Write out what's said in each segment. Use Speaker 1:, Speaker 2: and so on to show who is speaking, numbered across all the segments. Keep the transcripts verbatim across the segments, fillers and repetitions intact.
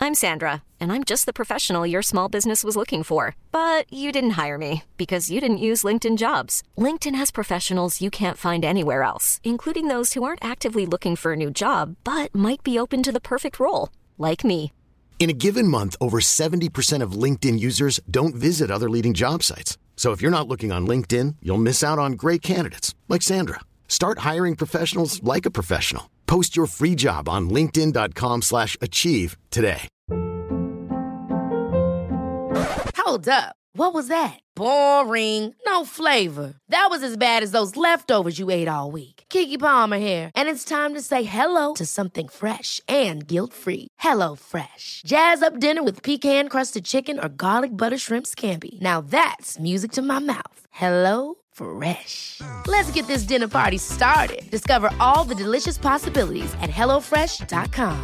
Speaker 1: I'm Sandra, and I'm just the professional your small business was looking for. But you didn't hire me because you didn't use LinkedIn Jobs. LinkedIn has professionals you can't find anywhere else, including those who aren't actively looking for a new job, but might be open to the perfect role, like me.
Speaker 2: In a given month, over seventy percent of LinkedIn users don't visit other leading job sites. So if you're not looking on LinkedIn, you'll miss out on great candidates like Sandra. Start hiring professionals like a professional. Post your free job on linkedin.com slash achieve today.
Speaker 3: Hold up. What was that? Boring. No flavor. That was as bad as those leftovers you ate all week. Keke Palmer here. And it's time to say hello to something fresh and guilt-free. Hello Fresh. Jazz up dinner with pecan-crusted chicken or garlic butter shrimp scampi. Now that's music to my mouth. Hello Fresh. Let's get this dinner party started. Discover all the delicious possibilities at hello fresh dot com.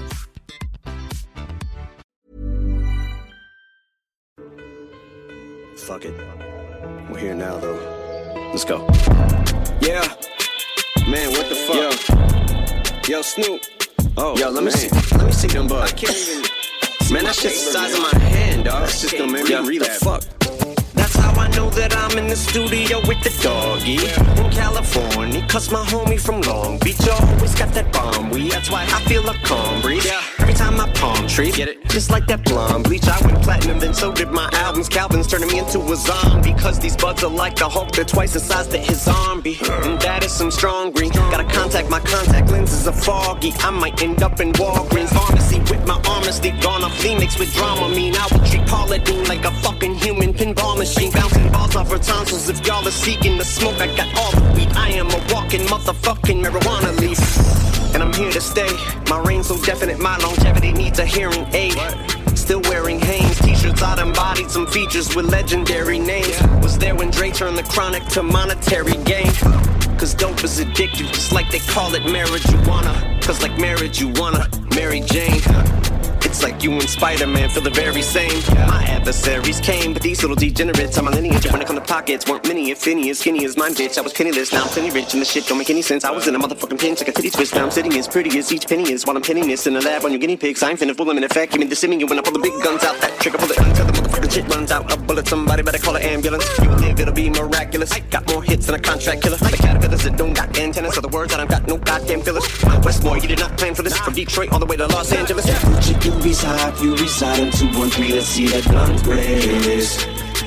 Speaker 4: Fuck it. We're here now, though. Let's go. Yeah. Man, what the fuck? Yo, yo Snoop. Oh, yo, let man. me see. Let me see them bugs. I can't even. Man, that shit's the size of my hand, dog. That's just gonna make me read the fuck. That's how I know that I'm in the studio with the doggy in California, cause my homie from Long Beach always got that bomb weed. That's why I feel a calm breeze every time I palm trees. Get it? Just like that blonde bleach. I went platinum, then so did my albums. Calvin's turning me into a zombie, cause these buds are like the Hulk. They're twice the size that his arm be. And that is some strong green. Gotta contact, my contact lenses are foggy. I might end up in Walgreens pharmacy with my honesty gone off Phoenix with drama. Mean I would treat Paula Deen like a fucking human pinball machine, bouncing balls off her tonsils. If y'all are seeking the smoke, I got all the weed. I am a walking motherfucking marijuana leaf, and I'm here to stay. My reign's so definite, my longevity needs a hearing aid. Still wearing Hanes t-shirts, I embodied some features with legendary names. Was there when Dre turned the chronic to monetary gain. Cause dope is addictive, just like they call it marijuana. Cause like marriage, you wanna Mary Jane. It's like you and Spider-Man feel the very same. My adversaries came, but these little degenerates on my lineage. When it come to pockets, weren't many, if any, as skinny as mine, bitch. I was penniless, now I'm plenty rich, and the shit don't make any sense. I was in a motherfucking pinch, like a titty twist. Now I'm sitting as pretty as each penny is, while I'm pinning this in the lab on your guinea pigs. I ain't finna fool them in effect, give me the simming you when I pull the big guns out. That trigger, pull it until the motherfucking shit runs out. A bullet, somebody better call an ambulance. You will live, it'll be miraculous. I got more hits than a contract killer. The caterpillars that don't got antennas, so the words that I've got no goddamn fillers. Westmore, you did not plan for this. From Detroit all the way to Los Angeles. You reside, you reside in two one three, let's see that guns blaze.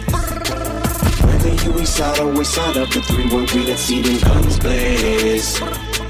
Speaker 4: Whether you reside or reside up to three one three, let's see them guns blaze.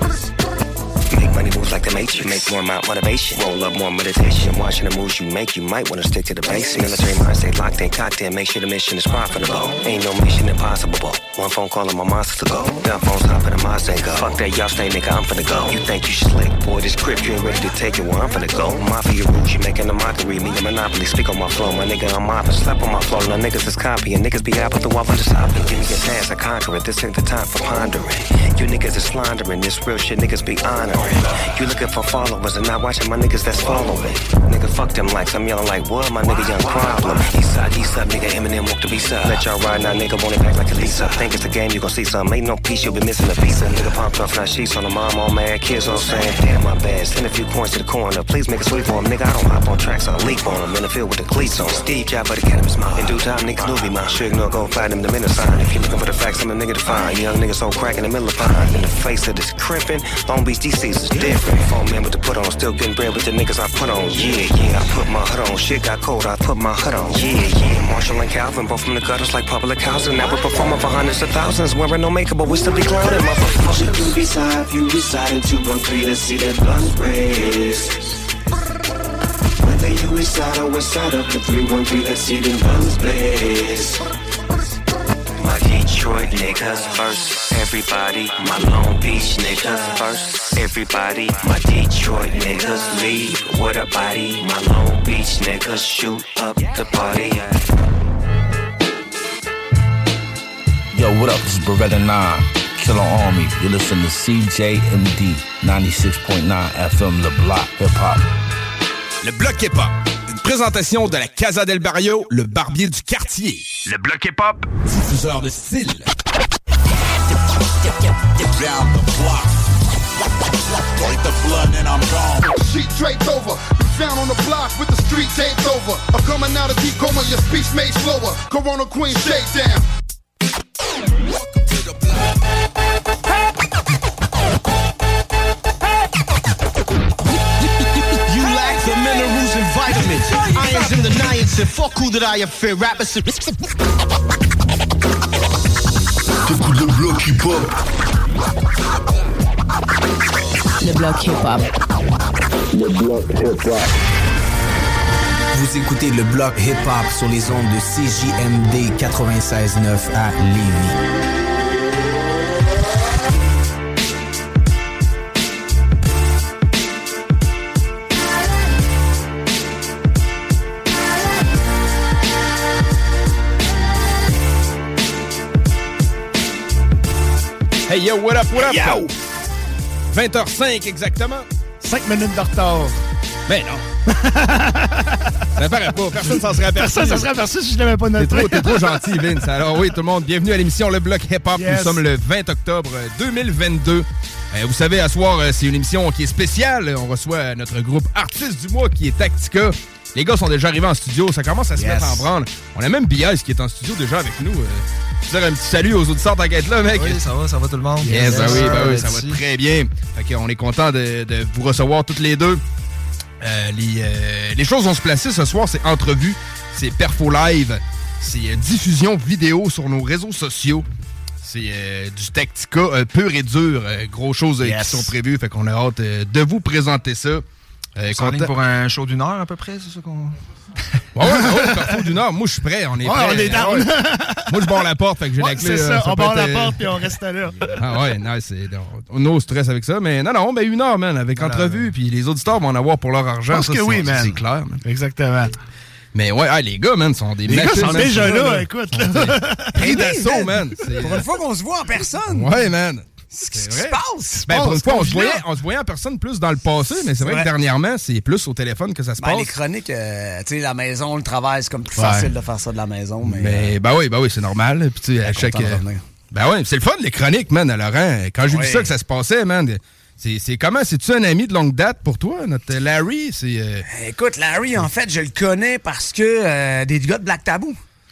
Speaker 4: Make money moves like the Matrix. Make more amount motivation. Roll up more meditation. Watching the moves you make, you might want to stick to the basics. Military mind stay locked in, cocked in. Make sure the mission is profitable. Ain't no mission impossible. One phone call and my monster to go. Gun phones hop in the Mazda and go. Fuck that, y'all stay, nigga, I'm finna go. You think you slick, boy, this grip, you ain't ready to take it where I'm finna go. Mafia roots, you making a mockery. Me and Monopoly, speak on my flow. My nigga, I'm mopping, slap on my flow. Now niggas is copying. Niggas be apple the wall on the stopping. Give me a task, I conquer it. This ain't the time for pondering. You niggas is floundering. This real shit, niggas be honoring. You looking for followers and not watching my niggas that's following. Nigga, fuck them likes, I'm yelling like, what? My nigga, young problem. East side, east side, nigga, Eminem walk the beast side. Let y'all ride now, nigga, want it back like a Lisa. Think it's a game, you gon' see some. Ain't no piece, you'll be missing a piece. A nigga pumped off, now sheets on the mom, all mad kids, all saying, damn, my bad. Send a few coins to the corner, please make a sweep for him. Nigga, I don't hop on tracks, I'll leap on him. In the field with the cleats on. Steve Jobs for the cannabis mine. In due time, niggas knew be mine. Sure, ignore, go find him the minute sign. If you looking for the facts, I'm a nigga to find. Young niggas so crack in the middle of pine. In the face of this crimpin', Long Beach, D C's is different. Four men with the put on, still getting bread with the niggas I put on. Yeah, yeah, I put my hood on. Shit got cold, I put my hood on. Yeah, yeah, Marshall and Calvin, both from the gutters like public housing. Now we're performing for hundreds of thousands, wearing no makeup, but we still be clowning, motherfuckers. You reside, you reside in two one three, let's see that guns blaze. Whether you reside or reside up to three one three, let's see them guns blaze. My Detroit niggas first, everybody. My Long Beach niggas first, everybody. My Detroit niggas leave with a body. My Long Beach niggas shoot up the party.
Speaker 5: Yo, what up? This is Beretta nine, Killer Army. You listen to C J M D ninety-six point nine F M, Le Bloc Hip Hop.
Speaker 6: Le Bloc Hip Hop, une présentation de la Casa del Barrio, le barbier du quartier. Le Bloc Hip Hop, diffuseur de style.
Speaker 7: Down the block. Point the blood and I'm gone. Sheet draped over. Found on the block with the street tape
Speaker 8: over. I'm coming out of deep coma, your speech made slower. Corona Queen, shake down.
Speaker 7: Welcome to the block.
Speaker 9: You lack the minerals and vitamins. Irons in the niacin. Fuck who that I fear. Rappers.
Speaker 8: T'écoutes le bloc hip-hop.
Speaker 10: Le bloc hip-hop.
Speaker 8: Le bloc hip-hop.
Speaker 11: Vous écoutez le bloc hip-hop sur les ondes de C J M D quatre-vingt-seize neuf à Lévis.
Speaker 6: Hey yo, what up, what up?
Speaker 12: Yo!
Speaker 6: vingt heures cinq exactement.
Speaker 12: cinq minutes de retard.
Speaker 6: Ben non. Ça paraît pas. Personne s'en serait aperçu.
Speaker 12: Personne s'en serait aperçu si je l'avais pas noté.
Speaker 6: T'es trop, t'es trop gentil, Vince. Alors oui, tout le monde, bienvenue à l'émission Le Bloc Hip-Hop.
Speaker 12: Yes.
Speaker 6: Nous sommes le vingt octobre deux mille vingt-deux. Euh, vous savez, à soir, euh, c'est une émission qui est spéciale. On reçoit notre groupe Artiste du mois qui est Tactica. Les gars sont déjà arrivés en studio. Ça commence à se
Speaker 12: Yes.
Speaker 6: mettre en branle. On a même B I S qui est en studio déjà avec nous. Euh, je veux dire un petit salut aux auditeurs d'enquête là, mec.
Speaker 13: Oui, ça va, ça va tout le monde.
Speaker 6: Yes,
Speaker 13: yes
Speaker 6: ben oui, ben oui,
Speaker 13: euh,
Speaker 6: ça va
Speaker 13: là-dessus.
Speaker 6: très bien. Fait qu'on est content de, de vous recevoir toutes les deux. Euh, les, euh, les choses vont se placer ce soir, c'est entrevue, c'est perfo live, c'est euh, diffusion vidéo sur nos réseaux sociaux. C'est euh, du Tactica euh, pur et dur, euh, gros choses euh,
Speaker 13: Yes.
Speaker 6: qui sont prévues, fait qu'on a hâte euh, de vous présenter ça. Euh,
Speaker 13: C'est en ligne pour un show d'une heure à peu près, c'est ça qu'on...
Speaker 6: Ouais, ouais, ouais, perfo d'une heure, moi je suis prêt, on est
Speaker 12: Ouais,
Speaker 6: prêt.
Speaker 12: on est down.
Speaker 6: Ouais. Moi je barre la porte, fait que j'ai
Speaker 12: Ouais,
Speaker 6: la clé.
Speaker 12: c'est
Speaker 6: euh,
Speaker 12: ça, on
Speaker 6: peut
Speaker 12: barre
Speaker 6: être,
Speaker 12: la
Speaker 6: euh,
Speaker 12: porte puis on reste là.
Speaker 6: Ah ouais, non, c'est on no stress avec ça, mais non, non, ben une heure, man, avec
Speaker 13: Alors,
Speaker 6: entrevue, puis les auditeurs vont en avoir pour leur argent.
Speaker 12: Je pense
Speaker 6: ça,
Speaker 12: que
Speaker 6: c'est-
Speaker 12: oui, man.
Speaker 6: C'est clair, man.
Speaker 12: Exactement.
Speaker 6: Mais ouais, ah, les gars, man, sont des
Speaker 12: Les gars
Speaker 6: machines,
Speaker 12: sont
Speaker 6: man,
Speaker 12: déjà
Speaker 6: ça,
Speaker 12: là, écoute. Là.
Speaker 6: Pris d'assaut, man. C'est-
Speaker 13: Pour une fois qu'on se voit en personne.
Speaker 6: Ouais, man.
Speaker 13: Qu'est-ce qui
Speaker 6: C'est
Speaker 13: se
Speaker 6: vrai.
Speaker 13: passe?
Speaker 6: Ben, pour une fois, on se,
Speaker 12: confinement.
Speaker 6: voyait, on se voyait en personne plus dans le passé, mais c'est vrai
Speaker 13: Ouais.
Speaker 6: que dernièrement, c'est plus au téléphone que ça se
Speaker 13: Ben, les
Speaker 6: passe.
Speaker 13: chroniques, euh, tu sais, la maison, le travail, c'est comme plus
Speaker 6: Ouais.
Speaker 13: facile de faire ça de la maison. Mais,
Speaker 6: Mais,
Speaker 13: euh,
Speaker 6: ben oui, ben oui, c'est normal. Puis, tu sais, à
Speaker 13: content
Speaker 6: chaque.
Speaker 13: de revenir.
Speaker 6: Ben oui, c'est le fun, les chroniques, man, à Laurent. Quand j'ai
Speaker 13: Oui.
Speaker 6: vu ça que ça se passait, man, c'est, c'est comment? C'est-tu un ami de longue date pour toi, notre Larry? C'est. euh,
Speaker 13: Écoute, Larry, en fait, je le connais parce que euh, des gars de Black Taboo.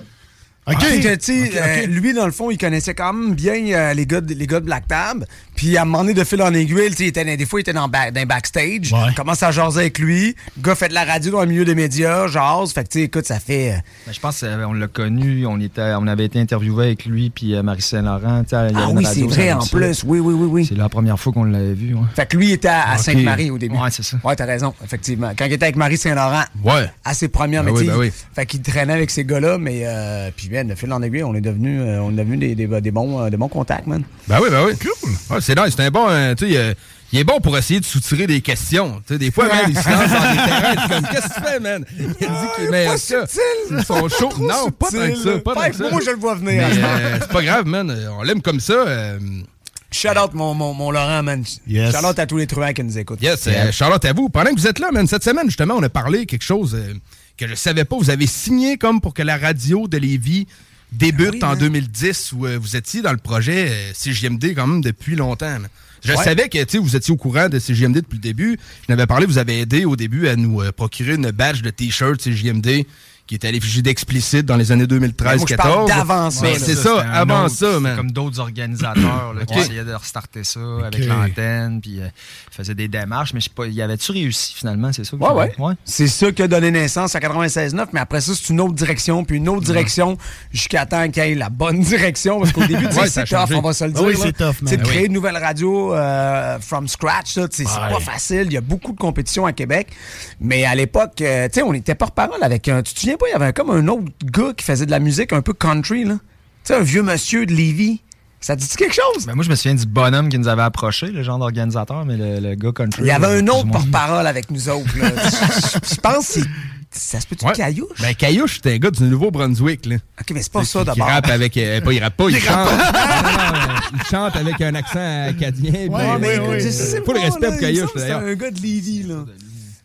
Speaker 12: OK.
Speaker 13: Parce que, tu sais,
Speaker 12: Ok, ok.
Speaker 13: euh, lui, dans le fond, il connaissait quand même bien euh, les, gars de, les gars de Black Tab. Puis, à un moment donné, de fil en aiguille, tu sais, il était dans- des fois, il était dans, ba- dans backstage.
Speaker 12: Ouais.
Speaker 13: Commence à jaser avec lui. Le gars fait de la radio dans le milieu des médias, jase. Fait que, tu sais, écoute, ça fait... euh,
Speaker 14: Ben, je pense qu'on l'a connu, on, était, on avait été interviewé avec lui puis euh, Marie Saint-Laurent. tu sais, il y
Speaker 13: Ah
Speaker 14: avait une
Speaker 13: oui,
Speaker 14: radio,
Speaker 13: c'est vrai,
Speaker 14: ça,
Speaker 13: en
Speaker 14: ça.
Speaker 13: plus. Oui, oui, oui, oui.
Speaker 14: C'est la première fois qu'on l'avait vu. Ouais.
Speaker 13: Fait que lui, il était à, à
Speaker 6: Ok.
Speaker 13: Sainte-Marie au début.
Speaker 14: Ouais, c'est ça.
Speaker 13: Ouais, t'as raison, effectivement. Quand il était avec Marie Saint-Laurent,
Speaker 6: Ouais.
Speaker 13: à ses premières,
Speaker 6: Ben
Speaker 13: mais
Speaker 6: oui,
Speaker 13: tu sais,
Speaker 6: ben oui.
Speaker 13: fait qu'il traînait avec ces gars-là, mais euh, puis bien, de fil en aiguille, on est devenu, euh, on est devenu des, des, des bons, euh, des bons contacts, man.
Speaker 6: Ben oui, ben oui. Cool. Ouais, c'est nice, c'est un bon. euh, tu sais, euh, il est bon pour essayer de soutirer des questions. Tu sais, des fois, man, il se lance dans des terrains. C'est comme, qu'est-ce que tu fais, man? Il a dit qu'il met
Speaker 13: Pas
Speaker 6: ça.
Speaker 13: subtil.
Speaker 6: Ils sont chauds. Non, pas tant que ça. Pas tant que ça.
Speaker 13: Moi, je le vois
Speaker 6: Mais
Speaker 13: venir.
Speaker 6: euh, c'est pas grave, man. euh, On l'aime comme ça. euh,
Speaker 13: Shout out mon, mon, mon Laurent, man.
Speaker 12: Yes.
Speaker 13: Shout out à tous les truands qui nous écoutent.
Speaker 6: Yes, euh, Charlotte, à vous. Pendant que vous êtes là, man, cette semaine, justement, on a parlé quelque chose euh, que je savais pas. Vous avez signé comme pour que la radio de Lévis débute
Speaker 13: Ah oui,
Speaker 6: en
Speaker 13: man.
Speaker 6: deux mille dix, où euh, vous étiez dans le projet euh, C J M D quand même depuis longtemps. man. Je
Speaker 13: Ouais.
Speaker 6: savais que tu sais, vous étiez au courant de C J M D depuis le début. Je n'avais parlé, vous avez aidé au début à nous euh, procurer une badge de T-shirt C J M D qui était à l'effigie d'Explicite dans les années deux mille treize
Speaker 13: moi, je parle
Speaker 6: quatorze.
Speaker 13: d'avant ça,
Speaker 6: Ben,
Speaker 13: là.
Speaker 6: c'est
Speaker 14: c'était
Speaker 6: ça,
Speaker 14: un
Speaker 6: avant
Speaker 14: autre-
Speaker 6: ça,
Speaker 14: c'était
Speaker 6: man.
Speaker 14: comme d'autres organisateurs là, qui
Speaker 6: Ok.
Speaker 14: essayaient de restarter ça avec l'antenne, puis euh, ils faisaient des démarches, mais je sais pas, y avait-tu réussi finalement, c'est ça? que
Speaker 13: Ouais,
Speaker 14: je-
Speaker 13: ouais. C'est ça qui a donné naissance à quatre-vingt-seize neuf, mais après ça, c'est une autre direction, puis une autre direction jusqu'à temps qu'il y ait la bonne direction. Parce qu'au début, tu sais,
Speaker 6: Ouais, ça a
Speaker 13: c'est tough,
Speaker 6: changé.
Speaker 13: on va se le
Speaker 12: Ah
Speaker 13: dire.
Speaker 12: oui,
Speaker 13: là.
Speaker 12: c'est tough, man.
Speaker 13: C'est de
Speaker 12: Ah
Speaker 13: créer
Speaker 12: oui.
Speaker 13: une nouvelle radio euh, from scratch, là, tu sais, c'est
Speaker 12: Ouais.
Speaker 13: pas facile. Il y a beaucoup de compétition à Québec. Mais à l'époque, euh, tu sais, on était porte-parole avec un. Tu te souviens pas, il y avait comme un autre gars qui faisait de la musique un peu country, là. Tu sais, un vieux monsieur de Lévis. Ça te dit quelque chose?
Speaker 14: Ben, moi, je me souviens du bonhomme qui nous avait approché, le genre d'organisateur, mais le, le gars country.
Speaker 13: Il y avait
Speaker 14: euh,
Speaker 13: un
Speaker 14: plus
Speaker 13: autre
Speaker 14: ou moins.
Speaker 13: porte-parole avec nous autres, là. Je je pense que c'est. Ça se peut-tu
Speaker 6: Ouais.
Speaker 13: Caillouche?
Speaker 6: Ben, Caillouche, c'était un gars du Nouveau-Brunswick, là.
Speaker 13: Ok, mais c'est pas
Speaker 6: Qui-
Speaker 13: ça
Speaker 6: qui
Speaker 13: d'abord.
Speaker 6: rappe avec. euh, pas, il rappe pas, il, chante. Non, non, non, il chante avec un accent acadien.
Speaker 12: Ouais,
Speaker 6: ben,
Speaker 12: mais
Speaker 6: euh,
Speaker 12: oui.
Speaker 13: Je sais
Speaker 6: Faut le
Speaker 13: pas,
Speaker 6: respect
Speaker 13: là,
Speaker 6: pour
Speaker 13: il me
Speaker 6: Caillouche,
Speaker 13: semble que
Speaker 6: d'ailleurs.
Speaker 13: C'est un gars de Lévis, là.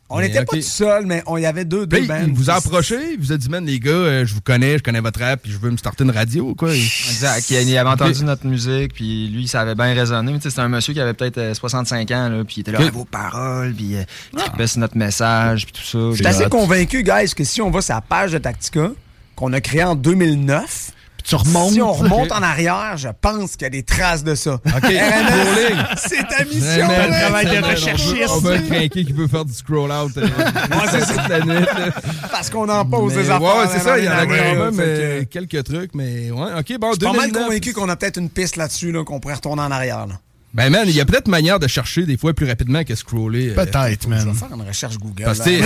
Speaker 13: On n'était okay. pas tout seul, mais on y avait deux, deux bands.
Speaker 6: Il vous a approché, il vous a dit, man, les gars, euh, je vous connais, je connais votre rap, puis je veux me starter une radio, quoi.
Speaker 14: Exact. Il avait entendu okay. notre musique, puis lui, ça avait bien résonné. Mais c'était un monsieur qui avait peut-être euh, soixante-cinq ans, là, puis il était là, okay. vos paroles, puis euh, il tripait sur notre message, puis tout ça.
Speaker 13: Je suis assez convaincu, guys, que si on va sur la page de Tactica, qu'on a créée en deux mille neuf,
Speaker 12: tu remontes.
Speaker 13: Si on remonte en arrière, je pense qu'il y a des traces de ça.
Speaker 6: OK. R M S,
Speaker 13: c'est ta mission.
Speaker 12: C'est un travail de recherchiste.
Speaker 6: On veut un crinqué qui veut faire du scroll-out. Euh,
Speaker 13: ouais, c'est ça. La nuit,
Speaker 6: parce
Speaker 13: qu'on en pose
Speaker 6: mais,
Speaker 13: des affaires.
Speaker 6: Ouais, c'est ça. Il y en a quand même
Speaker 13: que...
Speaker 6: quelques trucs, mais ouais. OK, bon,
Speaker 13: je suis pas mal convaincu qu'on a peut-être une piste là-dessus, là, qu'on pourrait retourner en arrière. Là.
Speaker 6: Ben, man, il y a peut-être manière de chercher des fois plus rapidement que scroller.
Speaker 12: Peut-être, euh, man.
Speaker 13: Je vais faire une recherche Google.
Speaker 6: Parce que,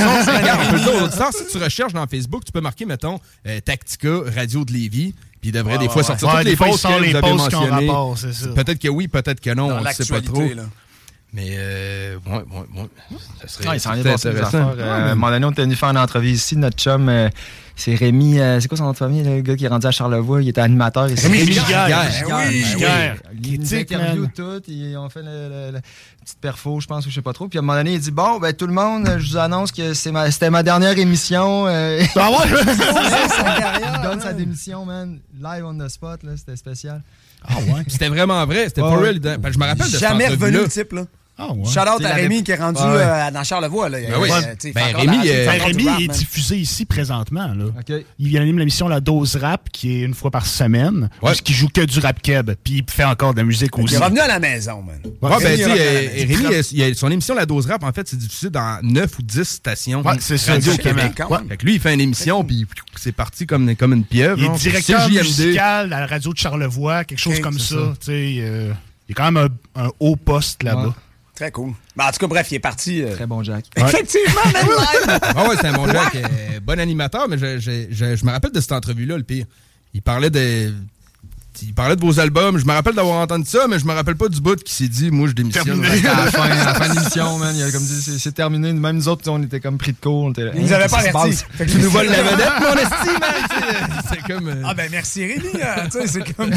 Speaker 6: si tu recherches dans Facebook, tu peux marquer, mettons, euh, Tactica, Radio de Lévis. Puis il devrait ouais, des fois ouais, sortir
Speaker 12: ouais,
Speaker 6: toutes les posts que
Speaker 12: les
Speaker 6: vous avez mentionnées. Peut-être que oui, peut-être que non,
Speaker 13: dans
Speaker 6: on ne sait pas trop.
Speaker 13: Là.
Speaker 6: Mais, euh, ouais, ouais, ouais. Ça serait
Speaker 14: ouais, il s'en est passé des affaires. Euh, à un moment donné, on était venu faire une entrevue ici. Notre chum, euh, c'est Rémi, euh, c'est quoi son nom de famille, le gars qui est rendu à Charlevoix? Il était animateur. Ici.
Speaker 12: Rémi Giguère.
Speaker 13: Oui,
Speaker 14: Giguère. Il nous interview tout. Ils ont fait la petite perfo, je pense, ou je sais pas trop. Puis à un moment donné, il dit, bon, ben tout le monde, je vous annonce que c'est ma, c'était ma dernière émission. Euh...
Speaker 12: Ah ouais?
Speaker 14: Il donne sa démission, man. Live on the spot, là, c'était spécial.
Speaker 6: Ah ouais? C'était vraiment vrai. C'était pas real. Je me rappelle de ça.
Speaker 13: Jamais revenu le type, là.
Speaker 12: Ah ouais.
Speaker 13: Shout-out à Rémi qui est rendu ouais. euh, dans Charlevoix. Là.
Speaker 6: Ben oui.
Speaker 13: euh,
Speaker 6: ben, Rémi,
Speaker 12: euh, ben, Rémi
Speaker 13: rap,
Speaker 12: est
Speaker 13: man.
Speaker 12: diffusé ici présentement. Là.
Speaker 6: Okay.
Speaker 12: Il anime l'émission La Dose Rap qui est une fois par semaine. Ouais. Qui joue que du rap keb. Puis il fait encore de la musique aussi.
Speaker 13: Il est revenu à la maison, man.
Speaker 6: Ouais, ouais ben, tu sais, Rémi, il a, son émission La Dose Rap, en fait, c'est diffusé dans neuf ou dix stations.
Speaker 12: Ouais, c'est ça.
Speaker 6: Radio Québec. Ouais. Fait que lui, il fait une émission, puis c'est parti comme, comme une pieuvre.
Speaker 12: Il est directeur musical à la radio de Charlevoix, quelque chose okay, comme ça. ça. Euh, il est quand même un, un haut poste là-bas.
Speaker 13: Ouais. Très cool. Ben, en tout cas, bref, il est parti. Euh...
Speaker 14: Très bon Jack.
Speaker 13: Ouais. Effectivement, même live.
Speaker 6: Ah ouais, c'est un bon Jack. Euh, bon animateur, mais je, je, je, je me rappelle de cette entrevue-là, le pire. Il parlait de... Il parlait de vos albums. Je me rappelle d'avoir entendu ça, mais je me rappelle pas du bout qui s'est dit, moi, je démissionne.
Speaker 14: À la fin, à la fin de l'émission, man. Il a comme dit, c'est, c'est terminé. Même nous autres, on était comme pris de court.
Speaker 13: Ils nous avaient pas avertis.
Speaker 6: Tu nous voles la vedette, mon esti, man. C'est comme. Euh...
Speaker 13: Ah, ben, merci, Rémi. Hein, tu sais, c'est comme.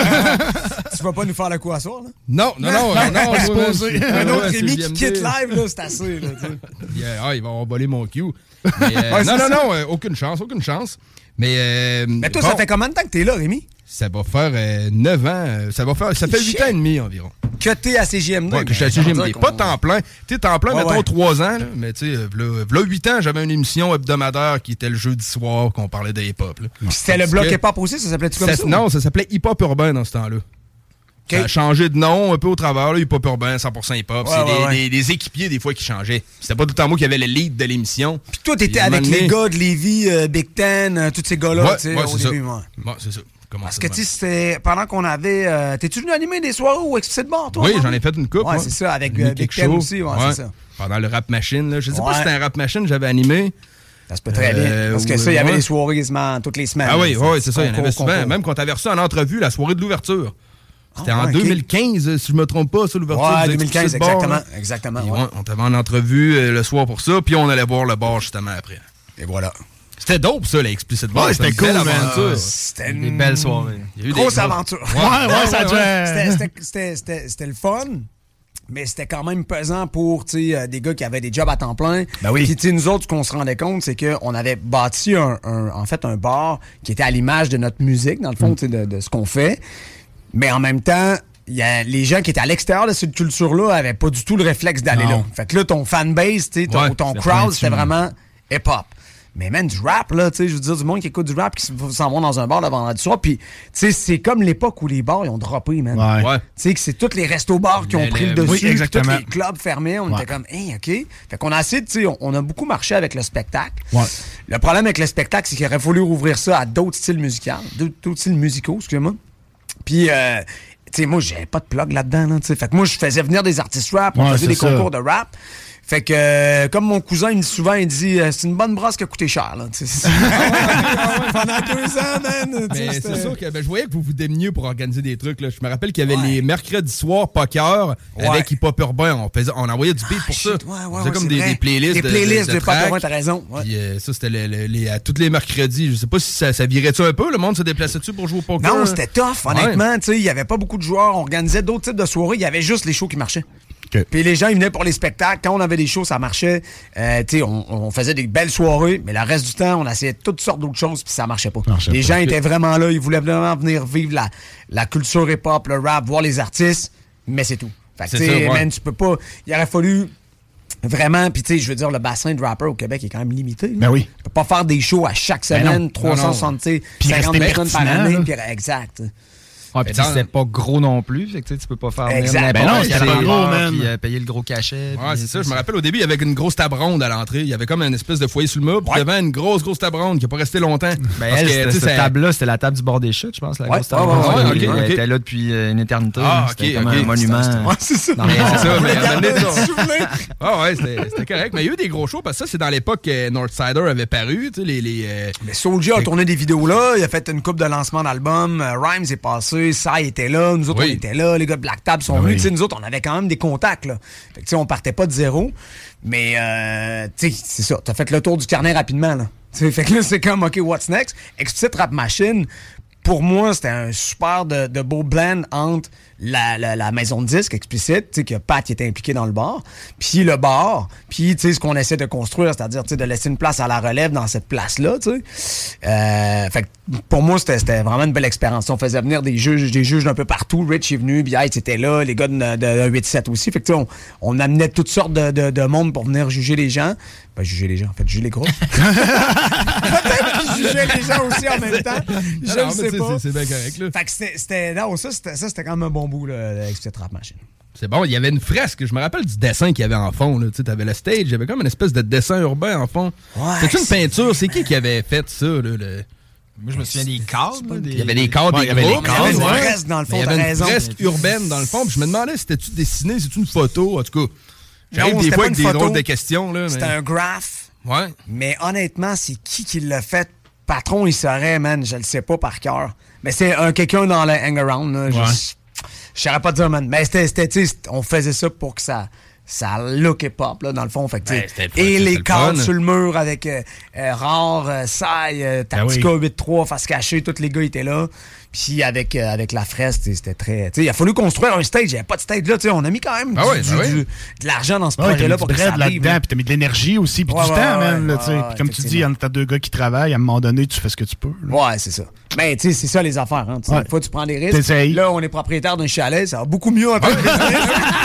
Speaker 13: Tu vas pas nous faire la coup à soir, là?
Speaker 6: Non, non, non. non, non
Speaker 13: se poser. Un autre Rémi qui quitte live, là, c'est assez, là, tu sais.
Speaker 6: Ah, il va avoir volé mon cue. Non, non, non, aucune chance, aucune chance. Mais. Euh,
Speaker 13: mais toi, bon, ça fait combien de temps que t'es là, Rémi?
Speaker 6: Ça va faire euh, neuf ans. Ça va faire. Ça fait huit ans et demi environ.
Speaker 13: Que t'es à C J M D.
Speaker 6: Ouais, que je suis à C J M D. Pas temps plein. Tu sais, temps plein, ouais, mettons ouais. trois ans. Là, mais tu sais, là, huit ans, j'avais une émission hebdomadaire qui était le jeudi soir qu'on parlait de hip-hop. Là.
Speaker 13: C'était le bloc hip-hop aussi? Ça s'appelait-tu comme ça? ça
Speaker 6: non, ça s'appelait hip-hop urbain dans ce temps-là. Okay. Ça a changé de nom un peu au travers. Là, hip-hop urbain, cent pour cent hip-hop. Ouais, c'est ouais, des, ouais. Des, des équipiers des fois qui changeaient. C'était pas tout le temps moi qui avait le lead de l'émission.
Speaker 13: Puis toi, t'étais avec les gars de Lévis, euh, Big Ten, euh, tous ces gars-là,
Speaker 6: ouais,
Speaker 13: tu sais,
Speaker 6: ouais,
Speaker 13: au début. Ouais,
Speaker 6: ouais c'est ça. Comment
Speaker 13: Parce que tu sais, c'était pendant qu'on avait. Euh, T'es-tu venu animer des soirées au Explicit Bar, toi?
Speaker 6: Oui, j'en ai fait une coupe.
Speaker 13: Ouais, c'est ça, avec euh, Big Ten aussi, ouais, ouais, c'est ça.
Speaker 6: Pendant le Rap Machine, là. Je sais ouais. pas si c'était un Rap Machine, j'avais animé.
Speaker 13: Ça se peut très euh, bien. Parce que ça, il y avait ouais. des soirées quasiment toutes les semaines.
Speaker 6: Ah oui, oui, c'est ça, il y en avait souvent. Même quand t'avais reçu en entrevue la soirée de l'ouverture. C'était ah, en ouais, deux mille quinze, okay. si je me trompe pas, ça, l'ouverture.
Speaker 13: Ouais, deux mille quinze, exactement. Bar, exactement.
Speaker 6: Ouais. Ouais, on t'avait en entrevue euh, le soir pour ça, puis on allait voir le bar justement après.
Speaker 13: Et voilà.
Speaker 6: C'était dope, ça, l'Explicit Bar.
Speaker 12: Ouais, c'était cool, man.
Speaker 13: Euh, c'était une
Speaker 14: des belles soirées.
Speaker 13: Il y a eu grosse des... aventure.
Speaker 12: Ouais, ouais, ouais, ça
Speaker 13: devait... C'était, c'était, c'était, c'était le fun. Mais c'était quand même pesant pour euh, des gars qui avaient des jobs à temps plein.
Speaker 12: Ben oui.
Speaker 13: Puis nous autres, ce qu'on se rendait compte, c'est qu'on avait bâti un, un, en fait un bar qui était à l'image de notre musique, dans le fond, mm. de, de ce qu'on fait. Mais en même temps, y a les gens qui étaient à l'extérieur de cette culture-là avaient pas du tout le réflexe d'aller non. là. Fait que là, ton fanbase, ton, ouais, ton crowd, c'était vraiment hip-hop. Mais man, du rap, là, tu sais, je veux dire, du monde qui écoute du rap, qui s'en vont dans un bar le vendredi soir, puis, tu sais, c'est comme l'époque où les bars, ils ont droppé, man.
Speaker 12: Ouais.
Speaker 6: Ouais.
Speaker 13: Tu sais, que c'est tous les restos-bars qui ont
Speaker 6: le,
Speaker 13: pris le,
Speaker 6: le
Speaker 13: dessus,
Speaker 12: oui, exactement.
Speaker 13: tous les clubs fermés, on ouais. était comme, hey, OK. Fait qu'on a essayé, tu sais, on, on a beaucoup marché avec le spectacle.
Speaker 12: Ouais.
Speaker 13: Le problème avec le spectacle, c'est qu'il aurait fallu rouvrir ça à d'autres styles musicaux, d'autres styles musicaux, excusez-moi. Puis, euh, tu sais, moi, j'avais pas de plug là-dedans, là, tu sais. Fait que moi, je faisais venir des artistes rap, on ouais, faisait des ça. concours de rap. Fait que, euh, comme mon cousin, il me dit souvent, il dit, euh, c'est une bonne brosse qui a coûté cher, là. Pendant deux ans, man.
Speaker 6: Mais c'est sûr que ben, je voyais que vous vous démeniez pour organiser des trucs, là. Je me rappelle qu'il y avait ouais. les mercredis soirs poker ouais. avec Hip-Hop Urbain. On, faisait, on envoyait du beat
Speaker 13: ah,
Speaker 6: pour
Speaker 13: shit.
Speaker 6: ça.
Speaker 13: Ouais, ouais,
Speaker 6: on faisait
Speaker 13: ouais,
Speaker 6: comme des, des playlists.
Speaker 13: Des playlists de, de, de, de Hip-Hop Urbain, t'as raison.
Speaker 6: Ouais. Puis euh, ça, c'était le, le, les, à tous les mercredis. Je sais pas si ça, ça virait-tu un peu, le monde se déplaçait-tu pour jouer au poker?
Speaker 13: Non, c'était tough, honnêtement. Ouais. Il y avait pas beaucoup de joueurs. On organisait d'autres types de soirées. Il y avait juste les shows qui marchaient. Okay. Puis les gens, ils venaient pour les spectacles. Quand on avait des shows, ça marchait. Euh, tu sais, on, on faisait des belles soirées, mais le reste du temps, on essayait toutes sortes d'autres choses, puis ça marchait pas. Marchait les pas. gens étaient vraiment là. Ils voulaient vraiment venir vivre la, la culture hip-hop, le rap, voir les artistes, mais c'est tout. Fait que, tu sais, man, tu peux pas... Il aurait fallu... Vraiment, puis tu sais, je veux dire, le bassin de rappers au Québec est quand même limité. Là.
Speaker 12: Ben oui.
Speaker 13: Tu peux pas faire des shows à chaque semaine, trois cent soixante, cinquante personnes par année. Puis, exact.
Speaker 14: Ouais, puis c'était pas gros non plus, fait que tu peux pas faire
Speaker 13: exact.
Speaker 14: Ben non,
Speaker 6: c'était pas
Speaker 14: gros, même. Puis euh, payer le gros cachet.
Speaker 6: Ouais, c'est ça. Je me rappelle au début, il y avait une grosse table ronde à l'entrée. Il y avait comme une espèce de foyer sous le meuble. Puis il y avait une grosse, grosse table ronde qui n'a pas resté longtemps.
Speaker 14: Ben elle, que, cette ça... table-là, c'était la table du bord des chutes, je pense. La
Speaker 6: ouais,
Speaker 14: grosse table
Speaker 6: ouais,
Speaker 14: ronde.
Speaker 6: Ouais, ouais, okay,
Speaker 14: elle
Speaker 6: okay.
Speaker 14: était là depuis une éternité.
Speaker 6: Ah,
Speaker 14: c'était
Speaker 6: ok,
Speaker 14: comme
Speaker 6: okay.
Speaker 14: un monument.
Speaker 13: Ouais, c'est ça.
Speaker 6: Non, mais c'est ça. Mais à un moment donné, ah ouais, c'était correct. Mais il y a eu des gros shows parce que ça, c'est dans l'époque que Northsider avait paru. Tu sais, les, les, euh...
Speaker 13: Mais Soulja a tourné des vidéos là. Il a fait une coupe de lancement d'album. Rhymes est passé. Sai était là. Nous autres, oui. on était là. Les gars de Black Tab sont
Speaker 6: oui.
Speaker 13: venus. T'sais, nous autres, on avait quand même des contacts. Là. Fait que, t'sais, on partait pas de zéro. Mais euh, c'est ça. T'as fait le tour du carnet rapidement. Là. T'sais, fait que là, c'est comme, OK, what's next? Explicit Rap Machine, pour moi, c'était un super de, de beau blend entre la, la, la maison de disques Explicit, tu sais, que Pat qui était impliqué dans le bar, puis le bar, puis tu sais, ce qu'on essaie de construire, c'est-à-dire, tu sais, de laisser une place à la relève dans cette place-là, tu sais. Euh, fait que pour moi, c'était vraiment une belle expérience. On faisait venir des juges, des juges d'un peu partout. Rich est venu, Biate était là, les gars de, de huit sept aussi. Fait que tu sais, on, on amenait toutes sortes de, de, de monde pour venir juger les gens. Ben, juger les gens, en fait, juger les groupes. Peut-être qu'ils jugeaient les gens aussi en même temps. Je ne sais pas.
Speaker 6: C'est bien correct, là.
Speaker 13: Fait que c'était... Non, ça, c'était quand même un bon bout, là, l'Explicit Rap Machine.
Speaker 6: C'est bon, il y avait une fresque. Je me rappelle du dessin qu'il y avait en fond. Tu avais le stage, il y avait comme une espèce de dessin urbain en fond.
Speaker 13: Ouais,
Speaker 6: c'est une peinture. C'est qui qui avait fait ça, là? Le...
Speaker 14: Moi, je me souviens des cadres.
Speaker 6: Des... Il y avait des cadres,
Speaker 13: ouais,
Speaker 6: des
Speaker 13: il y avait
Speaker 6: groupes.
Speaker 13: des cadres, il y avait une fresque dans le fond,
Speaker 6: il y avait une
Speaker 13: raison.
Speaker 6: fresque urbaine dans le fond. Puis je me demandais, c'était-tu dessiné, c'est-tu une photo? En tout cas, j'arrive
Speaker 13: non,
Speaker 6: des fois avec des
Speaker 13: photo.
Speaker 6: drôles de questions. Là,
Speaker 13: c'était
Speaker 6: mais...
Speaker 13: un graph.
Speaker 6: Ouais.
Speaker 13: Mais honnêtement, c'est qui qui l'a fait? Patron, il saurait, man. Je le sais pas par cœur. Mais c'est un quelqu'un dans le hang-around. Là. Ouais. Je, je saurais pas dire, man. Mais c'était, tu sais, on faisait ça pour que ça... Ça look hip-hop, là, dans le fond. Fait que, ben, et les cadres sur le mur avec euh, euh, Rare, euh, Sai, euh, Tactica ben oui. huit trois, Face Cachée, tous les gars étaient là. Puis avec, euh, avec la fresque, c'était très... Il a fallu construire un stage. Il n'y avait pas de stage là. On a mis quand même
Speaker 6: ah
Speaker 13: du,
Speaker 6: oui,
Speaker 13: du,
Speaker 6: ben
Speaker 13: du,
Speaker 6: oui.
Speaker 13: de l'argent dans ce
Speaker 12: ouais,
Speaker 13: projet-là pour que ça
Speaker 12: là-dedans, puis t'as mis de l'énergie aussi, puis
Speaker 13: ouais,
Speaker 12: du
Speaker 13: ouais,
Speaker 12: temps,
Speaker 13: ouais,
Speaker 12: même. Là,
Speaker 13: ouais,
Speaker 12: puis comme tu dis, t'as deux gars qui travaillent, à un moment donné, tu fais ce que tu peux. Là.
Speaker 13: Ouais, c'est ça. Mais tu sais, c'est ça les affaires. Hein. Ouais. Des fois, tu prends des risques.
Speaker 12: T'essayes.
Speaker 13: Là, on est propriétaire d'un chalet. Ça va beaucoup mieux en tant que business.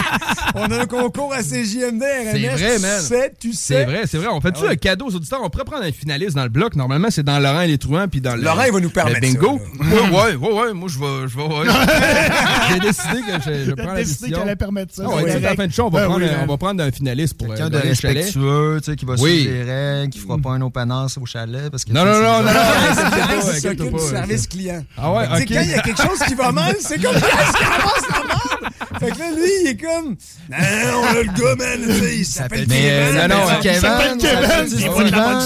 Speaker 13: On a un concours à C J M D, R M S.
Speaker 6: C'est vrai, man.
Speaker 13: Tu sais, tu sais.
Speaker 6: C'est vrai, c'est vrai. On fait-tu ah ouais. un cadeau aux auditeurs? On pourrait prendre un finaliste dans le bloc. Normalement, c'est dans Laurent et les Truands, puis dans le
Speaker 13: Laurent, il va nous permettre
Speaker 6: le bingo.
Speaker 13: Ça,
Speaker 6: ouais, ouais, ouais, ouais. Moi, je vais... Je vais ouais. J'ai décidé que je, je prends la décision.
Speaker 12: qu'elle allait permettre ça.
Speaker 6: Ah ouais, à la fin de show, on va, ben prendre, oui, un, on va prendre un finaliste pour
Speaker 14: quelqu'un de respectueux, tu sais, qui va oui. suivre les règles, qui fera pas un open house au chalet. Parce que
Speaker 6: non, non, non, non, non,
Speaker 13: c'est s'occupe du service client.
Speaker 6: Ah ouais, ok.
Speaker 13: Quand il y a quelque chose qui va mal, c'est comme qu'est-ce qui ramasse la merde. Fait que là, lui, il est comme, non, on a le gars, man, il s'appelle Kevin.
Speaker 6: Non, non,
Speaker 12: Kevin. Il s'appelle Kevin, il va de la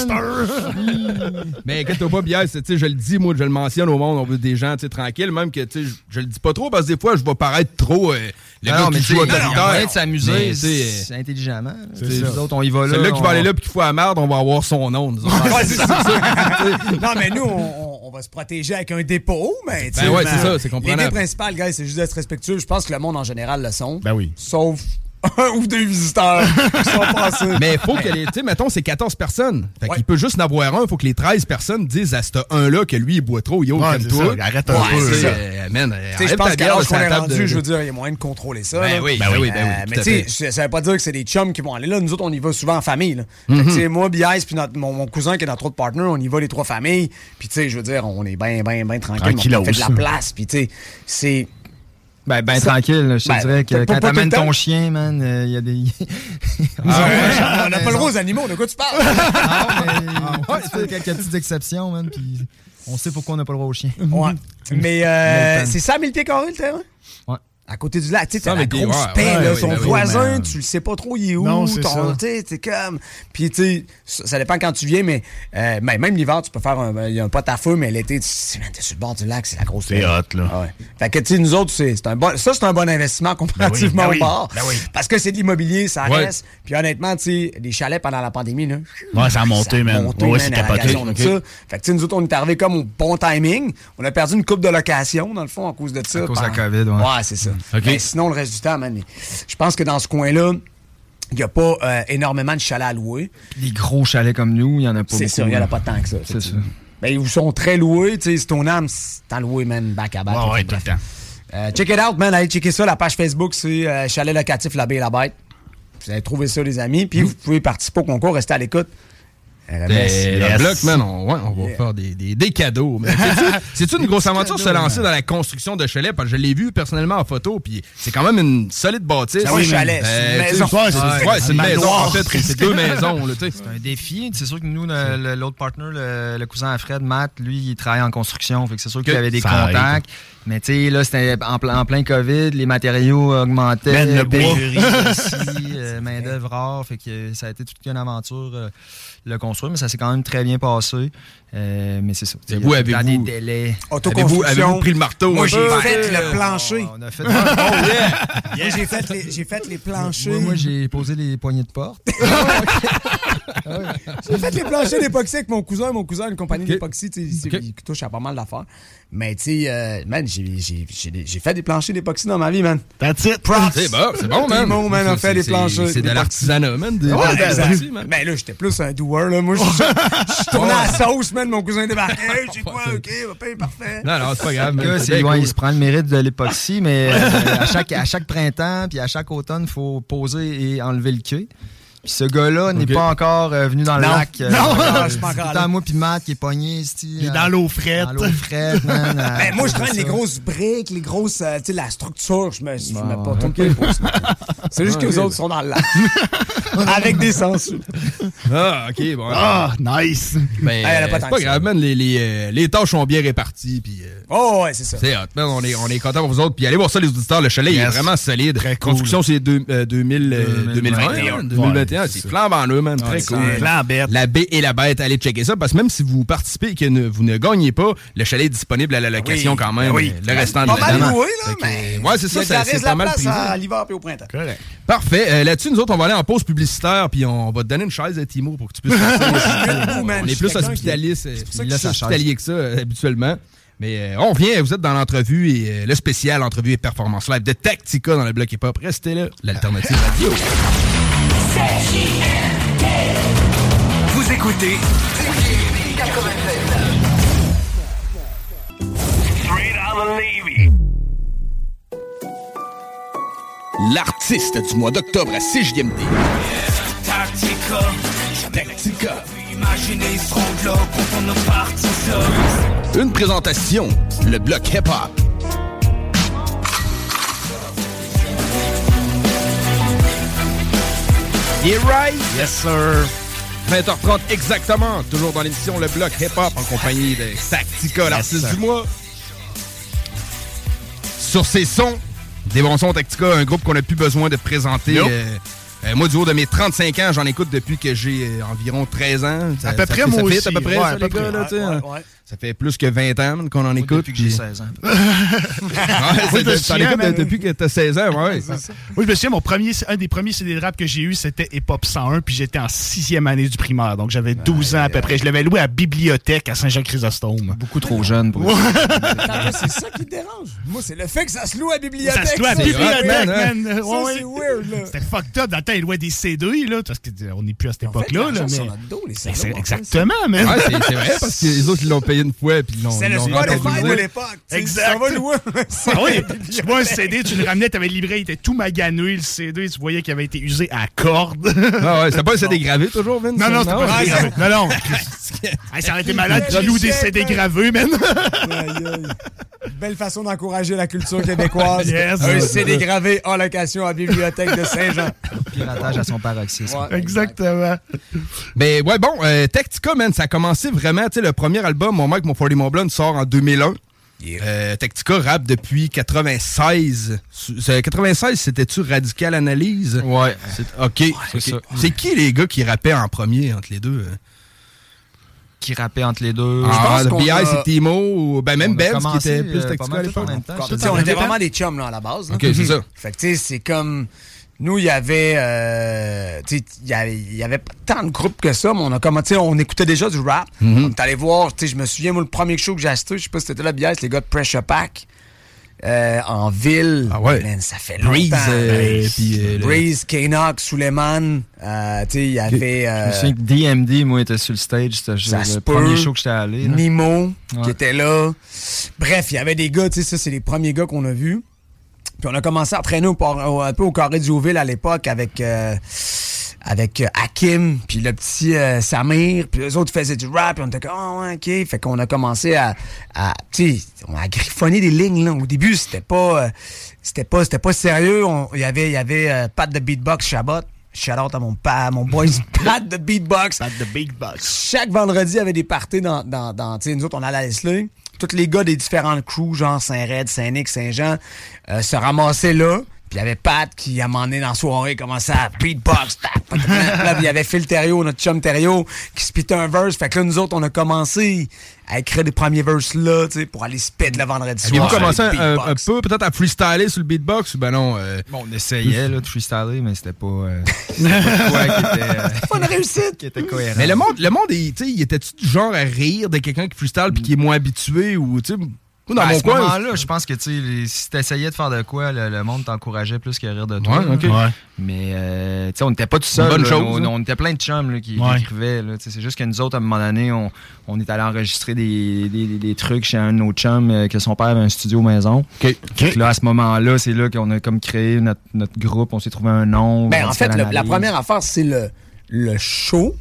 Speaker 12: Monster.
Speaker 6: Mais inquiète-toi pas, Bière, tu sais, je le dis, moi, je le mentionne au monde, on veut des gens, tu sais, tranquilles, même que, tu sais, je le dis pas trop parce que des fois, je vais paraître trop. Le
Speaker 14: non,
Speaker 6: gars qui joue autoritaire.
Speaker 14: de s'amuser, c'est intelligemment.
Speaker 6: Les autres, on y va là. Celui-là qui va aller là puis qui fout la merde, on va avoir son nom.
Speaker 13: Ouais, c'est ça. Non, mais nous, on, on va se protéger avec un dépôt, mais tu sais.
Speaker 6: Ben ouais, c'est ça, c'est comprenable.
Speaker 13: L'idée principale, gars, c'est juste d'être respectueux. Je pense que le monde en général le sont.
Speaker 12: Ben oui.
Speaker 13: Sauf un ou deux visiteurs qui sont passés.
Speaker 6: Mais il faut que les. Tu sais, mettons, c'est quatorze personnes. Fait ouais. qu'il peut juste en avoir un. Il faut que les treize personnes disent à ce un-là que lui, il boit trop. Yo,
Speaker 12: ouais,
Speaker 6: comme toi.
Speaker 12: Ça, arrête un
Speaker 6: ouais,
Speaker 12: peu.
Speaker 6: C'est ça. Euh, man,
Speaker 13: je pense qu'à l'âge qu'on est rendu, de... je veux dire, il y a moyen de contrôler ça.
Speaker 6: Ben oui, ben oui, ben oui.
Speaker 13: Euh, mais tu sais, ça veut pas dire que c'est des chums qui vont aller là. Nous autres, on y va souvent en famille. Là. Mm-hmm. Tu sais, moi, B I S, puis mon, mon cousin qui est notre autre partner, on y va les trois familles. Puis tu sais, je veux dire, on est bien, bien, bien tranquille. On fait de la place. Puis tu sais, c'est.
Speaker 14: Ben, ben ça, tranquille, là, je te ben, dirais que quand t'amènes ton chien, man, il euh, y a des...
Speaker 13: ah, ouais, on n'a pas le droit aux animaux, de quoi tu parles?
Speaker 14: Non, mais ah, ouais, tu fais quelques petites exceptions, man, puis on sait pourquoi on n'a pas le droit aux chiens.
Speaker 13: Ouais. Mais euh, c'est ça, mille pieds carrés, le terrain?
Speaker 14: Ouais.
Speaker 13: À côté du lac, tu sais, t'as la grosse
Speaker 6: ouais,
Speaker 13: paix,
Speaker 6: ouais,
Speaker 13: là,
Speaker 6: ouais,
Speaker 13: ton
Speaker 6: ouais,
Speaker 13: voisin,
Speaker 6: ouais,
Speaker 13: tu le sais pas trop, il est où,
Speaker 12: non, c'est
Speaker 13: ton, tu sais, t'es comme... Puis, tu sais, ça dépend quand tu viens, mais euh, même l'hiver, tu peux faire un, il y a un pot à feu, mais l'été, tu t'es sur le bord du lac, c'est la grosse
Speaker 12: paix. C'est hot, là.
Speaker 13: Ah ouais. Fait que, tu sais, nous autres, c'est un bon, ça, c'est un bon investissement comparativement
Speaker 12: ben oui, ben
Speaker 13: au bar.
Speaker 12: Ben oui.
Speaker 13: Parce que c'est de l'immobilier, ça
Speaker 6: ouais.
Speaker 13: reste. Puis honnêtement, tu sais, les chalets pendant la pandémie, là...
Speaker 12: Ouais, ça a monté, man.
Speaker 13: Monté,
Speaker 12: ouais,
Speaker 13: man,
Speaker 12: c'est capoté.
Speaker 13: Okay. Ça. Fait que, tu sais, nous autres, on est arrivés comme au bon timing. On a perdu une coupe de location, dans le fond, à cause de ça.
Speaker 14: À cause
Speaker 13: par...
Speaker 14: de la COVID, ouais.
Speaker 13: Ouais, c'est ça.
Speaker 6: OK.
Speaker 13: Mais sinon, le reste du temps, man, je pense que dans ce coin-là, il n'y a pas euh, énormément de chalets à louer.
Speaker 14: Des gros chalets comme nous, il n'y en a pas
Speaker 13: C'est
Speaker 14: beaucoup.
Speaker 13: sûr, il n'y en a pas tant que ça.
Speaker 14: C'est ça.
Speaker 13: Ben, ils sont très loués. Tu sais, Stoneham, c'est en loué, man, back à back.
Speaker 12: Ouais, ouais, tout le temps.
Speaker 13: Euh, check it out, man. Allez checker ça. La page Facebook, c'est euh, Chalet locatif La Baie et la Bête. Vous allez trouver ça, les amis. Puis vous pouvez participer au concours. Restez à l'écoute. Euh,
Speaker 6: Ben,
Speaker 13: yes.
Speaker 6: Le bloc, man, on, ouais, on va
Speaker 13: Yeah.
Speaker 6: faire des, des, des cadeaux. Mais c'est-tu, c'est-tu une grosse aventure se lancer dans la construction de chalets? Parce que je l'ai vu personnellement en photo, puis c'est quand même une solide bâtisse.
Speaker 13: C'est un chalet, c'est une maison.
Speaker 6: tu sais,
Speaker 13: Ouais,
Speaker 6: c'est,
Speaker 13: c'est-
Speaker 6: ouais, c'est une
Speaker 13: un
Speaker 6: maison.
Speaker 13: manoir.
Speaker 6: En fait, c'est, c'est deux maisons. Là, tu sais.
Speaker 14: C'est un défi. C'est sûr que nous, le- le- l'autre partner, le, le cousin à Fred, Matt, lui, il travaille en construction. Fait que c'est sûr qu'il
Speaker 6: Que
Speaker 14: avait des
Speaker 6: ça
Speaker 14: contacts. Mais tu sais, là, c'était en, plein- en plein COVID, les matériaux augmentaient.
Speaker 12: Ben, le bois.
Speaker 14: pénurie aussi, euh, main-d'œuvre rare. Fait que ça a été toute une aventure euh, le construire, mais ça s'est quand même très bien passé. Euh, mais c'est ça.
Speaker 6: Et vous,
Speaker 14: Dans
Speaker 6: avez-vous-
Speaker 14: des délais.
Speaker 13: Autoconstruction.
Speaker 6: Avez-vous, avez-vous pris le marteau?
Speaker 13: Moi,
Speaker 6: un
Speaker 13: j'ai
Speaker 6: peu?
Speaker 13: fait
Speaker 6: Euh,
Speaker 13: le plancher.
Speaker 14: On a fait.
Speaker 13: Moi, j'ai fait les, j'ai fait les planchers.
Speaker 14: Moi, moi, j'ai posé les poignées de porte.
Speaker 13: J'ai fait les planchers d'époxy avec mon cousin. Mon cousin a une compagnie
Speaker 6: Okay.
Speaker 13: d'époxy. tu sais,
Speaker 6: Okay.
Speaker 13: Il touche à pas mal d'affaires. Mais, tu sais, euh, man, j'ai, j'ai, j'ai, j'ai fait des planchers d'époxy dans ma vie, man.
Speaker 12: That's it.
Speaker 13: Props.
Speaker 6: C'est bon, c'est bon, man.
Speaker 13: Tout le monde, man, a
Speaker 6: C'est-
Speaker 13: fait des
Speaker 6: c'est-
Speaker 13: planchers.
Speaker 6: C'est de
Speaker 13: d'époxy.
Speaker 6: l'artisanat, man. Des,
Speaker 13: Ouais,
Speaker 6: des
Speaker 13: exact.
Speaker 6: parties, man.
Speaker 13: Ben là, j'étais plus un doer, là. Moi, je je tournais à la sauce, man. Mon cousin débarquait. Hey, c'est quoi? OK, va payer, parfait.
Speaker 6: Non, non, c'est pas grave.
Speaker 14: Le
Speaker 6: man.
Speaker 14: gars,
Speaker 6: C'est
Speaker 14: c'est-
Speaker 6: bien
Speaker 14: ouais,
Speaker 6: cool.
Speaker 14: il se prend le mérite de l'époxy, mais euh, à, chaque, à chaque printemps puis à chaque automne, il faut poser et enlever le quai. Puis ce gars-là n'est
Speaker 6: Ok.
Speaker 14: pas encore euh, venu dans le
Speaker 13: Non.
Speaker 14: lac. euh,
Speaker 13: Non,
Speaker 14: euh,
Speaker 13: je suis pas
Speaker 14: c'est
Speaker 13: encore
Speaker 14: tout le temps
Speaker 13: là.
Speaker 14: moi puis Matt qui est pogné. c'ti,
Speaker 12: Il est
Speaker 14: euh,
Speaker 12: dans l'eau frette.
Speaker 14: Dans l'eau frette, man. à
Speaker 13: Ben, moi, je
Speaker 14: cause de
Speaker 13: traîne les
Speaker 14: ça.
Speaker 13: grosses briques, les grosses, euh, tu sais, la structure, je me, je
Speaker 14: Bon,
Speaker 13: mets pas
Speaker 14: ok.
Speaker 13: tout le pouce. C'est juste que les autres sont dans le lac. Avec des sangsues.
Speaker 6: Ah, OK, bon.
Speaker 12: Ah, nice.
Speaker 6: Ben,
Speaker 13: elle a pas
Speaker 6: euh,
Speaker 13: tant
Speaker 6: c'est pas
Speaker 13: que ça.
Speaker 6: grave, man. Les, les, euh, les tâches sont bien réparties, puis... euh,
Speaker 13: Oh, ouais, c'est ça.
Speaker 6: c'est hot, man. On est, on est content pour vous autres. Puis allez voir ça, les auditeurs. Le chalet, il est
Speaker 12: Yes.
Speaker 6: vraiment solide.
Speaker 12: Très cool.
Speaker 6: Construction, c'est deux- euh, deux mille, euh,
Speaker 14: deux mille vingt et
Speaker 6: deux mille vingt et un.
Speaker 12: un.
Speaker 6: deux mille vingt et un,
Speaker 12: Ouais,
Speaker 6: c'est
Speaker 12: c'est
Speaker 6: flambant neuf, man. Très
Speaker 12: Ouais,
Speaker 6: cool.
Speaker 12: c'est plan bête.
Speaker 6: La baie et la bête, allez checker ça. Parce que même si vous participez et que ne- vous ne gagnez pas, le chalet est disponible à la location
Speaker 13: Oui.
Speaker 6: quand même.
Speaker 12: Ben oui.
Speaker 6: Le restant de
Speaker 13: Pas mal
Speaker 6: l'année.
Speaker 13: loué, là,
Speaker 6: Fait que,
Speaker 13: mais.
Speaker 6: ouais, c'est ça,
Speaker 13: il y a
Speaker 6: ça,
Speaker 13: de la
Speaker 6: c'est
Speaker 13: reste
Speaker 6: pas
Speaker 13: la
Speaker 6: mal
Speaker 13: place
Speaker 6: prisé.
Speaker 13: à l'hiver et au printemps.
Speaker 12: Correct.
Speaker 6: Parfait. Euh, Là-dessus, nous autres, on va aller en pause publicitaire, puis on va te donner une chaise à Timo pour que tu puisses passer.
Speaker 13: Debout, man.
Speaker 6: On
Speaker 13: Je
Speaker 6: est
Speaker 13: suis
Speaker 6: plus
Speaker 13: quelqu'un
Speaker 6: hospitaliste, euh,
Speaker 13: pour ça que
Speaker 6: là,
Speaker 13: je suis
Speaker 6: hospitalier que ça, euh, habituellement. Mais euh, on revient, vous êtes dans l'entrevue et euh, le spécial entrevue et performance live de Tactica dans le bloc hip-hop. Restez là, l'alternative radio.
Speaker 15: Vous écoutez quatre-vingt-seize. Straight out of Navy.
Speaker 6: L'artiste du mois d'octobre à C J M D.
Speaker 15: Tactica.
Speaker 6: Tactica.
Speaker 15: Imaginez son globe quand on a parti ça.
Speaker 6: Une présentation, le bloc hip-hop. Yeah right?
Speaker 12: Yes, sir.
Speaker 6: vingt heures trente exactement, toujours dans l'émission Le Bloc Hip-Hop en compagnie de Tactica, l'artiste
Speaker 12: Yes,
Speaker 6: du mois. Sur ces sons, des bons sons Tactica, un groupe qu'on n'a plus besoin de présenter.
Speaker 12: Nope.
Speaker 6: Euh, euh, moi, du haut de mes trente-cinq ans, j'en écoute depuis que j'ai euh, environ treize ans. Ça,
Speaker 12: À peu
Speaker 6: ça
Speaker 12: près,
Speaker 6: fait-
Speaker 12: moi
Speaker 6: ça fait
Speaker 12: aussi.
Speaker 6: à peu près,
Speaker 12: Ouais,
Speaker 6: ça,
Speaker 12: à peu
Speaker 6: les gars,
Speaker 12: près.
Speaker 6: là, tu sais,
Speaker 13: Ouais,
Speaker 6: hein.
Speaker 13: ouais.
Speaker 6: Ça fait plus que vingt ans man, qu'on en écoute.
Speaker 14: Depuis que j'ai
Speaker 6: puis-
Speaker 14: seize ans.
Speaker 6: Ouais,
Speaker 12: Oui, je me
Speaker 6: c'est- t'en
Speaker 12: souviens,
Speaker 6: écoutes
Speaker 12: man.
Speaker 6: depuis que t'as seize ans, ouais.
Speaker 12: Oui, je me souviens, mon premier, un des premiers C D de rap que j'ai eu, c'était Hip Hop cent un, puis j'étais en sixième année du primaire. Donc, j'avais douze ans à peu près. Je l'avais loué à la bibliothèque à Saint-Jean-Chrysostome.
Speaker 14: Beaucoup trop jeune pour
Speaker 12: Ouais.
Speaker 13: Attends, c'est ça qui te dérange. Moi, c'est le fait que ça se loue à la bibliothèque.
Speaker 12: Ça se loue à la
Speaker 6: c'est
Speaker 12: bibliothèque,
Speaker 6: hot, man, hein.
Speaker 12: man.
Speaker 13: Ça,
Speaker 12: Ouais,
Speaker 13: c'est
Speaker 12: ouais.
Speaker 13: weird, là.
Speaker 12: C'était fucked up. Dans le temps, ils louaient des C D, là, parce qu'on n'est plus à cette
Speaker 13: Ils ont fait
Speaker 12: époque-là.
Speaker 13: de
Speaker 12: Là,
Speaker 13: l'argent
Speaker 12: mais...
Speaker 13: sur notre dos, les
Speaker 12: Ben,
Speaker 13: salauds,
Speaker 12: c'est
Speaker 13: en fait.
Speaker 12: exactement, man.
Speaker 6: Ouais, c'est c'est vrai, parce que les autres, ils l'ont payé une fois, puis ils l'ont
Speaker 13: C'est le
Speaker 6: ils l'ont
Speaker 13: Spotify
Speaker 6: rentabilisé.
Speaker 13: de l'époque. Tu sais,
Speaker 12: Exact.
Speaker 13: Ça va loin.
Speaker 12: Ah oui, tu vois un C D, tu le ramenais, t'avais le livret, il était tout magané, le C D, tu voyais qu'il avait été usé à corde.
Speaker 6: Ah ouais, c'était pas un C D gravé toujours, Vince?
Speaker 12: Non, non, c'était pas un C D gravé. Non, non.
Speaker 6: c'est-
Speaker 12: Hey, ça aurait été malade, tu loues des C D gravés, man.
Speaker 13: Aïe, aïe. Belle façon d'encourager la culture québécoise.
Speaker 12: Yes.
Speaker 13: Un C D gravé en location à la bibliothèque de Saint-Jean.
Speaker 14: Piratage à son paroxysme.
Speaker 13: Ouais.
Speaker 12: Exactement.
Speaker 6: Mais ouais, bon, euh, Tactica, man, ça a commencé vraiment, tu sais, le premier album, Mon Mike, Mon Forty Mon Blonde, sort en deux mille un.
Speaker 13: Yeah.
Speaker 6: Euh, Tactica rappe depuis quatre-vingt-seize. C'est- quatre-vingt-seize, c'était-tu Radical Analyse?
Speaker 14: Ouais.
Speaker 6: C'est- OK.
Speaker 14: c'est
Speaker 6: ok.
Speaker 14: ça.
Speaker 6: C'est qui les gars qui rappaient en premier entre les deux?
Speaker 14: Qui rappait entre les deux.
Speaker 6: Ah,
Speaker 13: pense qu'on
Speaker 6: B I,
Speaker 13: a-
Speaker 6: c'est Timo, ou ben même
Speaker 14: On a
Speaker 6: Benz qui
Speaker 14: commencé,
Speaker 6: était plus
Speaker 14: euh, pas
Speaker 6: Tactica à
Speaker 14: mal tout en
Speaker 6: l'époque.
Speaker 14: même temps.
Speaker 13: Comme,
Speaker 14: Tout
Speaker 13: tu sais,
Speaker 14: en
Speaker 13: on
Speaker 14: même
Speaker 13: était
Speaker 14: temps.
Speaker 13: vraiment des chums là, à la base. là.
Speaker 6: OK, c'est ça.
Speaker 13: Fait que tu sais, c'est comme... Nous, il y avait... euh, tu sais, il y avait, il y avait pas tant de groupes que ça, mais on a commencé... Tu sais, on écoutait déjà du rap.
Speaker 6: Mhm.
Speaker 13: On est allé voir... Tu sais, je me souviens, moi, le premier show que j'ai acheté, je sais pas si c'était là, B I, c'est les gars de Pressure Pack. euh, en ville.
Speaker 6: Ah ouais.
Speaker 13: Man, ça fait
Speaker 6: Breeze,
Speaker 13: longtemps.
Speaker 6: euh, puis, euh,
Speaker 13: Breeze, K-Nox, Suleiman. Euh, tu sais, il y avait...
Speaker 14: Je me
Speaker 13: Euh,
Speaker 14: souviens que D M D, moi, était sur le stage. C'était
Speaker 13: Ça se
Speaker 14: le
Speaker 13: peut.
Speaker 14: premier show que j'étais allé. là.
Speaker 13: Nimo,
Speaker 14: Ouais.
Speaker 13: qui était là. Bref, il y avait des gars, tu sais, ça, c'est les premiers gars qu'on a vus. Puis on a commencé à traîner au, au- un peu au Carré du Hauville à l'époque avec... Euh, avec euh, Hakim, puis le petit euh, Samir, puis eux autres faisaient du rap, puis on était comme, oh, ouais, OK. Fait qu'on a commencé à, à tu sais, on a griffonné des lignes, là. Au début, c'était pas, euh, c'était pas, c'était pas sérieux. Il y avait, il y avait euh, Pat de Beatbox Chabot. Shout out à mon pa, mon boy Pat de Beatbox.
Speaker 12: Pat de Beatbox.
Speaker 13: Chaque vendredi, il y avait des parties dans, dans, dans tu sais, nous autres, on allait à Leslie. Tous les gars des différentes crews, genre Saint-Raid, Saint-Nic, Saint-Jean, euh, se ramassaient là. Puis il y avait Pat qui, à un moment donné, dans la soirée, commençait à beatbox. Tap, tap, tap. Là, il y avait Phil Thériault, notre chum Thériault, qui spitait un verse. Fait que là, nous autres, on a commencé à écrire des premiers verses là, tu sais, pour aller spit le vendredi soir.
Speaker 6: Avez-vous commencé
Speaker 13: avec
Speaker 6: un, un
Speaker 13: beatbox.
Speaker 6: peu, peut-être, à freestyler sur le beatbox? Ou ben non? Euh...
Speaker 14: Bon, on essayait là, de freestyler, mais c'était pas, euh, c'était pas quoi qui était, euh,
Speaker 13: Pas une réussite.
Speaker 14: qui était cohérent.
Speaker 6: Mais le monde, le monde est, tu sais, il était-tu du genre à rire de quelqu'un qui freestyle puis qui est moins habitué ou, tu sais, moi, dans
Speaker 14: Ben, à
Speaker 6: mon
Speaker 14: ce
Speaker 6: coin.
Speaker 14: moment-là, je pense que tu sais, les- si t'essayais de faire de quoi, le, le monde t'encourageait plus qu'à rire de toi.
Speaker 6: Ouais, ok.
Speaker 14: là.
Speaker 6: Ouais.
Speaker 14: Mais euh, tu sais, on n'était pas tout seul.
Speaker 6: Bonne
Speaker 14: là.
Speaker 6: chose,
Speaker 14: on,
Speaker 6: hein.
Speaker 14: on était plein de chums là, qui, qui
Speaker 12: Ouais.
Speaker 14: écrivaient. Là. Tu sais, c'est juste que nous autres, à un moment donné, on, on est allé enregistrer des, des, des- des trucs chez un de nos chums euh, que son père avait un studio maison.
Speaker 6: OK.
Speaker 14: Fait que là, à ce moment-là, c'est là qu'on a comme créé notre, notre groupe. On s'est trouvé un nom.
Speaker 13: Ben,
Speaker 14: on
Speaker 13: en
Speaker 14: s'est
Speaker 13: fait,
Speaker 14: fait
Speaker 13: le- la
Speaker 14: l'analyse.
Speaker 13: première affaire, c'est le, le show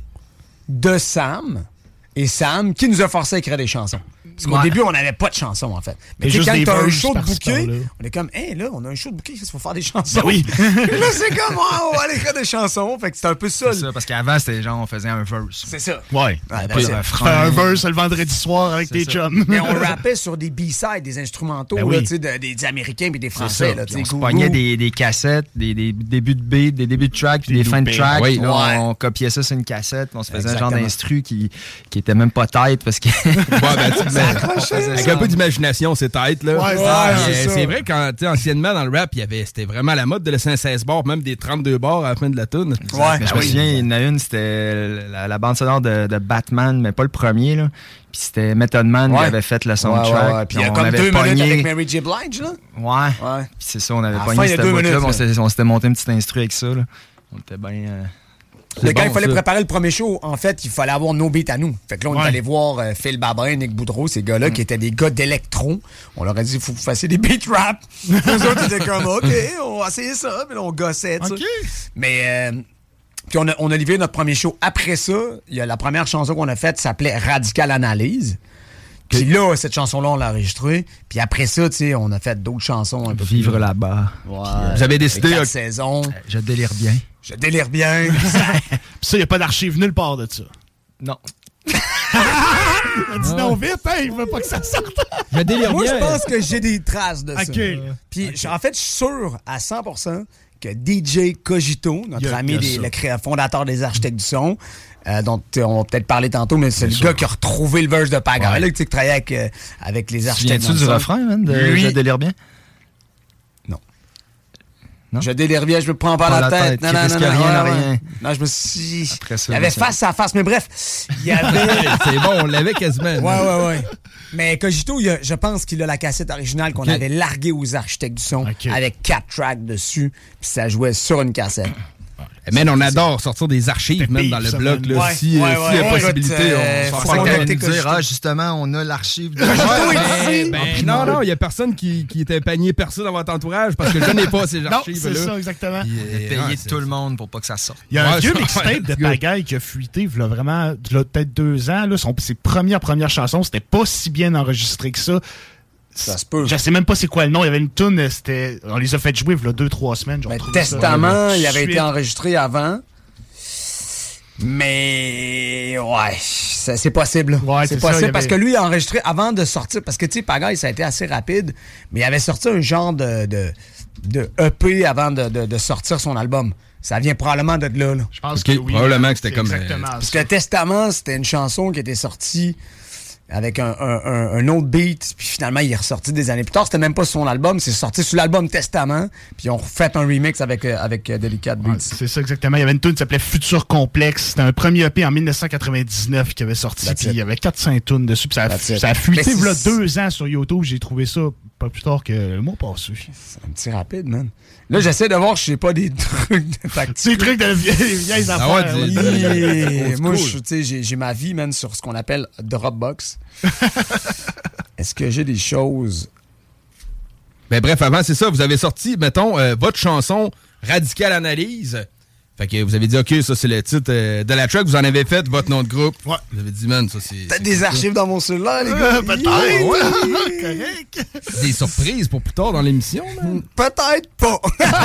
Speaker 13: de Sam et Sam qui nous a forcé à écrire des chansons. Parce qu'au
Speaker 14: Ouais.
Speaker 13: début, on n'avait pas de chansons, en fait. Mais
Speaker 12: Mais
Speaker 13: tu sais,
Speaker 12: juste
Speaker 13: quand
Speaker 12: des
Speaker 13: t'as un
Speaker 12: verses
Speaker 13: show de
Speaker 12: par-ci,
Speaker 13: bouquet,
Speaker 12: par-là.
Speaker 13: on est comme, hé, là, on a un show de bouquet, il faut faire des chansons.
Speaker 12: Ben oui.
Speaker 13: là, c'est comme, ah, on va aller écrire des chansons. Fait que c'est un peu ça.
Speaker 14: C'est ça, parce qu'avant, c'était genre, on faisait un verse.
Speaker 13: C'est ça.
Speaker 12: Ouais.
Speaker 13: Ouais,
Speaker 14: Pas
Speaker 13: that's
Speaker 14: de
Speaker 13: it.
Speaker 14: refrain.
Speaker 12: Faire un verse le vendredi soir avec
Speaker 14: C'est
Speaker 12: tes
Speaker 14: ça.
Speaker 12: chums.
Speaker 13: Mais on rappait sur des B-sides, des instrumentaux,
Speaker 12: Ben
Speaker 13: là,
Speaker 12: oui.
Speaker 13: tu sais, de- des, des Américains puis des
Speaker 14: C'est
Speaker 13: Français.
Speaker 14: ça.
Speaker 13: Là,
Speaker 14: Puis
Speaker 13: tu
Speaker 14: on
Speaker 13: sais,
Speaker 14: se
Speaker 13: Gougou.
Speaker 14: pognait des, des cassettes, des, des débuts de beat, des débuts de track, puis
Speaker 12: Des
Speaker 14: des fins de
Speaker 12: loopings.
Speaker 14: track.
Speaker 6: Oui.
Speaker 14: Puis là,
Speaker 13: Ouais.
Speaker 14: on copiait ça sur une cassette, puis on se faisait un genre
Speaker 13: Exactement.
Speaker 14: d'instru qui, qui était même pas tête parce que.
Speaker 6: Ouais, ben, tu sais,
Speaker 14: on faisait
Speaker 6: avec
Speaker 14: ça.
Speaker 6: un peu d'imagination, c'est tête, là.
Speaker 12: Ouais,
Speaker 6: Puis,
Speaker 12: c'est
Speaker 6: euh,
Speaker 13: ça.
Speaker 6: c'est vrai, quand, tu sais, anciennement, dans le rap, il y avait, c'était vraiment la mode de laisser un seize bars, même des trente-deux bars à la fin de la tune.
Speaker 13: Ouais.
Speaker 14: Mais je
Speaker 13: Ah
Speaker 14: me
Speaker 13: oui.
Speaker 14: souviens, il y en a une, c'était la, la bande sonore de, de Batman, mais pas le premier, là. Puis c'était Method Man
Speaker 13: Ouais.
Speaker 14: qui avait fait le
Speaker 13: Ouais,
Speaker 14: soundtrack.
Speaker 13: ouais, ouais. Puis il y a
Speaker 14: on
Speaker 13: comme
Speaker 14: avait
Speaker 13: deux minutes
Speaker 14: pogné-
Speaker 13: avec Mary J. Blige, là.
Speaker 14: Ouais.
Speaker 13: Ouais.
Speaker 14: Puis c'est ça, on avait
Speaker 13: À la
Speaker 14: pogné
Speaker 13: fin, il y a
Speaker 14: cette
Speaker 13: deux
Speaker 14: bout-là,
Speaker 13: minutes,
Speaker 14: puis on
Speaker 13: là.
Speaker 14: s'était- on s'était monté un petit instru avec ça, là. On était bien. euh,
Speaker 13: Mais quand
Speaker 6: bon,
Speaker 13: il fallait
Speaker 6: ça.
Speaker 13: préparer le premier show, en fait, il fallait avoir nos beats à nous. Fait que là, on
Speaker 12: Ouais.
Speaker 13: est allé voir euh, Phil Babin, Nick Boudreau, ces gars-là, qui étaient des gars d'électro. On leur a dit, il faut que vous fassiez des beats rap. Les autres étaient comme, OK, on va essayer ça. Puis là, on gossait, tu sais.
Speaker 12: OK.
Speaker 13: Mais, euh, puis on a, on a livré notre premier show. Après ça, il y a la première chanson qu'on a faite s'appelait Radical Analyse. Puis là, cette chanson-là, on l'a enregistrée. Puis après ça, tu sais, on a fait d'autres chansons un peu
Speaker 14: Vivre
Speaker 13: plus...
Speaker 14: là-bas.
Speaker 13: Ouais.
Speaker 6: Vous avez décidé,
Speaker 13: Les quatre
Speaker 6: ok.
Speaker 13: saisons.
Speaker 14: Je délire bien.
Speaker 13: Je délire bien.
Speaker 12: Puis ça, il n'y a pas d'archive nulle part de ça.
Speaker 14: Non.
Speaker 12: Il a dit non vite, hein, il veut pas que ça sorte.
Speaker 6: Je délire
Speaker 13: Moi,
Speaker 6: bien.
Speaker 13: je pense que j'ai des traces de ça.
Speaker 12: OK.
Speaker 13: Puis, je- en fait, je suis sûr à cent pour cent que D J Cogito,
Speaker 12: Il y
Speaker 13: notre
Speaker 12: a
Speaker 13: ami,
Speaker 12: que
Speaker 13: des-
Speaker 12: ça.
Speaker 13: le créa- fondateur des Architectes du Son, euh, dont euh, on va peut-être parler tantôt, mais c'est le gars qui a retrouvé le verse de Pagaille,
Speaker 12: Ouais.
Speaker 13: là, tu sais, qui travaillait avec, euh, avec les
Speaker 14: Tu
Speaker 13: Architectes
Speaker 14: viens-tu
Speaker 13: dans
Speaker 14: du
Speaker 13: le Son.
Speaker 14: refrain, man, de
Speaker 13: Lui-
Speaker 14: Je délire bien? Non?
Speaker 13: Je délire bien, je me prends pas,
Speaker 14: Pas
Speaker 13: la,
Speaker 14: la
Speaker 13: tête.
Speaker 14: tête,
Speaker 13: Non,
Speaker 14: qui
Speaker 13: non,
Speaker 14: risque
Speaker 13: non, non,
Speaker 14: rien
Speaker 13: ouais,
Speaker 14: à
Speaker 13: ouais.
Speaker 14: rien.
Speaker 13: Non, je me suis...
Speaker 14: Après ça,
Speaker 13: il y avait
Speaker 14: ça-
Speaker 13: face à face, mais bref, il y avait...
Speaker 6: C'est bon, on l'avait quasiment.
Speaker 13: Ouais, ouais, ouais. Mais Cogito, il a- je pense qu'il a la cassette originale qu'on
Speaker 6: Ok.
Speaker 13: avait larguée aux Architectes du Son
Speaker 12: Ok.
Speaker 13: avec quatre tracks dessus, puis ça jouait sur une cassette.
Speaker 6: Man, on adore sortir des archives,
Speaker 12: C'était
Speaker 6: même
Speaker 12: pire,
Speaker 6: dans le
Speaker 12: ça,
Speaker 6: blog.
Speaker 12: man.
Speaker 6: Là,
Speaker 13: Ouais,
Speaker 6: si
Speaker 13: ouais,
Speaker 6: euh,
Speaker 13: ouais,
Speaker 6: s'il y a
Speaker 13: ouais,
Speaker 6: possibilité,
Speaker 13: écoute, euh,
Speaker 6: on
Speaker 13: faut
Speaker 6: s'en
Speaker 13: qu'on
Speaker 6: sort.
Speaker 14: Quelqu'un
Speaker 13: contacter
Speaker 14: nous dire,
Speaker 13: Cogito.
Speaker 14: ah, justement, on a l'archive de.
Speaker 13: Cogito
Speaker 6: Ouais,
Speaker 13: est
Speaker 6: ben,
Speaker 13: ici.
Speaker 6: ben, non, non, il n'y a personne qui, qui était panier percé dans votre entourage parce que je n'ai pas ces
Speaker 12: Non,
Speaker 6: archives-là.
Speaker 12: c'est ça, exactement.
Speaker 6: Puis,
Speaker 14: On a
Speaker 6: euh,
Speaker 14: payé
Speaker 6: ouais,
Speaker 14: de
Speaker 6: c'est-
Speaker 14: tout le monde pour pas que ça sorte.
Speaker 12: Il y a un
Speaker 6: Ouais,
Speaker 12: vieux
Speaker 6: ça,
Speaker 12: mixtape
Speaker 6: ouais,
Speaker 12: de
Speaker 6: good.
Speaker 12: Pagaille qui a fuité, il vraiment, là, peut-être deux ans. Là, son, ses premières, premières chansons, c'était pas si bien enregistré que ça.
Speaker 13: Ça se peut.
Speaker 12: Je sais même pas c'est quoi le nom. Il y avait une tune, c'était, on les a fait jouer, là, deux, trois semaines. j'ai
Speaker 13: Ben,
Speaker 12: retrouvé ça.
Speaker 13: Testament, il avait
Speaker 12: Suite.
Speaker 13: été enregistré avant. Mais ouais, ça- c'est possible.
Speaker 12: Ouais,
Speaker 13: c'est
Speaker 12: c'est ça,
Speaker 13: possible
Speaker 12: il y
Speaker 13: parce
Speaker 12: avait-
Speaker 13: que lui, il a enregistré avant de sortir. Parce que, tu sais, Pagaille, ça a été assez rapide. Mais il avait sorti un genre de, de, de E P avant de, de, de sortir son album. Ça vient probablement de là. là.
Speaker 12: Je pense
Speaker 6: Ok,
Speaker 12: que oui.
Speaker 6: probablement que c'était
Speaker 12: c'est
Speaker 6: comme, euh,
Speaker 12: Exactement.
Speaker 13: Parce
Speaker 12: ça.
Speaker 13: que Testament, c'était une chanson qui était sortie avec un, un, un, un autre beat, puis finalement, il est ressorti des années plus tard. C'était même pas sur son album, c'est sorti sur l'album Testament, puis ils ont refait un remix avec, euh, avec euh, Delicate Beats.
Speaker 12: Ouais, c'est ça, exactement. Il y avait une tune qui s'appelait Futur Complexe. C'était un premier E P en dix-neuf cent quatre-vingt-dix-neuf qui avait sorti.
Speaker 13: That's
Speaker 12: Puis
Speaker 13: it.
Speaker 12: il y avait quatre cinq tunes dessus. Puis ça, a,
Speaker 13: That's it.
Speaker 12: ça a fuité
Speaker 13: Mais
Speaker 12: là,
Speaker 13: c'est-
Speaker 12: deux ans sur YouTube. J'ai trouvé ça pas plus tard que le mois passé.
Speaker 13: C'est un petit rapide, man. Là, j'essaie de voir si je sais pas des trucs de tactique.
Speaker 12: Des trucs de vieilles, vieilles affaires.
Speaker 6: Ah ouais,
Speaker 12: ouais.
Speaker 13: Moi, je, tu sais, j'ai, j'ai ma vie, man, sur ce qu'on appelle Dropbox. Est-ce que j'ai des choses...
Speaker 6: Ben bref, avant, c'est ça, vous avez sorti, mettons, euh, votre chanson Radical Analyse. Fait que vous avez dit, OK, ça, c'est le titre euh, de la track. Vous en avez fait votre nom de groupe.
Speaker 12: Ouais.
Speaker 6: Vous avez dit, man, ça, c'est...
Speaker 13: T'as
Speaker 6: c'est
Speaker 13: des archives ça. Dans mon cellulaire, les gars.
Speaker 12: Euh, peut-être.
Speaker 6: Ouais.
Speaker 12: Correct.
Speaker 6: Des surprises pour plus tard dans l'émission, man.
Speaker 13: Peut-être pas.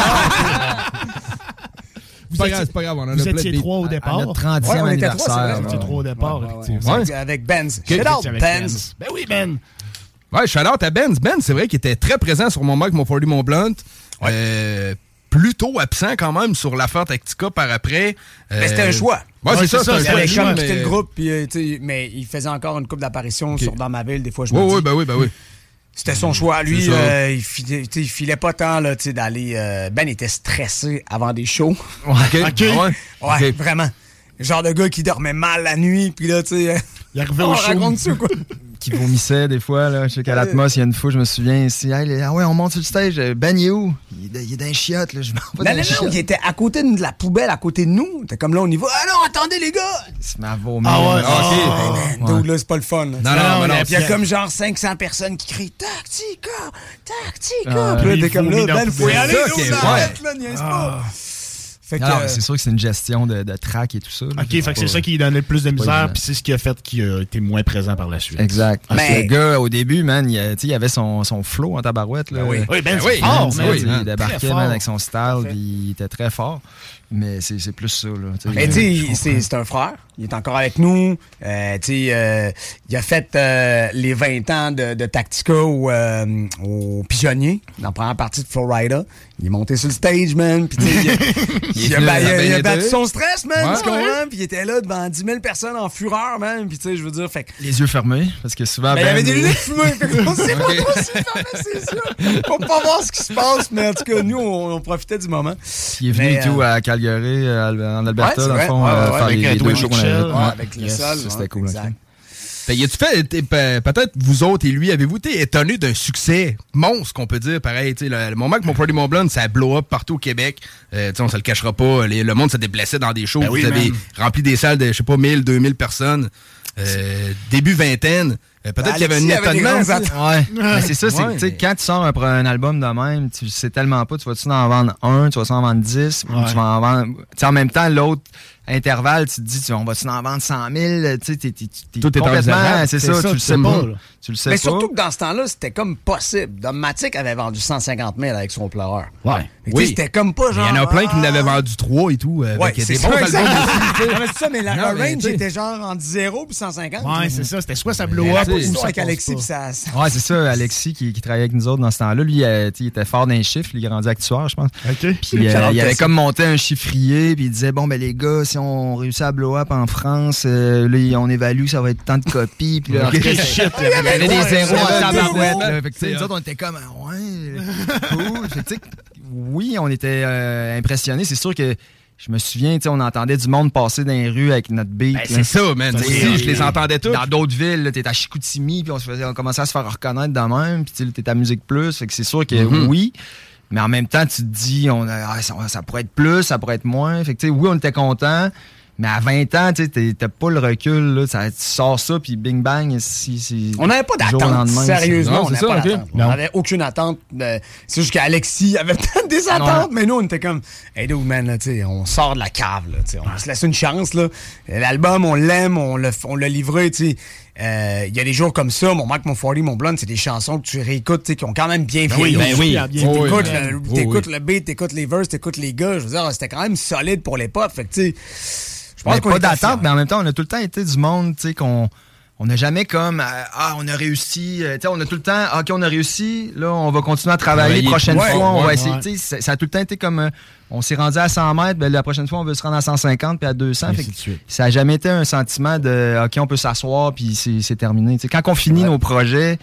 Speaker 6: C'est pas grave, c'est pas grave. On en a
Speaker 12: Vous
Speaker 6: plein
Speaker 12: étiez
Speaker 6: de
Speaker 12: trois au départ.
Speaker 14: À notre trentième
Speaker 13: Ouais, on était
Speaker 14: anniversaire.
Speaker 13: trois, c'est vrai.
Speaker 12: Vous étiez trois au départ,
Speaker 13: Ouais, ouais, ouais.
Speaker 12: effectivement.
Speaker 6: Ouais.
Speaker 13: Avec Benz.
Speaker 12: Vous
Speaker 13: Shout
Speaker 12: étiez
Speaker 13: out,
Speaker 12: avec
Speaker 13: Benz.
Speaker 12: Ben oui, Ben.
Speaker 6: Ouais, shout-out à Benz. Ben, c'est vrai qu'il était très présent sur mon mic, mon quarante, mon blunt. Ouais. Euh, plutôt absent quand même sur l'affaire Tactica par après. Euh,
Speaker 13: Mais c'était un choix.
Speaker 6: Ouais,
Speaker 12: Ouais,
Speaker 6: c'est
Speaker 12: c'est
Speaker 6: ça,
Speaker 12: ça,
Speaker 6: c'est
Speaker 13: Il
Speaker 6: un
Speaker 13: avait
Speaker 6: choix.
Speaker 13: comme
Speaker 6: mais...
Speaker 13: quitté le groupe, puis, euh, tu sais, mais il faisait encore une couple d'apparitions
Speaker 6: Okay.
Speaker 13: sur dans ma ville. Des fois, je me
Speaker 6: Oui,
Speaker 13: dis...
Speaker 6: oui, ben oui, ben oui.
Speaker 13: C'était son choix. Lui,
Speaker 6: C'est ça.
Speaker 13: euh, il, filait, il filait pas tant là, d'aller... Euh, Ben était stressé avant des shows.
Speaker 6: OK.
Speaker 12: OK.
Speaker 6: Ah ouais,
Speaker 13: Ouais,
Speaker 6: okay.
Speaker 13: vraiment. Le genre de gars qui dormait mal la nuit, puis là, tu sais...
Speaker 12: Il arrivait
Speaker 13: on
Speaker 12: au show.
Speaker 13: raconte ça, quoi.
Speaker 14: Qui vomissait des fois. Là. Je sais qu'à l'Atmos, il y a une fois, je me souviens ici. Hey, les- ah ouais, on monte sur le stage. Ben, il est où? Il est, il est dans un chiotte. Là. Je m'en vais
Speaker 13: Non,
Speaker 14: dans
Speaker 13: non,
Speaker 14: un
Speaker 13: non,
Speaker 14: chiotte.
Speaker 13: il était à côté de la poubelle, à côté de nous. T'es comme là, on y va. Ah non, attendez, les gars!
Speaker 14: Il se met à vomir.
Speaker 12: Ah ouais,
Speaker 6: Ah, OK.
Speaker 13: Hey, man, dude, là, c'est pas le fun. là.
Speaker 6: Non, non, non, non,
Speaker 13: Puis il y a
Speaker 12: puis-
Speaker 13: comme genre cinq cents personnes qui crient Tactica! Tactica!
Speaker 14: Ah,
Speaker 13: Puis là,
Speaker 12: il
Speaker 13: t'es comme là,
Speaker 12: vomit dans
Speaker 13: Ben,
Speaker 12: la
Speaker 13: faut y
Speaker 12: poubelle.
Speaker 13: aller,
Speaker 6: C'est ça
Speaker 13: là,
Speaker 6: qui est-
Speaker 13: on
Speaker 6: ouais.
Speaker 13: arrête, là, niaise pas. Fait que,
Speaker 14: Alors,
Speaker 13: euh,
Speaker 14: c'est sûr que c'est une gestion de, de track et tout ça. là.
Speaker 12: OK, fait que c'est ça qui lui donnait le plus de
Speaker 14: pas
Speaker 12: misère,
Speaker 14: évident.
Speaker 12: puis c'est ce qui a fait qu'il a été moins présent par la suite.
Speaker 14: Exact. Parce que
Speaker 13: Mais-
Speaker 14: le gars, au début, man, il, a- tu sais, il avait son, son flow en tabarouette. Là.
Speaker 13: Ben oui.
Speaker 12: Oui, Ben,
Speaker 6: Ben
Speaker 12: c'est
Speaker 6: oui,
Speaker 12: fort,
Speaker 14: Man,
Speaker 12: man.
Speaker 14: tu sais,
Speaker 6: oui,
Speaker 14: il débarquait
Speaker 12: Très fort.
Speaker 14: man, avec son style, puis il était très fort. Mais c'est c'est plus ça. Là, tu sais.
Speaker 13: Mais tu
Speaker 14: Je
Speaker 13: sais,
Speaker 14: comprends.
Speaker 13: c'est c'est un frère. Il est encore avec nous. Euh, tu sais, euh, il a fait euh, les vingt ans de, de Tactica au, euh, au Pigeonnier, dans la première partie de Florida. Il est monté sur le stage, man. Puis tu sais, il a, il a,
Speaker 6: Il
Speaker 13: ba-
Speaker 6: a
Speaker 13: il a- il a
Speaker 6: bien
Speaker 13: battu
Speaker 6: été.
Speaker 13: son stress, man.
Speaker 6: Ouais,
Speaker 13: tu comprends?
Speaker 6: ouais.
Speaker 13: Puis il était là devant dix mille personnes en fureur, man. Puis tu sais, je veux dire, fait que...
Speaker 14: Les yeux fermés, parce que souvent...
Speaker 13: Mais il y
Speaker 14: Ben,
Speaker 13: avait des
Speaker 14: lui-
Speaker 13: lunettes fumées. Fait qu'on sait pas
Speaker 6: Ok.
Speaker 13: trop s'il fermait ses yeux. Pour pas voir ce qui se passe. Mais en tout cas, nous, on, on profitait du moment.
Speaker 14: Il est venu
Speaker 13: Mais,
Speaker 14: et tout
Speaker 13: euh,
Speaker 14: à Calgary, euh, en Alberta,
Speaker 13: Ouais, c'est
Speaker 14: dans le
Speaker 13: vrai.
Speaker 14: fond,
Speaker 13: Ouais,
Speaker 14: euh,
Speaker 13: ouais,
Speaker 14: faire
Speaker 12: avec,
Speaker 14: les,
Speaker 12: euh,
Speaker 14: les deux
Speaker 12: Dwayne
Speaker 14: shows qu'on
Speaker 12: Mitchell.
Speaker 14: avait.
Speaker 13: Ouais,
Speaker 14: Ouais.
Speaker 13: avec le
Speaker 14: Yes,
Speaker 13: sol.
Speaker 14: ça,
Speaker 13: ouais,
Speaker 14: c'était cool.
Speaker 13: exact.
Speaker 6: Fait, y a-tu fait, t'es- pe- peut-être vous autres et lui, avez-vous été étonnés d'un succès monstre, qu'on peut dire, pareil, tu sais, le, le moment que mon Party Mon Blonde, ça a blow up partout au Québec, euh, tu sais, on se le cachera pas, les- le monde s'est déplacé dans des shows,
Speaker 12: Ben
Speaker 6: vous
Speaker 12: oui,
Speaker 6: avez
Speaker 12: man.
Speaker 6: rempli des salles de, je sais pas, mille, deux mille personnes, euh, début vingtaine, euh, peut-être qu'il y avait un
Speaker 13: Alexis avait des
Speaker 6: étonnement.
Speaker 13: grandes
Speaker 6: tu sais.
Speaker 13: attentes.
Speaker 14: Ouais. Mais c'est ça, c'est
Speaker 6: Ouais,
Speaker 14: que, tu sais,
Speaker 6: mais-
Speaker 14: quand tu sors un, pro- un album de même, tu sais tellement pas, tu vas-tu en vendre un, tu vas-tu en vendre dix, ou
Speaker 12: Ouais.
Speaker 14: tu vas en vendre. Tu sais, en même temps, l'autre intervalle, tu te dis, tu, on va-tu en vendre cent mille, tu sais, t'es, t'es, t'es
Speaker 6: Tout est
Speaker 14: complètement,
Speaker 6: envisageable.
Speaker 14: c'est
Speaker 12: C'est
Speaker 14: ça,
Speaker 12: ça,
Speaker 14: tu le
Speaker 12: tu
Speaker 14: sais
Speaker 12: sais
Speaker 14: pas.
Speaker 12: pas, là.
Speaker 14: Tu le sais
Speaker 13: Mais
Speaker 14: pas.
Speaker 13: surtout que dans ce temps-là, c'était comme possible. Dogmatic avait vendu cent cinquante mille avec son pleureur.
Speaker 12: Ouais.
Speaker 13: Fait que, tu sais,
Speaker 6: Oui.
Speaker 13: C'était comme pas
Speaker 6: Il
Speaker 13: genre.
Speaker 6: y en a plein qui
Speaker 13: ah,
Speaker 6: en avaient vendu trois et tout, euh,
Speaker 13: Ouais,
Speaker 6: avec
Speaker 13: c'est
Speaker 6: des
Speaker 13: ça,
Speaker 6: bons
Speaker 13: exact.
Speaker 6: albums aussi, tu sais.
Speaker 13: Non, mais c'est ça, mais la,
Speaker 6: Non,
Speaker 13: le
Speaker 6: mais
Speaker 13: range
Speaker 6: tu sais.
Speaker 13: était genre entre zéro puis cent cinquante.
Speaker 12: Ouais, c'est ça. C'était soit ça blow
Speaker 6: Mais
Speaker 12: up
Speaker 6: tu sais,
Speaker 12: ou
Speaker 13: Histoire
Speaker 12: ça
Speaker 13: avec
Speaker 12: passe
Speaker 13: Alexis
Speaker 12: pas.
Speaker 13: puis ça. ça-
Speaker 14: Ouais, c'est ça, Alexis qui, qui travaillait avec nous autres dans ce temps-là. Lui, euh, tu sais, il était fort dans les chiffres, il est rendu actuaire, je pense.
Speaker 12: OK.
Speaker 14: Puis euh,
Speaker 13: Shout-out
Speaker 14: il avait
Speaker 13: Cassie.
Speaker 14: comme monté un chiffrier, puis il disait bon ben les gars, si on réussit à blow up en France, euh, là on évalue ça va être tant de copies, puis là en tout cas,
Speaker 12: Shit,
Speaker 14: il y avait des
Speaker 13: Ouais,
Speaker 14: zéros
Speaker 13: ouais,
Speaker 14: en
Speaker 13: ouais,
Speaker 14: tabarouette.
Speaker 6: ouais.
Speaker 14: là. Fait que, tu sais, nous autres on était comme ah, ouais, cool. Fait que, tu sais, oui, on était euh, impressionnés. C'est sûr que je me souviens, tu sais, on entendait du monde passer dans les rues avec notre beat.
Speaker 6: Ben,
Speaker 14: là.
Speaker 6: c'est ça, man. Moi
Speaker 14: Oui,
Speaker 6: aussi,
Speaker 14: oui,
Speaker 6: je les
Speaker 14: oui.
Speaker 6: entendais tous.
Speaker 14: Dans d'autres villes, là, t'es à Chicoutimi, puis on, se faisait, on commençait à se faire reconnaître de même, puis tu sais, t'es à Musique Plus, fait que c'est sûr que
Speaker 6: Mhm.
Speaker 14: oui, mais en même temps, tu te dis, on a, ah, ça, ça pourrait être plus, ça pourrait être moins, fait que tu sais, oui, on était contents, mais à vingt ans, tu sais, t'es- t'as pas le recul, là, ça, tu sors ça, puis bing bang, si, si,
Speaker 13: On n'avait pas
Speaker 14: du jour au
Speaker 13: d'attente.
Speaker 14: lendemain,
Speaker 13: Sérieusement,
Speaker 6: Non,
Speaker 13: on
Speaker 6: c'est
Speaker 13: n'avait
Speaker 6: ça,
Speaker 13: pas
Speaker 6: ok.
Speaker 13: d'attente. On
Speaker 12: Non.
Speaker 13: n'avait aucune attente. euh, C'est juste qu'Alexis avait peut-être des
Speaker 14: Ah, non,
Speaker 13: attentes,
Speaker 14: non.
Speaker 13: mais nous, on était comme, hey, dude, man, là, tu sais, on sort de la cave, là, tu sais, on se laisse une chance, là. L'album, on l'aime, on l'a on l'a livré, tu sais. Euh, Il y a des jours comme ça, mon Mac, mon quarante, mon Blonde, c'est des chansons que tu réécoutes, tu sais, qui ont quand même bien
Speaker 12: Ben oui,
Speaker 13: vieilli.
Speaker 12: ben oui. Bien
Speaker 13: Tu t'écoutes
Speaker 6: oui,
Speaker 13: le,
Speaker 6: oui,
Speaker 13: t'écoutes
Speaker 6: oui.
Speaker 13: le beat, t'écoutes les verses, t'écoutes les gars. Je veux dire, c'était quand même solide pour l'époque. Fait que, tu sais, je pense
Speaker 14: Mais
Speaker 13: qu'on
Speaker 14: pas
Speaker 13: était
Speaker 14: d'attente,
Speaker 13: fiers.
Speaker 14: mais en même temps, on a tout le temps été du monde, tu sais, qu'on on n'a jamais comme euh, ah on a réussi, euh, tu sais, on a tout le temps ah, ok on a réussi, là on va continuer à travailler,
Speaker 6: Travailler
Speaker 14: prochaine
Speaker 6: plus
Speaker 14: fois
Speaker 6: fort,
Speaker 14: on va
Speaker 6: ouais,
Speaker 14: essayer,
Speaker 12: ouais.
Speaker 14: tu sais, ça, ça a tout le temps été comme euh, on s'est rendu à cent mètres, ben, la prochaine fois on veut se rendre à cent cinquante puis à deux cents,
Speaker 12: Ainsi
Speaker 14: fait que
Speaker 12: de suite.
Speaker 14: ça a jamais été un sentiment de ok on peut s'asseoir puis c'est, c'est terminé, tu sais, quand on finit nos projets,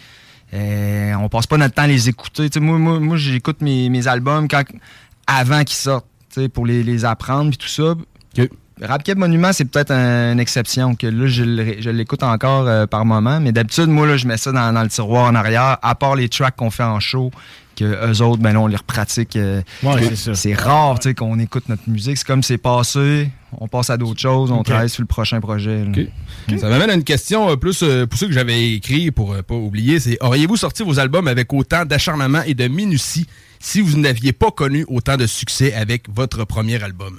Speaker 14: euh, on passe pas notre temps à les écouter, tu sais, moi, moi, moi j'écoute mes, mes albums quand avant qu'ils sortent, tu sais, pour les, les apprendre puis tout ça. Rap Keb Monument, c'est peut-être un, une exception, que là, je, je l'écoute encore euh, par moment, mais d'habitude, moi, là, je mets ça dans, dans le tiroir en arrière, à part les tracks qu'on fait en show, que eux autres, ben là, on les repratique. Euh,
Speaker 12: ouais, c'est ça.
Speaker 14: C'est rare, tu sais, qu'on écoute notre musique. C'est comme c'est passé, on passe à d'autres choses, on okay. travaille sur le prochain projet.
Speaker 6: Okay. Okay. Ça m'amène à une question euh, plus euh, poussée que j'avais écrit pour euh, pas oublier, c'est auriez-vous sorti vos albums avec autant d'acharnement et de minutie si vous n'aviez pas connu autant de succès avec votre premier album?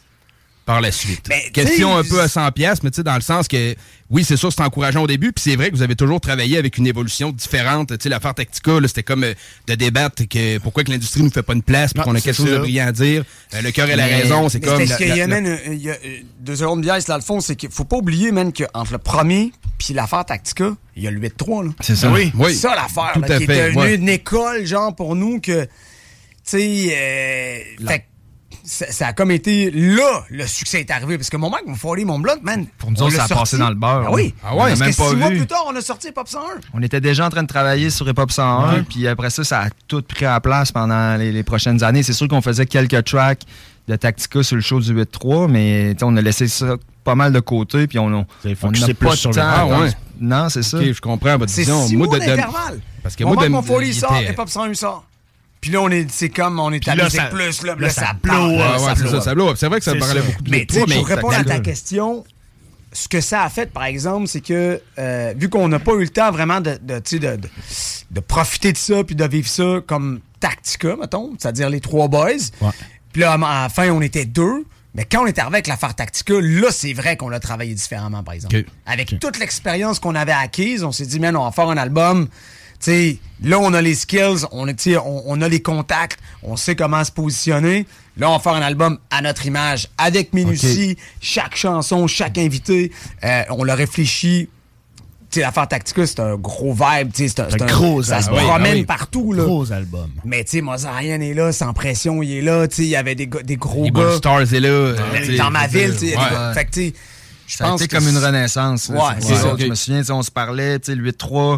Speaker 6: Par la suite. Mais, question un peu à cent piastres, mais tu sais, dans le sens que, oui, c'est sûr, c'est encourageant au début, puis c'est vrai que vous avez toujours travaillé avec une évolution différente. Tu sais, l'affaire Tactica, là, c'était comme euh, de débattre que pourquoi que l'industrie nous fait pas une place, puis qu'on a quelque chose de brillant à dire. Euh, le cœur et la raison, c'est comme...
Speaker 13: Parce qu'il y a, man, il y a deux secondes de biais, là, le fond, c'est qu'il faut pas oublier, man, qu'entre le premier puis l'affaire Tactica, il y a le huit trois, là.
Speaker 14: C'est ça.
Speaker 6: Oui, oui.
Speaker 13: C'est ça, l'affaire,
Speaker 6: Tout
Speaker 13: là,
Speaker 6: à
Speaker 13: qui
Speaker 6: fait,
Speaker 13: est devenue
Speaker 6: ouais.
Speaker 13: une école, genre, pour nous, que, tu sais, euh, fait Ça, ça a comme été là, le succès est arrivé. Parce que mon mec m'a foiré mon blog, man.
Speaker 14: Pour nous autres, ça a
Speaker 13: sorti.
Speaker 14: passé dans le beurre.
Speaker 13: Ah oui.
Speaker 14: Ah ouais,
Speaker 13: parce
Speaker 14: même
Speaker 13: que
Speaker 14: pas
Speaker 13: six
Speaker 14: vu.
Speaker 13: mois plus tard, on a sorti Hip Hop cent un.
Speaker 14: On était déjà en train de travailler sur Hip Hop cent un, ouais. Puis après ça, ça a tout pris à la place pendant les, les prochaines années. C'est sûr qu'on faisait quelques tracks de Tactica sur le show du huit trois, mais on a laissé ça pas mal de côté, puis on n'a pas de temps.
Speaker 6: Ah ouais.
Speaker 14: Non, c'est ça.
Speaker 6: OK, je comprends votre vision.
Speaker 13: C'est six mois d'intervalle.
Speaker 6: Parce que
Speaker 13: mon
Speaker 6: moi,
Speaker 13: mec m'a foiré, il
Speaker 6: était...
Speaker 13: sort, Hip Hop cent un sort. Puis là, on est, c'est comme, on est à musique
Speaker 12: ça,
Speaker 13: plus, là,
Speaker 12: là,
Speaker 13: là
Speaker 12: ça,
Speaker 13: ça
Speaker 12: blow.
Speaker 13: blow.
Speaker 12: Ouais,
Speaker 6: ouais, ouais, c'est ça, ça blow. C'est vrai que ça parlait beaucoup de
Speaker 13: Mais,
Speaker 6: toi, mais
Speaker 13: pour répondre
Speaker 6: ça
Speaker 13: à ta
Speaker 6: calme.
Speaker 13: question, ce que ça a fait, par exemple, c'est que, euh, vu qu'on n'a pas eu le temps vraiment de, de, de, de, de profiter de ça puis de vivre ça comme Tactica, mettons, c'est-à-dire les trois boys.
Speaker 12: Ouais.
Speaker 13: Puis là, à la fin, on était deux. Mais quand on est arrivé avec l'affaire Tactica, là, c'est vrai qu'on l'a travaillé différemment, par exemple.
Speaker 6: Okay.
Speaker 13: Avec okay. toute l'expérience qu'on avait acquise, on s'est dit, man, on va faire un album. T'sais, là, on a les skills, on, on, on a les contacts, on sait comment se positionner. Là, on va faire un album à notre image, avec minutie, okay. chaque chanson, chaque invité. Euh, on l'a réfléchi. T'sais, l'affaire Tactica, c'est un gros vibe. C'est un,
Speaker 12: c'est
Speaker 13: un
Speaker 12: gros
Speaker 13: ça
Speaker 12: album.
Speaker 13: se promène
Speaker 12: ah oui.
Speaker 13: partout. Là.
Speaker 12: Gros album.
Speaker 13: Mais tu sais, Mozarien est là, Sans Pression, il est là. Il y avait des, des gros
Speaker 6: les
Speaker 13: gars.
Speaker 6: Les Stars est là. Euh,
Speaker 13: dans ma ville, tu sais.
Speaker 6: Ouais.
Speaker 13: Fait que tu sais...
Speaker 14: Ça a été comme une renaissance.
Speaker 13: Ouais,
Speaker 14: c'est
Speaker 13: c'est
Speaker 14: ça.
Speaker 13: ça.
Speaker 14: Okay. Je me souviens, on se parlait, le huit trois,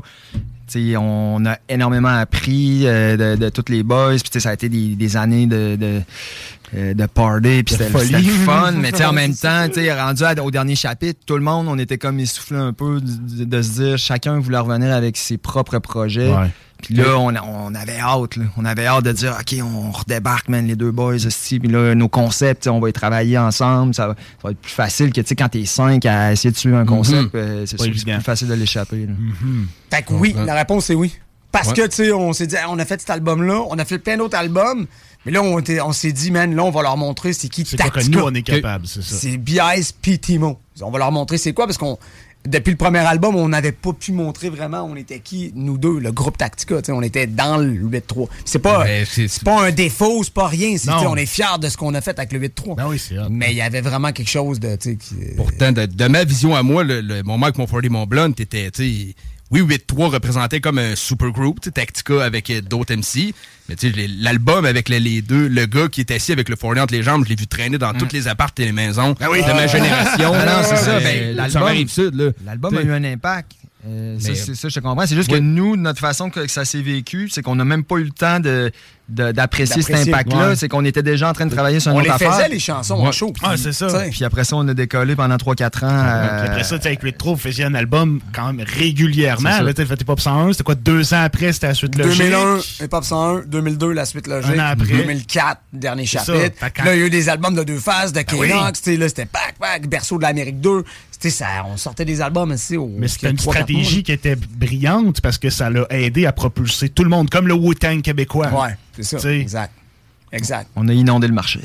Speaker 14: on a énormément appris euh, de, de tous les boys. Puis ça a été des, des années de, de, euh, de party. Puis c'était le fun. Mais en même temps, rendu à, au dernier chapitre, tout le monde, on était comme essoufflé un peu de, de se dire, chacun voulait revenir avec ses propres projets. Ouais. Puis là, on, on avait hâte, là. On avait hâte de dire, OK, on redébarque, man, les deux boys, aussi. Puis là, nos concepts, on va y travailler ensemble. Ça va, ça va être plus facile que, tu sais, quand t'es cinq à essayer de suivre un concept, mm-hmm. euh, c'est, c'est plus facile de l'échapper.
Speaker 13: Mm-hmm. Fait que oui, la réponse est oui. Parce ouais. que, tu sais, on s'est dit, on a fait cet album-là, on a fait plein d'autres albums, mais là, on, était, on s'est dit, man, là, on va leur montrer c'est qui
Speaker 12: c'est
Speaker 13: Tactica.
Speaker 12: C'est quoi que nous, on est capable, c'est ça.
Speaker 13: C'est B I S P Timo. On va leur montrer c'est quoi, parce qu'on... Depuis le premier album, on n'avait pas pu montrer vraiment on était qui, nous deux, le groupe Tactica. On était dans le huit trois. C'est pas, c'est, c'est pas un défaut, c'est pas rien. C'est, on est fiers de ce qu'on a fait avec le huit trois.
Speaker 12: Ben oui, c'est hot.
Speaker 13: Mais il y avait vraiment quelque chose de... Qui,
Speaker 6: Pourtant, de, de ma vision à moi, le, le, mon Mike Monforty, mon Blunt, était... Oui, huit trois représentait comme un super group, Tactica avec d'autres M C. Mais tu sais, l'album avec les, les deux, le gars qui est assis avec le fournier entre les jambes, je l'ai vu traîner dans mm. toutes les appartes et les maisons ah oui. de ma génération.
Speaker 14: Ah non, c'est ça.
Speaker 6: Ben, l'album, sud, là.
Speaker 14: L'album a eu un impact. Euh, ça, c'est ça, je te comprends. C'est juste oui. que nous, notre façon que ça s'est vécu, c'est qu'on n'a même pas eu le temps de, de, d'apprécier, d'apprécier cet impact-là. Ouais. C'est qu'on était déjà en train de travailler sur une
Speaker 13: on
Speaker 14: autre affaire.
Speaker 13: On les faisait, les chansons,
Speaker 14: ouais.
Speaker 13: en show.
Speaker 12: Ah, c'est ça. T'sais.
Speaker 14: Puis après ça, on a décollé pendant trois quatre ans. Euh...
Speaker 12: Puis après ça, avec huit trois, vous faisiez un album quand même régulièrement. Là, t'as fait Hip Hop cent un. C'était quoi, deux ans après, c'était la suite logique?
Speaker 13: deux mille un, Hip Hop cent un. deux mille deux, la suite logique.
Speaker 12: Un an après.
Speaker 13: deux mille quatre, dernier c'est chapitre. Quand... Là, il y a eu des albums de deux phases, de K-Nox. Oui. Là, c'était Pac Pac, Berceau de l'Amérique deux. Ça, on sortait des albums aussi. Au,
Speaker 12: mais c'était une stratégie qui était brillante parce que ça l'a aidé à propulser tout le monde, comme le Wu-Tang québécois.
Speaker 13: Ouais, c'est ça. T'sais. Exact. Exact.
Speaker 14: On a inondé le marché.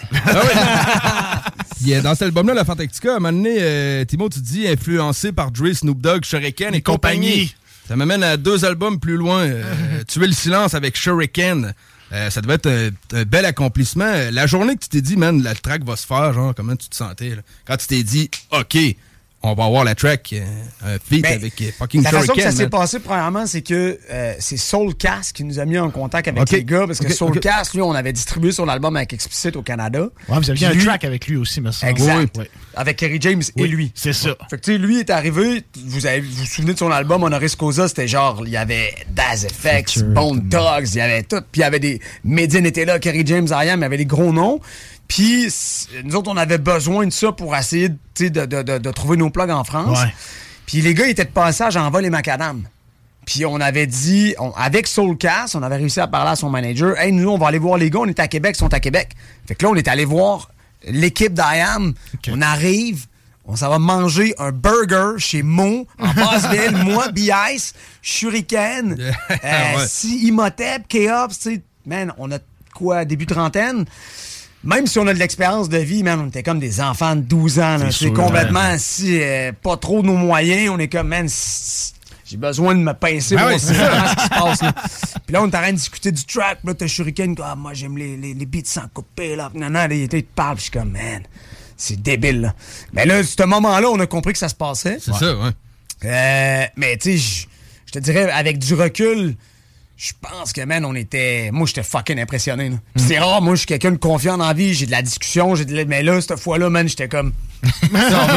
Speaker 6: Ah oui. Dans cet album-là, La Tactica, à un moment donné, euh, Timo, tu dis influencé par Dre, Snoop Dogg, Shuriken et, et compagnie. compagnie. Ça m'amène à deux albums plus loin. Euh, Tuer le silence avec Shuriken. Euh, ça devait être un, un bel accomplissement. La journée que tu t'es dit, man, la track va se faire, genre, comment tu te sentais? Là? Quand tu t'es dit, OK, on va avoir la track, euh, un feat ben, avec euh, fucking Shuriken.
Speaker 13: La façon que ça
Speaker 6: man.
Speaker 13: s'est passé, premièrement, c'est que euh, c'est Soulcast qui nous a mis en contact avec okay. les gars, parce que okay. Soulcast, okay. lui, on avait distribué sur l'album avec Explicit au Canada.
Speaker 12: Ouais, vous aviez un lui, track avec lui aussi, me semble.
Speaker 13: Exact.
Speaker 12: Oui.
Speaker 13: Avec Kerry James
Speaker 12: oui,
Speaker 13: et lui.
Speaker 12: C'est ça.
Speaker 13: Fait que, tu sais, lui est arrivé, vous avez, vous vous souvenez de son album Honoris Causa, c'était genre, il y avait Daz F X, Bone Dogs, il y avait tout, puis il y avait des... Medine était là, Kerry James, I Am, il y avait des gros noms. Puis nous autres, on avait besoin de ça pour essayer de, de, de, de, de trouver nos plugs en France.
Speaker 12: Ouais.
Speaker 13: Puis les gars, ils étaient de passage en vol et macadam. Puis on avait dit, on, avec Soulcast, on avait réussi à parler à son manager. Hey, nous, on va aller voir les gars, on est à Québec, ils sont à Québec. Fait que là, on est allé voir l'équipe d'I A M. Okay. On arrive, on s'en va manger un burger chez Mo, en Basse-Ville. Moi, B-Ice, Shuriken, euh, ouais. si Imhotep, K-Ops, tu sais, man, on a quoi, début trentaine? Même si on a de l'expérience de vie, man, on était comme des enfants de douze ans. C'est, c'est complètement ouais. si euh, pas trop nos moyens. On est comme, man, j'ai besoin de me pincer pour savoir ce qui se passe. Là. Puis là, on est en train de discuter du track. Puis là, t'as Shuriken, ah, moi, j'aime les, les, les beats sans couper. Là. Non, non, il te parle. Puis je suis comme, man, c'est débile. Là. Mais là, à ce moment-là, on a compris que ça se passait.
Speaker 6: C'est ouais. ça, ouais.
Speaker 13: Euh, mais tu sais, je te dirais, avec du recul, je pense que, man, on était... Moi, j'étais fucking impressionné. Là. Mm. C'est rare, moi, je suis quelqu'un de confiant dans la vie, j'ai de la discussion, j'ai de... mais là, cette fois-là, man, j'étais comme...
Speaker 6: on,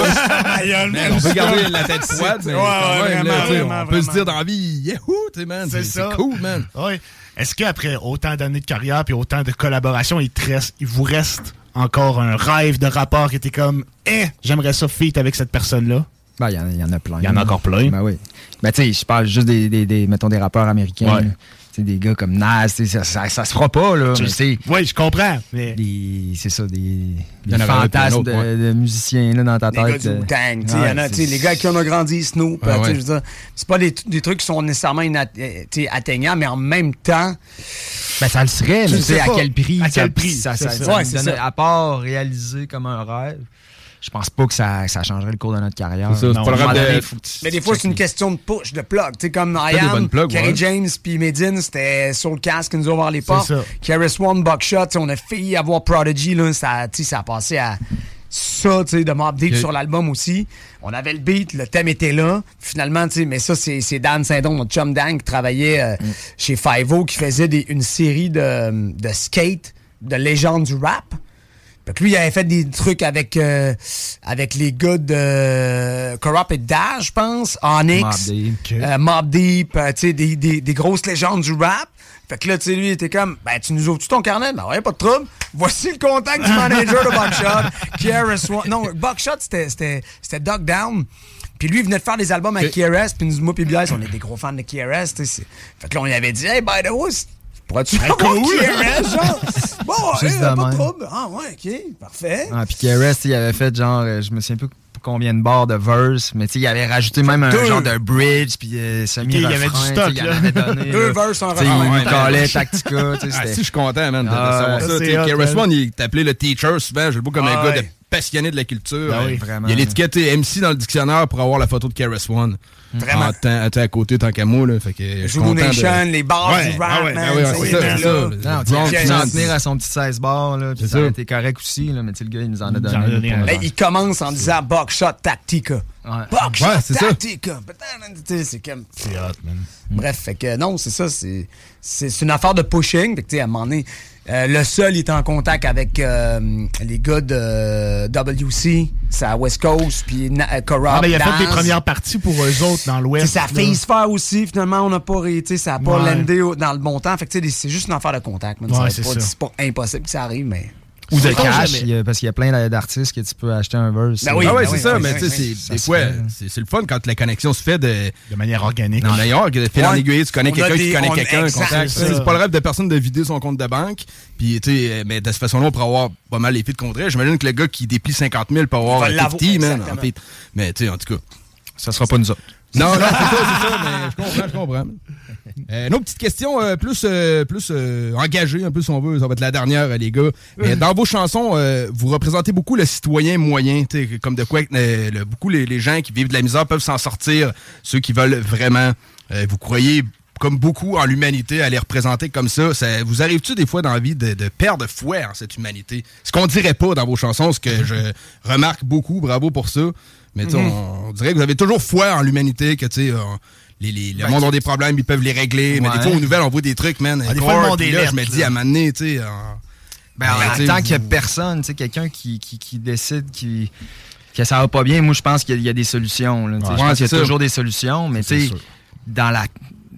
Speaker 6: man, on peut garder la tête froide, mais ouais, ouais, même, vraiment, là, vraiment, on vraiment. peut se dire dans la vie, yahoo, tu sais, man, c'est, c'est, c'est cool, man.
Speaker 12: Ouais. Est-ce qu'après autant d'années de carrière puis autant de collaborations, il, te reste, il vous reste encore un rêve de rapport qui était comme, eh, j'aimerais ça feat avec cette personne-là?
Speaker 14: Ben, il y, y en a plein.
Speaker 12: Il y en a encore plein.
Speaker 14: Ben oui. Ben, tu sais, je parle juste des, des, des, mettons, des rappeurs américains. Ouais. Tu sais, des gars comme Nas, ça, ça, ça se fera pas, là.
Speaker 12: Je sais. Oui, je comprends. Mais...
Speaker 14: Des, c'est ça, des, des fantasmes autre, de, ouais. de musiciens, là, dans ta
Speaker 13: des
Speaker 14: tête.
Speaker 13: Gars du Wu-Tang, tu sais, ouais, y en a, tu sais, les gars qui ont grandi, Snoop, ah, ouais. tu sais, je veux dire, c'est pas des, des trucs qui sont nécessairement inat- atteignables, mais en même temps...
Speaker 14: Ben, ça le serait, mais tu sais, à quel prix?
Speaker 12: À quel prix?
Speaker 14: Ça, ça,
Speaker 13: ça,
Speaker 14: ça,
Speaker 13: ouais,
Speaker 14: ça donne, à part réaliser comme un rêve. Je pense pas que ça, ça changerait le cours de notre carrière.
Speaker 6: C'est ça, c'est
Speaker 14: non,
Speaker 6: pas le rêve de...
Speaker 13: Faut mais des fois, c'est une question de push, de plug. Tu sais, comme I A M, Kerry ouais. James puis Medine, c'était Soulcast qui nous a ouvert les portes. K R S One, Buckshot, on a failli avoir Prodigy, là, ça, ça a passé à ça, tu sais, de Mobb Deep okay. sur l'album aussi. On avait le beat, le thème était là. Finalement, tu sais, mais ça, c'est, c'est Dan Saint-Don, notre chum Dan, qui travaillait euh, mm. chez Five-O, qui faisait des, une série de, de skate, de légendes du rap. Fait que lui, il avait fait des trucs avec euh, avec les gars de euh, Corrupted Dash, je pense, Onyx, Mobb Deep, okay. euh, Mobb Deep euh, tu sais, des, des, des grosses légendes du rap. Fait que là, tu sais, lui, il était comme, ben, tu nous ouvres-tu ton carnet? Ben ouais, pas de trouble. Voici le contact du manager de Buckshot, K R S One. Non, Buckshot, c'était, c'était, c'était Dog Down. Puis lui, il venait de faire des albums avec okay. K R S, puis nous, moi, puis B S, on est des gros fans de K R S, tu sais. Fait que là, on lui avait dit, hey, by the way, pourrais-tu faire cool. K R S, genre? Bon, ouais, hey, pas de trouble. Ah, ouais, OK, parfait.
Speaker 14: Ah, puis K R S, il avait fait genre, je me souviens plus combien de barres de verse, mais tu sais, il avait rajouté même un deux. genre de bridge, puis euh, semi-refrain.
Speaker 12: Il y avait du stock,
Speaker 14: il avait donné.
Speaker 13: Deux verses en refrain.
Speaker 14: Il collait Tactica.
Speaker 6: Ah, si, je suis content, man, de, ah, de savoir ça. K R S One, il t'appelait le teacher souvent. Je le vois comme ah, un gars de passionné de la culture.
Speaker 14: Ah, oui, vraiment.
Speaker 6: Il y a l'étiquette M C dans le dictionnaire pour avoir la photo de K R S One.
Speaker 13: Vraiment.
Speaker 6: Ah, t'es à côté tant qu'à moi, là. Fait que.
Speaker 13: Joue Nation, de... les bars ouais, du rap,
Speaker 6: ah ouais,
Speaker 13: man.
Speaker 6: Ah ouais, c'est ça, c'est ça.
Speaker 14: Non, tu s'en tenir à son petit seize bars, là. Puis ça a été correct aussi, là. Mais tu sais, le gars, il nous en a donné.
Speaker 13: Il commence en disant Buckshot Tactica. Buckshot Tactica. C'est comme.
Speaker 12: C'est hot, man.
Speaker 13: Bref, fait que non, c'est ça. C'est, c'est, c'est une affaire de pushing. Fait que, tu sais, à un moment donné, euh, le seul, il était en contact avec euh, les gars de euh, W C, c'est à West Coast, puis euh, Corrupt.
Speaker 12: Ah, ben, il a fait des premières parties pour eux autres dans l'Ouest.
Speaker 13: Ça a failli se faire aussi. Finalement, on n'a pas, ça n'a pas ouais. landé dans le bon temps. Fait que, c'est juste une affaire de contact. Man.
Speaker 12: Ouais,
Speaker 13: c'est,
Speaker 12: pas,
Speaker 13: c'est pas impossible que ça arrive, mais.
Speaker 14: Ou de cash, il y a, parce qu'il y a plein d'artistes que tu peux acheter un verse.
Speaker 6: Ben oui, ah ouais, ben c'est oui, ça, oui, mais oui, tu sais, oui, c'est, des fois, c'est, c'est le fun quand la connexion se fait de,
Speaker 12: de manière organique.
Speaker 6: Non, d'ailleurs, de fil en aiguille, tu connais on quelqu'un des, qui connaît quelqu'un, contact. C'est, c'est pas le rêve de personne de vider son compte de banque. Puis, tu sais, mais de cette façon-là, on pourrait avoir pas mal les filles de contrat. J'imagine que le gars qui déplie cinquante mille peut avoir cinquante, man, en fait. Mais, tu sais, en tout cas,
Speaker 14: ça sera pas nous autres.
Speaker 6: Non, non, c'est ça, c'est ça, mais je comprends, je comprends. Euh, une autre petite question euh, plus, euh, plus euh, engagée, un peu si on veut, ça va être la dernière, les gars. Mais dans vos chansons, euh, vous représentez beaucoup le citoyen moyen, comme de quoi euh, le, beaucoup les, les gens qui vivent de la misère peuvent s'en sortir, ceux qui veulent vraiment, euh, vous croyez comme beaucoup en l'humanité à les représenter comme ça. ça vous arrive-tu des fois dans la vie de, de perdre foi en cette humanité? Ce qu'on dirait pas dans vos chansons, ce que je remarque beaucoup, bravo pour ça. Mais mm-hmm. on, on dirait que vous avez toujours foi en l'humanité, que tu sais... Les, les, le ben, monde a des problèmes, ils peuvent les régler. Ouais. Mais des fois, aux nouvelles, on voit des trucs, man.
Speaker 12: Ah, des fois, le monde est
Speaker 6: là,
Speaker 12: lettre,
Speaker 6: je me dis, à un moment donné, tu sais... Euh,
Speaker 14: ben, en tant qu'il y a personne, tu sais, quelqu'un qui, qui, qui décide qui, que ça va pas bien, moi, je pense qu'il y a, il y a des solutions. Là, ouais, je pense qu'il y a ça. toujours des solutions, mais tu sais, dans la...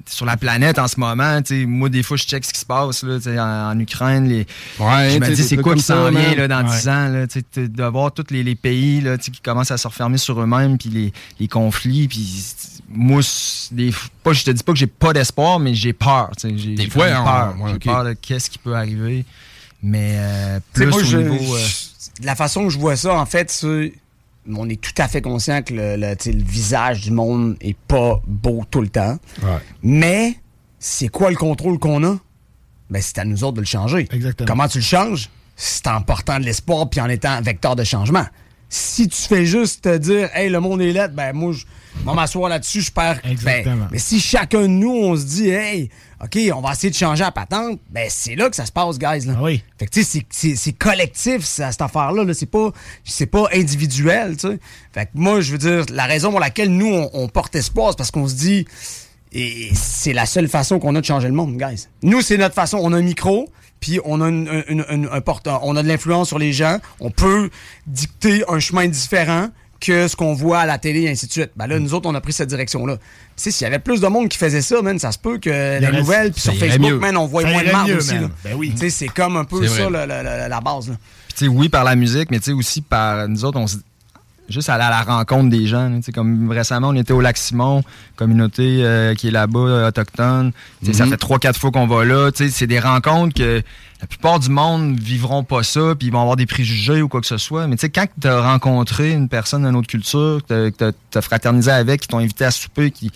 Speaker 14: sur la planète en ce moment. T'sais, moi, des fois, je check ce qui se passe là, en, en Ukraine. Les,
Speaker 6: ouais,
Speaker 14: je me dis, c'est quoi qui s'en vient là, dans
Speaker 6: ouais.
Speaker 14: dix ans? Là, de voir tous les, les pays là, qui commencent à se refermer sur eux-mêmes, puis les, les conflits. Puis moi, des, pas, je te dis pas que j'ai pas d'espoir, mais j'ai peur. J'ai,
Speaker 6: des
Speaker 14: j'ai
Speaker 6: fois,
Speaker 14: peur.
Speaker 6: On, ouais,
Speaker 14: j'ai
Speaker 6: okay.
Speaker 14: peur de qu'est-ce qui peut arriver. Mais euh, plus
Speaker 13: moi,
Speaker 14: au
Speaker 13: je,
Speaker 14: niveau... Euh...
Speaker 13: Je, la façon que je vois ça, en fait, c'est... On est tout à fait conscient que le, le, le visage du monde est pas beau tout le temps.
Speaker 6: Ouais.
Speaker 13: Mais c'est quoi le contrôle qu'on a? Ben, c'est à nous autres de le changer.
Speaker 12: Exactement.
Speaker 13: Comment tu le changes? C'est en portant de l'espoir puis en étant vecteur de changement. Si tu fais juste te dire « Hey, le monde est laid », ben moi, je vais m'asseoir là-dessus, je perds.
Speaker 12: Exactement.
Speaker 13: Ben, mais si chacun de nous, on se dit « Hey, OK, on va essayer de changer la patente », ben c'est là que ça se passe, guys. Là.
Speaker 12: Ah oui.
Speaker 13: Fait que tu sais, c'est, c'est, c'est collectif, ça, cette affaire-là. Là. C'est pas, c'est pas individuel, tu sais. Fait que moi, je veux dire, la raison pour laquelle nous, on, on porte espoir, c'est parce qu'on se dit et c'est la seule façon qu'on a de changer le monde, guys. Nous, c'est notre façon. On a un micro, puis on a une, une, une, un porte, on a de l'influence sur les gens. On peut dicter un chemin différent que ce qu'on voit à la télé et ainsi de suite. Ben là, nous autres, on a pris cette direction-là. Tu sais, s'il y avait plus de monde qui faisait ça, man, ça se peut que les nouvelles, puis sur Facebook, mieux. man, on voit moins de marde aussi. Là.
Speaker 12: Ben oui.
Speaker 13: Tu sais, c'est comme un peu c'est ça, la, la, la, la base. Là.
Speaker 14: Puis tu sais, oui, par la musique, mais tu sais, aussi par nous autres, on se juste aller à la rencontre des gens. Tu sais, comme récemment, on était au Lac-Simon, communauté euh, qui est là-bas, euh, autochtone. Tu sais, mm-hmm. Ça fait trois, quatre fois qu'on va là. Tu sais, c'est des rencontres que la plupart du monde vivront pas ça, puis ils vont avoir des préjugés ou quoi que ce soit. Mais tu sais, quand tu as rencontré une personne d'une autre culture, que tu as fraternisé avec, qui t'ont invité à souper, qui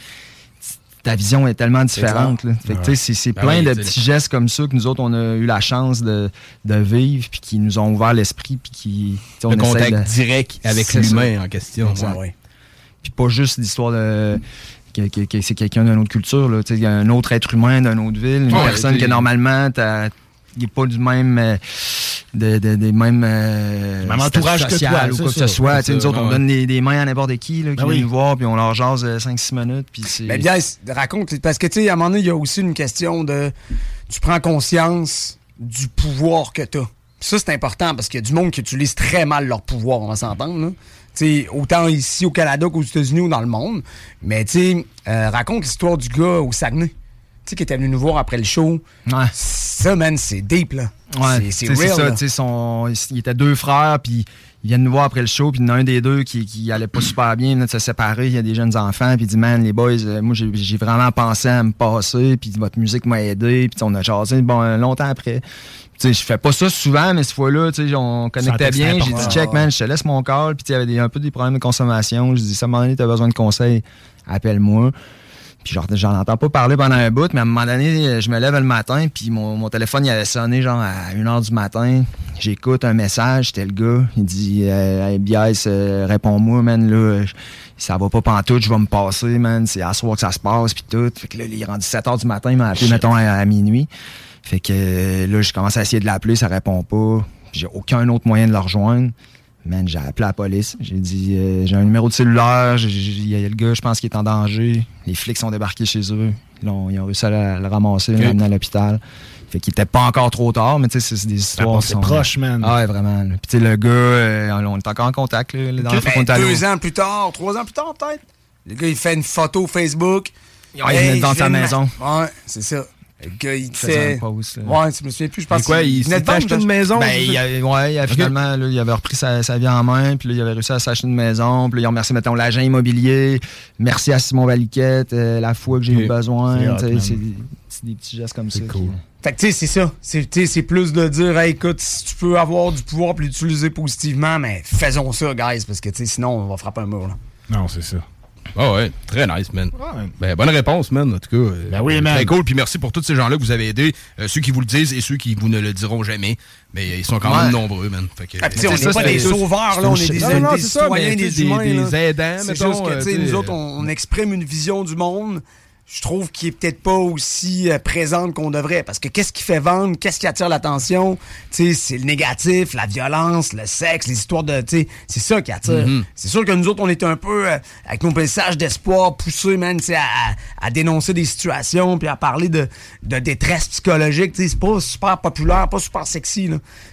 Speaker 14: ta vision est tellement différente. Là. Fait que, ouais. c'est, c'est ben plein oui, de petits gestes comme ça que nous autres, on a eu la chance de, de vivre, puis qui nous ont ouvert l'esprit, puis qui...
Speaker 6: Le
Speaker 14: on
Speaker 6: contact de...
Speaker 14: direct
Speaker 6: avec c'est l'humain ça. En question.
Speaker 14: Ouais, ouais. Puis pas juste l'histoire de... Que, que, que c'est quelqu'un d'une autre culture. Là. Il y a un autre être humain d'une autre ville, une ouais, personne que normalement, t'as... il n'est pas du même euh, de, de, des mêmes euh,
Speaker 12: même entourage que toi,
Speaker 14: ou quoi que ce soit. Nous autres, on ouais. donne des, des mains à n'importe qui là, qui ben vient oui. nous voir, puis on leur jase cinq six minutes. Puis c'est...
Speaker 13: Mais bien, raconte, parce que tu sais, à un moment donné, il y a aussi une question de tu prends conscience du pouvoir que tu as. Ça, c'est important parce qu'il y a du monde qui utilise très mal leur pouvoir, on va s'entendre. Là. T'sais, autant ici au Canada qu'aux États-Unis ou dans le monde. Mais tu sais, euh, raconte l'histoire du gars au Saguenay. Tu sais, qui était venu nous voir après le show.
Speaker 14: Ouais.
Speaker 13: Ça, man, c'est deep, là.
Speaker 14: Ouais,
Speaker 13: c'est, c'est real,
Speaker 14: ça,
Speaker 13: là.
Speaker 14: Tu sais, son... il était deux frères, puis ils viennent nous voir après le show, puis il y en a un des deux qui, qui allait pas super bien, là, de se séparer, il y a des jeunes enfants, puis il dit, man, les boys, euh, moi, j'ai, j'ai vraiment pensé à me passer, puis votre musique m'a aidé, puis on a jasé, bon, longtemps après. Tu sais, je fais pas ça souvent, mais cette fois-là, tu sais, on connectait bien, j'ai dit, check, man, je te laisse mon call, puis il y avait des, un peu des problèmes de consommation, je dis, ça, à un moment donné, t'as besoin de conseils, appelle-moi. Puis genre, j'en entends pas parler pendant un bout, mais à un moment donné, je me lève le matin, puis mon, mon téléphone, il avait sonné genre à une heure du matin. J'écoute un message, c'était le gars. Il dit euh, « Hey, Bias, euh, réponds-moi, man, là, ça va pas pantoute, je vais me passer, man, c'est à soir que ça se passe, puis tout. » Fait que là, il est rendu sept heures du matin, il m'a appelé, mettons, à, à minuit. Fait que euh, là, je commence à essayer de l'appeler, ça répond pas. Puis j'ai aucun autre moyen de le rejoindre. Man, j'ai appelé la police. J'ai dit, euh, j'ai un numéro de cellulaire. Il y a le gars, je pense, qui est en danger. Les flics sont débarqués chez eux. Ils ont, ils ont réussi à le, le ramasser, okay. l'amener à l'hôpital. Fait qu'il était pas encore trop tard, mais tu sais, c'est, c'est des histoires.
Speaker 12: C'est sont... proche, man.
Speaker 14: Ah ouais, vraiment. Là. Puis tu sais, le gars, euh, on est encore en contact. Là, dans
Speaker 13: okay. ben, deux ans plus tard, trois ans plus tard, peut-être. Le gars, il fait une photo Facebook.
Speaker 14: Ouais, hey, il venait devant sa maison.
Speaker 13: Ma... Ouais, c'est ça. Le gars, il fait.
Speaker 14: Pause,
Speaker 13: ouais, je me souviens plus. Je pense
Speaker 6: quoi, il venait de acheter une maison.
Speaker 14: Ben, il avait, ouais, il avait, okay. finalement, là, il avait repris sa, sa vie en main, puis là, il avait réussi à s'acheter une maison. Puis là, il a remercié, mettons, l'agent immobilier. Merci à Simon Valiquette, euh, la fois que j'ai okay. eu besoin. C'est, hot, c'est, c'est, des, c'est des petits gestes comme
Speaker 6: c'est
Speaker 14: ça.
Speaker 6: Cool.
Speaker 14: Qui...
Speaker 13: Fait que, tu sais, c'est ça. C'est, c'est plus de dire, hey, écoute, si tu peux avoir du pouvoir puis l'utiliser positivement, mais faisons ça, guys, parce que, tu sais, sinon, on va frapper un mur, là.
Speaker 6: Non, c'est ça. Ah oh ouais, très nice, man. Ouais. Ben, bonne réponse, man, en tout cas.
Speaker 12: Ben oui, man.
Speaker 6: Très cool, puis merci pour tous ces gens-là que vous avez aidés, euh, ceux qui vous le disent et ceux qui vous ne le diront jamais, mais ils sont quand ouais. même nombreux, man. Fait que,
Speaker 13: ah, on n'est pas des sauveurs, là, on est des, non, non, des citoyens, des, des humains. Des,
Speaker 6: des aidants,
Speaker 13: c'est
Speaker 6: mettons.
Speaker 13: Juste que, tu sais, nous autres, on, on exprime une vision du monde, je trouve qu'il est peut-être pas aussi euh, présente qu'on devrait. Parce que qu'est-ce qui fait vendre? Qu'est-ce qui attire l'attention? Tu sais, c'est le négatif, la violence, le sexe, les histoires de... Tu sais, c'est ça qui attire. Mm-hmm. C'est sûr que nous autres, on est un peu, euh, avec nos messages d'espoir, poussés, man, tu sais, à, à dénoncer des situations, puis à parler de, de détresse psychologique. Tu sais, c'est pas super populaire, pas super sexy, là.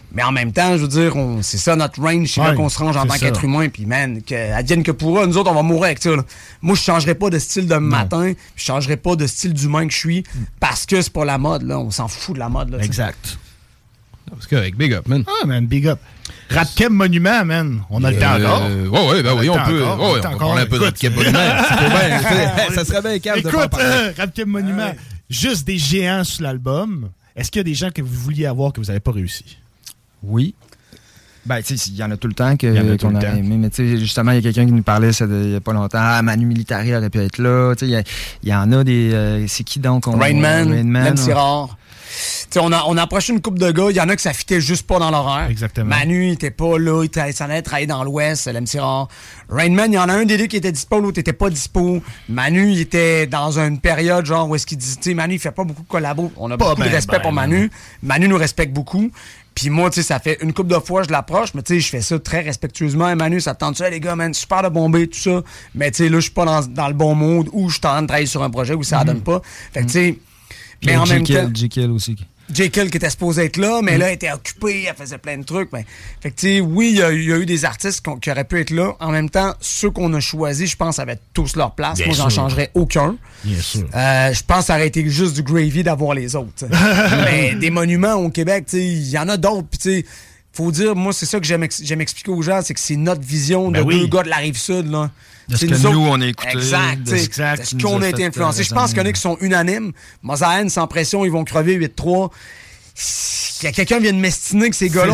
Speaker 13: Mais en même temps, je veux dire, on, c'est ça notre range, c'est
Speaker 12: ouais,
Speaker 13: là qu'on se range en tant
Speaker 12: ça.
Speaker 13: qu'être humain, puis man, que, advienne que pourra, nous autres, on va mourir avec ça. Là. Moi, je changerai pas de style de matin, je changerai pas de style d'humain que je suis, parce que c'est pas la mode, là. On s'en fout de la mode, là.
Speaker 12: Exact.
Speaker 6: Parce qu'avec Big Up, man.
Speaker 12: Ah, man, Big Up. Rapkeb Monument, man. On a
Speaker 6: euh,
Speaker 12: le temps encore.
Speaker 6: Ouais, ouais, ben oui, on peut.
Speaker 12: Encore,
Speaker 6: Ouais, on, on va parler un peu de Rapkeb Monument. Bien, ça serait bien calme de faire
Speaker 12: Écoute,
Speaker 6: parler.
Speaker 12: euh, Rapkeb Monument, ouais. Juste des géants sur l'album. Est-ce qu'il y a des gens que vous vouliez avoir que vous n'avez pas réussi?
Speaker 14: Oui. Ben, tu sais, il y en a tout le temps que,
Speaker 12: a
Speaker 14: qu'on
Speaker 12: tout
Speaker 14: a
Speaker 12: le temps.
Speaker 14: aimé. Mais tu sais, justement, il y a quelqu'un qui nous parlait ça, il n'y a pas longtemps. Ah, Manu Militari aurait pu être là. Tu sais, il y, y en a des... Euh, c'est qui donc? On,
Speaker 13: Rain Man,
Speaker 14: Rain Man,
Speaker 13: même
Speaker 14: on...
Speaker 13: c'est rare. T'sais, on a, on a approché une couple de gars. Il y en a que ça fitait juste pas dans l'horaire.
Speaker 12: Exactement.
Speaker 13: Manu, il était pas là. Il, il s'en allait travailler dans l'Ouest. L'M C rare. Rainman, il y en a un des deux qui était dispo, l'autre était pas dispo. Manu, il était dans une période genre où est-ce qu'il dit, tu sais, Manu, il fait pas beaucoup de collabos. On a pas beaucoup ben, de respect ben, pour Manu. Manu nous respecte beaucoup. Puis moi, tu sais, ça fait une couple de fois je l'approche, mais tu sais, je fais ça très respectueusement. Hey, Manu, ça te tente ça, les gars, man, super de bomber, tout ça. Mais tu sais, là, je suis pas dans, dans le bon mode ou je suis en train de travailler sur un projet où ça mm-hmm. donne pas. Fait que tu sais, mais en même temps.
Speaker 14: J. Kill aussi.
Speaker 13: J. Kill qui était supposé être là, mais mm. là, elle était occupée, elle faisait plein de trucs. Mais... Fait que, tu sais, oui, il y, y a eu des artistes qui auraient pu être là. En même temps, ceux qu'on a choisis, je pense, avaient tous leur place. Bien Moi, sûr. J'en changerais aucun.
Speaker 12: Bien sûr.
Speaker 13: Euh, je pense que ça aurait été juste du gravy d'avoir les autres. Mais des monuments au Québec, tu sais, il y en a d'autres. Puis, tu sais, faut dire, moi, c'est ça que j'aime, ex- j'aime expliquer aux gens, c'est que c'est notre vision ben de oui. deux gars de la Rive-Sud, là.
Speaker 14: De ce que nous, nous on a écouté.
Speaker 13: Exact. De exact. Ce qu'on a été influencés. Je pense qu'il y en a qui sont unanimes. Mosaïen, sans pression, ils vont crever huit trois. Il y a quelqu'un qui vient de m'estiner que ces gars-là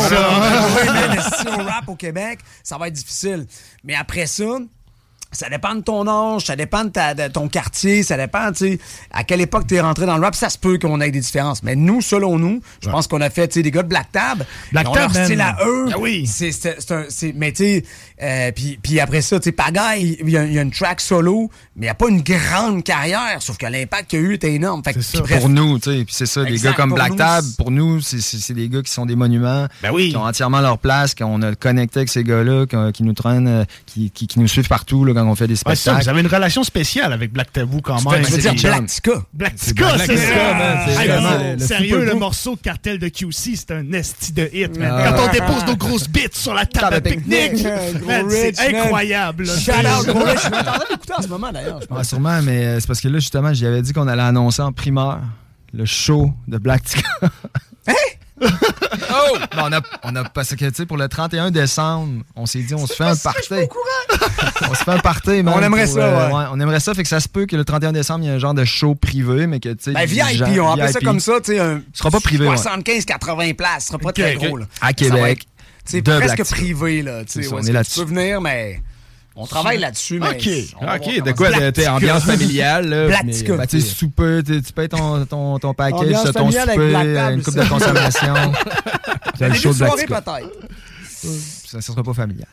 Speaker 13: ont un rap au Québec, ça va être difficile. Mais après ça, ça dépend de ton âge, ça dépend de, ta, de ton quartier, ça dépend, tu sais, à quelle époque t'es rentré dans le rap, ça se peut qu'on ait des différences. Mais nous, selon nous, je ouais. pense qu'on a fait, tu sais, des gars de Black Tab,
Speaker 12: Black
Speaker 13: ils ont
Speaker 12: Tab,
Speaker 13: leur style à eux.
Speaker 12: Ah oui.
Speaker 13: C'est, c'est, c'est un, c'est, mais tu sais, euh, puis, puis après ça, tu sais, Pagaille, il y, y a une track solo, mais il n'y a pas une grande carrière, sauf que l'impact qu'il y a eu était énorme. Fait que,
Speaker 14: c'est ça. Pour nous, tu sais, puis c'est ça, des exact, gars comme Black
Speaker 13: nous,
Speaker 14: Tab, pour nous, c'est, c'est, c'est des gars qui sont des monuments,
Speaker 12: ben oui.
Speaker 14: qui ont entièrement leur place, qu'on a connecté avec ces gars-là, qui, qui nous traînent, qui, qui, qui nous suivent partout là, quand on fait des spectacles.
Speaker 12: Ouais, vous avez une relation spéciale avec Black Tabou quand même.
Speaker 13: Je veux dire Black Tika.
Speaker 12: Black Tika, c'est ça. Sérieux, le morceau de Cartel de Q C, c'est un esti de hit, man. Ah. Quand on dépose nos grosses bits sur la table de pique-nique, man, c'est incroyable.
Speaker 13: Shout out, gros Rich. Je m'attendais d'écouter en ce moment, d'ailleurs.
Speaker 14: Ouais, sûrement, mais c'est parce que là, justement, j'y avais dit qu'on allait annoncer en primeur le show de Black Tika.
Speaker 13: Hein?
Speaker 14: Oh! Ben, on a, on a parce que, tu sais, pour le trente et un décembre, on s'est dit, on se fait un party. On se fait un party, man.
Speaker 13: On aimerait
Speaker 14: pour,
Speaker 13: ça,
Speaker 14: euh,
Speaker 13: ouais.
Speaker 14: ouais. On aimerait ça, fait que ça se peut que le trente et un décembre, il y a un genre de show privé, mais que, tu sais.
Speaker 13: Ben, V I P, on appelle ça comme ça, tu sais, un.
Speaker 14: Ce sera pas privé,
Speaker 13: soixante-quinze quatre-vingts places, ce sera pas okay, très okay. gros, là.
Speaker 14: À Québec.
Speaker 13: C'est presque privé, là. Tu sais,
Speaker 14: on est là-dessus.
Speaker 13: Tu peux venir, mais. On travaille là-dessus, mais...
Speaker 6: OK, OK, de quoi? T'es ambiance familiale, là.
Speaker 13: Black Tika.
Speaker 14: Ben, tu sais, souper, tu payes ton, ton, ton package, ton souper, une coupe de consommation.
Speaker 13: C'est le show de soirée, peut-être.
Speaker 14: Ça ne sera pas familial.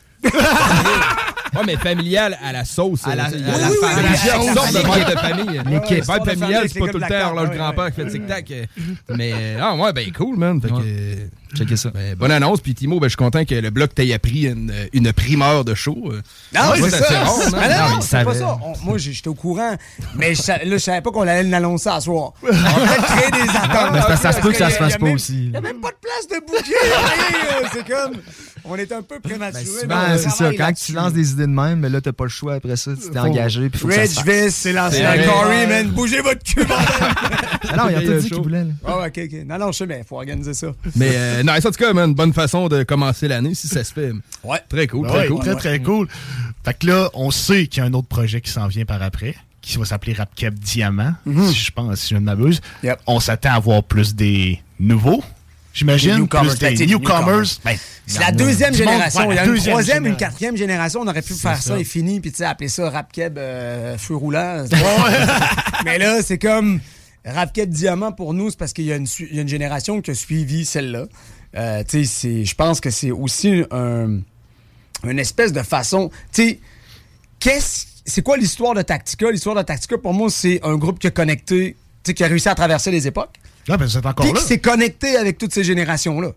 Speaker 6: Ouais, mais familial à la sauce.
Speaker 14: À la,
Speaker 6: à
Speaker 14: oui,
Speaker 6: la
Speaker 14: oui,
Speaker 6: famille.
Speaker 14: Oui,
Speaker 6: Il y a sortes de mères de famille.
Speaker 14: L'équipe.
Speaker 6: Mère familiale, c'est pas tout le temps l'autre grand-père qui fait le tic-tac. Mais, ah, ouais, ben, cool, man. Fait que,
Speaker 14: checker ça.
Speaker 6: Ben, bonne annonce. Puis, Timo, ben, je suis content que le bloc t'ait appris une, une primeur de show.
Speaker 13: Non, ouais, c'est, c'est ça. Rare,
Speaker 6: ah,
Speaker 13: non, non, c'est pas ça. On, moi, j'étais au courant. Mais je, là, je savais pas qu'on allait l'annoncer à soir. On va créer des attentes.
Speaker 14: Mais ça, ça se peut que ça se fasse pas
Speaker 13: même,
Speaker 14: aussi.
Speaker 13: Il n'y a même pas de place de bouquet. C'est comme... On est un peu prématuré.
Speaker 14: Ben, c'est ça. Quand tu lances des idées de même, mais là, t'as pas le choix après ça. Tu t'es engagé. Puis faut que ça se fasse.
Speaker 13: Rich Viss, c'est lancé un Corey, man. Bougez votre cul,
Speaker 14: non, il a tout dit qu'il voulait.
Speaker 13: Ah, ok, ok. Non, non, je sais, mais il faut organiser ça.
Speaker 6: Mais, euh, non, en tout cas, man, une bonne façon de commencer l'année, si ça se fait.
Speaker 13: Ouais.
Speaker 6: Très cool, très
Speaker 12: ouais,
Speaker 6: cool.
Speaker 12: Très, très cool. Fait que là, on sait qu'il y a un autre projet qui s'en vient par après, qui va s'appeler Rapkeb Diamant, mm-hmm. si je pense, si je ne m'abuse.
Speaker 13: Yep.
Speaker 12: On s'attend à voir plus des nouveaux. J'imagine,
Speaker 13: newcomers,
Speaker 12: plus des
Speaker 13: des
Speaker 12: newcomers.
Speaker 13: newcomers. Ben, c'est la deuxième génération.
Speaker 12: Ouais,
Speaker 13: il y a une troisième,
Speaker 12: génération.
Speaker 13: une quatrième génération. On aurait pu c'est faire ça, ça et fini, puis tu sais, appeler ça Rapkeb euh, feu roulant. Mais là, c'est comme Rapkeb Diamant pour nous, c'est parce qu'il y a une, il y a une génération qui a suivi celle-là. Euh, tu sais, je pense que c'est aussi un, une espèce de façon... Tu sais, qu'est-ce, c'est quoi l'histoire de Tactica? L'histoire de Tactica, pour moi, c'est un groupe qui a connecté, tu sais, qui a réussi à traverser les époques.
Speaker 12: Ah, ben c'est encore
Speaker 13: puis
Speaker 12: là.
Speaker 13: qui s'est connecté avec toutes ces générations-là.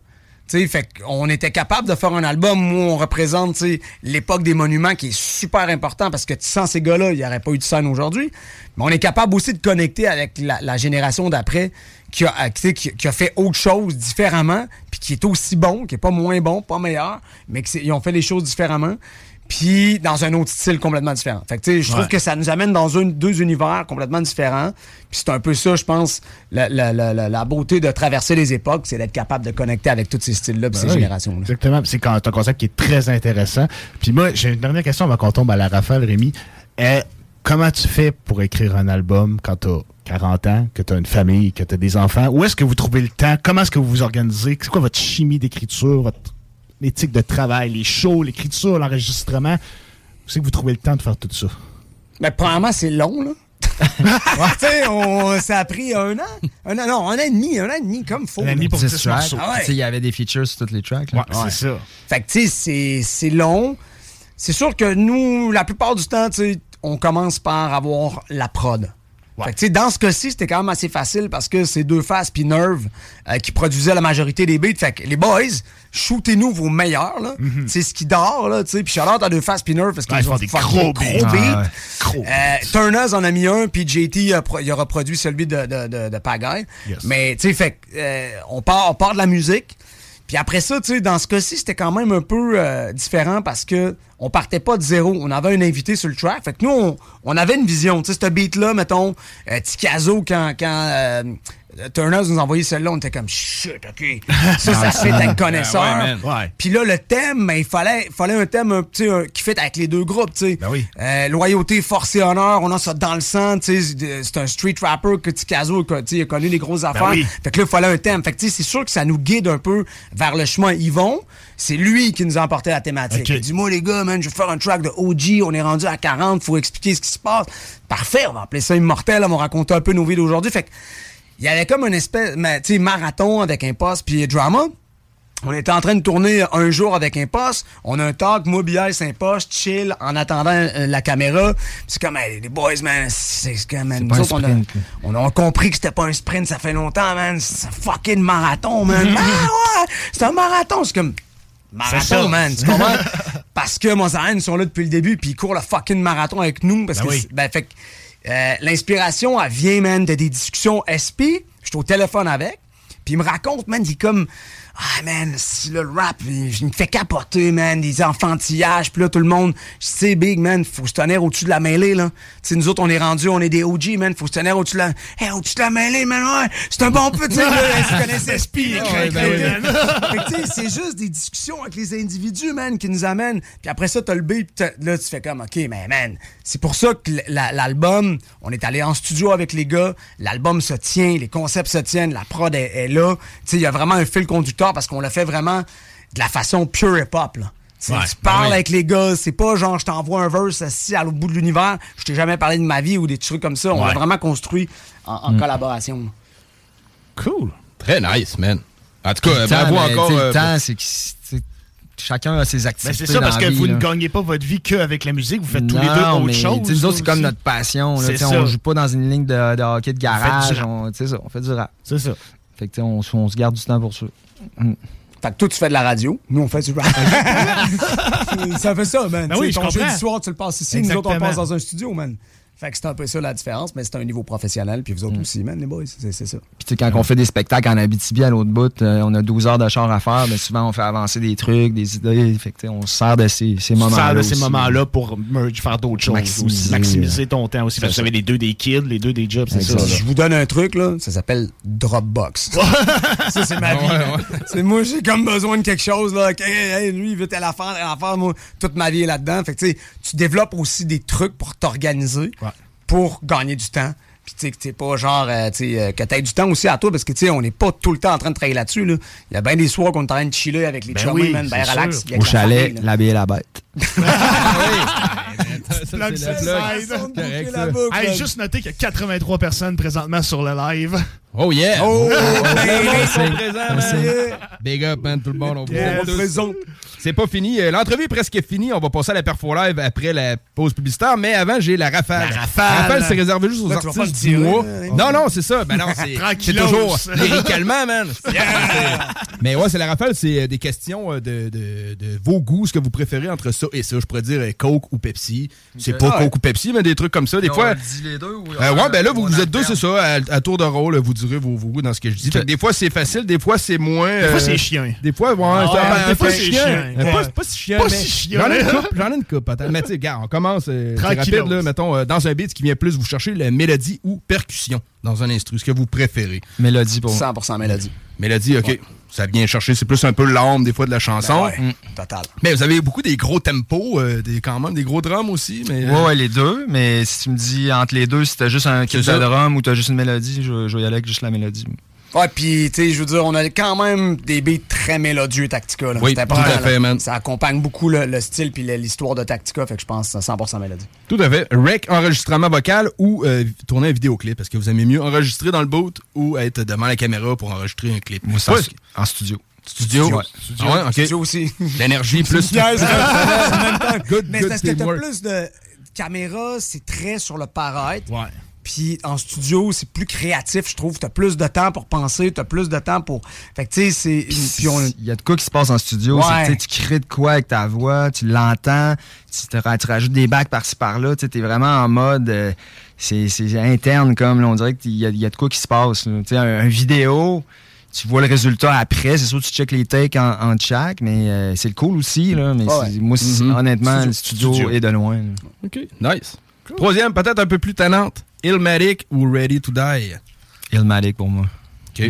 Speaker 13: T'sais, fait qu'on était capable de faire un album où on représente l'époque des monuments qui est super important parce que sans ces gars-là, il n'y aurait pas eu de scène aujourd'hui. Mais on est capable aussi de connecter avec la, la génération d'après qui a, qui, qui a fait autre chose différemment puis qui est aussi bon, qui est pas moins bon, pas meilleur, mais qu'ils ont fait les choses différemment. Puis dans un autre style complètement différent. Fait que tu sais, je trouve
Speaker 6: Ouais.
Speaker 13: que ça nous amène dans un, deux univers complètement différents. Puis c'est un peu ça, je pense, la, la, la, la, la beauté de traverser les époques, c'est d'être capable de connecter avec tous ces styles-là, puis
Speaker 12: Ben
Speaker 13: ces
Speaker 12: oui,
Speaker 13: générations-là.
Speaker 12: Exactement. C'est quand- un concept qui est très intéressant. Puis moi, j'ai une dernière question avant qu'on tombe à la rafale, Rémi. Euh, comment tu fais pour écrire un album quand tu as quarante ans, que tu as une famille, que tu as des enfants? Où est-ce que vous trouvez le temps? Comment est-ce que vous vous organisez? C'est quoi votre chimie d'écriture, votre éthique de travail, les shows, l'écriture, l'enregistrement? Où c'est que vous trouvez le temps de faire tout ça?
Speaker 13: Mais premièrement, c'est long, là. Tu sais, on- ça a pris un an. Un an, non, un an et demi, un an et demi, comme faut.
Speaker 14: Un an et demi pour
Speaker 13: là.
Speaker 14: dix morceaux.
Speaker 13: Ah ouais.
Speaker 14: Tu sais, il y avait des features sur toutes les tracks. là.
Speaker 13: Ouais. Fait que, tu sais, c'est- c'est long. C'est sûr que nous, la plupart du temps, tu sais, on commence par avoir la prod. Fait que, tu sais, dans ce cas-ci, c'était quand même assez facile parce que c'est Deux Faces puis Nerve euh, qui produisaient la majorité des beats. Fait que les boys, shootez-nous vos meilleurs, là. C'est ce qui dort, là, tu sais. Puis shout-out à Deux Faces puis Nerve parce qu'ils
Speaker 12: Ouais, ils
Speaker 13: ont
Speaker 12: font des
Speaker 13: fucking
Speaker 12: gros beats. Ah ouais. Gros
Speaker 13: Euh, Turners en a mis un, puis J T a pro- il a reproduit celui de, de, de, de Pagaille.
Speaker 12: Yes.
Speaker 13: Mais, tu sais, fait que, euh, on part, on part de la musique. Puis après ça, tu sais, dans ce cas-ci, c'était quand même un peu euh, différent parce que on partait pas de zéro. On avait un invité sur le track. Fait que nous, on, on avait une vision. Tu sais, ce beat-là, mettons, euh, Tikazo, quand, quand euh, Turners nous envoyait celle-là, on était comme shit, OK. Ça, ça fait être connaisseur.
Speaker 12: Ouais, man. Ouais.
Speaker 13: Puis là, le thème, ben, il fallait, fallait un thème un, tu sais, un- qui fit avec les deux groupes. Tu sais.
Speaker 12: Ben oui.
Speaker 13: Euh, loyauté, force et honneur, on a ça dans le sang. Tu sais, c'est c'est un street rapper que Tikazo tu sais, il a connu les grosses affaires.
Speaker 12: oui.
Speaker 13: Fait que là, il fallait un thème. Fait que tu sais, c'est sûr que ça nous guide un peu vers le chemin Yvon. C'est lui qui nous a emporté la thématique.
Speaker 12: Ok.
Speaker 13: Il dit, moi, les gars, man, je vais faire un track de O G. On est rendu à quarante. Faut expliquer ce qui se passe. Parfait. On va appeler ça Immortel. On va raconter un peu nos vies d'aujourd'hui. Fait que, il y avait comme une espèce, mais, tu sais, marathon avec un poste puis drama. On était en train de tourner un jour avec un poste. On a un talk, moi, B I, Saint-Poste, chill, en attendant euh, la caméra. Puis c'est comme, hey, les boys, man, c'est c'est comme, man, nous
Speaker 14: pas un
Speaker 13: autres, on a,
Speaker 14: sprint, là.
Speaker 13: on a compris que c'était pas un sprint, ça fait longtemps, man. C'est un fucking marathon, man. Ah ouais, c'est un marathon. C'est comme,
Speaker 12: C'est ça.
Speaker 13: marathon, man, tu comprends? Parce que Mozart sont là depuis le début, puis ils courent le fucking marathon avec nous. Parce
Speaker 12: Ben
Speaker 13: que,
Speaker 12: oui.
Speaker 13: c'est- ben, fait que, euh, l'inspiration, elle vient, man, de des discussions S P. J'étais au téléphone avec. Puis il me raconte, man, il est comme... Ah, man, si là, le rap, il, il me fait capoter, man, des enfantillages. Puis là, tout le monde, je sais, Big, man, faut se tenir au-dessus de la mêlée, là. Tu sais, nous autres, on est rendus, on est des O G, man, faut se tenir au-dessus de la... Hey, au-dessus de la mêlée, man, ouais, c'est un bon petit... là, tu connais S P, les
Speaker 12: Ouais, ben oui.
Speaker 13: Fait que, tu sais, c'est juste des discussions avec les individus, man, qui nous amènent. Puis après ça, t'as le beat, puis t'as- là, tu fais comme, OK, mais man, c'est pour ça que l- la- l'album, on est allé en studio avec les gars, l'album se tient, les concepts se tiennent, la prod est, est là. Tu sais, il y a vraiment un fil conducteur parce qu'on l'a fait vraiment de la façon pure hip-hop, là. Tu sais,
Speaker 12: Ouais,
Speaker 13: tu parles
Speaker 12: ben oui.
Speaker 13: avec les gars, c'est pas genre je t'envoie un verse assis à l'autre bout de l'univers, je t'ai jamais parlé de ma vie ou des trucs comme ça. On
Speaker 12: Ouais.
Speaker 13: l'a vraiment construit en, en
Speaker 14: Mm.
Speaker 13: collaboration. là.
Speaker 12: Cool.
Speaker 6: Très nice, man. En tout cas,
Speaker 14: Le
Speaker 6: bravo
Speaker 14: temps, mais,
Speaker 6: encore.
Speaker 14: tu sais,
Speaker 6: euh,
Speaker 14: Le temps, c'est que tu sais, chacun a ses
Speaker 12: Ben,
Speaker 14: activités.
Speaker 12: c'est ça, parce
Speaker 14: dans
Speaker 12: que
Speaker 14: la vie,
Speaker 12: vous
Speaker 14: là.
Speaker 12: ne gagnez pas votre vie qu'avec la musique. Vous faites tous
Speaker 14: Non,
Speaker 12: les deux autre
Speaker 14: mais,
Speaker 12: chose.
Speaker 14: tu sais, nous autres, c'est comme
Speaker 12: aussi.
Speaker 14: notre passion. Là,
Speaker 12: C'est
Speaker 14: tu sais,
Speaker 12: ça.
Speaker 14: on joue pas dans une ligne de, de hockey de garage.
Speaker 12: du rap.
Speaker 14: On, tu sais ça, on fait du rap.
Speaker 12: C'est ça.
Speaker 14: Fait que, tu sais, on, on se garde du temps pour ça. Mm.
Speaker 13: Fait que toi, tu fais de la radio, nous, on fait du rap. Ça fait ça, man.
Speaker 12: Ben
Speaker 13: Tu
Speaker 12: oui,
Speaker 13: sais,
Speaker 12: je
Speaker 13: ton
Speaker 12: comprends.
Speaker 13: jeudi soir, tu le passes ici, nous autres, on le
Speaker 12: Exactement.
Speaker 13: passe dans un studio, man. Fait que c'est un peu ça la différence, mais c'est un niveau professionnel, puis vous autres aussi, man, les boys, c'est c'est ça.
Speaker 14: Puis, tu sais, quand on fait des spectacles en Abitibi à l'autre bout, euh, on a douze heures de char à faire, mais souvent, on fait avancer des trucs, des idées. Fait que, tu sais, on se sert de ces, ces
Speaker 12: Tu
Speaker 14: moments-là.
Speaker 12: sers de ces
Speaker 14: aussi.
Speaker 12: moments-là pour merge, faire d'autres choses.
Speaker 14: Maximiser.
Speaker 12: Aussi. Maximiser ton temps aussi. Parce que
Speaker 14: C'est
Speaker 12: vous avez les deux des kids, les deux des jobs, c'est ça.
Speaker 13: Si je vous donne un truc, là, ça s'appelle Dropbox. ça, c'est ma vie.
Speaker 6: ouais, ouais.
Speaker 13: C'est moi, j'ai comme besoin de quelque chose, là. Ok, hey, lui, il veut telle affaire, telle affaire. Moi, toute ma vie est là-dedans. Fait que, tu sais, tu développes aussi des trucs pour t'organiser,
Speaker 12: Ouais.
Speaker 13: pour gagner du temps. Puis, tu sais, que t'es pas genre, euh, tu sais, euh, que t'aies du temps aussi à toi, parce que, tu sais, on n'est pas tout le temps en train de travailler là-dessus, là. Il y a bien des soirs qu'on est en train de chiller avec les
Speaker 12: Ben
Speaker 13: chummies,
Speaker 12: oui,
Speaker 13: man, ben
Speaker 12: c'est
Speaker 13: relax.
Speaker 12: sûr.
Speaker 13: puis avec
Speaker 14: Au
Speaker 13: la
Speaker 14: chalet,
Speaker 13: famille, là.
Speaker 14: la bille et la bête.
Speaker 6: Ça, c'est la
Speaker 12: Plug ça,
Speaker 6: blague.
Speaker 12: side.
Speaker 6: Correct,
Speaker 13: la
Speaker 6: ça.
Speaker 13: boucle,
Speaker 12: Hey,
Speaker 13: man.
Speaker 12: juste noter qu'il y a quatre-vingt-trois personnes présentement sur le live.
Speaker 6: Oh yeah!
Speaker 13: Oh!
Speaker 6: Ils sont présents, man. Big up, man, tout le monde. On vous
Speaker 13: Yeah,
Speaker 6: aime tous.
Speaker 13: présente.
Speaker 6: C'est pas fini. Euh, L'entrevue est presque finie. On va passer à la perfo live après la pause publicitaire. Mais avant, j'ai la rafale.
Speaker 12: La rafale.
Speaker 6: rafale, c'est réservé juste aux
Speaker 13: Là, tu vas pas
Speaker 6: artistes
Speaker 13: le
Speaker 6: du
Speaker 13: tirer,
Speaker 6: mois.
Speaker 13: là,
Speaker 6: Non, non, c'est ça. Ben non, c'est c'est toujours lyricalement, man. Mais ouais, c'est la rafale. C'est des questions euh, de, de, de vos goûts, ce que vous préférez entre ça et ça. Je pourrais dire euh, Coke ou Pepsi. C'est
Speaker 14: Ok.
Speaker 6: pas
Speaker 14: Ah ouais.
Speaker 6: Coke ou Pepsi, mais des trucs comme ça. Des
Speaker 14: On
Speaker 6: fois...
Speaker 14: dit les deux ou...
Speaker 6: Euh, ouais, ben là, vous, vous êtes deux, c'est ça. À, à tour de rôle, vous direz vos, vos goûts dans ce que je dis. Fait que des fois, c'est facile, des fois, c'est moins.
Speaker 12: Des fois,
Speaker 6: euh,
Speaker 12: c'est chiant.
Speaker 6: Des fois, ouais,
Speaker 12: Ah
Speaker 6: ça,
Speaker 12: ouais,
Speaker 6: ben,
Speaker 12: des fois,
Speaker 6: fait
Speaker 12: c'est
Speaker 6: chiant.
Speaker 12: chiant.
Speaker 6: Euh,
Speaker 12: Ouais.
Speaker 6: Pas, pas si chiant.
Speaker 12: Pas
Speaker 6: mais
Speaker 12: si chiant.
Speaker 6: J'en ai une coupe, j'en ai une coupe. Attends, mais tu sais, gars, on commence. Euh, c'est
Speaker 12: Tranquillos.
Speaker 6: rapide, là. Mettons, euh, dans un beat, ce qui vient plus, vous cherchez la mélodie ou percussion dans un instru, ce que vous préférez.
Speaker 14: Mélodie pour moi.
Speaker 13: cent pour cent mélodie.
Speaker 6: Mélodie, OK.
Speaker 13: Ouais.
Speaker 6: Ça vient chercher, c'est plus un peu l'âme, des fois, de la chanson.
Speaker 13: Ben ouais, total.
Speaker 6: Mais vous avez beaucoup des gros tempos, euh, des, quand même, des gros drums aussi. Mais, euh,
Speaker 14: Ouais, ouais, les deux. Mais si tu me dis entre les deux, si t'as juste un kit
Speaker 6: C'est ça.
Speaker 14: de drum ou t'as juste une mélodie, je, je vais y aller avec juste la mélodie.
Speaker 13: Ouais, pis, tu sais, je veux dire, on a quand même des beats très mélodieux Tactica. Là.
Speaker 6: Oui,
Speaker 13: C'est important,
Speaker 6: tout à fait,
Speaker 13: là.
Speaker 6: man.
Speaker 13: Ça accompagne beaucoup le, le style puis le- l'histoire de Tactica, fait que je pense que c'est cent pour cent mélodie.
Speaker 6: Tout à fait. Rec, enregistrement vocal ou euh, tourner un vidéoclip? Est-ce que vous aimez mieux enregistrer dans le boot ou être devant la caméra pour enregistrer un clip?
Speaker 14: Moi, c'est
Speaker 6: Ouais.
Speaker 14: en, en studio.
Speaker 6: Studio?
Speaker 14: Ouais.
Speaker 6: Ah ouais, OK.
Speaker 13: Studio aussi.
Speaker 6: L'énergie plus...
Speaker 13: Yes, en même temps.
Speaker 6: Good,
Speaker 13: Mais
Speaker 6: good
Speaker 13: c'est parce que t'as
Speaker 6: teamwork.
Speaker 13: plus de caméra, c'est très sur le paraître.
Speaker 12: Ouais.
Speaker 13: Puis en studio, c'est plus créatif, je trouve. T'as plus de temps pour penser, t'as plus de temps pour... Fait que tu sais, c'est... Puis on...
Speaker 14: Il y a de quoi qui se passe en studio.
Speaker 13: Ouais.
Speaker 14: C'est, tu sais, tu crées de quoi avec ta voix, tu l'entends, tu, te, ra- tu rajoutes des bacs par-ci par-là. Tu es vraiment en mode... euh, c'est, c'est interne, comme là, on dirait qu'il y a, il y a de quoi qui se passe. là. Tu sais, un, un vidéo, tu vois le résultat après. C'est sûr que tu checkes les takes en, en check, mais euh, c'est le cool aussi. Là, mais
Speaker 13: Ouais.
Speaker 14: c'est- moi, c'est-
Speaker 6: Mhm.
Speaker 14: honnêtement,
Speaker 13: Studio.
Speaker 14: le studio,
Speaker 6: Studio.
Speaker 14: est de loin. là.
Speaker 6: OK, nice. Troisième, peut-être un peu plus tannante. Illmatic ou Ready to Die?
Speaker 14: Illmatic pour moi.
Speaker 6: OK.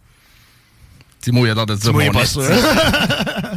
Speaker 6: Timo, il a l'air de dire
Speaker 12: Timo, il est
Speaker 6: mon
Speaker 12: pas
Speaker 6: esti.
Speaker 12: sûr.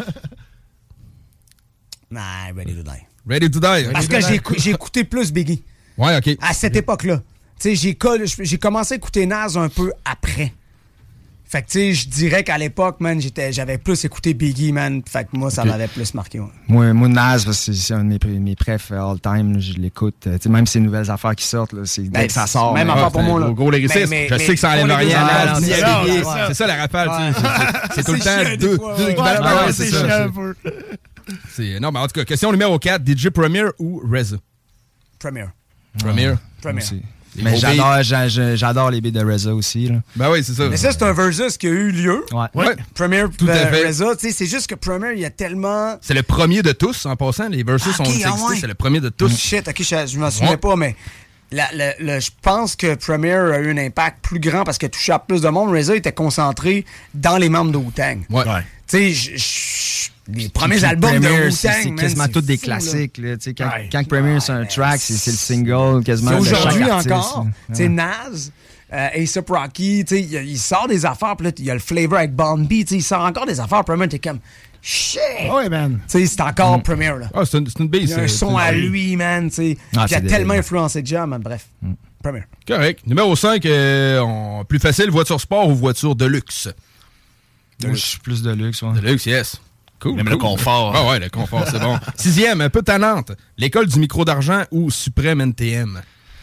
Speaker 13: Nah, ready to die.
Speaker 6: Ready to Die.
Speaker 13: Parce que j'ai, écou- j'ai écouté plus Biggie.
Speaker 6: Ouais, OK.
Speaker 13: À cette époque-là. Tu sais, j'ai, col- j'ai commencé à écouter Nas un peu après. Fait que, tu sais, je dirais qu'à l'époque, man, j'étais, j'avais plus écouté Biggie, man. Fait que moi, ça
Speaker 6: Ok.
Speaker 13: m'avait plus marqué. Ouais.
Speaker 14: Moi, moi Nas, c'est, c'est un de mes, pré- mes prefs all-time. là, Je l'écoute. Euh, tu sais, même ces nouvelles affaires qui sortent, là, c'est, dès
Speaker 13: Ben,
Speaker 14: que ça sort.
Speaker 13: même
Speaker 14: là,
Speaker 13: affaire
Speaker 6: Ah,
Speaker 13: pour
Speaker 6: c'est
Speaker 13: moi,
Speaker 6: un
Speaker 13: là.
Speaker 6: Gros, gros lyriciste.
Speaker 13: Mais- mais-
Speaker 6: je sais que ça
Speaker 13: mais
Speaker 6: enlève
Speaker 13: pour les
Speaker 6: rien
Speaker 13: deux,
Speaker 6: à
Speaker 13: non,
Speaker 6: ni
Speaker 13: c'est
Speaker 6: à
Speaker 13: ça,
Speaker 6: Biggie.
Speaker 13: ouais.
Speaker 6: C'est ça la rafale. tu sais, c'est- c'est- C'est tout le
Speaker 13: C'est chiant,
Speaker 6: temps
Speaker 13: des
Speaker 6: deux
Speaker 13: fois,
Speaker 6: deux
Speaker 13: ouais.
Speaker 6: équivalents.
Speaker 12: Ouais,
Speaker 6: Ouais,
Speaker 12: ouais,
Speaker 6: c'est
Speaker 12: c'est
Speaker 6: ça.
Speaker 12: chiant un
Speaker 6: c'est-
Speaker 12: peu.
Speaker 6: c'est- Non, mais en tout cas, question numéro quatre. D J Premier ou Reza?
Speaker 13: Premier.
Speaker 6: Premier.
Speaker 13: Premier.
Speaker 14: Aussi.
Speaker 6: Les
Speaker 14: Mais
Speaker 6: gros
Speaker 14: j'adore, j'a- j'a- j'adore les beats de Reza aussi. Là.
Speaker 6: Ben oui, c'est ça.
Speaker 13: Mais ça, c'est un versus qui a eu lieu.
Speaker 14: Ouais.
Speaker 6: Ouais.
Speaker 13: Premier
Speaker 6: Tout à fait.
Speaker 13: Reza, tu sais, c'est juste que Premier, il y a tellement...
Speaker 6: C'est le premier de tous, en passant. Les versus
Speaker 13: Ah,
Speaker 6: ont
Speaker 13: ok,
Speaker 6: existé.
Speaker 13: ah ouais.
Speaker 6: C'est le premier de tous.
Speaker 13: Shit, ok, je, je m'en souviens
Speaker 6: Ouais.
Speaker 13: pas, mais la- la- la- je pense que Premier a eu un impact plus grand parce qu'il a touché à plus de monde. Reza était concentré dans les membres de Wu-Tang.
Speaker 6: Ouais.
Speaker 12: Ouais.
Speaker 13: Tu sais, je- je- les premiers
Speaker 14: Puis
Speaker 13: albums de
Speaker 14: Premier,
Speaker 13: Wu-Tang,
Speaker 14: c'est, c'est
Speaker 13: man,
Speaker 14: quasiment
Speaker 13: c'est
Speaker 14: tous des
Speaker 13: fou, là.
Speaker 14: classiques. Là. Tu sais, Quand,
Speaker 12: Ouais.
Speaker 14: quand Premier, c'est un
Speaker 13: Ouais,
Speaker 14: track, c'est, c'est le single quasiment
Speaker 13: C'est
Speaker 14: de chaque
Speaker 13: aujourd'hui
Speaker 14: artiste,
Speaker 13: encore.
Speaker 14: là.
Speaker 13: Tu sais, Nas, euh, A$AP Rocky, tu sais, il, il sort des affaires, puis là, il y a le flavor avec Bon B, tu sais, il sort encore des affaires. Premier, t'es comme, shit!
Speaker 12: Ouais, man.
Speaker 13: Tu sais, c'est encore Premier, là.
Speaker 6: Ah, c'est une, c'est une base.
Speaker 13: Il y a un
Speaker 6: c'est-
Speaker 13: son
Speaker 6: c'est-
Speaker 13: à lui, man, tu sais.
Speaker 14: Ah,
Speaker 13: Qui a
Speaker 14: c'est
Speaker 13: tellement
Speaker 14: débile.
Speaker 13: influencé Jam, man, bref. Premier.
Speaker 6: Correct. Numéro cinq, euh, on- plus facile, voiture sport ou voiture de luxe?
Speaker 14: Moi, je suis plus de luxe. Ouais.
Speaker 6: De luxe, yes. Cool.
Speaker 12: Même
Speaker 6: cool.
Speaker 12: le confort.
Speaker 6: Ah ouais, le confort, c'est bon. Sixième, un peu tannante. L'école du micro d'argent ou Suprême N T M?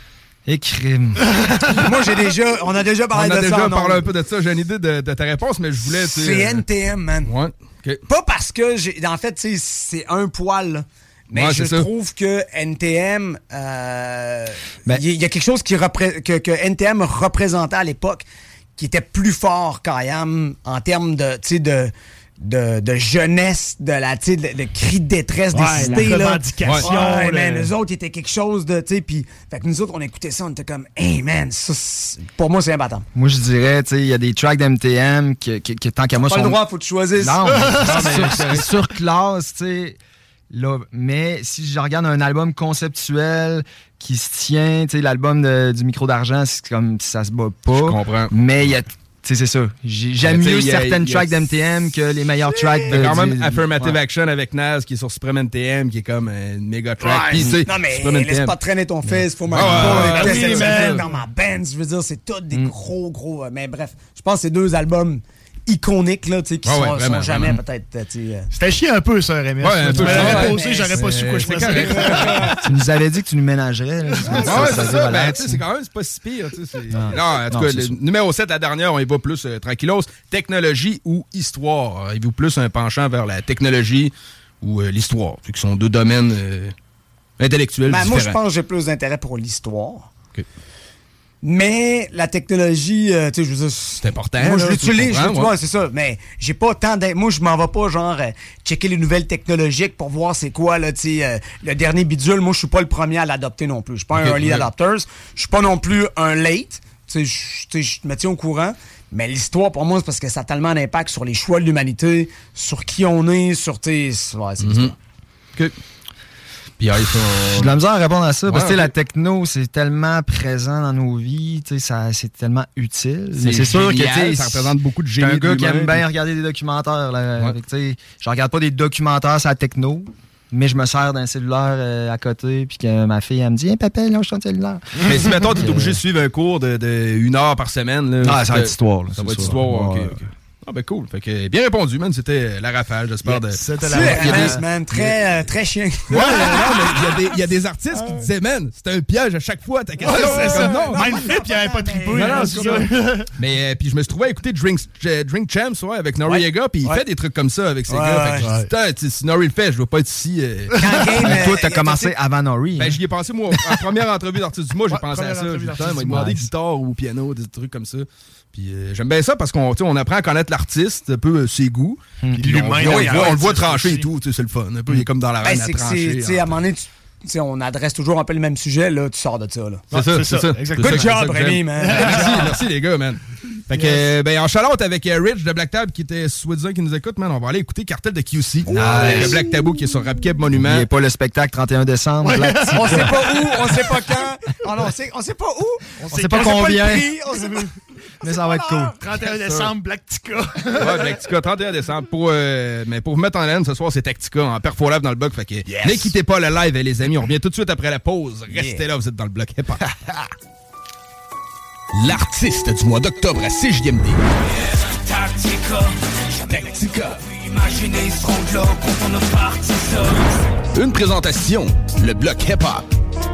Speaker 14: Et crime.
Speaker 13: Moi, j'ai déjà, on a déjà
Speaker 6: On
Speaker 13: parlé
Speaker 6: a
Speaker 13: de
Speaker 6: déjà
Speaker 13: ça.
Speaker 6: parlé
Speaker 13: non?
Speaker 6: un peu de ça. J'ai une idée de, de ta réponse, mais je voulais... tu sais,
Speaker 13: C'est
Speaker 6: euh,
Speaker 13: N T M, man.
Speaker 6: Ouais, OK.
Speaker 13: Pas parce que j'ai. En fait, tu sais, c'est un poil, là. Mais
Speaker 6: Ouais,
Speaker 13: je
Speaker 6: c'est ça.
Speaker 13: trouve que N T M, euh,
Speaker 14: Ben-
Speaker 13: il y, y a quelque chose qui repré- que, que N T M représentait à l'époque qui était plus fort qu'I A M en termes de, tu sais, de, de, de jeunesse, de la, tu sais, de, de cri de détresse des
Speaker 12: Ouais,
Speaker 13: cités,
Speaker 12: la
Speaker 13: là.
Speaker 12: revendication,
Speaker 13: Ouais,
Speaker 12: le-
Speaker 13: man, eux autres, ils étaient quelque chose de, tu sais, puis, fait que nous autres, on écoutait ça, on était comme, hey, man, ça, c'est- pour moi, c'est imbattable.
Speaker 14: Moi, je dirais, tu sais, il y a des tracks d'M T M que, que, que tant qu'à moi
Speaker 13: Pas
Speaker 14: sont...
Speaker 13: le droit, faut que tu choisisses.
Speaker 14: Non, mais c'est sur, sur classe, tu sais. Là, mais si je regarde un album conceptuel qui se tient, tu sais, l'album de- du micro d'argent, c'est comme ça se bat pas.
Speaker 6: Je comprends.
Speaker 14: Mais il y a, tu sais, c'est ça. J'ai- J'aime
Speaker 6: Mais tu sais,
Speaker 14: mieux
Speaker 6: il y a-
Speaker 14: certaines
Speaker 6: il y a-
Speaker 14: tracks d'M T M que les meilleurs tracks de.
Speaker 6: T'as quand même
Speaker 14: du-
Speaker 6: Affirmative
Speaker 14: ouais.
Speaker 6: Action avec Nas qui est sur Supreme N T M qui est comme un méga track.
Speaker 13: Ouais,
Speaker 6: Puis, tu sais,
Speaker 13: non, mais
Speaker 6: Supreme N T M.
Speaker 13: laisse pas traîner ton fils, faut m'en
Speaker 6: Ah, ouais,
Speaker 13: pas.
Speaker 6: ouais,
Speaker 13: écouter
Speaker 6: oui,
Speaker 13: cette
Speaker 6: man.
Speaker 13: semaine dans ma Benz, je veux dire, c'est tous des gros, gros. euh, Mais bref, je pense que c'est deux albums iconiques, là, tu sais, qui
Speaker 6: ah ouais,
Speaker 13: sont,
Speaker 6: vraiment,
Speaker 13: sont jamais
Speaker 6: vraiment.
Speaker 13: peut-être, tu sais... Euh...
Speaker 12: C'était chiant un peu, ça, R M S.
Speaker 6: Ouais, un peu.
Speaker 12: Tu m'aurais
Speaker 6: ouais,
Speaker 12: posé,
Speaker 6: ouais,
Speaker 12: j'aurais pas su quoi je faisais.
Speaker 14: Tu nous avais dit que tu nous ménagerais. Là.
Speaker 6: Ah ouais, c'est ça. Ben, c'est quand même c'est pas si pire. C'est... Non, non, en tout non, cas, le sûr. Numéro sept, la dernière, on y va plus euh, tranquillos. Technologie ou histoire? Il vaut plus un penchant vers la technologie ou euh, l'histoire, qui sont deux domaines euh, intellectuels
Speaker 13: ben,
Speaker 6: différents.
Speaker 13: Moi, je pense que j'ai plus d'intérêt pour l'histoire.
Speaker 6: OK.
Speaker 13: Mais la technologie, euh, tu sais, je veux dire...
Speaker 6: C'est important.
Speaker 13: Moi,
Speaker 6: là,
Speaker 13: je l'utilise, je
Speaker 6: ouais.
Speaker 13: ouais, c'est ça. Mais j'ai pas tant d'in... Moi, je m'en vais pas, genre, euh, checker les nouvelles technologiques pour voir c'est quoi, là, tu sais, euh, le dernier bidule. Moi, je suis pas le premier à l'adopter non plus. Je suis pas okay, un early ouais. adopter. Je suis pas non plus un late. Tu sais, je me tiens au courant. Mais l'histoire, pour moi, c'est parce que ça a tellement d'impact sur les choix de l'humanité, sur qui on est, sur, tu sais... Ouais, c'est mm-hmm. l'histoire.
Speaker 6: OK. J'ai
Speaker 14: de la misère à répondre à ça, ouais, parce que okay. la techno, c'est tellement présent dans nos vies, ça, c'est tellement utile.
Speaker 6: C'est
Speaker 14: mais c'est sûr
Speaker 6: génial,
Speaker 14: que
Speaker 6: ça représente beaucoup de génie.
Speaker 14: Je suis un gars qui aime bien regarder des documentaires. Là, ouais. Je regarde pas des documentaires sur la techno, mais je me sers d'un cellulaire euh, à côté, puis que ma fille, elle me dit hey, « Papa, lâche ton cellulaire. »
Speaker 6: Mais si, mettons, t'es obligé de suivre un cours de, de une heure par semaine... Là,
Speaker 14: ah, ça va être histoire. Là,
Speaker 6: ça va être histoire,
Speaker 14: ouais.
Speaker 6: OK, OK. Ah ben cool. Fait que bien répondu, man. C'était la rafale, j'espère.
Speaker 13: Yeah,
Speaker 6: de...
Speaker 13: C'était la rafale, man. Très, euh, très chien.
Speaker 6: Ouais, non, mais il y, y a des artistes qui disaient, man, c'était un piège à chaque fois. Ta question,
Speaker 12: ouais, c'est ça.
Speaker 6: Non,
Speaker 12: Même fait, il avait pas trippé.
Speaker 6: Non, non, c'est ça. Mais euh, puis je me suis trouvé à écouter Drink, Drink Champs ouais, avec Noriega, puis il ouais. fait des trucs comme ça avec ses ouais, gars. Fait que ouais. je dis, si Nori le fait, je veux pas être ici. Euh...
Speaker 14: Mais toi, t'as commencé avant Nori.
Speaker 6: Ben, j'y ai pensé, moi, en première entrevue d'artiste du mois, j'ai pensé à ça. J'ai m'a demandé guitare ou piano, des trucs comme ça. Puis euh, j'aime bien ça parce qu'on on apprend à connaître l'artiste, un peu euh, ses goûts. Mmh. Puis on, on, on, on, on le voit trancher et tout, c'est le fun. Un peu, mmh. il est comme dans la reine ben, à trancher.
Speaker 13: C'est, à un moment donné, tu, on adresse toujours un peu le même sujet, là, tu sors de ça. Là.
Speaker 6: C'est, ah, ça, c'est, c'est ça, ça.
Speaker 12: Exactement.
Speaker 13: Good job, Rémi, man.
Speaker 6: Merci, merci les gars, man. Fait que, yes. ben, en Charlotte avec euh, Rich de Black Tab qui était soi-disant qui nous écoute, man, on va aller écouter Cartel de Q C.
Speaker 14: Nice.
Speaker 6: Le Black Taboo qui est sur Rap Keb Monument.
Speaker 14: Il n'y a pas le spectacle trente et un décembre.
Speaker 13: Ouais. On sait pas où, on sait pas quand. Oh non, on sait, on sait pas où.
Speaker 14: On, on sait, sait pas combien.
Speaker 13: Pas prix, on sait pas...
Speaker 14: Mais ça va être cool.
Speaker 12: trente et un décembre, Black Tika.
Speaker 6: Ouais, Black Tika, trente et un décembre. Pour, euh, mais pour vous mettre en laine, ce soir, c'est Tactica en perfo live dans le bloc. Fait que yes. Ne quittez pas le live, les amis. On revient tout de suite après la pause. Restez yeah. là, vous êtes dans le bloc hip-hop. L'artiste du mois d'octobre à C J M D.
Speaker 15: Tactica.
Speaker 6: Tactica.
Speaker 15: Imaginez ce là quand on a parti ça.
Speaker 6: Une présentation, le bloc hip-hop.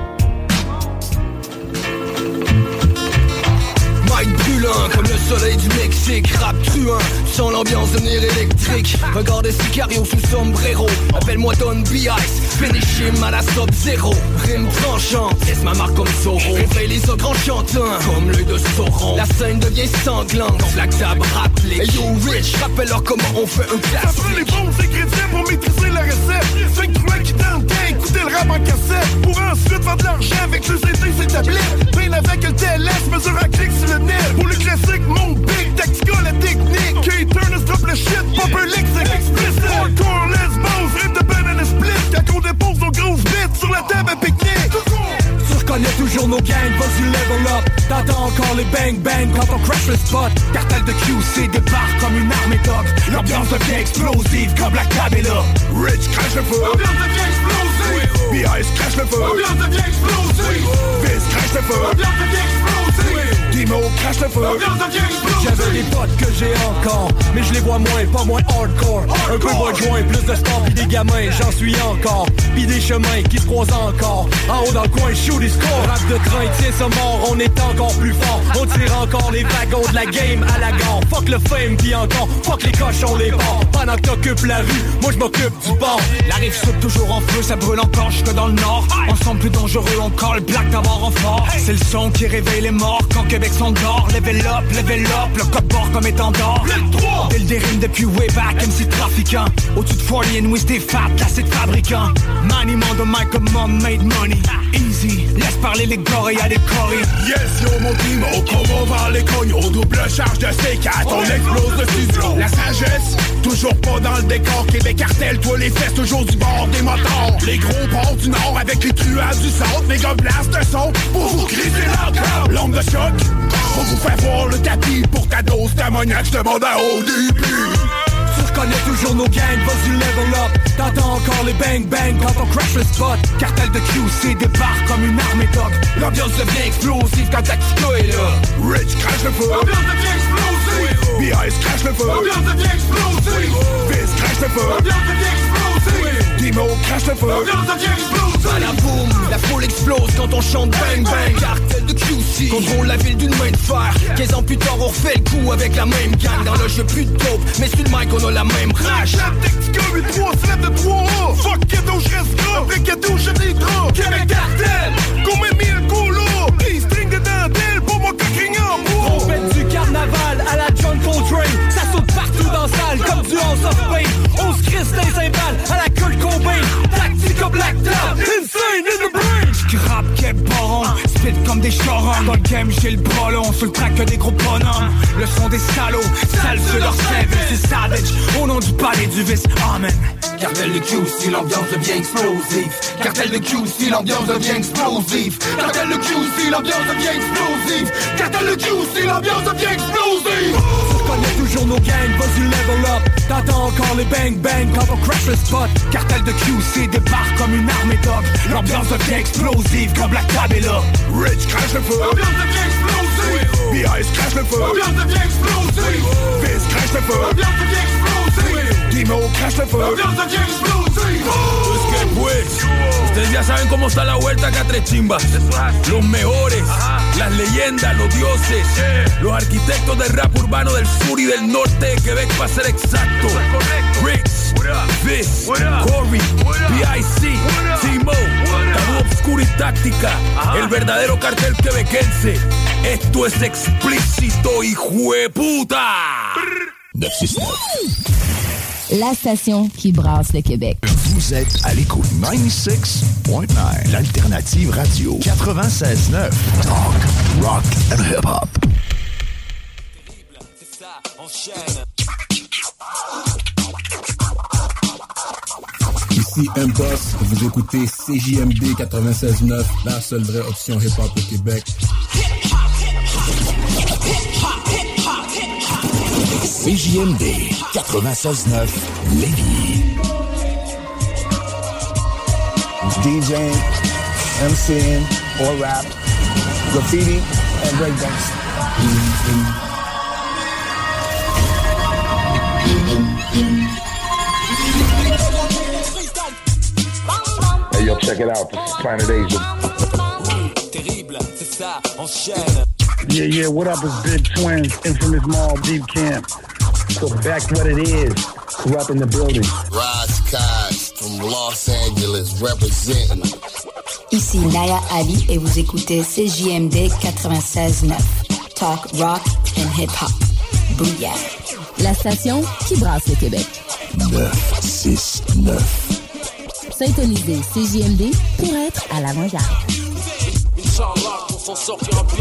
Speaker 16: Mike brûlant comme le soleil du Mexique. Rap truand, sans l'ambiance devenir électrique. Regard de Sicario sous sombrero. Appelle-moi Don B Ice, finish him à la stop zéro. Rime tranchante, laisse ma marque comme Zorro. Réveille les ogres en chantant, comme l'œil de Sauron. La scène devient sanglante, quand Black Tab rapplique. Hey yo Rich, rappelle-leur comment on fait un classique.
Speaker 17: Ça prend les bons ingrédients pour maîtriser la recette. Cinq trois qui tente bien, écouter le rap en cassette. Pour ensuite faire de l'argent avec le C D, ses tablettes. Peine avec le T L S, mesure un clic sur le net. Pour le classique, mon big, Tactica, la technique. K-Turners drop le shit, Popper Leaks, c'est explicite. Hardcore, lesbos, rime de banana split. Quand on dépose nos grosses bits sur la table à pique-nique.
Speaker 16: Tu reconnais toujours nos gangs, vas-y level up. T'entends encore les bang bang quand on crash le spot. Cartel de Q C débarque comme une armée d'oc. L'ambiance devient explosive comme Black Tab est là.
Speaker 17: Rich crash le feu, l'ambiance devient explosive. B Ice crash le feu, l'ambiance devient explosive. Fizz crash le feu, l'ambiance devient explosive. Dimo crash le feu, l'ambiance devient explosive.
Speaker 16: J'avais des potes que j'ai encore, mais je les vois moins, pas moins hardcore. hardcore. Un peu moins de joint, plus de sport pis des gamins, j'en suis encore. Pis des chemins qui se croisent encore. En haut dans le coin, shoot des scores. Rap de train, tiens ce mort, on est encore plus fort. On tire encore les wagons de la game à la gare. Fuck le fame pis encore, fuck les cochons, les bords. Pendant que t'occupes la rue, moi je m'occupe du bord. La rive saute toujours en feu, ça brûle encore jusque dans le nord. Ensemble plus dangereux encore, le Black Tab en renfort. C'est le son qui réveille les morts quand Québec s'endort. Level up, level up, le code bord comme étendard. Dès le dérive depuis way back, M C trafiquant. Au-dessus de quarante and we stay fat, là c'est de fabricant. Maniement de mic comme mom made money. Easy, laisse parler les gorilles à des coris.
Speaker 17: Yes yo mon team, au combat vers les cognes. Au double charge de C quatre, on explose le studio. La sagesse, toujours pas dans le décor. Québec cartel, toi les fesses, toujours du bord des motards. Les gros ports du nord avec les truands du centre. Méga blast de son, pour vous criser l'encore. L'ombre de choc, pour vous faire voir le tapis. Pour ta dose d'ammoniac, je demande à O D P.
Speaker 16: Tu reconnais toujours nos gangs, vas-y level up. T'entends encore les bang bang quand on crash le spot. Cartel de Q C débarque comme une armée d'oc. L'ambiance devient explosive quand Tactica est là.
Speaker 17: Rich crash le feu, l'ambiance devient explosive. B Ice crash crache le feu. L'ambiance devient explosive. Fils crache le feu. L'ambiance devient explosive. Dimo crache le feu. L'ambiance devient explosive.
Speaker 18: À la boum, la foule explose quand on chante bang bang. Cartel de Q C contrôle la ville d'une main de fer. quinze ans plus tard on refait le coup avec la même gang. Dans le jeu plus de dope, mais sur le mic on a la même rage.
Speaker 17: La Tactica huit trois, slap de trois A. Fuck ghetto, j'reste gras. Après ghetto, j'ai des draps. Québec cartel, combien mille coulots. Les strings de dentelle pour mon coquin en bois.
Speaker 16: On fait du carnaval à la John Coltrane. Ça saute partout dans la salle comme du House of Pain. On se crisse des cymbales à la Kurt Cobain. Tactica Black Top, insane in the brain.
Speaker 18: J'crappe qu'est baron, split comme des charons. Dans le game j'ai le bras long, sur le track que des gros bonhommes. Le son des salauds, sale sur leur sève. C'est savage, au nom du palais du vice, amen.
Speaker 15: Cartel de Q C, l'ambiance devient explosive. Cartel de Q C, l'ambiance devient explosive. Cartel de Q C, l'ambiance devient explosive. Cartel de Q C, l'ambiance devient explosive.
Speaker 16: On connaît toujours nos gangs, vas-y level up. T'entends encore les bang bang quand on crash le spot.
Speaker 18: Cartel de Q C débarque comme une armée d'og. L'ambiance devient explosive quand Black Tab est là.
Speaker 17: Rich crache le feu. L'ambiance devient explosive. B I S crache le feu. L'ambiance devient explosive. Fizz crache le feu. L'ambiance devient explosive. Dimo crache le feu. L'ambiance devient explosive.
Speaker 15: Pues que pues, ustedes ya saben cómo está la vuelta acá a Tres Chimbas. Los mejores, las leyendas, los dioses, los arquitectos del rap urbano del sur y del norte de Quebec para ser exacto. Riggs, Fizz, Corey, B I C, Timo, Tabú Obscuro y Táctica, el verdadero cartel quebequense. Esto es explícito, hijueputa.
Speaker 19: neuf cent soixante-neuf. La station qui brasse le Québec.
Speaker 20: Vous êtes à l'écoute quatre-vingt-seize point neuf, l'alternative radio quatre-vingt-seize neuf. Talk, rock and hip-hop.
Speaker 21: Ici M-Boss, vous écoutez C J M D quatre-vingt-seize neuf, la seule vraie option hip-hop au Québec.
Speaker 20: C J M D quatre-vingt-seize neuf, Lévis.
Speaker 22: DJing, MCing, or rap, graffiti, and breakdance.
Speaker 23: Hey, yo, check it out. This is Planet Asia.
Speaker 15: Terrible, c'est ça, enchaîne.
Speaker 24: Yeah, yeah, what up? It's Big Twins, Infamous Mall, Deep Camp. So back what it is, Corrupt in the building.
Speaker 25: Raz Kass from Los Angeles representing.
Speaker 19: Ici Naya Ali et vous écoutez C J M D quatre-vingt-seize neuf. Talk, rock and hip-hop. Booyah. La station qui brasse le Québec.
Speaker 20: neuf six neuf.
Speaker 19: Syntonisez C J M D pour être à l'avant-garde.
Speaker 15: Inch'Allah, pour s'en sortir bien.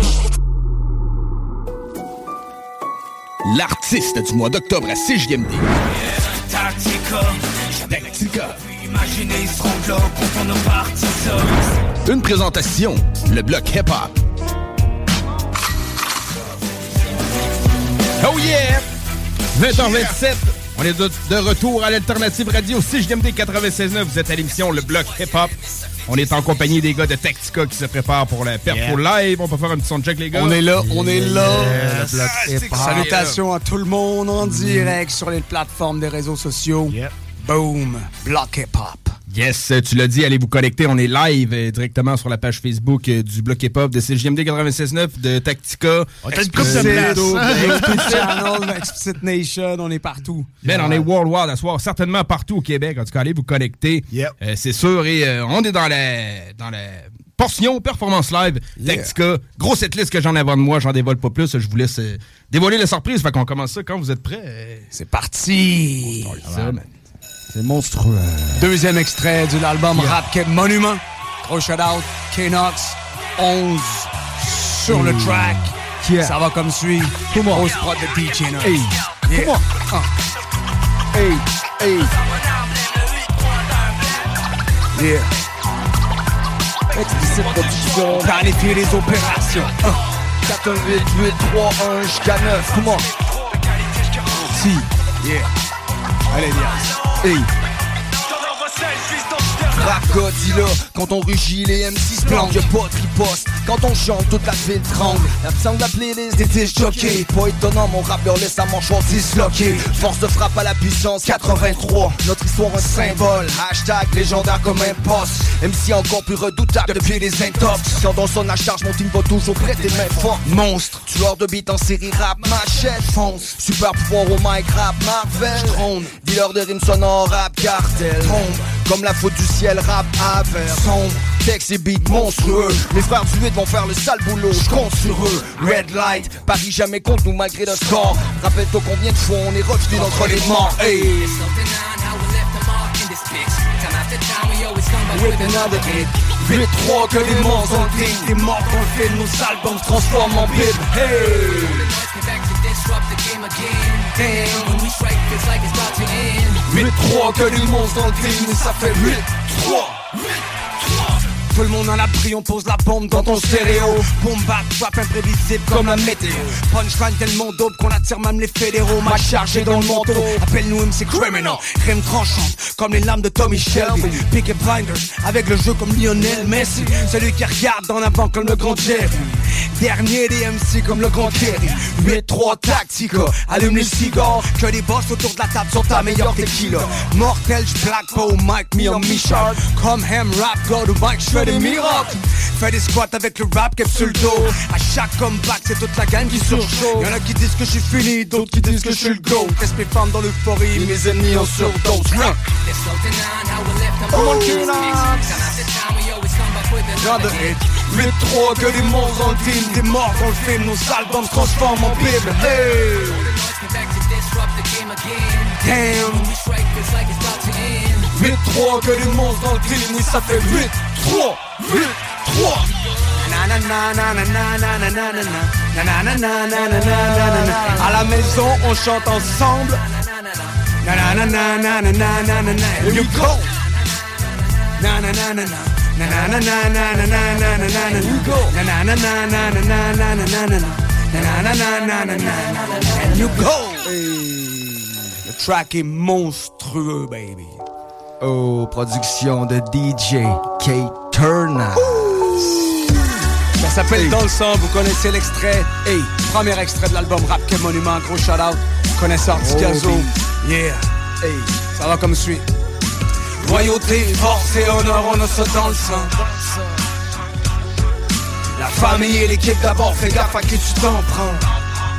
Speaker 20: L'artiste du mois d'octobre à C J M D.
Speaker 15: Tactica, Tactica. Imaginez, ils seront là quand on a parti ça.
Speaker 20: Une présentation, le bloc hip-hop.
Speaker 6: Oh yeah! vingt heures vingt-sept, on est de, de retour à l'alternative radio C J M D quatre-vingt-seize neuf. Vous êtes à l'émission Le Bloc Hip-Hop. On est en compagnie des gars de Tactica qui se préparent pour le Perfo yeah. Live. On peut faire un petit soundcheck, les gars.
Speaker 13: On est là, on est là.
Speaker 6: Yeah,
Speaker 13: le Bloc Hip-Hop. Salutations à tout le monde en direct sur les plateformes des réseaux sociaux.
Speaker 6: Yep.
Speaker 13: Boom, Bloc Hip-Hop.
Speaker 6: Yes, tu l'as dit, allez vous connecter. On est live euh, directement sur la page Facebook euh, du Bloc Hip-Hop de C J M D quatre-vingt-seize neuf, de Tactica.
Speaker 13: On a une coupe de Explicit Channel, Explicit Nation, on est partout.
Speaker 6: Ben, on est worldwide à soir, certainement partout au Québec. En tout cas, allez vous connecter.
Speaker 12: Yep.
Speaker 6: Euh, c'est sûr. Et euh, on est dans la, dans la portion Performance Live
Speaker 13: Yeah.
Speaker 6: Tactica. Gros setlist que j'en ai avant de moi, j'en dévoile pas plus. Je vous laisse euh, dévoiler la surprise. Fait qu'on commence ça quand vous êtes prêts. Euh...
Speaker 13: C'est parti.
Speaker 6: Oh, ça, man.
Speaker 12: C'est monstrueux.
Speaker 13: Deuxième extrait de l'album yeah. Rap Cap Monument. Gros shout-out, K-Nox, onze sur le track. Yeah. Ça va comme suit. Grosse prod de D J Nox.
Speaker 6: Hey.
Speaker 13: Yeah.
Speaker 6: Come on. Uh. Hey, hey.
Speaker 13: Yeah. Explicite production. Planifier les opérations. Uh.
Speaker 18: quatre huit huit trois un jusqu'à neuf. Comment?
Speaker 13: Si. Yeah. Allez, viens.
Speaker 18: Hey. Rap Godzilla, quand on rugit les M six blancs, y'a pas de riposte. Quand on chante, toute la ville tremble. L'absence de la playlist des disques jockeys. Pas étonnant, mon rappeur laisse sa manche disloquée. Force de frappe à la puissance quatre-vingt-trois. Notre histoire un symbole. Hashtag légendaire comme un poste. M C encore plus redoutable depuis les intox. Quand on sonne la charge, mon team va toujours prêter main forte. Monstre, tueur de beat en série rap, machette, fonce. Super pouvoir au mic rap, Marvel. Trône, dealer de rimes sonores, rap, cartel. Tombe, comme la faute du ciel, rap, aver. Sombre, texte et beat monstrueux. Mes frères du huit vont faire le sale boulot, je compte sur eux. Red light, Paris jamais contre nous malgré le score. Rappelle-toi combien de fois on est revenu entre les morts. Hey. With another hit, huit trois que les monstres ont le team. Des morts qu'on fait, nos albums se transforment en bible. Hey! huit trois que les monstres ont le team, ça fait huit trois. Tout le monde en l'abri, on pose la bombe dans ton stéréo. Boom bap, rap imprévisible comme la météo. Punchline tellement dope qu'on attire même les fédéraux. Ma charge est dans le manteau, appelle-nous M C Criminal. Rime tranchante comme les lames de Tommy Shelby. Peaky Blinders, avec le jeu comme Lionel Messi. Celui qui regarde en avant comme le grand Jerry. Dernier des M C comme le grand Kerry. huit trois Tactica, allume les cigares. Que les boss autour de la table sont ta meilleure tequila. Mortel, j'black Bo, Mike, me en Michard. Comme Ham Rap, go to Mike, j'fais des miracles. Fais des squats avec le rap qu'est sur le dos. À chaque comeback, c'est toute la gang qui surchauffe. Y'en a qui disent que je suis fini, d'autres qui disent que je suis le GOAT. Laisse mes femmes dans l'euphorie, mes ennemis en surdose. huit trois que les monstres ont le team. Des morts qu'on le filme, nos albums se transforment en bible. Hey! Damn! huit trois que les monstres ont le team. Oui, ça fait huit trois, huit trois. À la maison, on chante ensemble. Here you go. Na na na na na. Na na na na na na na na na na. You go. Na na na na na na na na na na na. Na na na na na na na. And you go. Le track est monstrueux, baby.
Speaker 14: Oh, production de D J K-Turner.
Speaker 13: Ça s'appelle Dans le sang, vous connaissez l'extrait. Hey, premier extrait de l'album Rap Quel Monument, gros shout out. Connaisseur du Gazo. Yeah. Hey, ça va comme suit. Royauté, force et honneur, on a ça dans le sang. La famille et l'équipe d'abord, fais gaffe à qui tu t'en prends.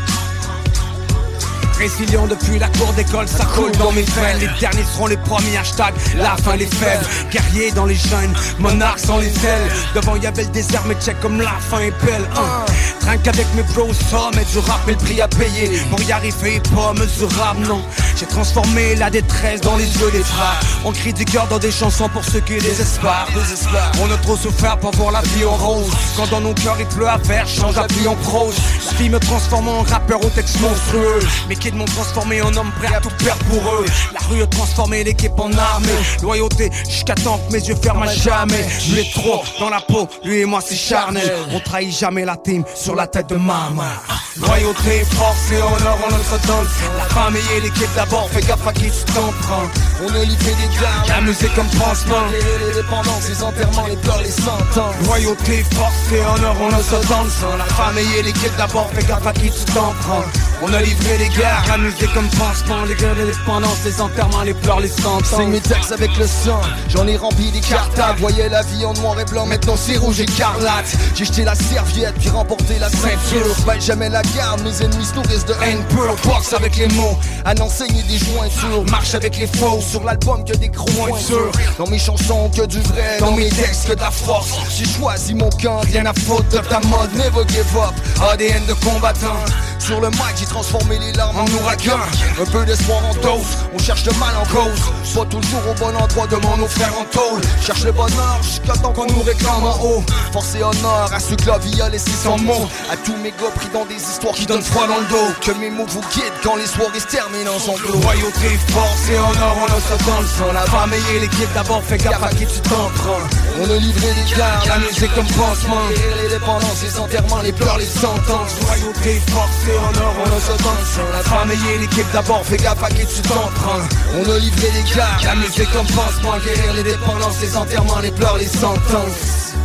Speaker 13: Résilion depuis la cour d'école, ça coule dans mes veines. Les derniers seront les premiers, hashtag la fin les faibles. Guerriers dans les jeunes, monarques sans les ailes. Devant y'avait le désert mais check comme la fin est belle. hein. Trinque avec mes bros, sommet du rap mais le prix à payer. Pour y arriver pas mesurable, non. J'ai transformé la détresse dans les yeux des frères. On crie du cœur dans des chansons pour ceux qui désespèrent. On a trop souffert pour voir la vie en rose. Quand dans nos cœurs il pleut à faire, change la vie en prose. La vie me transforme en rappeur au texte monstrueux. Mes kids m'ont transformé en homme prêt à tout perdre pour eux. La rue a transformé l'équipe en armée. Loyauté jusqu'à temps que mes yeux ferment à jamais. Lui est trop dans la peau, lui et moi c'est charnel. On trahit jamais la team sur la tête de maman. Loyauté, force et honneur, on notre donne. La famille et l'équipe d'abord, fais gaffe à qui tu t'en prends. On a livré des gars, la musique comme pansement. Les dépendances, les enterrements, les pleurs, les sentences. Loyauté, force et honneur, on notre donne. La famille et l'équipe d'abord, fais gaffe à qui tu t'en prends. On a livré des guerres, la musique comme pansement. Les guerres, les dépendances, les enterrements, les pleurs, les sentences.
Speaker 18: Signe mes textes avec le sang, j'en ai rempli des cartables. Voyais la vie en noir et blanc, maintenant c'est rouge écarlate. J'ai jeté la serviette, puis remporté la ceinture. Baille jamais la garde, mes ennemis se nourrissent de haine pure. Boxe avec les mots, à n'enseigner des jointures. Marche avec les faux, sur l'album que des gros pointures. Dans mes chansons que du vrai, dans mes textes que de la force. J'ai choisi mon camp, rien à foutre de ta mode. Never give up, A D N de combattant. Sur le mic, j'ai transformé les larmes en ouragan. Un peu d'espoir en dose, on cherche le mal en cause. Pas toujours au bon endroit, demande nos frères en tôle. Cherche le bonheur jusqu'à temps qu'on nous réclame en haut. Force et honneur à ceux que la vie a laissé sans mots. À tous mes gars pris dans des histoires qui donnent froid dans le dos. Que mes mots vous guident quand les soirées se terminent en sanglots. Royauté, force et honneur, on a ça dans le sang. La famille et l'équipe d'abord, fais gaffe à qui tu t'en prends. On a livré des gars, la musique comme pansement. Les dépendances, les enterrements, les pleurs, les sentences. Royauté, force et honneur, on a ça dans le sang. La famille et l'équipe d'abord, fais gaffe à qui tu t'en prends. On a livré des gars, la musique comme pansement. Guérir les dépendances, les enterrements, les pleurs, les sentences.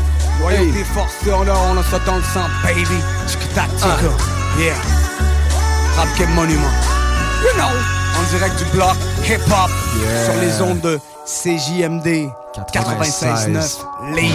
Speaker 13: Loyauté, hey. Force, là, on a ça dans le sang, baby. Tactica, uh. yeah. Rap Game Monument. You know, en direct du bloc hip-hop yeah. sur les ondes de C J M D quatre-vingt-seize neuf Lévis.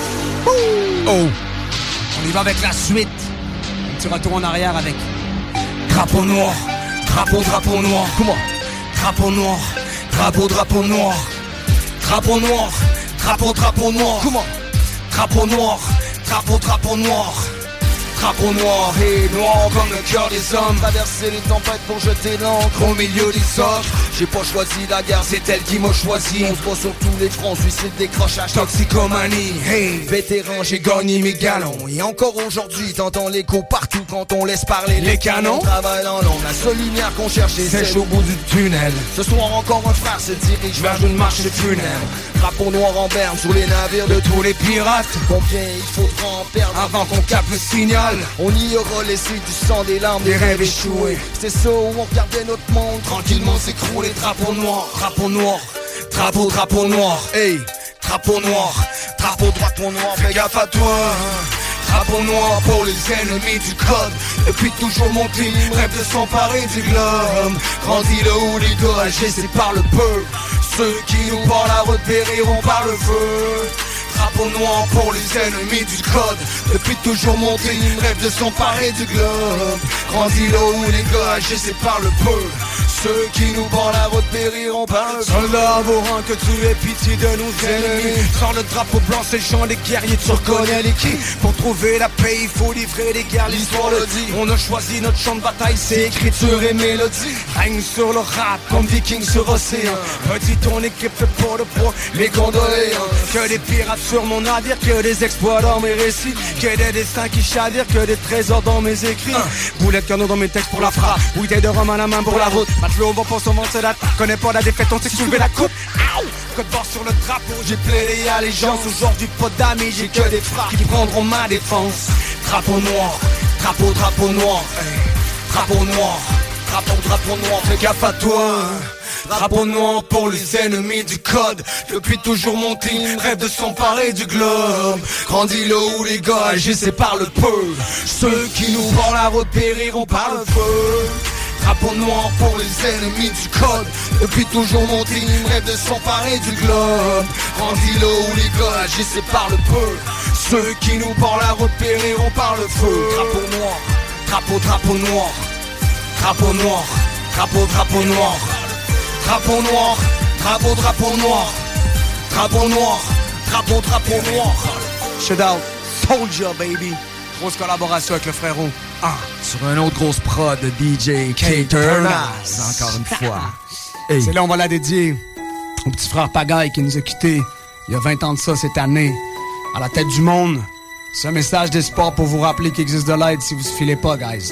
Speaker 13: Oh! On y va avec la suite. Un petit retour en arrière avec drapeau noir, drapeau, drapeau noir. Comment? Drapeau noir, drapeau, drapeau noir. Drapeau noir, drapeau, drapeau noir. Comment? Drapeau noir, drapeau, drapeau noir. Drapeau noir et noir comme le cœur des hommes.
Speaker 18: Traverser les tempêtes pour jeter l'encre
Speaker 13: au milieu des ocres.
Speaker 18: J'ai pas choisi la guerre, c'est elle qui m'a choisi. On se voit sur tous les fronts, suicide, décrochage,
Speaker 13: toxicomanie. Hey,
Speaker 18: vétéran, j'ai gagné mes galons. Et encore aujourd'hui, t'entends l'écho partout quand on laisse parler les, les canons. On travaille dans l'ombre, la seule lumière qu'on cherchait
Speaker 13: sèche au bout du tunnel.
Speaker 18: Ce soir encore un frère se dirige vers une marche funèbre. Drapeau noir en berne sur les navires de tous les pirates. Combien il faudra en perdre
Speaker 13: avant qu'on capte le signal?
Speaker 18: On y aura laissé du sang, des larmes, des rêves échoués. C'est ça où on regardait notre monde tranquillement s'écrouler. Drapeau noir, drapeau noir, drapeau, drapeau noir. Hey, drapeau noir, drapeau, drapeau noir. Fais gaffe à toi. Drapeau noir pour les ennemis du code. Depuis toujours mon team rêve de s'emparer du globe. Grandi là où les gars agissent par le peuple. Ceux qui nous parlent la route périront par le feu. Drapeau noir pour les ennemis du code. Depuis toujours mon team rêve de s'emparer du globe. Grandi là où les gars agissent par le peuple. Ceux qui nous barrent la route périront par le feu.
Speaker 13: Soldats à vos rangs, que tu aies pitié de nos ennemis. Sors le drapeau blanc, c'est le chant des guerriers, tu reconnais les qui. Pour trouver la paix, il faut livrer les guerres, l'histoire le dit. On a choisi notre champ de bataille, c'est écriture et mélodie. Règne sur le rap, comme viking sur océan. Redis ton équipe, fait pas de poids, les condoléances. Que des pirates sur mon navire, que des exploits dans mes récits. Que des destins qui chavirent, que des trésors dans mes écrits. Boulet de canon dans mes textes pour la frappe. Bouteille de rhum à la main pour la route. On va pas s'en c'est la connais pas la défaite, on sait soulever la coupe. Code barre sur le drapeau, j'ai plaidé allégeance. Aujourd'hui pas d'amis, j'ai que des frères qui prendront ma défense. Drapeau noir, drapeau, drapeau noir. Hey. Drapeau noir, drapeau, drapeau noir. Fais gaffe à toi. Drapeau noir pour les ennemis du code. Depuis toujours mon team rêve de s'emparer du globe. Grandi là où les gars agissent par le peu. Ceux qui nous barrent la route périront par le feu. Drapeau noir pour les ennemis du code. Depuis toujours mon team rêve de s'emparer du globe. Grandi là où les gars agissent par le peu. Ceux qui nous barrent la route périront par le feu. Drapeau noir, drapeau, drapeau noir. Drapeau noir, drapeau, drapeau noir. Drapeau noir, drapeau, drapeau noir. Drapeau noir, drapeau, drapeau noir. Shout out, Soldier baby. Grosse collaboration avec le frérot. Ah, sur un autre grosse prod de D J K-Turnaz. Encore une fois. Hey. C'est là on va la dédier au petit frère Pagaille qui nous a quittés il y a vingt ans de ça cette année. À la tête du monde. C'est un message d'espoir pour vous rappeler qu'il existe de l'aide si vous se filez pas, guys.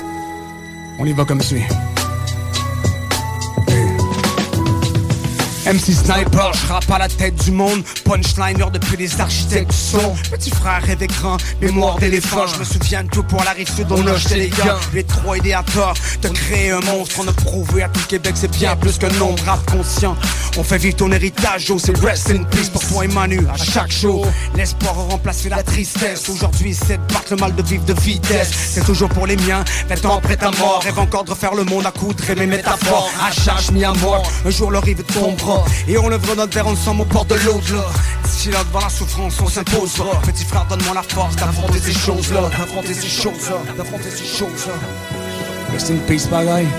Speaker 13: On y va comme suit. M C Sniper, je rappe à la tête du monde. Punchliner depuis les architectes du son. Petit frère rêve grand, mémoire d'éléphant. Je me souviens de tout pour la rive sud, on a jeté les gars. Les trois idéateurs de créer un monstre. On a prouvé à tout le Québec, c'est bien plus qu'un nombre. Rap conscient, on fait vivre ton héritage. Oh, c'est rest in peace pour toi et Manu à chaque show. L'espoir a remplacé la tristesse. Aujourd'hui, c'est de battre le mal de vivre de vitesse. C'est toujours pour les miens, vingt ans après ta mort. Rêve encore de refaire le monde à coups de mes métaphores. À charge, mis à mort, un jour le rive tombera. Et on lèvera notre verre ensemble au bord de l'au-delà. D'ici là, devant la souffrance, on s'imposera. Petit frère, donne-moi la force d'affronter ces choses-là. D'affronter ces choses-là. D'affronter ces choses-là. Rest in peace, bagaille.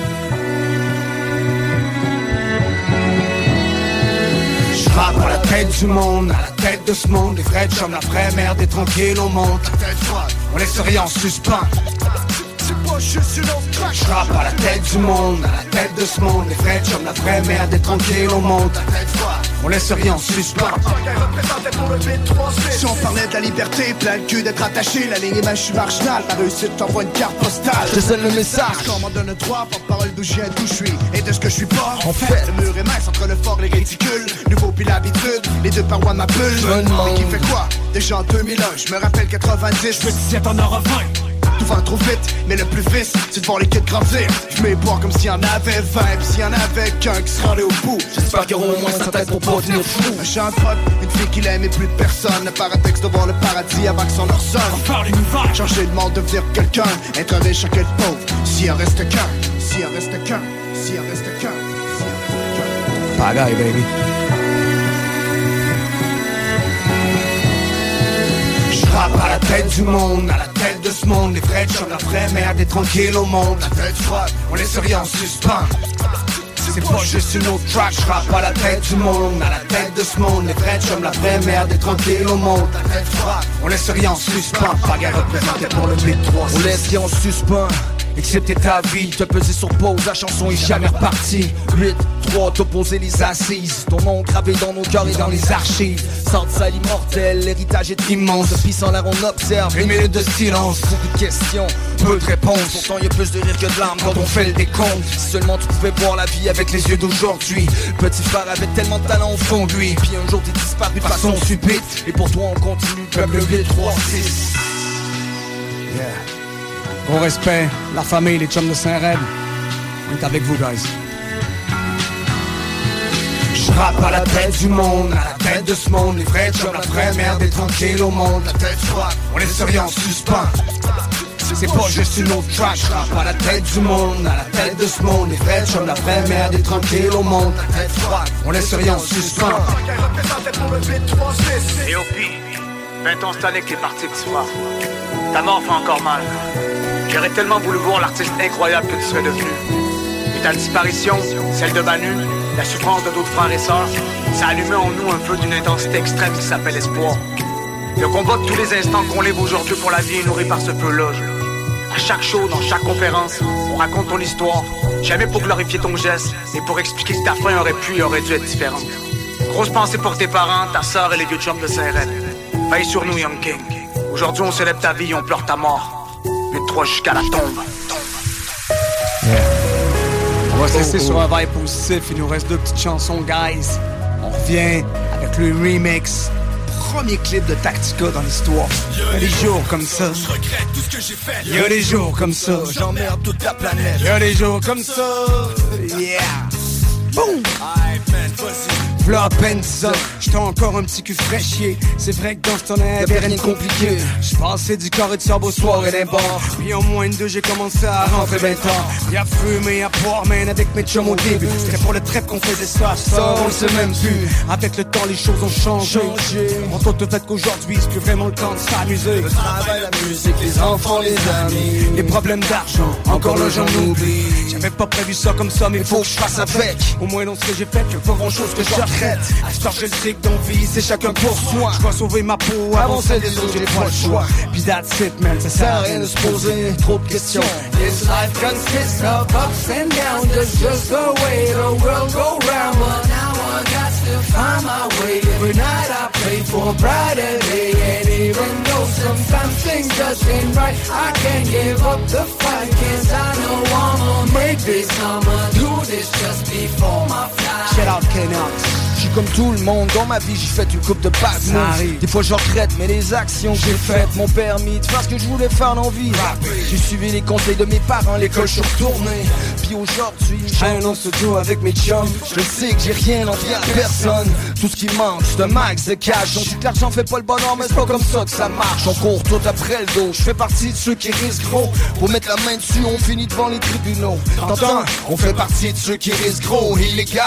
Speaker 13: Je rappe à la tête du monde, à la tête de ce monde. Les vrais chums, la vraie merde est tranquille, on monte. On laisse rien en suspens. Je rappe à la tête du monde, à la tête de ce monde. Les vrais chums, la vraie merde est tranquille, on monte. On laisse rien en suspens.
Speaker 1: Si on parlait de la liberté, plein le cul d'être attaché. La ligne image, je suis marginal, la réussite t'envoie une carte postale.
Speaker 18: Je scelle le message.
Speaker 1: Je commande le droit, porte-parole d'où je viens, d'où je suis et de ce que je suis pas. En fait, le mur est mince entre le fort et les ridicules. Nouveau puis l'habitude, les deux parois de ma bulle. Mais qui fait quoi? Déjà en deux mille un, je me rappelle quatre-vingt-dix.
Speaker 16: Je me disais t'en auras vingt.
Speaker 1: Tout va trop vite, mais le plus vite, c'est de voir les kids grandir. Je mets boire comme s'il y en avait vingt, pis s'il y en avait qu'un qui se rendait au bout. J'espère qu'il y aura au moins sa tête pour pas tenir fou. Un chant de rock, une fille qu'il aime et plus de personne. Le paradoxe de voir le paradis avant que son heure sonne. Faire l'univers, changer le monde, devenir quelqu'un. Être riche, à quel pauvre, s'il en reste qu'un. S'il en reste qu'un, s'il en reste qu'un.
Speaker 13: Pagaille, baby.
Speaker 1: J'rappe à la tête du monde, à la tête de ce monde. Les vrais chums, la vraie merde est tranquille au monde. La tête froide, on laisse rien en suspens. C'est pas juste une autre track, j'rappe à la tête du monde, à la tête de ce monde. Les vrais chums, la vraie merde est tranquille au monde. La tête froide, on laisse rien en suspens. Pagaille représenté pour le huit trois six.
Speaker 18: On laisse rien en suspens. Excepté ta vie, te peser sur pause, la chanson est jamais repartie. huit trois, t'opposer les assises. Ton nom gravé dans nos cœurs et dans les archives. Sorte sale immortelle, l'héritage est immense. Depuis sans l'air on observe, une minute de silence. Beaucoup de questions, peu de réponses. Pourtant y'a plus de rire que de larmes quand on fait le décompte. Si seulement tu pouvais voir la vie avec les yeux d'aujourd'hui. Petit frère avait tellement de talent au fond de lui. Puis un jour t'es disparu de façon subite. Et pour toi on continue, peuple huit trois six.
Speaker 13: Yeah. Gros respect, la famille, les chums de Saint-Red. On est avec vous, guys.
Speaker 1: J'rappe à la tête du monde, à la tête de ce monde. Les vrais chums, la vraie merde est tranquille au monde. La tête froide, on laisse rien en suspens. C'est pas juste une autre track, j'rappe à la tête du monde, à la tête de ce monde. Les vrais chums, la vraie merde est tranquille au monde. La tête froide, on laisse rien en suspens.
Speaker 2: Et au pire, vingt ans cette année que t'es parti, petit frère. Ta mort fait encore mal. J'aurais tellement voulu voir l'artiste incroyable que tu serais devenu. Et ta disparition, celle de Manu, la souffrance de d'autres frères et sœurs, ça allumait en nous un feu d'une intensité extrême qui s'appelle espoir. Le combat de tous les instants qu'on livre aujourd'hui pour la vie est nourri par ce feu-là. À chaque show, dans chaque conférence, on raconte ton histoire. Jamais pour glorifier ton geste, mais pour expliquer que ta fin aurait pu et aurait dû être différente. Grosse pensée pour tes parents, ta sœur et les vieux chums de Saint-Red. Veille sur nous, Young King. Aujourd'hui, on célèbre ta vie et on pleure ta mort. huit trois jusqu'à la tombe.
Speaker 13: Yeah. On va se laisser oh, oh. sur un vibe positif. Il nous reste deux petites chansons, guys. On revient avec le remix. Premier clip de Tactica dans l'histoire. Il y a des jours comme ça.
Speaker 17: Je regrette tout ce que j'ai fait.
Speaker 13: Il y a des jours comme ça.
Speaker 17: J'emmerde toute la planète.
Speaker 13: Il y a des jours comme ça. Yeah. Boom.
Speaker 17: Aïe, man, vas-y.
Speaker 13: V'là à peine dix ans, j'étais encore un petit cul fraîchier. C'est vrai que dans ce temps y'avait rien de compliqué. J'passais du carré de sable au soir et d'un bar. Puis en moins de deux, j'ai commencé à rentrer ben tard. Y'a fumé, à boire, man, avec mes chums au début. C'était pour le trip qu'on faisait ça, ça, on le sait même plus. Avec le temps, les choses ont changé. On tente le fait qu'aujourd'hui, c'est plus vraiment le temps de s'amuser.
Speaker 18: Le travail, la musique, les enfants, les amis.
Speaker 13: Les problèmes d'argent, encore là j'en oublie. J'avais pas prévu ça comme ça, mais faut que je fasse avec. Au moins dans ce que j'ai fait, y'a pas grand chose que je regrette. À ce temps, je le sais que dans vie, c'est chacun pour soi. Je dois sauver ma peau avant celle des autres, j'ai pas le choix. Puis that's it, man, ça sert à rien de se poser trop de questions.
Speaker 3: This life consists of ups and downs. That's just the way the world go round. But now I got to find my way. Every night I pray for a brighter day. And even though sometimes things just ain't right, I can't give up the fight. Cause I know I'ma make this, I'ma do this just before my flight.
Speaker 13: Shout out K-Nox.
Speaker 18: J'suis comme tout le monde, dans ma vie j'ai fait une coupe de passes. Des fois je regrette, mais les actions que j'ai faites m'ont permis de faire ce que je voulais faire dans la vie. J'ai suivi les conseils de mes parents, l'école je suis retourné. Puis aujourd'hui, j'ai un an studio avec mes chums. Je sais que j'ai rien envie à personne. Tout ce qui manque, c'est un max de cash. On dit que l'argent fait pas le bonheur, mais c'est pas comme ça que ça marche. On court tout après le dos, je fais partie de ceux qui risquent gros. Pour mettre la main dessus, on finit devant les tribunaux. T'entends? On fait partie de ceux qui risquent gros, illégal.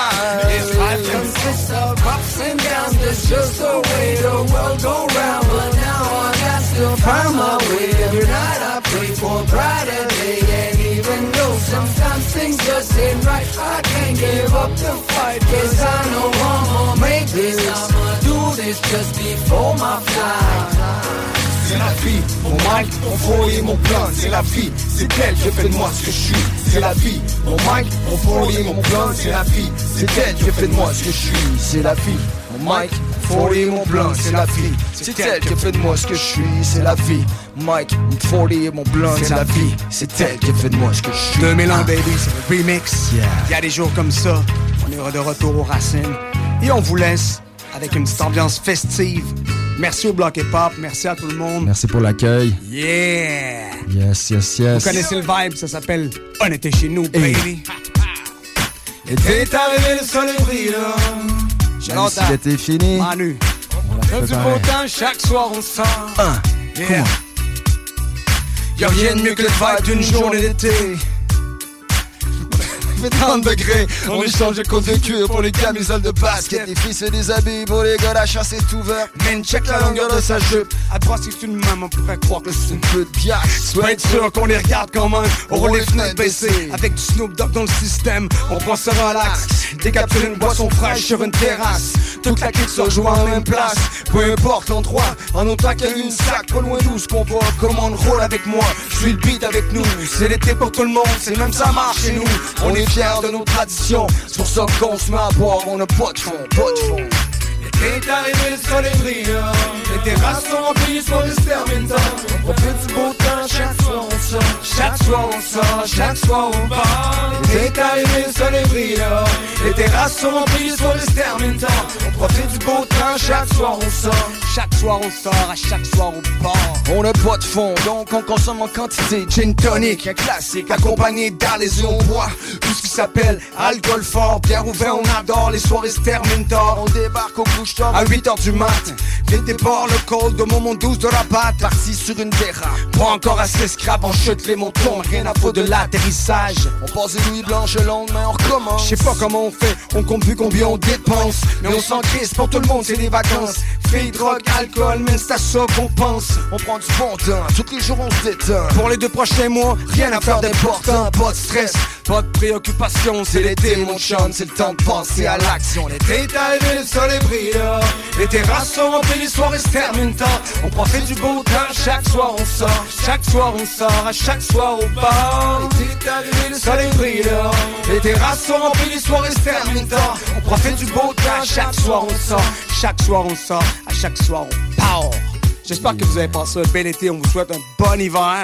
Speaker 3: Of ups and downs, that's just the way the world go round. But now I got to find my way. Every night I pray for a brighter day. And even though sometimes things just ain't right, I can't give up the fight. Cause I know I'ma make this, I'ma do this just before my flight.
Speaker 1: C'est la vie, mon mic, mon flow et mon plan. C'est la vie, c'est elle qui fait de moi ce que je suis. C'est la vie, mon mic, mon flow et mon plan. C'est la vie, c'est elle qui fait de moi ce que je suis. C'est la vie, mon mic, mon flow et mon plan. C'est la vie, c'est elle qui fait de moi ce que je suis. C'est la vie, Mike, mon flow et mon plan. C'est la vie, c'est elle qui fait de moi ce que je suis.
Speaker 13: deux mille un, baby, c'est le remix. Yeah. Il y a des jours comme ça, on est de retour aux racines. Et on vous laisse avec une petite ambiance festive. Merci au Bloc Hip-Hop. Merci à tout le monde.
Speaker 14: Merci pour l'accueil.
Speaker 13: Yeah!
Speaker 14: Yes, yes, yes.
Speaker 13: Vous connaissez le vibe, ça s'appelle On était chez nous, baby. Et t'es arrivé, le soleil brille. J'ai longtemps.
Speaker 14: C'était fini.
Speaker 13: Manu. On a fait du beau temps, chaque soir on sort.
Speaker 14: Un.
Speaker 13: Yeah. Y'a rien de mieux que le vibe d'une journée d'été.
Speaker 18: trente degrés, on échange de côte de cuir pour les camisoles de basket. Les filles se déshabillent pour les gars, la chasse est ouverte.
Speaker 13: Man, check la longueur de sa jupe. À droite, c'est une maman, on pourrait croire que c'est une
Speaker 18: peu de pièce.
Speaker 13: Sois être sûr qu'on les regarde quand même. On roule les fenêtres baissées. Avec du Snoop Dogg dans le système, on prend ça relax. Décapsule une boisson fraîche sur une terrasse. Toute la clique se joue en même place. Peu importe l'endroit, en autant qu'il y a une sac pas loin d'où ce qu'on voit. Comment on roule avec moi, je suis le beat avec nous. C'est l'été pour tout le monde, c'est même ça marche chez nous. On est fiers de nos traditions, c'est pour ça qu'on se met à boire, on a pas de fond, pas de fond.
Speaker 3: L'été est arrivé, le soleil brille. Les terrasses sont remplies, les soirées se terminent. On profite du beau temps, chaque soir on sort. Chaque soir on sort, chaque soir on part. L'été est arrivé, le soleil brille. Les terrasses sont remplies, les soirées se terminent. On profite du beau temps, chaque soir on sort.
Speaker 13: Chaque soir on sort, à chaque soir on part.
Speaker 18: On n'a pas de fond, donc on consomme en quantité. Gin tonic, un classique, accompagné d'arles et on boit tout ce qui s'appelle alcool fort. Bière ou vin, on adore, les soirées se terminent tard. On débarque au couche à huit heures du mat. Vite départ, le col de mon douze de la patte. Parti sur une dérape, pas encore assez scrap. On chute les montons, rien à foutre de l'atterrissage. On passe des nuits blanches le lendemain, on recommence.
Speaker 13: Je sais pas comment on fait, on compte plus combien on dépense. Mais on s'en crisse, pour tout le monde c'est des vacances. Filles, drogue, alcool, même c'est à ça qu'on pense.
Speaker 18: On prend du bon temps, tous les jours on se détend.
Speaker 13: Pour les deux prochains mois, rien à faire d'important. Pas de stress, pas de préoccupation. C'est l'été mon chum, c'est le temps de penser à l'action.
Speaker 3: L'été est arrivé, le soleil brille.
Speaker 13: Les terrasses sont remplies, les soirées se terminent tard. On profite du beau temps, chaque soir on sort. Chaque soir on sort, à chaque soir au bar.
Speaker 3: L'été est arrivé, le
Speaker 13: soleil brille. Les terrasses sont remplies, les soirées se terminent tard. On profite du beau temps, chaque soir on sort. Chaque soir on sort, à chaque soir on part. J'espère que vous avez passé un bel été, on vous souhaite un bon hiver.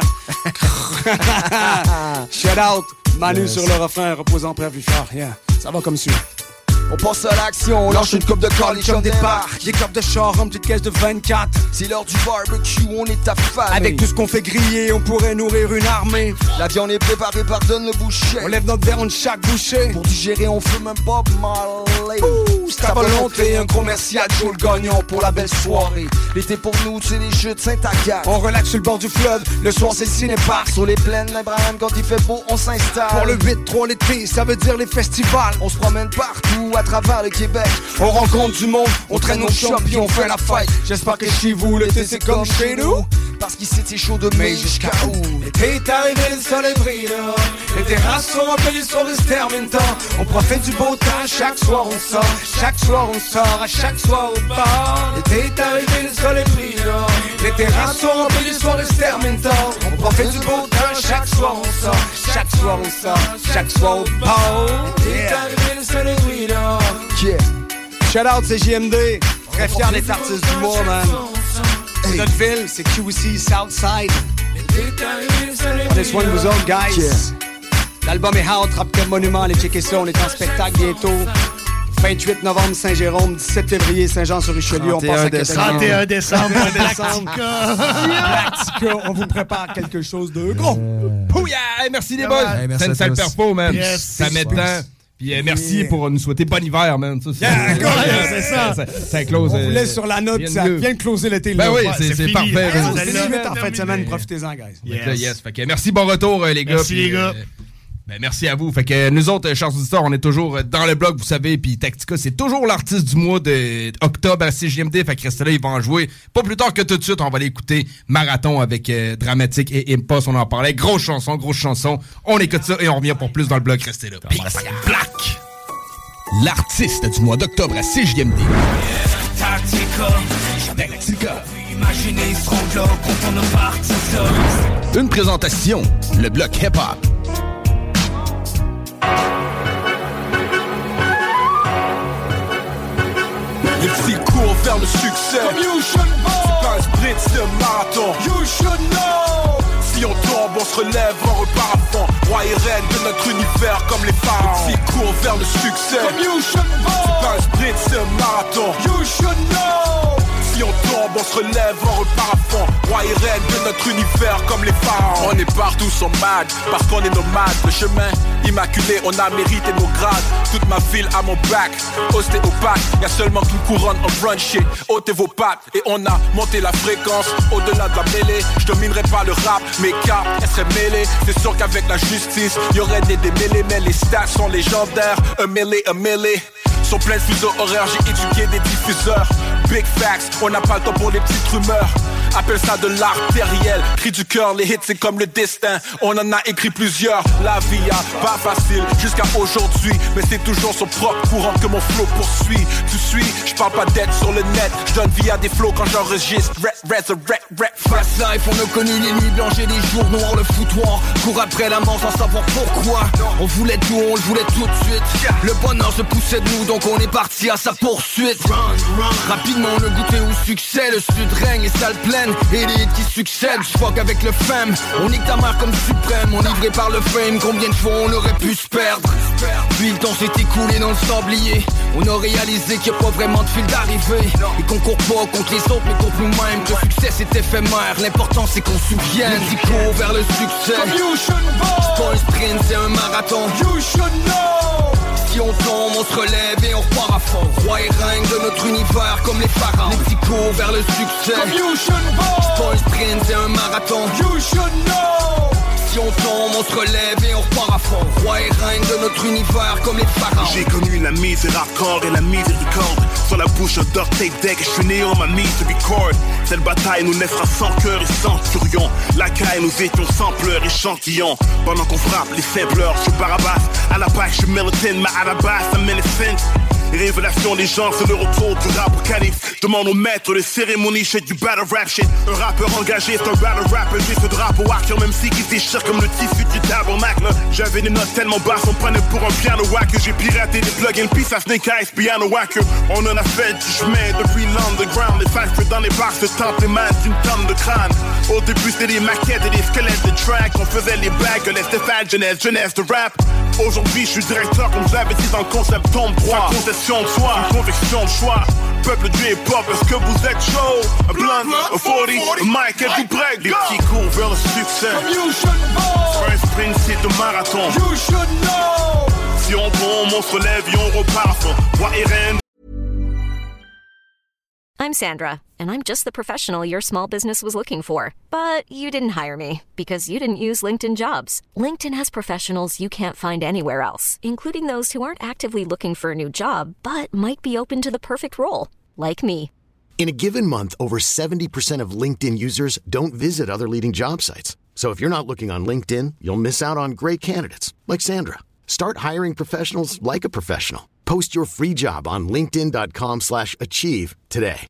Speaker 13: Shout out, Manu yes. Sur le refrain, reposant prêt à vivre fort. Yeah. Ça va comme suit.
Speaker 18: On passe à l'action, on lâche une coupe de corps, les chums débarquent.
Speaker 13: Des copes de char, une petite caisse de vingt-quatre.
Speaker 18: C'est l'heure du barbecue, on est affamé.
Speaker 13: Avec tout ce qu'on fait griller, on pourrait nourrir une armée.
Speaker 18: La viande est préparée, pardonne le boucher.
Speaker 13: On lève notre verre de chaque bouchée.
Speaker 18: Pour digérer, on fume un Bob Marley.
Speaker 13: Ouh, c'est à volonté, un gros merci à Joe le Gagnon pour la belle soirée.
Speaker 18: L'été pour nous, c'est les jeux de Saint-Agathe.
Speaker 13: On relaxe sur le bord du fleuve, le soir c'est le ciné-parc.
Speaker 18: Sur les plaines d'Abraham, quand il fait beau, on s'installe.
Speaker 13: Pour le huit trois l'été, ça veut dire les festivals.
Speaker 18: On se promène partout à travers le Québec.
Speaker 13: On rencontre du monde, on traîne nos shops puis on fait la fête. J'espère que chez vous l'été c'est comme chez nous.
Speaker 18: Parce qu'ici c'est chaud de mai jusqu'à août.
Speaker 3: L'été est arrivé, le soleil brille.
Speaker 13: Les terrasses sont remplies, les soirées se terminent tard. On profite du beau temps, chaque soir on sort. Chaque soir on sort, à chaque soir au bar.
Speaker 3: L'été est arrivé, le soleil brille.
Speaker 13: Les terrasses sont remplies, les soirées se terminent tard. On profite du beau temps, chaque soir on sort. Chaque soir on sort, chaque soir au bar.
Speaker 3: L'été est arrivé, le soleil brille.
Speaker 18: Yeah.
Speaker 13: Shout out C J M D, très fier d'être artiste du mois, man. Hey. Notre ville, c'est Q C Southside. Prenez soin de vous autres, guys. Yeah. L'album est out, Rap Club Monument, allez checker ça, on est en spectacle bientôt. vingt-huit novembre, Saint-Jérôme, dix-sept février, Saint-Jean-sur-Richelieu, on passe à
Speaker 12: décembre. trente et un décembre,
Speaker 13: Blactica. On vous prépare quelque chose de gros.
Speaker 6: Pouya! Merci les boys.
Speaker 14: Hey, merci
Speaker 6: ça ne perd pas, man.
Speaker 12: Yes,
Speaker 6: ça met dedans. Puis euh, merci
Speaker 13: yeah.
Speaker 6: pour nous souhaiter bon hiver, man. Ça, c'est,
Speaker 13: yeah,
Speaker 6: c'est,
Speaker 13: yeah, c'est ça.
Speaker 6: ça, ça close,
Speaker 13: on vous laisse sur la note, ça vient de closer l'été.
Speaker 6: Ben
Speaker 13: là.
Speaker 6: oui, c'est,
Speaker 13: c'est,
Speaker 6: c'est parfait.
Speaker 13: Ah, c'est limite en fin de semaine, profitez-en, guys.
Speaker 6: Yes. yes. Fait que merci, bon retour, les gars.
Speaker 12: Merci,
Speaker 6: puis,
Speaker 12: les gars.
Speaker 6: Euh, ben merci à vous. Fait que nous autres, chers auditeurs, on est toujours dans le blog, vous savez, puis Tactica, c'est toujours l'artiste du mois d'octobre à C J M D. Fait que restez là, ils vont en jouer. Pas plus tard que tout de suite, on va aller écouter Marathon avec euh, Dramatique et Impost. On en parlait. Grosse chanson, grosse chanson. On écoute ça et on revient pour plus dans le blog. Restez là. Peace. Black, l'artiste du mois d'octobre à C J M D.
Speaker 3: Tactica, jamais Tactica. Imaginez, ils seront là quand on a parti ça.
Speaker 20: Une présentation, le bloc hip-hop.
Speaker 17: Les petits cours vers le succès. Comme you should know. C'est pas un sprint, c'est un marathon. You should know. Si on tombe, on se relève, on repart à fond. Roi et reine de notre univers comme les pharaons. Les petits cours vers le succès. Comme you should know. C'est pas un sprint, c'est un marathon. You should know. Si on tombe, on se
Speaker 15: notre univers comme les pharaons. On est partout sans mad, parce qu'on est nomades. Le chemin immaculé, on a mérité nos grades. Toute ma ville à mon back, ostéopathe. Y'a seulement qu'une couronne en front shit. Ôtez vos pattes, et on a monté la fréquence au-delà de la mêlée. Je dominerai pas le rap, mes cartes, elles seraient mêlées. C'est sûr qu'avec la justice, y'aurait des démêlés. Mais les stats sont légendaires, un mêlé, un mêlé. Sont pleins de fuseaux horaires, j'ai éduqué des diffuseurs. Big facts, on n'a pas le temps pour les petites rumeurs. Appelle ça de l'artériel, cri du cœur, les hits c'est comme le destin. On en a écrit plusieurs, la vie a pas facile jusqu'à aujourd'hui. Mais c'est toujours son propre courant que mon flow poursuit. Tu suis, je parle pas d'être sur le net. Je donne vie à des flows quand j'enregistre. Resurrect, rap,
Speaker 18: Fast life, on a connu les nuits blanches et les jours noirs. Le foutoir, court après la mort sans savoir pourquoi. On voulait tout, on le voulait tout de suite. Le bonheur se poussait de nous, donc on est parti à sa poursuite. Rapidement on a goûté au succès. Le sud règne et salle pleine, et les hits qui succèdent. J'fuck avec le femme, on nique ta mère comme suprême. On livré par le fame, combien de fois on aurait pu se perdre. Puis le temps s'est écoulé dans le sablier. On a réalisé qu'il n'y a pas vraiment de fil d'arrivée. Et qu'on court pas contre les autres mais contre nous-mêmes. Que le succès c'est éphémère, l'important c'est qu'on se souvienne. Qui court vers le succès. C'est pas un sprint, c'est un marathon. You should know. Si on tombe, on se relève et on repart à fond. Roi et reine de notre univers comme les pharaons. Les petits cours vers le succès. C'est pas un sprint, c'est un marathon. You should know. Si on tombe, on se relève et on repart à fond. Roi et reine de notre univers comme les pharaons.
Speaker 17: J'ai connu la misère hardcore et la miséricorde. Sur la bouche un duct tape deck et je suis né en ma mise de record. Cette bataille nous naissera sans cœur et sans furion. La caille nous étions sans pleurs et chantillons. Pendant qu'on frappe les simpleurs, je suis Barabas. À la back je suis Militant, mais à la base I'm innocent. Les révélations des gens, c'est le retour du rap au calife. Demande au maître de cérémonie, shit du battle rap shit. Un rappeur engagé, c'est un battle rapper. J'ai ce drapeau hacker, même si qui se déchire comme le tissu du tabernacle. J'avais des notes tellement basses, on prenait pour un piano whacker. J'ai piraté des plugins, puis ça Snake Eyes, piano whacker. On en a fait du chemin depuis l'underground. Les facts dans les bars, se tentent les mains d'une tonne de crâne. Au début, c'était des maquettes et des squelettes de track. On faisait les bagues, les Stéphane, jeunesse, jeunesse de rap. Aujourd'hui, je suis directeur, comme j'avais dit dans le concept tombe droit. Concession de soi, une conviction de choix. Peuple du hip-hop, est-ce que vous êtes chaud? Un blunt, un forty, un mic, êtes-vous prêts? Les petits cours vers le succès. Un sprint, c'est un marathon. Si on tombe, on se relève et on repart. Roi et reine.
Speaker 4: I'm Sandra, and I'm just the professional your small business was looking for. But you didn't hire me, because you didn't use LinkedIn Jobs. LinkedIn has professionals you can't find anywhere else, including those who aren't actively looking for a new job, but might be open to the perfect role, like me.
Speaker 5: In a given month, over seventy percent of LinkedIn users don't visit other leading job sites. So if you're not looking on LinkedIn, you'll miss out on great candidates, like Sandra. Start hiring professionals like a professional. Post your free job on linkedin.com slash achieve today.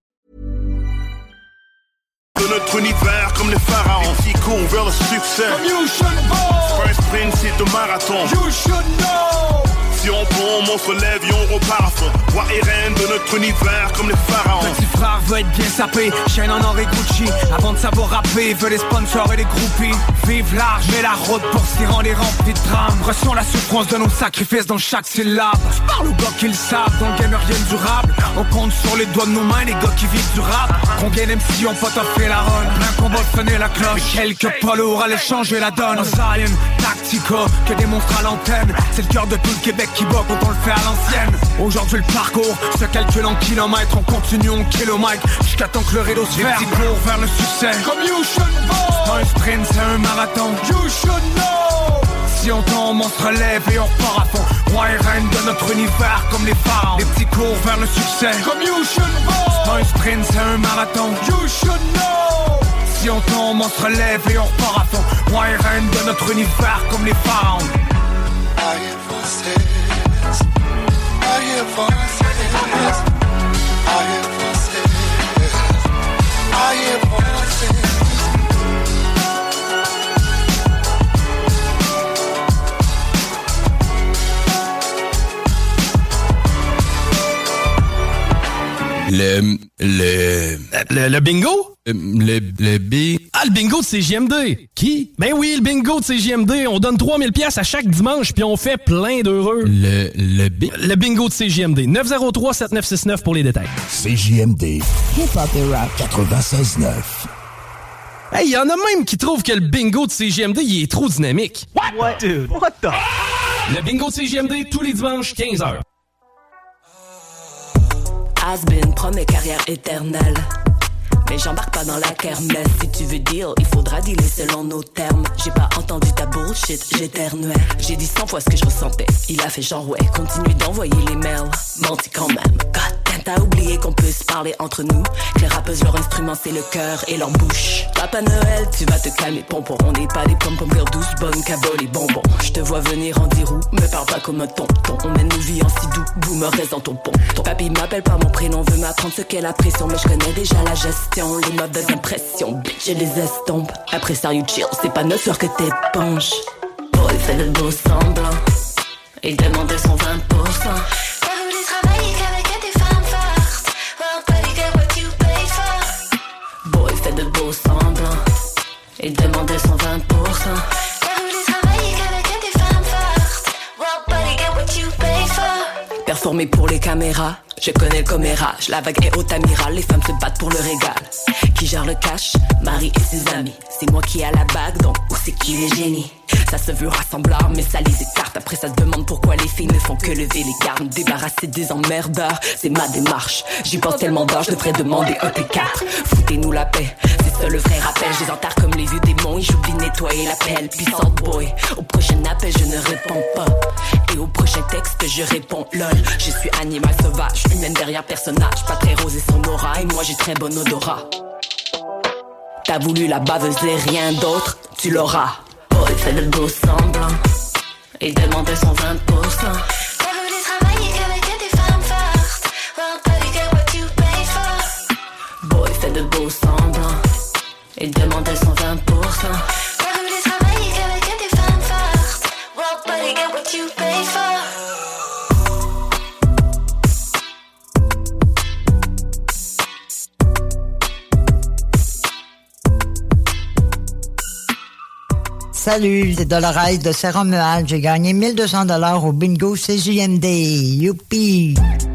Speaker 17: De notre univers comme les pharaons. Les petits courent vers le succès. Un sprint, c'est un marathon. You should know. Si on tombe, on se relève et on repart à fond. Roi et reine de notre univers comme les pharaons.
Speaker 7: Petit frère veut être bien sapé, chaîne en or et Gucci. Avant de savoir rapper, veut les sponsors et les groupies. Vive large, mais la route pour s'y rendre est remplie de drames. Ressent la souffrance de nos sacrifices dans chaque syllabe. Je parle aux gars qui le savent, dans le game rien de durable. On compte sur les doigts de nos mains les gars qui vivent du rap. Combien d'M C ont pas toffé la run, plein combat sonner la cloche. Mais quelques pas lourds allaient changer la donne. Zion, Tactica, que démontre à l'antenne. C'est le cœur de tout le Québec qui bat quand on le fait à l'ancienne. Aujourd'hui le parcours se calcule en kilomètres. On continue, on kilomètre jusqu'à temps que le rideau se ferme. Les petits cours vers le succès. Comme you should know. C'est pas un sprint, c'est un marathon. You should know. Si on tombe, on se relève et on repart à fond. Roi et reine de notre univers comme les pharaons. Les petits cours vers le succès. Comme you should know. C'est pas un sprint, c'est un marathon. You should know. Si on tombe, on se relève et on repart à fond. Roi et reine de notre univers comme les pharaons.
Speaker 3: I hear voices, I hear voices, I hear voices, I hear voices.
Speaker 9: Le, le... Le, le bingo? Le, le B...
Speaker 10: Ah, le bingo de C J M D! Qui? Ben oui, le bingo de C J M D. On donne trois mille piastres à chaque dimanche, puis on fait plein d'heureux.
Speaker 9: Le, le B...
Speaker 10: Le bingo de C J M D. neuf zéro trois sept neuf six neuf pour les détails.
Speaker 20: C J M D. Hip-hop et rap. quatre-vingt-seize neuf.
Speaker 10: Hey, y en a même qui trouvent que le bingo de C J M D, il est trop dynamique.
Speaker 8: What? Dude, what the...
Speaker 10: Le bingo de C J M D, tous les dimanches, quinze heures.
Speaker 11: Has-been promet carrière éternelle. Mais j'embarque pas dans la kermesse. Si tu veux deal, il faudra dealer selon nos termes. J'ai pas entendu ta bullshit, j'éternuais. J'ai dit cent fois ce que je ressentais. Il a fait genre ouais, continue d'envoyer les mails. Menti quand même. God damn, t'as oublié qu'on peut se parler entre nous. Que les rappeuses, leur instrument c'est le cœur et leur bouche. Papa Noël, tu vas te calmer, pompon. On n'est pas des pom-pom girls douces, bonnes caboles et bonbons. Je te vois venir en dirou, me parle pas comme un tonton. On mène nos vies en si doux, boomer reste dans ton pont. Ton papy m'appelle par mon prénom, veut m'apprendre ce qu'est la pression. Mais je connais déjà la gestion. Les mauvaises impressions, bitch, je les estompe. Après ça, you chill, c'est pas neuf heures que t'épanches. Boy, fait le beau semblant. Il demandait son vingt pour cent.
Speaker 21: T'as voulu travailler qu'avec des femmes fortes. Well, buddy, get what you pay for.
Speaker 11: Boy, fait de beau semblant. Il demandait son vingt pour cent.
Speaker 21: T'as voulu travailler qu'avec des femmes fortes. Well, buddy, get what you pay for.
Speaker 11: Performer pour les caméras. Je connais le commérage, la vague est haute amiral, les femmes se battent pour le régal. Qui gère le cash? Marie et ses amis. C'est moi qui ai la bague, donc où c'est qui les génies? Ça se veut rassembleur, mais ça les écarte. Après ça te demande pourquoi les filles ne font que lever les gardes. Débarrasser des emmerdeurs, c'est ma démarche. J'y pense tellement d'heures, je devrais demander un T quatre. Foutez-nous la paix, c'est ça le vrai rappel. Je les enterre comme les vieux démons et j'oublie nettoyer la pelle. Puissant boy, au prochain appel je ne réponds pas. Et au prochain texte je réponds lol. Je suis animal sauvage, humaine derrière personnage. Pas très rosé son aura et moi j'ai très bon odorat. T'as voulu la baveuse et rien d'autre, tu l'auras. Boy, fait le beau semblant. Il demandait son vingt pour cent.
Speaker 21: T'as voulu travailler qu'avec des femmes fortes. Well, buddy, get what you pay for.
Speaker 11: Boy, fait de beau semblant. Il demandait son vingt pour cent.
Speaker 21: T'as voulu travailler qu'avec des femmes fortes. Well, buddy, get what you pay for.
Speaker 22: Salut, c'est Dolores de Saint-Romuald. J'ai gagné mille deux cents dollars au bingo C J M D. Youpi!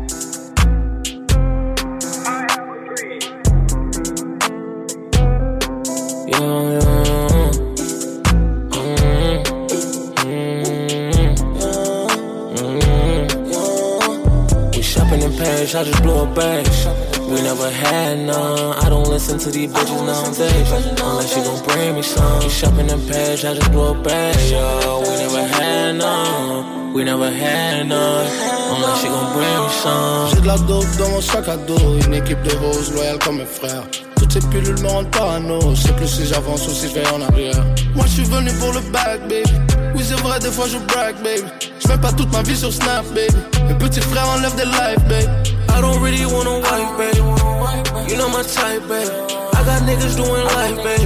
Speaker 23: I just blew a bag. We never had none. I don't listen to these bitches nowadays. Unless you gon' bring me some. We shopping in Paris, I just blew a bag. Yo, we never had none. We never had none. Unless you gon' bring me some.
Speaker 26: J'ai de la dope dans mon sac à dos. Une équipe de roses loyales comme mes frères. Toutes ces pilules me rendent parano. C'est plus si j'avance ou si je vais en arrière. Moi je suis venu pour le back, baby. Oui c'est vrai, des fois je brag, baby. Je mets pas toute ma vie sur Snap, baby. Mes petits frères enlèvent des lives, baby.
Speaker 23: I don't really want a wife, baby. You know my type, baby. I got niggas doing life, baby.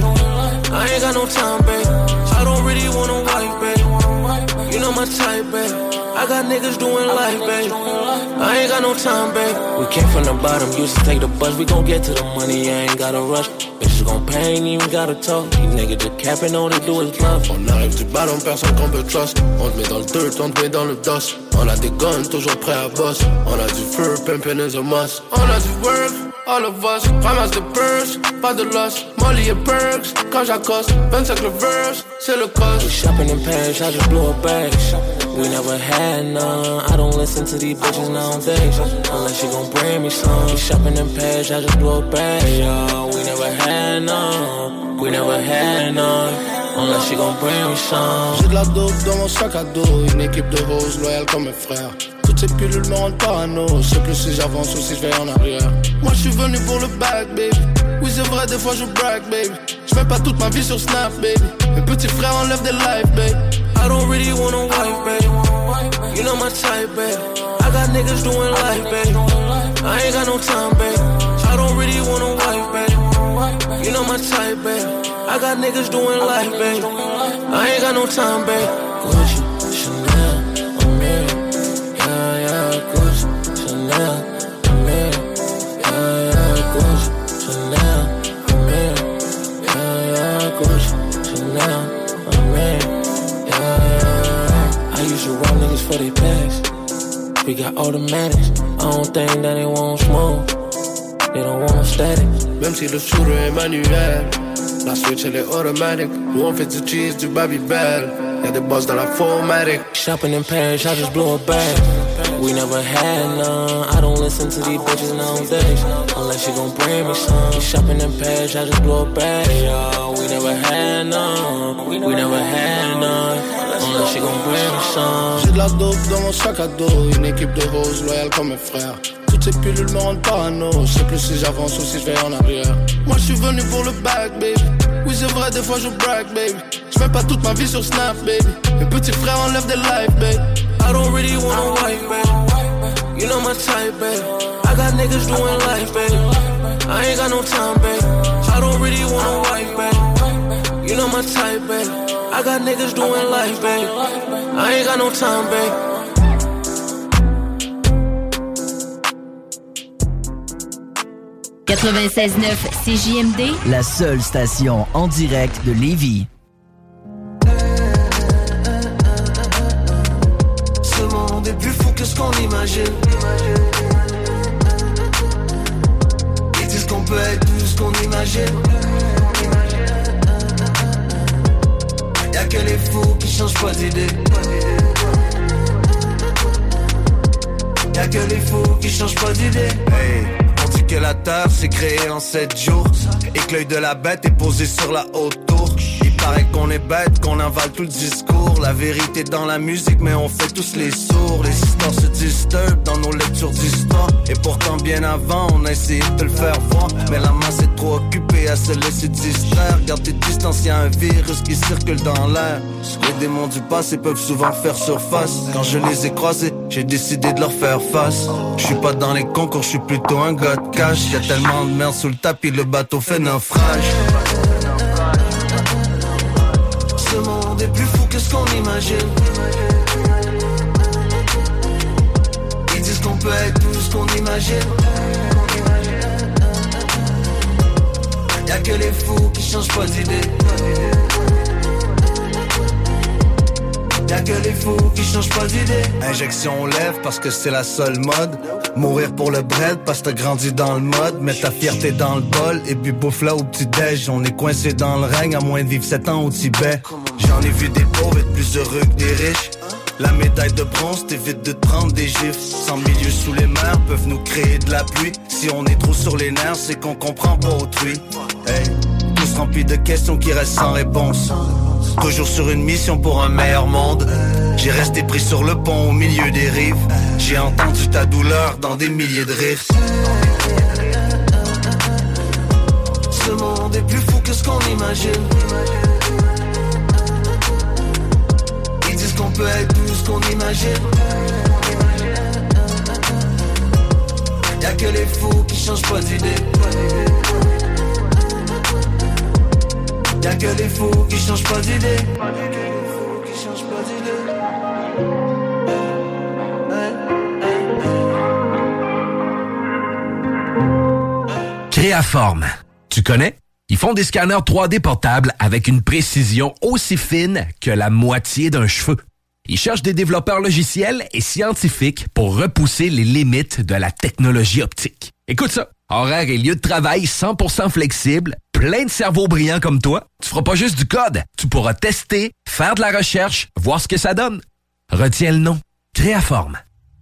Speaker 23: I ain't got no time, baby. I don't really want a wife, baby. You know my type, baby. I got niggas doing life, baby. I ain't got no time, baby. We came from the bottom, used to take the bus. We gon' get to the money, I ain't gotta rush. Bitches gon' pay, ain't even gotta talk. These niggas just capping, all they do is bluff.
Speaker 26: On arrive du ballon, personne qu'on peut trust. On te met dans le dirt, on te met dans le dust. On a des guns, toujours prêts à boss. On a du feu, pimpin' is a must. On a du work, all of us. Ramasse de purse, pas de loss. Molly et perks, quand j'accoste. vingt-cinq le verse, c'est le cost.
Speaker 23: We shopping in Paris, I just blew a bag. We never had none. I don't listen to these bitches nowadays. Unless you gon' bring me some. We shopping in Paris, I just blew a bag. Yo, we never had none. We never had none. Unless you gon' bring me some.
Speaker 26: J'ai de la dope dans mon sac à dos. Une équipe de roses loyales comme mes frères. Toutes ces pilules me rendent parano. C'est plus si j'avance ou si je vais en arrière. Moi je suis venu pour le back, baby. Oui c'est vrai, des fois je brag, baby. Je mets pas toute ma vie sur Snap, baby. Mes petits frères enlèvent des lives, baby.
Speaker 23: I don't really want a wife, baby. You know my type, baby. I got niggas doing life, baby. I ain't got no time, baby. I don't really want a wife, baby. You know my type, baby. I got niggas doing life, baby. I ain't got no time, baby. Gucci, Chanel, Amiri. Yeah, yeah, Gucci, Chanel, Amiri. Yeah, yeah, Gucci, Chanel, Amiri. Yeah, yeah, Gucci, Chanel, Amiri. I used to rob niggas for they packs. We got automatics. I don't think that they want smoke. They don't want static.
Speaker 26: Même si le shooter est manuel, La Switch elle est automatique. Nous on fait du cheese, du Babybel. Y'a des boss dans la formatic.
Speaker 23: Shopping in Paris, I just blew a bag. We never had none. I don't listen to these bitches nowadays, unless she gon' bring me some. Shopping in Paris, I just blew a bag. Yeah, we never had none. We never had none. Unless she gon' bring me some.
Speaker 26: J'ai de la dope dans mon sac à dos. Une équipe de roses loyales comme mes frères. Toutes ces pilules me rendent parano. Je sais plus si j'avance ou si je vais en arrière. Moi je suis venu pour le back, baby. Oui c'est vrai, des fois je brag, baby. Je mets pas toute ma vie sur Snap, baby. Mes petits frères enlèvent des lives, baby.
Speaker 23: I don't really want a wife, baby. You know my type, baby. I got niggas doing life, baby. I ain't got no time, baby. I don't really want a wife, baby. You know my type, baby. I got niggas doing life, baby. I ain't got no time, baby.
Speaker 2: quatre-vingt-seize neuf C J M D,
Speaker 8: la seule station en direct de Lévis.
Speaker 23: Ce monde est plus fou que ce qu'on imagine. Ils disent qu'on peut être plus qu'on imagine. Y'a que les fous qui changent pas d'idée. Y'a que les fous qui changent pas d'idée.
Speaker 16: Hey. On dit que la terre s'est créée en sept jours et que l'œil de la bête est posé sur la haute tour. Il paraît qu'on est bête, qu'on avale tout le discours. La vérité dans la musique, mais on fait tous les sourds. Les histoires se disturbent dans nos lectures d'histoire. Et pourtant bien avant, on a essayé de te le faire voir. Mais la masse est trop occupée à se laisser distraire. Garde tes distances, y'a un virus qui circule dans l'air. Les démons du passé peuvent souvent faire surface. Quand je les ai croisés, j'ai décidé de leur faire face. Je suis pas dans les concours, je suis plutôt un gars de cash. Y'a tellement de merde sous le tapis, le bateau fait naufrage.
Speaker 23: Ce monde est plus fou que ce qu'on imagine. Ils disent qu'on peut être tout ce qu'on imagine. Y'a que les fous qui changent pas d'idée. Y'a que les fous qui changent pas d'idée.
Speaker 16: Injection aux lèvres parce que c'est la seule mode. Mourir pour le bread parce que t'as grandi dans le mode. Mets ta fierté dans le bol et puis bouffe là au petit-déj. On est coincé dans le règne à moins de vivre sept ans au Tibet. J'en ai vu des pauvres être plus heureux que des riches. La médaille de bronze t'évite de te prendre des gifs. Sans milieu sous les mers peuvent nous créer de la pluie. Si on est trop sur les nerfs c'est qu'on comprend pas autrui. Hey, tous remplis de questions qui restent sans réponse. Toujours sur une mission pour un meilleur monde. J'ai resté pris sur le pont au milieu des rives. J'ai entendu ta douleur dans des milliers de rires.
Speaker 23: Ce monde est plus fou que ce qu'on imagine. Ils disent qu'on peut être tout ce qu'on imagine. Y'a que les fous qui changent pas d'idée. Y'a que les fous qui changent pas d'idée.
Speaker 19: Créaforme. Tu connais? Ils font des scanners trois D portables avec une précision aussi fine que la moitié d'un cheveu. Ils cherchent des développeurs logiciels et scientifiques pour repousser les limites de la technologie optique. Écoute ça. Horaire et lieu de travail cent pour cent flexible, plein de cerveaux brillants comme toi. Tu feras pas juste du code, tu pourras tester, faire de la recherche, voir ce que ça donne. Retiens le nom. Créaforme.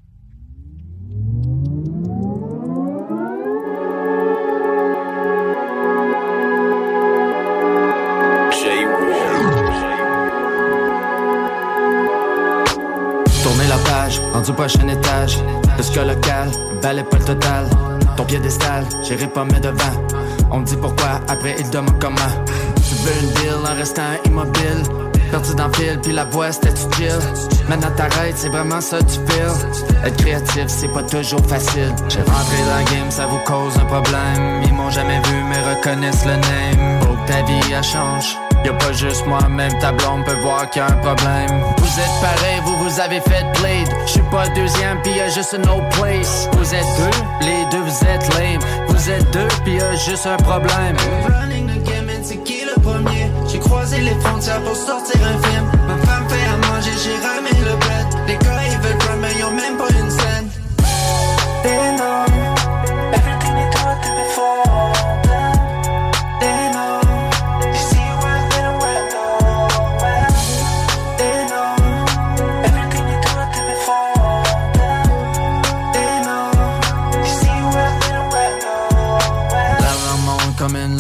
Speaker 23: Tourner la page, rendu au prochain étage. Le ska local, balai pas le total. Ton piédestal, j'irai pas mes devant. On me dit pourquoi, après il demande comment. Tu veux une deal en restant immobile. Perdu dans le fil, puis la voix c'était tu chill. Maintenant t'arrêtes, c'est vraiment ça tu feel. Être créatif, c'est pas toujours facile. J'ai rentré dans le game, ça vous cause un problème. Ils m'ont jamais vu, mais reconnaissent le name. Faut que ta vie, elle change. Y'a pas juste moi, même ta blonde peut voir qu'il y a un problème. Vous êtes pareil, vous vous avez fait blade. J'suis pas deuxième, pis y'a juste un autre place. Vous êtes deux, les deux vous êtes lame. Vous êtes deux, pis y'a juste un problème. Running the game, and c'est qui le premier? J'ai croisé les frontières pour sortir un film. Ma femme fait à manger, j'ai ramé le bread. Les gars ils veulent run, mais y'ont même pas une scène. They know everything they do to before. They know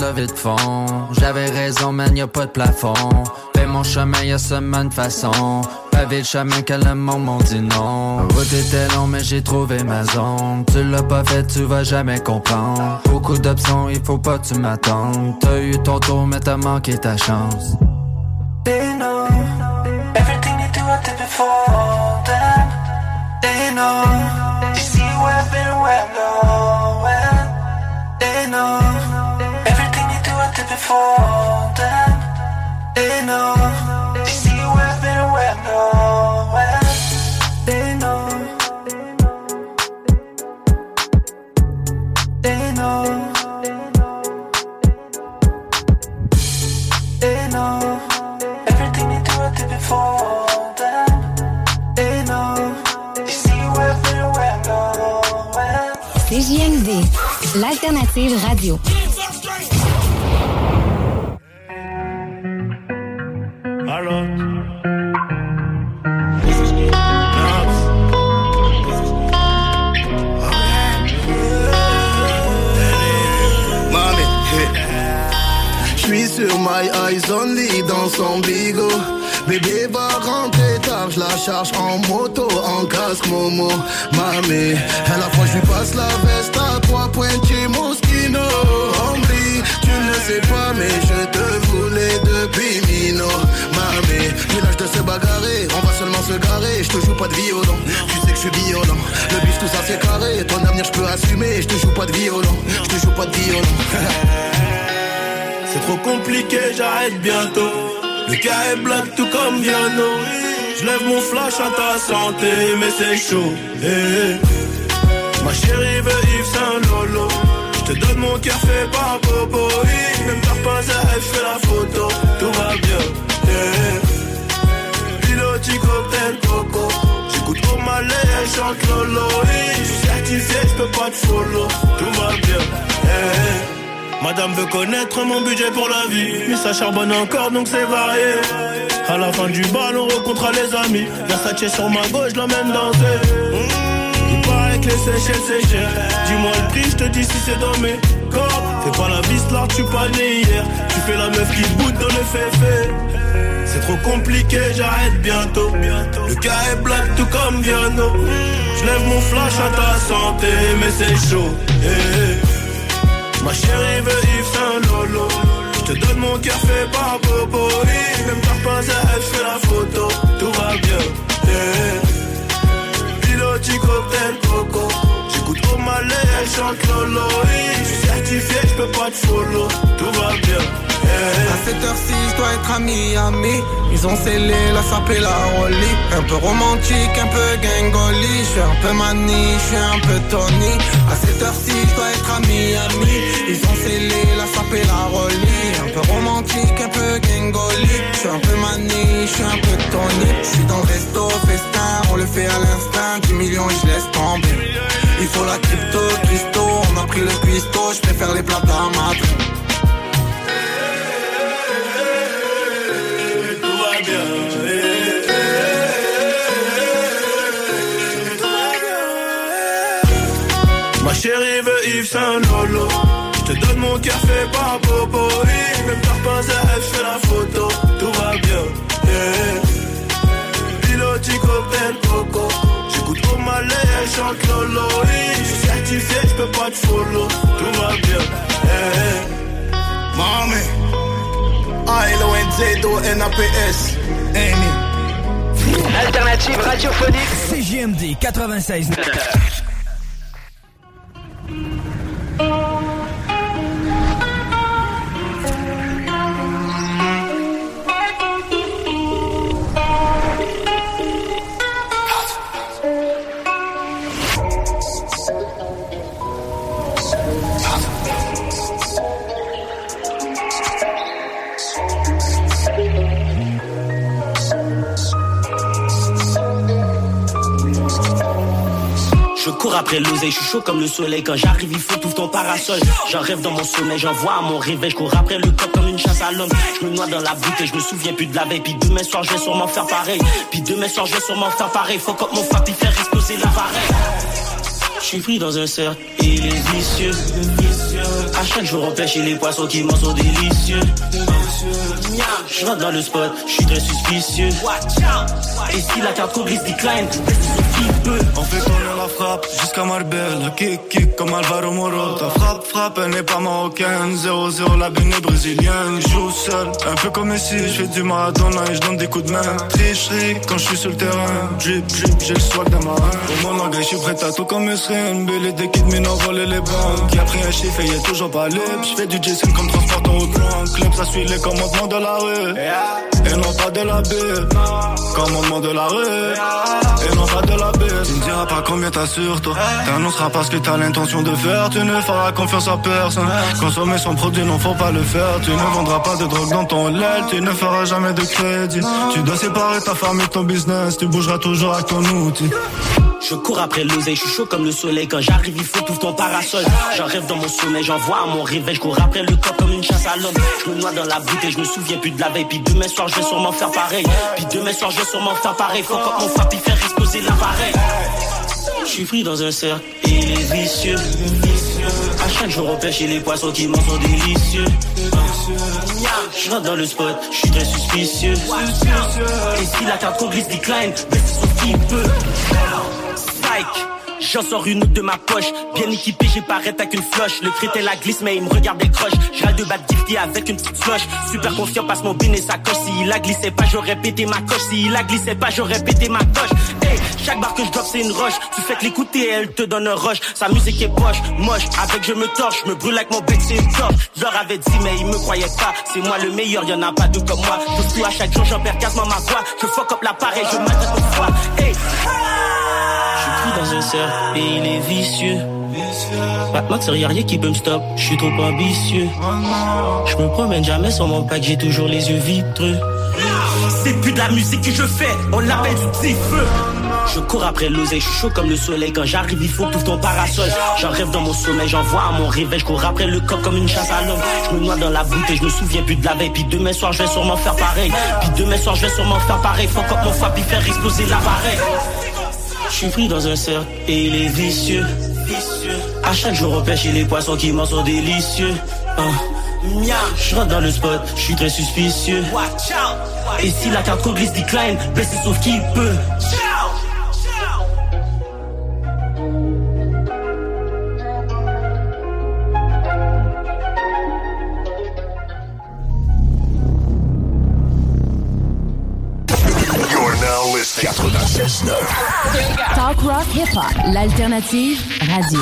Speaker 1: levée de fond. J'avais raison, man, y'a pas de plafond. Fais mon chemin, y'a seulement une façon. Pavé le chemin que le monde m'ont dit non. La route était long, mais j'ai trouvé ma zone. Tu l'as pas fait, tu vas jamais comprendre. Beaucoup d'options, il faut pas que tu m'attendes. T'as eu ton tour, mais t'as manqué ta chance.
Speaker 3: They know everything you do, I did before them. They know you see where I've been, where I'm going. They know everything you do, I did before them. They know you see where I've been, where I'm going. They know. They know. They know. Everything you do, I did before them. They know. You see where I've been, where I'm going.
Speaker 2: C J M D, l'alternative radio.
Speaker 3: Alors.
Speaker 16: J'suis sur my eyes only dans son bigot. Bébé va rentrer tard, j'la charge en moto, en casque Momo. Mamé, à la fois j'lui passe la veste à trois points chez Moschino. Hombre, tu ne sais pas mais je te voulais depuis Mino. Mamé, j'ai l'âge de se bagarrer, on va seulement se garer. J'te joue pas de violon, tu sais que j'suis violent. Le bif tout ça c'est carré, ton avenir j'peux assumer. J'te joue pas de violon, j'te joue pas de violon.
Speaker 23: C'est trop compliqué, j'arrête bientôt. Le cas est black tout comme Viano. J'lève mon flash à ta santé, mais c'est chaud. Hey, hey. Ma chérie veut Yves Saint Lolo. J'te donne mon cœur fait par Bobo. Même t'as pas à fait la photo. Tout va bien. Hey, hey. Piloti cocktail coco. J'écoute au malais, elle chante Lolo. J'suis certifié, j'peux pas te follow. Tout va bien. Hey, hey. Madame veut connaître mon budget pour la vie, mais ça charbonne encore donc c'est varié. À la fin du bal on rencontrera les amis. Versace sur ma gauche, je l'emmène danser. Mmh, il paraît que les Seychelles c'est cher. Dis-moi le prix, je te dis si c'est dans mes corps. Fais pas la vis là, tu pas né hier. Tu fais la meuf qui boude dans le féfé. C'est trop compliqué, j'arrête bientôt. Le cas est black tout comme Viano. Je lève mon flash à ta santé, mais c'est chaud. Hey, hey. Ma chérie veut Yves Saint Lolo. J'te donne mon cœur fait par Bobo. Même t'as pas à fait la photo. Tout va bien. Yeah. Piloti cocktail coco. J'écoute au malais, elle chante Lolo. J'suis certifié, j'peux pas te follow. Tout va bien. Yeah.
Speaker 3: À cette heure-ci, j'dois être à Miami. Ils ont scellé la sape et la rollie. Un peu romantique, un peu gangoli. J'suis un peu mani, j'suis un peu Tony. À cette heure-ci, j'dois être à Miami. Ils ont scellé la sape et la rollie. Un peu romantique, un peu gangoli. J'suis un peu mani, j'suis un peu Tony. J'suis dans le resto, festin, on le fait à l'instinct. dix millions et j'laisse tomber. Il faut la crypto, Christo. On a pris le cuistot, j'préfère les plats d'Amat.
Speaker 23: Ma chérie veut Yves Saint Lolo. J'te donne mon cœur fait par Bobo. Même t'as pas à fait la photo. Tout va bien. Yeah. Piloti cocktail coco. J'écoute au malais, elle chante Lolo. J'suis certifié, j'peux pas te follow. Tout va bien. Yeah.
Speaker 16: Mami, A L O N Z O N A P S. Amy.
Speaker 12: Alternative radiophonique C J M D quatre-vingt-seize neuf.
Speaker 13: Je cours après l'oseille, je suis chaud comme le soleil. Quand j'arrive, il faut tout ton parasol. J'en rêve dans mon sommeil, j'en vois à mon réveil. Je cours après le cop comme une chasse à l'homme. Je me noie dans la bouteille, je me souviens plus de la veille. Puis demain soir, je vais sûrement faire pareil. Puis demain soir, je vais sûrement faire pareil. Faut comme mon frappe, il fait exploser l'appareil. Je suis pris dans un cercle et il est vicieux. À chaque jour on pêche et les poissons qui mangent sont délicieux. Je rentre dans le spot, je suis très suspicieux. Et si la carte glisse decline, qui peut?
Speaker 16: On fait tourner la frappe jusqu'à Marbella. Kick, kick comme Alvaro Morata. Frappe, frappe, elle n'est pas marocaine. zéro zéro, la bune est brésilienne. Je joue seul, un peu comme ici. Je fais du Maradona et je donne des coups de main. Tricherie quand je suis sur le terrain. Drip, drip, j'ai le swag d'un marin. Pour mon langage, je suis prêt à tout comme Esrine. Belle des kids, mais non, voler les banques. Qui a pris un chiffre et y a toujours pas libre. Je fais du Jason comme transporteur au grand club. Ça suit les commandements de la rue. Et non pas de la bille. Commandement de la rue. Et non pas de la bille. Tu ne diras pas combien t'as sur toi. T'annonceras pas ce que t'as l'intention de faire. Tu ne feras confiance à personne. Consommer son produit, non faut pas le faire. Tu ne vendras pas de drogue dans ton lait. Tu ne feras jamais de crédit. Tu dois séparer ta femme et ton business. Tu bougeras toujours avec ton outil.
Speaker 13: Je cours après l'oseille, je suis chaud comme le soleil. Quand j'arrive, il faut tout ton parasol. J'en rêve dans mon sommeil, j'en vois à mon réveil. Je cours après le corps comme une chasse à l'homme. Je me noie dans la bouteille, je me souviens plus de la veille. Puis demain soir, je vais sûrement faire pareil. Puis demain soir, je vais sûrement faire pareil. Faut comme mon frappe, il fait exploser l'appareil. Je suis pris dans un cercle et il est vicieux. À chaque jour, on pêche et les poissons qui mangent sont délicieux. Je rentre dans le spot, je suis très suspicieux. Et si la carte glisse decline, baisse sauf qui peut. Psych. J'en sors une autre de ma poche. Bien équipé, j'ai pas arrêté avec une flush. Le crétin la glisse, mais il me regarde des croches. J'ai de battre gifty avec une petite flush. Super confiant, passe mon bin et sa coche. S'il a glissé pas, j'aurais pété ma coche. S'il a glissé pas, j'aurais pété ma coche. Hey, chaque barre que je drop, c'est une roche. Tu fais que l'écouter, elle te donne un rush. Sa musique est poche, moche. Avec je me torche, je me brûle avec mon bec, c'est une torche. Je leur avais dit, mais ils me croyaient pas. C'est moi le meilleur, y'en a pas deux comme moi. Tout à chaque jour, j'en perds quasiment ma voix. Je fuck up l'appareil, je m'attends pour fois. Hey. Dans un cercle et il est vicieux. Pas de mentir, y'a rien qui peut me stop. Je suis trop ambitieux. Je me promène jamais sur mon pack, j'ai toujours les yeux vitreux. C'est plus de la musique que je fais, on l'appelle du petit feu. Je cours après l'oseille, je suis chaud comme le soleil. Quand j'arrive, il faut que t'ouvres ton parasol. J'en rêve dans mon sommeil, j'en vois à mon réveil. Je cours après le coq comme une chasse à l'homme. Je me noie dans la bouteille, je me souviens plus de la veille. Puis demain soir, je vais sûrement faire pareil. Puis demain soir, je vais sûrement faire pareil. Faut comme mon foie, puis faire exploser l'appareil. Je suis pris dans un cercle et il est vicieux. À chaque jour on pêche et les poissons qui mangent sont délicieux. uh. Je rentre dans le spot, je suis très suspicieux. Et si la carte glisse decline, blessé sauf qui peut.
Speaker 20: quatre-vingt-seize neuf.
Speaker 2: Talk rock hip-hop, l'alternative radio.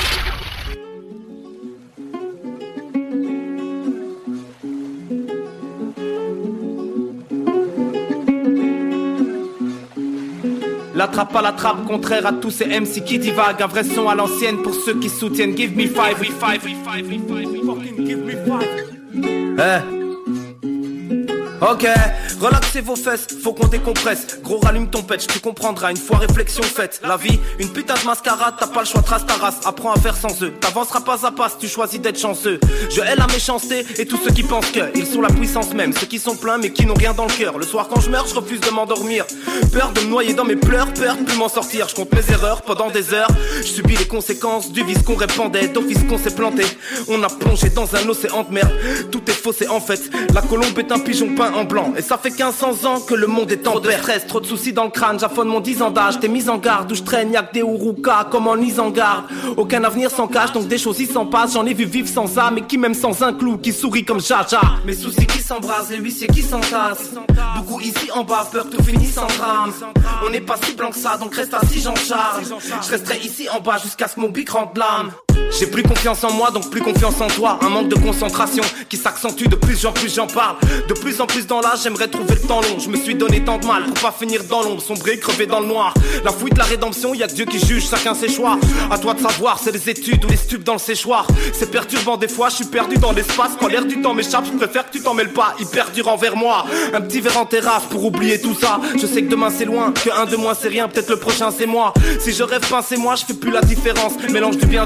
Speaker 6: La trappe à la trappe, contraire à tous ces M C qui divaguent. Un vrai son à l'ancienne pour ceux qui soutiennent. Give me five, we five, we five, we five, we fucking give me five. Eh. Ok, relaxez vos fesses, faut qu'on décompresse. Gros rallume ton pet, tu comprendras une fois réflexion faite. La vie, une putain de mascarade, t'as pas le choix, trace ta race. Apprends à faire sans eux, t'avanceras pas à pas si tu choisis d'être chanceux. Je hais la méchanceté et tous ceux qui pensent que ils sont la puissance même. Ceux qui sont pleins mais qui n'ont rien dans le cœur. Le soir quand je meurs, je refuse de m'endormir. Peur de me noyer dans mes pleurs, peur de plus m'en sortir. Je compte mes erreurs pendant des heures. Je subis les conséquences du vice qu'on répandait, d'office qu'on s'est planté. On a plongé dans un océan de merde. Tout est faux, c'est en fait. La colombe est un pigeon peint en blanc. Et ça fait quinze cents ans que le monde est en trop de stress, trop de soucis dans le crâne. J'affonne mon dix ans d'âge, t'es mis en garde. Où je traîne, y'a que des Uruka, comme en mise en garde. Aucun avenir sans cache, donc des choses y s'en passent. J'en ai vu vivre sans âme, et qui même sans un clou, qui sourit comme Jaja. Mes soucis qui s'embrasent, les huissiers qui s'entassent. Beaucoup ici en bas, peur que tout finisse en drame. On n'est pas si blanc que ça, donc reste assis, j'en charge. Je resterai ici en bas jusqu'à ce que mon bic rentre l'âme. J'ai plus confiance en moi, donc plus confiance en toi. Un manque de concentration qui s'accentue de plus en plus j'en parle. De plus en plus dans l'âge, j'aimerais trouver le temps long. Je me suis donné tant de mal pour pas finir dans l'ombre, sombrer, crever dans le noir. La fuite, la rédemption, y'a que Dieu qui juge, chacun ses choix. À toi de savoir, c'est les études ou les stupes dans le séchoir. C'est perturbant des fois, je suis perdu dans l'espace. Quand l'air du temps m'échappe, je préfère que tu t'en mêles pas. Hyper dur envers moi, un petit verre en terrasse pour oublier tout ça. Je sais que demain c'est loin, que un de moins c'est rien, peut-être le prochain c'est moi. Si je rêve, pincez-moi, je fais plus la différence. Mélange du bien du mal,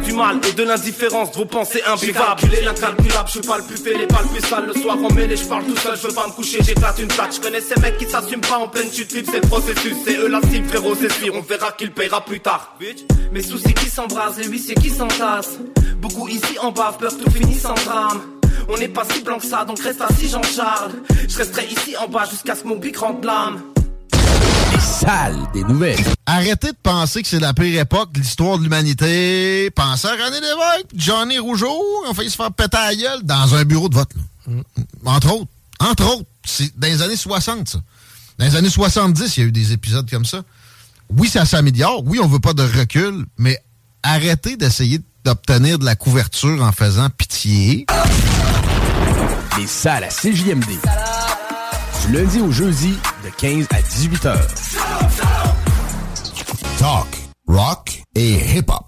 Speaker 6: et de l'indifférence de vos pensées imbuvables. Incalculable, je suis pas le plus fêlé, pas le plus sale. Le soir en mêlée, je parle tout seul, je veux pas me coucher, j'éclate une plate. Je connais ces mecs qui s'assument pas en pleine chute libre, c'est le processus, c'est eux la cible, frérot, c'est sûr. On verra qui le payera plus tard. Mes soucis qui s'embrasent, les huissiers qui s'entassent. Beaucoup ici en bave, peur tout finit sans drame. On n'est pas si blanc que ça, donc reste assis Jean-Charles. Je resterai ici en bas jusqu'à ce que mon bic rende l'âme.
Speaker 4: Les salles des nouvelles. Arrêtez de penser que c'est la pire époque de l'histoire de l'humanité. Pensez à René Lévesque, Johnny Rougeau, on fait se faire péter à la gueule dans un bureau de vote. Là. Entre autres. Entre autres. C'est dans les années soixante, ça. Dans les années soixante-dix, il y a eu des épisodes comme ça. Oui, ça s'améliore. Oui, on veut pas de recul, mais arrêtez d'essayer d'obtenir de la couverture en faisant pitié. Les salles à C J M D. Du lundi au jeudi, de quinze à dix-huit heures. Talk, rock et hip-hop.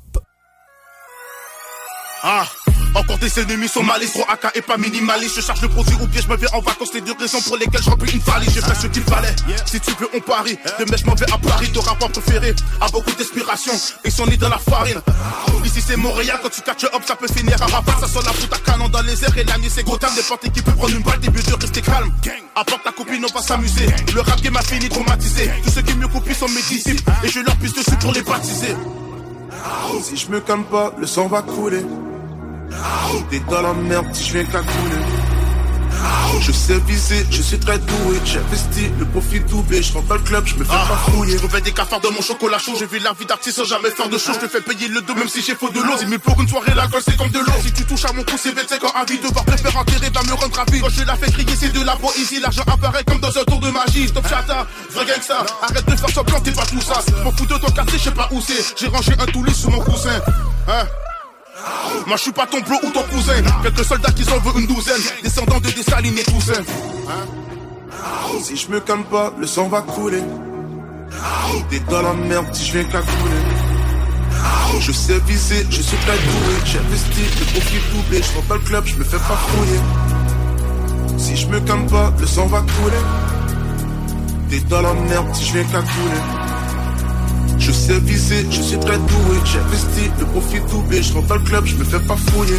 Speaker 17: Ah, encore des ennemis sont malice, trop A K et pas minimaliste. Je charge le produit ou bien je me vais en vacances. Les deux raisons pour lesquelles je remplis une valise. J'ai fait ce qu'il fallait, si tu veux on parie. Demain je m'en vais à Paris, ton rapport préféré a beaucoup d'inspiration et son nid dans la farine. Ici c'est Montréal, quand tu catches up ça peut finir à rabat. Ça sonne la fout à canon dans les airs et la nuit c'est Gotham. N'importe qui peut prendre une balle, des buts de rester calme. Apporte ta copine, on va s'amuser. Le rap game a fini traumatisé. Tous ceux qui me copient sont mes disciples et je leur pisse dessus pour les baptiser. Si je me calme pas, le sang va couler. T'es dans la merde si je viens cacouler. Je sais viser, je suis très doué. J'ai investi, le profit doublé. Je rentre dans le club, je me fais ah, pas fouiller. Je revais des cafards dans mon chocolat chaud. J'ai vu la vie d'artiste sans jamais faire de show. Je te fais payer le dos même si j'ai faux de l'eau. Mais pour une soirée la gueule c'est comme de l'eau. Si tu touches à mon cou c'est vingt-cinq ans à vie. Devoir te faire enterrer va me rendre rapide. Quand je la fais crier c'est de la poésie. L'argent apparaît comme dans un tour de magie. Stop chata, vrai gangsta. Arrête de faire semblant t'es pas tout ça. M'en fous de ton quartier, je sais pas où c'est. J'ai rangé un toulis sous mon coussin. Hein? Moi je suis pas ton bro ou ton cousin. Quelques soldats qui en veulent une douzaine. Descendants de Dessalines et Toussaint. Hein? Si je me calme pas, le sang va couler. T'es dans la merde si je viens cacouler. Je sais viser, je suis très doué. J'ai investi, le profit doublé. Je rentre pas le club, je me fais pas fouiller. Si je me calme pas, le sang va couler. T'es dans la merde si je viens cacouler. Je sais viser, je suis très doué. J'ai investi, le profit doublé. Je rentre dans le club, je me fais pas fouiller.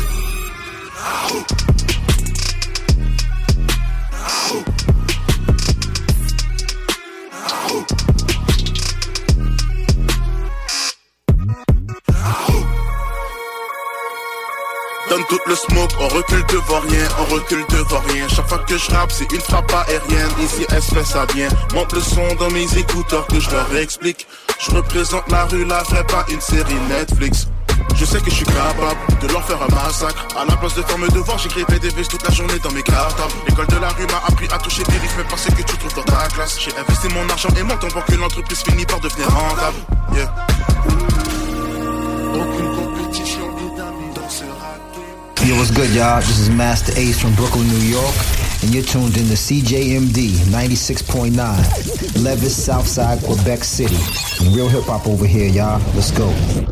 Speaker 17: Donne tout le smoke, on recule devant rien, on recule devant rien. Chaque fois que je rappe, c'est une frappe aérienne. Ici, elle se fait ça bien. Monte le son dans mes écouteurs que je leur explique. Je représente la rue, la vraie, pas une série Netflix. Je sais que je suis capable de leur faire un massacre. À la place de faire mes devoirs, j'écrivais des vestes toute la journée dans mes cartables. L'école de la rue m'a appris à toucher des rythmes, pas ce que tu trouves dans ta classe. J'ai investi mon argent et mon temps pour que l'entreprise finisse par devenir rentable. Yeah. Aucune compétition et d'amis dans ce rap.
Speaker 14: Yo, what's good, y'all? This is Master Ace from Brooklyn, New York, and you're tuned in to C J M D ninety-six point nine, Levis, Southside, Quebec City. Real hip hop over here, y'all. Let's go.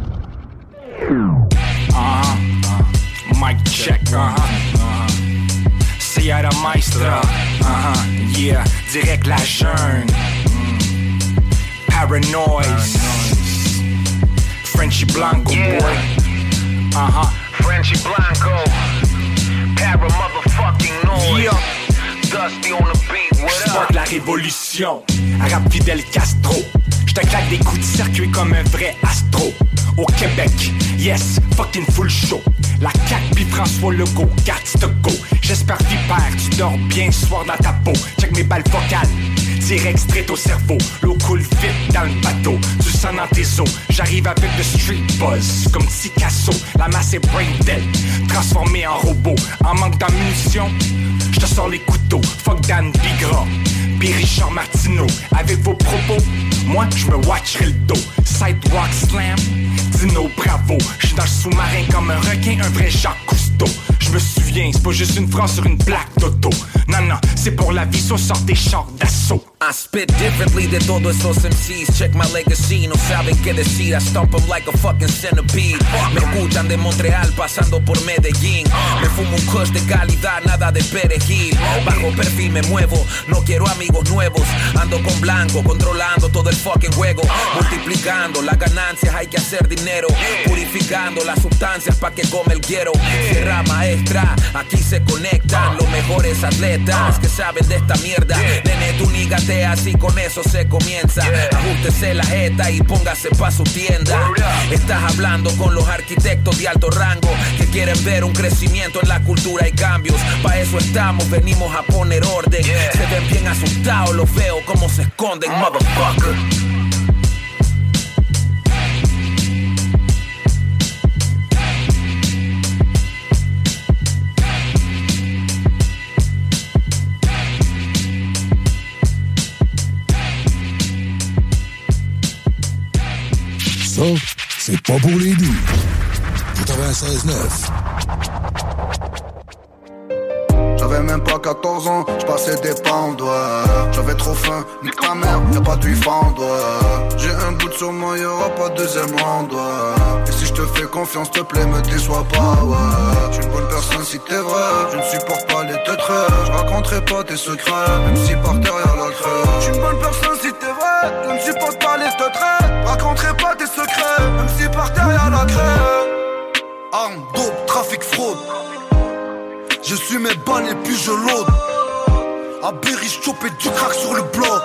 Speaker 7: Uh-huh. Mic check, uh-huh. uh-huh. Sierra Maestra, uh-huh. Yeah, direct la jeune. Mm. Paranoise. Frenchy Blanco, yeah. Boy. Uh-huh.
Speaker 15: Frenchy Blanco. Para motherfucking noise. Yeah. Dusty on the beat, what up?
Speaker 7: J'porte la révolution. Arabe Fidel Castro. J'te claque des coups de circuit comme un vrai astro. Au Québec, yes, fucking full show. La C A Q pis François Legault, gats to go. J'espère vipère, tu dors bien ce soir dans ta peau. Check mes balles vocales, direct straight au cerveau. L'eau coule vite dans le bateau, du sang dans tes os. J'arrive avec le street buzz, comme Picasso. La masse est brain dead, transformée en robot. En manque d'ammunition, j'te sors les couteaux. Fuck Dan Bigra, pis Richard Martineau. Avec vos propos, moi j'me watcherai le dos. Sidewalk slam, Dino bravo. J'suis dans le sous-marin comme un requin, un vrai Jacques Cousteau. J'me souviens, c'est pas juste une phrase sur une plaque d'auto. Non, non, c'est pour la vie, on sort des chars d'assaut.
Speaker 5: I spit differently de todos esos M Cs. Check my legacy, no saben qué decir. I stomp them like a fucking centipede. Me escuchan de Montreal pasando por Medellín. Me fumo un kush de calidad, nada de perejil. Bajo perfil me muevo, no quiero amigos nuevos. Ando con blanco, controlando todo el fucking juego. Multiplicando las ganancias, hay que hacer dinero. Purificando las sustancias pa' que come el guero. Sierra maestra, aquí se conectan los mejores atletas que saben de esta mierda. Nene, tú nígate así, con eso se comienza. Ajústese la jeta y póngase pa' su tienda. Estás hablando con los arquitectos de alto rango que quieren ver un crecimiento en la cultura y cambios. Pa' eso estamos, venimos a poner orden. Se ven bien asustados, los veo como se esconden, motherfucker.
Speaker 20: Ça, c'est pas pour les doux. quatre-vingt-seize neuf.
Speaker 9: J'avais même pas quatorze ans, j'passais des pounds, ouais. J'avais trop faim, nique ta mère, y'a pas de refund, ouais. J'ai un bout sur moi, y'aura pas de deuxième round, ouais. Et si j'te fais confiance, te plaît, me déçois pas, ouais. J'suis une bonne personne si t'es vrai, je ne supporte pas les deux traits. J'raconterai pas tes secrets, même si par terre y'a la creux. J'suis une bonne personne si t'es vrai, je ne supporte pas les deux traits. Raconterai pas tes secrets, même si par terre y'a la creux. Arme, dope, trafic, fraude. Je suis mes balles et puis je l'aude. À Berry, j'chopais du crack sur le bloc.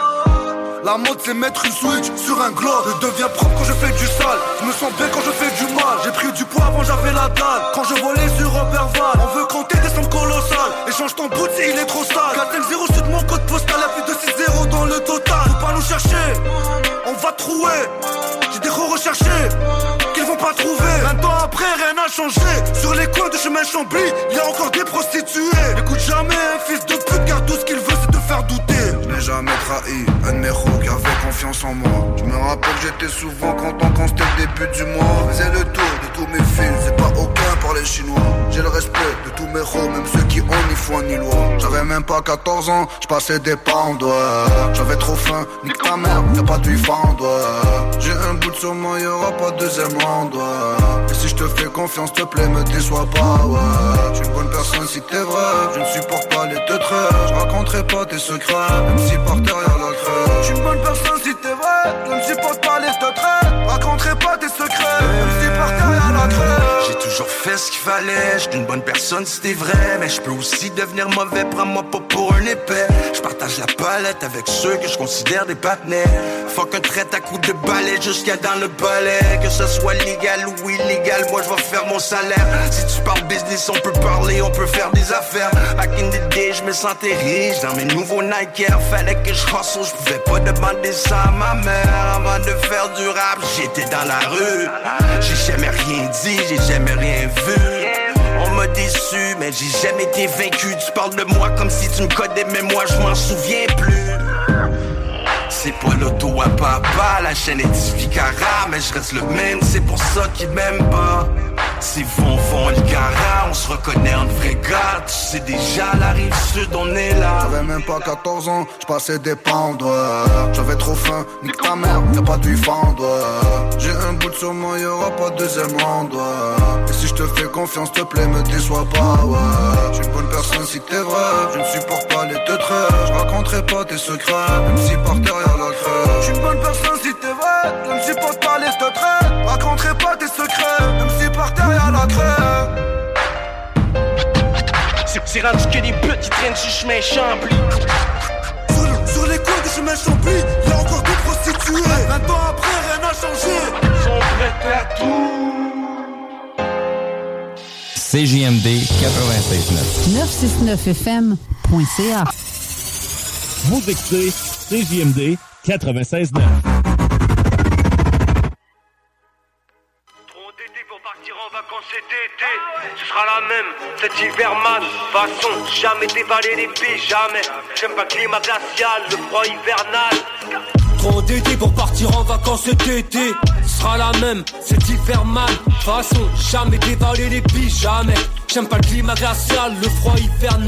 Speaker 9: La mode c'est mettre une switch sur un globe. Je deviens propre quand je fais du sale. Je me sens bien quand je fais du mal. J'ai pris du poids avant j'avais la dalle. Quand je volais sur Oberval. On veut compter des sommes colossales. Échange ton bout si il est trop sale. quatre zéro sur mon code postal. Y'a plus de six zéro dans le total. Faut pas nous chercher, on va trouver. J'ai des gros recherchés qu'ils vont pas trouver. vingt ans après rien n'a changé. Sur les coins de chemin Chambly, y'a encore des prostituées. Écoute jamais un fils de pute car tout ce qu'il veut c'est te faire douter. Je n'ai jamais trahi un de mes héros qui avait confiance en moi. Je me rappelle j'étais souvent content quand c'était le début du mois. Faisais le tour de tous mes fils, c'est pas aucun par les chinois. J'ai le respect de tous mes héros, même ceux qui ont ni foi ni loi. J'avais même pas quatorze ans, j'passais des pounds, ouais. J'avais trop faim, nique ta mère, y'a pas de refund, ouais. J'ai un bout sur moi, y'aura pas de deuxième round, ouais. Et si j'te fais confiance, te plaît, me déçois pas, ouais. J'suis une bonne personne si t'es vrai, je ne supporte pas les deux traits. J'raconterai pas tes secrets, même si par terre y'a la creux. J'suis une bonne personne si t'es vrai, je ne supporte pas les deux traits. Raconterai pas tes secrets, même si par terre y'a la creux.
Speaker 10: J'ai toujours fait ce qu'il fallait, j'suis une bonne personne si t'es vrai. Mais j'peux aussi devenir mauvais, prends-moi pas pour un épais. J'partage la palette avec ceux que je considère des partenaires. Fuck un traite à coups de balai jusqu'à dans le balai. Que ce soit légal ou illégal, moi j'vais faire mon salaire. Si tu parles business, on peut parler, on peut faire des affaires. Back in the day, j'me sentais riche dans mes nouveaux Nike Air. Fallait que je hustle, j'pouvais pas demander ça à ma mère. Avant de faire du rap, j'étais dans la rue. J'ai jamais rien dit, j'ai jamais rien vu. On m'a déçu, mais j'ai jamais été vaincu. Tu parles de moi comme si tu me connais, mais moi je m'en souviens plus. C'est pas l'auto à papa, la chaîne est difficara. Mais je reste le même, c'est pour ça qu'ils m'aiment pas. C'est Von Von le gara, on se reconnaît en vrai gars. Tu sais déjà, la rive sud, on est là.
Speaker 9: J'avais même pas quatorze ans, j'passais des pounds, ouais. J'avais trop faim, nique ta mère, y'a pas de refund, ouais. J'ai un bout sur moi, y'aura pas de deuxième round, ouais. Et si j'te fais confiance, te plaît, me déçois pas, ouais. J'suis une bonne personne si t'es vrai, je ne supporte pas les deux traits. J'raconterai pas tes secrets, même si par terre y'a la creux. J'suis une bonne personne si t'es vrai, je ne supporte pas les deux traits. Raconterai pas tes secrets, même si par terre y'a la creux.
Speaker 18: C'est rendu que des petits traînent sur chemin Chambly.
Speaker 9: Sur, sur les coins du chemin Chambly, y'a encore des prostituées. vingt ans après, rien n'a changé.
Speaker 18: Ils sont prêts à tout.
Speaker 24: C J M D quatre-vingt-seize neuf.
Speaker 2: neuf cent soixante-neuf F M point C A.
Speaker 25: Vous écoutez C J M D quatre-vingt-seize neuf.
Speaker 18: Cet été, ce sera la même, cet hiver man. Façon, jamais dévaler les billes, jamais. J'aime pas le climat glacial, le froid hivernal. Trop d'été pour partir en vacances cet été. Ce sera la même, cet hiver man. Façon, jamais dévaler les billes, jamais. J'aime pas le climat glacial, le froid hivernal.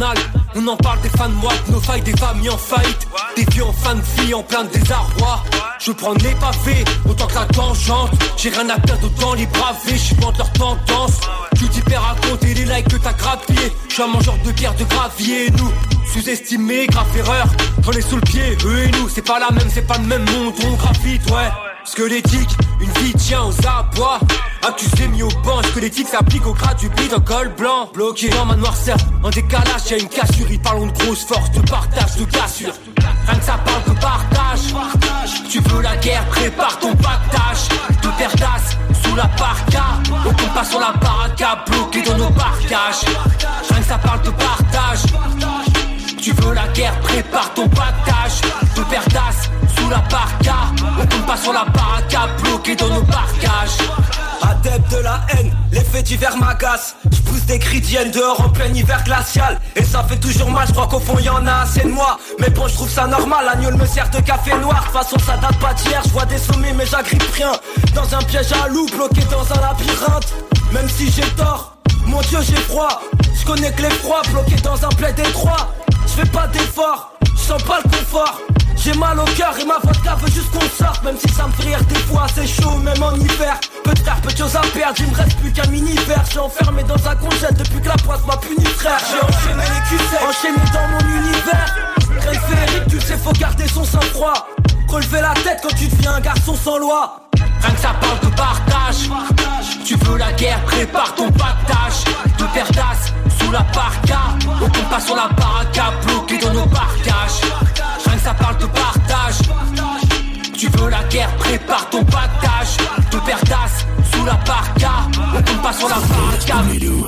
Speaker 8: On en parle des fans moites, nos failles, des familles en faillite, des vieux en fin de vie, en plein désarroi. Je prends les pavés, autant que la tangente. J'ai rien à perdre, autant les braver, je suis de leur tendance. Tout hyper raconter les likes que t'as grappillé. Je suis un mangeur de pierre de gravier, nous sous-estimés, grave erreur. J'en ai sous le pied, eux et nous, c'est pas la même, c'est pas le même monde, on graffite, ouais. Squelettique, une vie tient aux abois. Accusé mis au banc, squelettique s'applique au gras du bide en col blanc. Bloqué dans ma noirceur, en décalage, y'a une cassure. Ils parlent de grosse force, de partage, de cassure. Rien que ça parle de partage. Tu veux la guerre, prépare ton pactage. De perdasse, sous la parka. On compte pas sur la baraka, bloqué dans nos barcages. Rien que ça parle de partage. Tu veux la guerre, prépare ton pactage. De perdasse, sous la parka. On compte pas sur la baraka, bloqué dans nos barcages.
Speaker 11: Adepte de la haine, les faits divers m'agacent. Je pousse des cris d'hyène dehors en plein hiver glacial. Et ça fait toujours mal, je crois qu'au fond y'en a assez de moi. Mais bon, je trouve ça normal, l'agneau me sert de café noir. De toute façon ça date pas d'hier, je vois des sommets mais j'agrippe rien. Dans un piège à loup, bloqué dans un labyrinthe. Même si j'ai tort, mon Dieu j'ai froid. Je connais que les froids, bloqué dans un plaid étroit. Je fais pas d'effort, je sens pas le confort. J'ai mal au cœur et ma vodka veut juste qu'on sorte. Même si ça me fait rire des fois, c'est chaud même en hiver. Peu de frères, peu de choses à perdre, il me reste plus qu'un mini-verre. J'suis enfermé dans un congèle depuis que la poisse m'a puni frère. J'ai enchaîné les culs, enchaîné dans mon univers. Grève féerique, tu sais faut garder son sang-froid. Relever la tête quand tu deviens un garçon sans loi.
Speaker 8: Rien que ça parle de partage. Tu veux la guerre, prépare ton pactage. De perdasse, sous la parka. On compte pas sur la baraka, bloqué dans nos barcages. Rien que ça parle de partage. Tu veux la guerre, prépare ton pactage. De perdasse, sous la parka. On compte pas sur la baraka.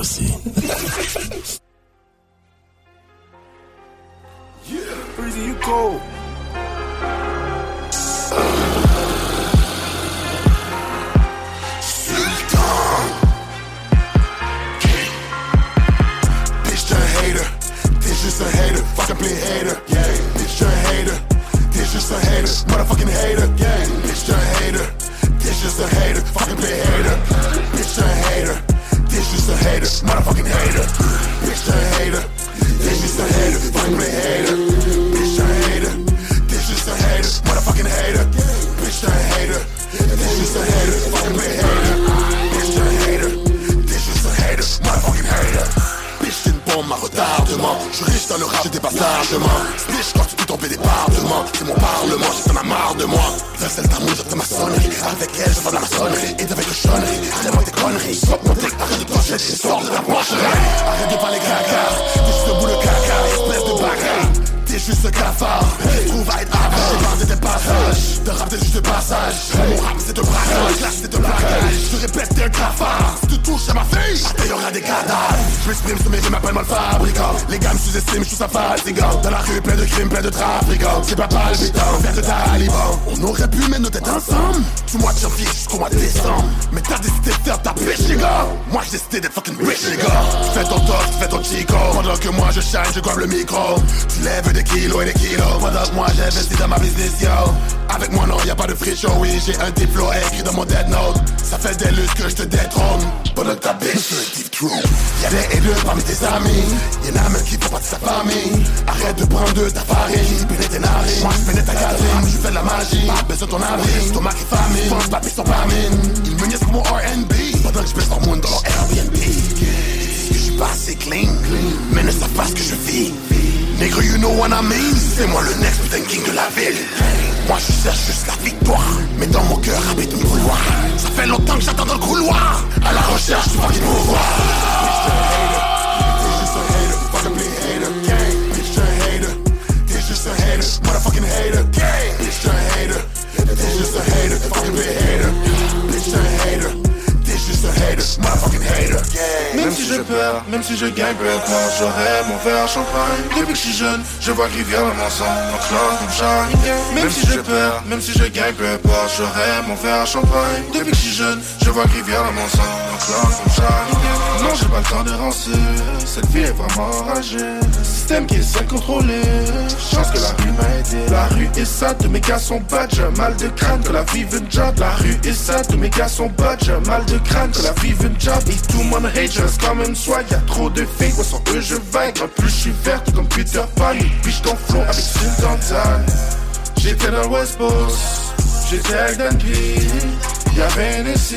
Speaker 17: Yeah, Breezy, you cold.
Speaker 19: Just a hater, fucking play hater, yeah. Bitch, you're a hater. This just a hater, motherfucking hater, yeah. Bitch, you're a hater. This just a hater, fucking play hater. Bitch, you're a hater. This just a hater, motherfucking hater. Bitch, you're a hater. This just a hater, fucking play hater. Bitch, you're a hater. This just a hater, motherfucking hater. Bitch, you're a hater. This just a hater, fucking play hater. Bitch, you're a hater. This just a hater, motherfucking hater. Bitch, t'es une bombe à retardement. Je riche dans le rap, j'ai des passagements. Snitch quand tu peux tomber des départements. C'est mon parlement, j'ai t'en as marre de moi. Versel ta mouche, j'obtiens ma sonnerie. Avec elle, je vends de la maçonnerie. Et avec le chonnerie, arrête-moi tes conneries. Sors mon dick, arrête de pencher, je sors de la brancherie. Arrête de parler caca, t'es juste un bout de caca, espèce de bacard. T'es juste un cafard, trouve à être average. J'ai parlé des passages, de rap t'es juste de passage. Mon rap c'est de braquage, classe c'est de plaquage. Je répète t'es un cafard, si tu touches à ma fille, après y'aura des cadavres. Je m'exprime sur mes rimes, m'appelle mal fabricant. Les gars me sous-estiment, je trouve ça fatigant. Dans la rue plein de crimes, plein de trafiquants. C'est pas palpitant, vers de taliban. On aurait pu mettre nos têtes ensemble du mois de janvier jusqu'au mois de décembre. Mais t'as décidé de faire ta bitch les gars. Moi j'ai décidé d'être fucking rich les gars. Tu fais ton top, tu fais ton chico. Pendant que moi je shine, je grave le micro. Tu lèves des kilos et des kilos. Pendant que moi j'ai investi dans ma business yo. Avec moi non y'a pas de free show, oui j'ai un deep flow écrit dans mon dead note. Ça fait des lustres que je te détrône. Pendant que ta bitch c'est un deep true. Y'a des haineux parmi tes amis. Y'en a même qui font partie de sa famille. Arrête de prendre de ta farine. Pénètre tes narines, moi je pénètre ta gazine. Je fais de la magie, pas besoin de ton avis. Stomac et famine, pense pas pis son famine. Il me niaise pour mon R and B pendant que je baisse leur monde dans leur Airbnb. Je suis pas assez clean, mais ne savent pas ce que je vis. Nigga, you know what I mean. C'est moi le next putain king de la ville. Moi je cherche juste la victoire, mais dans mon cœur habite une couloir. Ça fait longtemps que j'attends dans le couloir, à la recherche du fucking pouvoir. Bitch, just a hater, fucking play hater, gang. Bitch, a hater, this just a hater, motherfucking hater, gang. Bitch, a hater, this just a hater, fucking play hater. Bitch, a hater, this just a hater, motherfucking hater, gang.
Speaker 17: Même si je perds, même si je gagne, peu importe, j'aurai mon verre champagne. Depuis que je suis jeune, je vois que rivière dans mon sang, mon clan comme shine. Même si je perds, même si je gagne, peu importe, j'aurai mon verre champagne. Depuis que je suis jeune, je vois que rivière dans mon sang, mon clan comme shine. non, j'ai pas le temps de rancer. Cette vie est vraiment enragée. Système qui essaie de contrôler. Chance que la rue m'a aidé. La rue est sad, de mes gars sont bad. J'ai un mal de crâne, que la vie veut une job. La rue est sad, de mes gars sont bad. J'ai un mal de crâne, que la vie veut une job. Et tout le monde hate, je reste quand même swag. Y'a trop de fake, moi sans eux je vaincre. Plus je suis verte comme Peter Pan. Une biche ton flow avec Slim Dantan. J'étais dans le West Coast, j'étais avec Dan P. Y'avait un essai,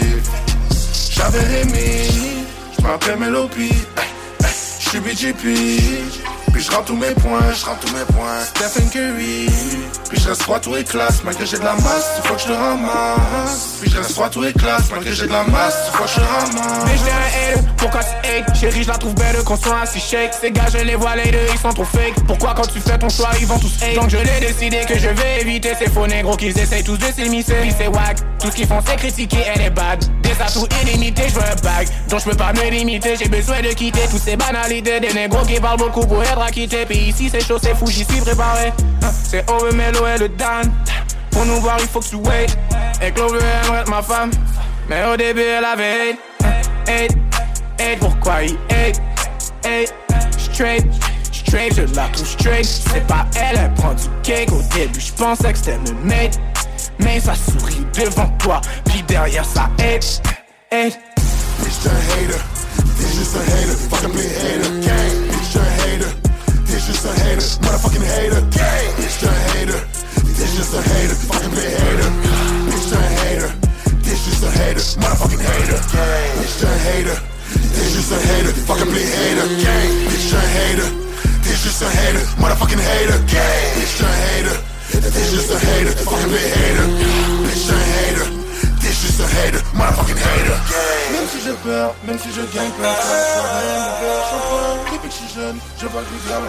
Speaker 17: j'avais Rémi. J'm'appelle Mélopie, j'suis B J P. Puis j'rentre tous mes points, j'rentre tous mes points. Stephen Curry. Puis j'reste froid tous les classes, malgré j'ai de la masse, il faut que je te ramasse. Puis j'reste froid tous les classes, malgré j'ai de la masse, il faut que je te ramasse.
Speaker 6: Mais j'étais un hater, pourquoi tu hate? Chérie, je la trouve belle qu'on soit assis shake. Ces gars, je les vois les deux, ils sont trop fake. Pourquoi quand tu fais ton choix, ils vont tous hate? Donc je l'ai décidé que je vais éviter ces faux négros qu'ils essayent tous de s'immiscer. Puis c'est wack, tout ce qu'ils font c'est critiquer, elle est bad. Des atouts illimités, je veux un bag. Donc je peux pas me limiter, j'ai besoin de quitter toutes ces banalités. Des négros qui parlent beaucoup pour être acquittés. Puis ici c'est chaud, c'est fou, j'y suis préparé. C'est Ove, Melo et le Dan. Pour nous voir, il faut que tu wait. Et Claude aimerait être ma femme, mais au début elle avait hate. Hate, hate, pourquoi il hate? Hate, straight, straight, je la trouve straight. C'est pas elle, elle prend du cake. Au début j'pensais que c'était une mate, mais ça sourit devant toi, puis derrière ça hate, hate.
Speaker 19: Bitch, you're a hater. This just a hater. Fucking big hater. Gang. Bitch, you're a hater. This just a hater. Motherfucking hater. Gang. Bitch, you're a hater. This just a hater. Fucking big hater. Bitch, you're a hater. This just a hater. Motherfucking hater. Gang. Bitch, you're a hater. This just a hater. Fucking big hater. Gang. Bitch, you're a hater. This just a hater. Motherfucking hater. Gang. Bitch, you're a hater. This just a hater. Fucking big hater. Bitch, you're a hater. This just a hater, motherfucking hater.
Speaker 17: Même si j'ai peur, même si je gagne plein de temps, depuis que je suis jeune, je vois que les gars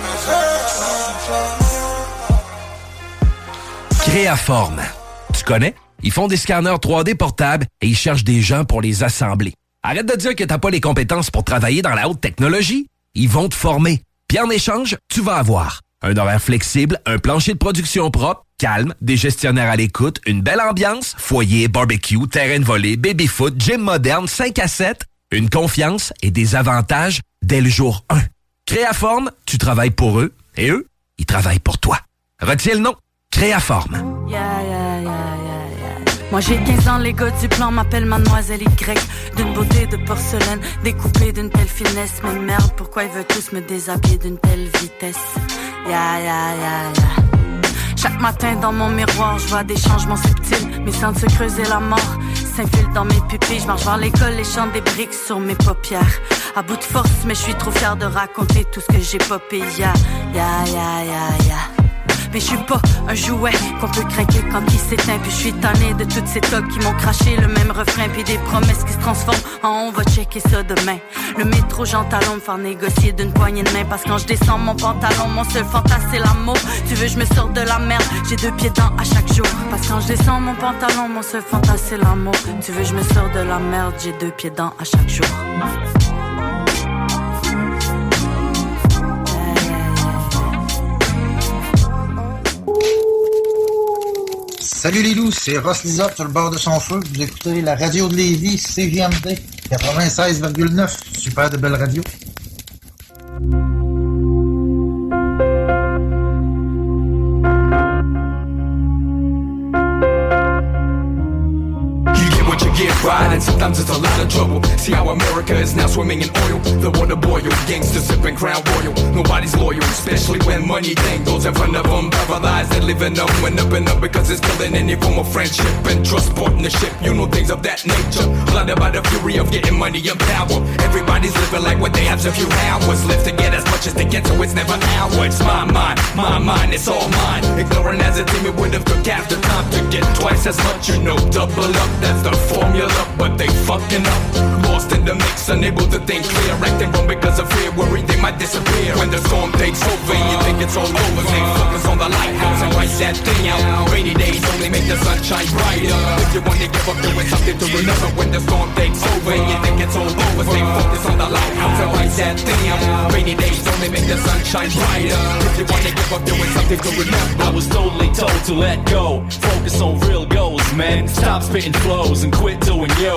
Speaker 17: me
Speaker 1: Créaforme. Tu connais? Ils font des scanners trois D portables et ils cherchent des gens pour les assembler. Arrête de dire que t'as pas les compétences pour travailler dans la haute technologie. Ils vont te former. Puis en échange, tu vas avoir un horaire flexible, un plancher de production propre, calme, des gestionnaires à l'écoute, une belle ambiance, foyer, barbecue, terrain de volley, baby-foot, gym moderne, cinq à sept, une confiance et des avantages dès le jour un. Créaforme, tu travailles pour eux et eux, ils travaillent pour toi. Retiens le nom, Créaforme.
Speaker 3: Yeah, yeah, yeah, yeah, yeah. Moi j'ai quinze ans, les gars du plan m'appellent Mademoiselle Y. D'une beauté de porcelaine, découpée d'une telle finesse. Mais merde, pourquoi ils veulent tous me déshabiller d'une telle vitesse? Yeah, yeah, yeah, yeah. Chaque matin dans mon miroir, je vois des changements subtils. Mes sens se creuser la mort s'infilent dans mes pupilles. Je marche vers l'école et chante des briques sur mes paupières. À bout de force, mais je suis trop fière de raconter tout ce que j'ai popé. Ya, ya, ya, ya, ya. Mais je suis pas un jouet qu'on peut craquer quand il s'éteint. Puis je suis tannée de toutes ces togs qui m'ont craché le même refrain. Puis des promesses qui se transforment en on va checker ça demain. Le métro, j'entalon me faire négocier d'une poignée de main. Parce que quand je descends mon pantalon, mon seul fantasme c'est l'amour. Tu veux je me sors de la merde, j'ai deux pieds dedans à chaque jour. Parce que quand je descends mon pantalon, mon seul fantasme c'est l'amour. Tu veux je me sors de la merde, j'ai deux pieds dedans à chaque jour.
Speaker 21: Salut les loups, c'est Ross Lizotte sur le bord de son feu. Vous écoutez la radio de Lévis, C J M D quatre-vingt-seize virgule neuf. Super de belle radio.
Speaker 7: Get right, and sometimes it's a lot of trouble. See how America is now swimming in oil. The water boil, gangsters sipping Crown Royal. Nobody's loyal, especially when money dangles in front of them. Paralyzed and living them when up and up because it's killing any form of friendship and trust partnership. You know things of that nature. Blinded by the fury of getting money and power. Everybody's living like what they have's a few hours left to get as much as they get, so it's never ours. My mind, my mind, it's all mine. Ignoring as a team, it would have took half the time to get twice as much. You know, double up, that's the formula, but they fucking up. Lost in the mix, unable to think clear. Acting wrong because of fear, worried they might disappear. When the storm takes over, you think it's all over. Stay focused on the lighthouse and write that thing out. Rainy days only make the sunshine brighter. If you want to give up, doing something to remember. When the storm takes over, you think it's all over. Stay focused on the lighthouse and write that thing out. Rainy days only make the sunshine brighter. If you want to give up, doing something to remember.
Speaker 22: I was totally told to let go. Focus on real goals, man. Stop spitting flows and quit doing yo. But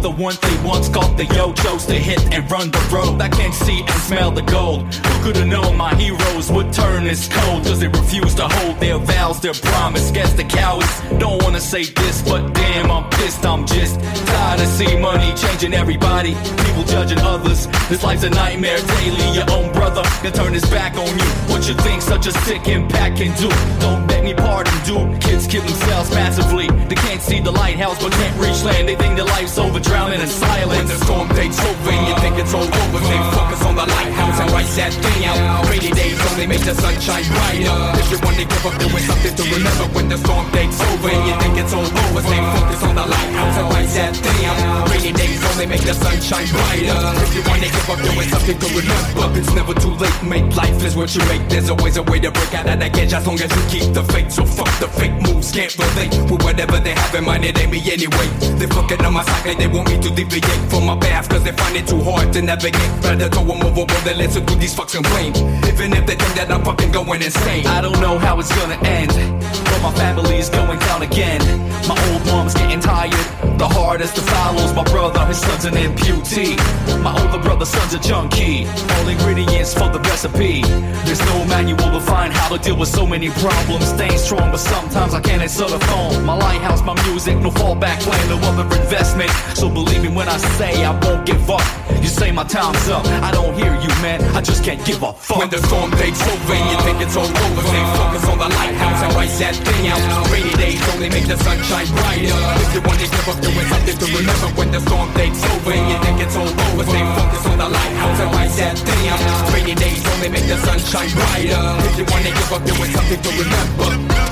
Speaker 12: the ones they once called the yo chose to hit and run the road. I can't see and smell the gold. Who could've known my heroes would turn this cold? Cause they refuse to hold their vows, their promise. Guess the cowards don't wanna say this, but damn, I'm pissed. I'm just tired of seeing money changing everybody. People judging others. This life's a nightmare daily. Your own brother can turn his back on you. What you think such a sick impact can do? Don't beg me pardon, dude. Kids kill themselves massively. They can't see the lighthouse but can't reach land. They think their life's over, drowning in silence.
Speaker 13: When the storm takes over and you think it's all over, they focus on the lighthouse and write that thing out. Rainy days only make the sunshine brighter. If you want to give up, doing something to remember. When the storm takes over and you think it's all over, stay focused on the lighthouse and write that thing out. Rainy days only make the sunshine brighter. If you want to give up, doing something to remember. It's never too late, mate. Life is what you make. There's always a way to break out of that cage as long as you keep the faith. So fuck the fake moves, can't relate with whatever they have in mind. It ain't me anyway. They fucking on my side, they want me to deviate from my path, cause they find it too hard to navigate. Rather throw them overboard than listen to these fucks complain. Even if they think that I'm fucking going insane.
Speaker 12: I don't know how it's gonna end, but my family's going down again. My old mom's getting tired. The hardest to follow's my brother, his son's an amputee. My older brother's son's a junkie. All ingredients for the recipe. There's no manual to find how to deal with so many problems. Staying strong, but sometimes I can't answer the phone. My lighthouse, my music, no fallback plan, no other investment. So believe me when I say I won't give up. You say my time's up, I don't hear you, man. I just can't give a fuck.
Speaker 13: When the storm takes over and you think it's all over, stay focused on the lighthouse and write that thing out. Rainy days only make the sunshine brighter. If you want to give up, doing something to remember. When the storm takes over and you think it's all over, stay focused on the lighthouse and write that thing out. Rainy days only make the sunshine brighter. If you want to give up, doing something to remember.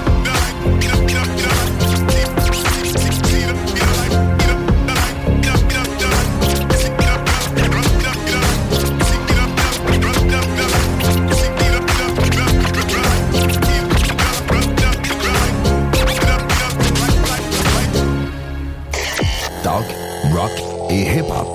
Speaker 20: Talk, rock et hip-hop.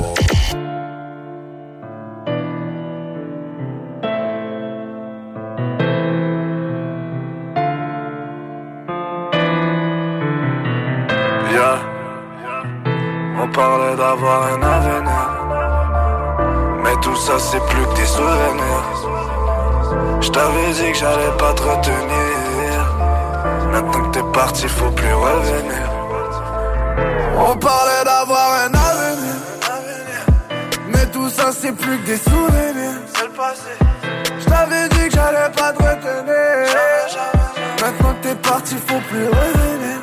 Speaker 9: Yeah. On parlait d'avoir un avenir, mais tout ça c'est plus que des souvenirs. J't'avais dit que j'allais pas te retenir. Maintenant que t'es parti, faut plus revenir. On parlait d'avoir un avenir, mais tout ça c'est plus que des souvenirs. C'est le passé. J't'avais dit que j'allais pas te retenir. Jamais, jamais. Maintenant que t'es parti, faut plus revenir.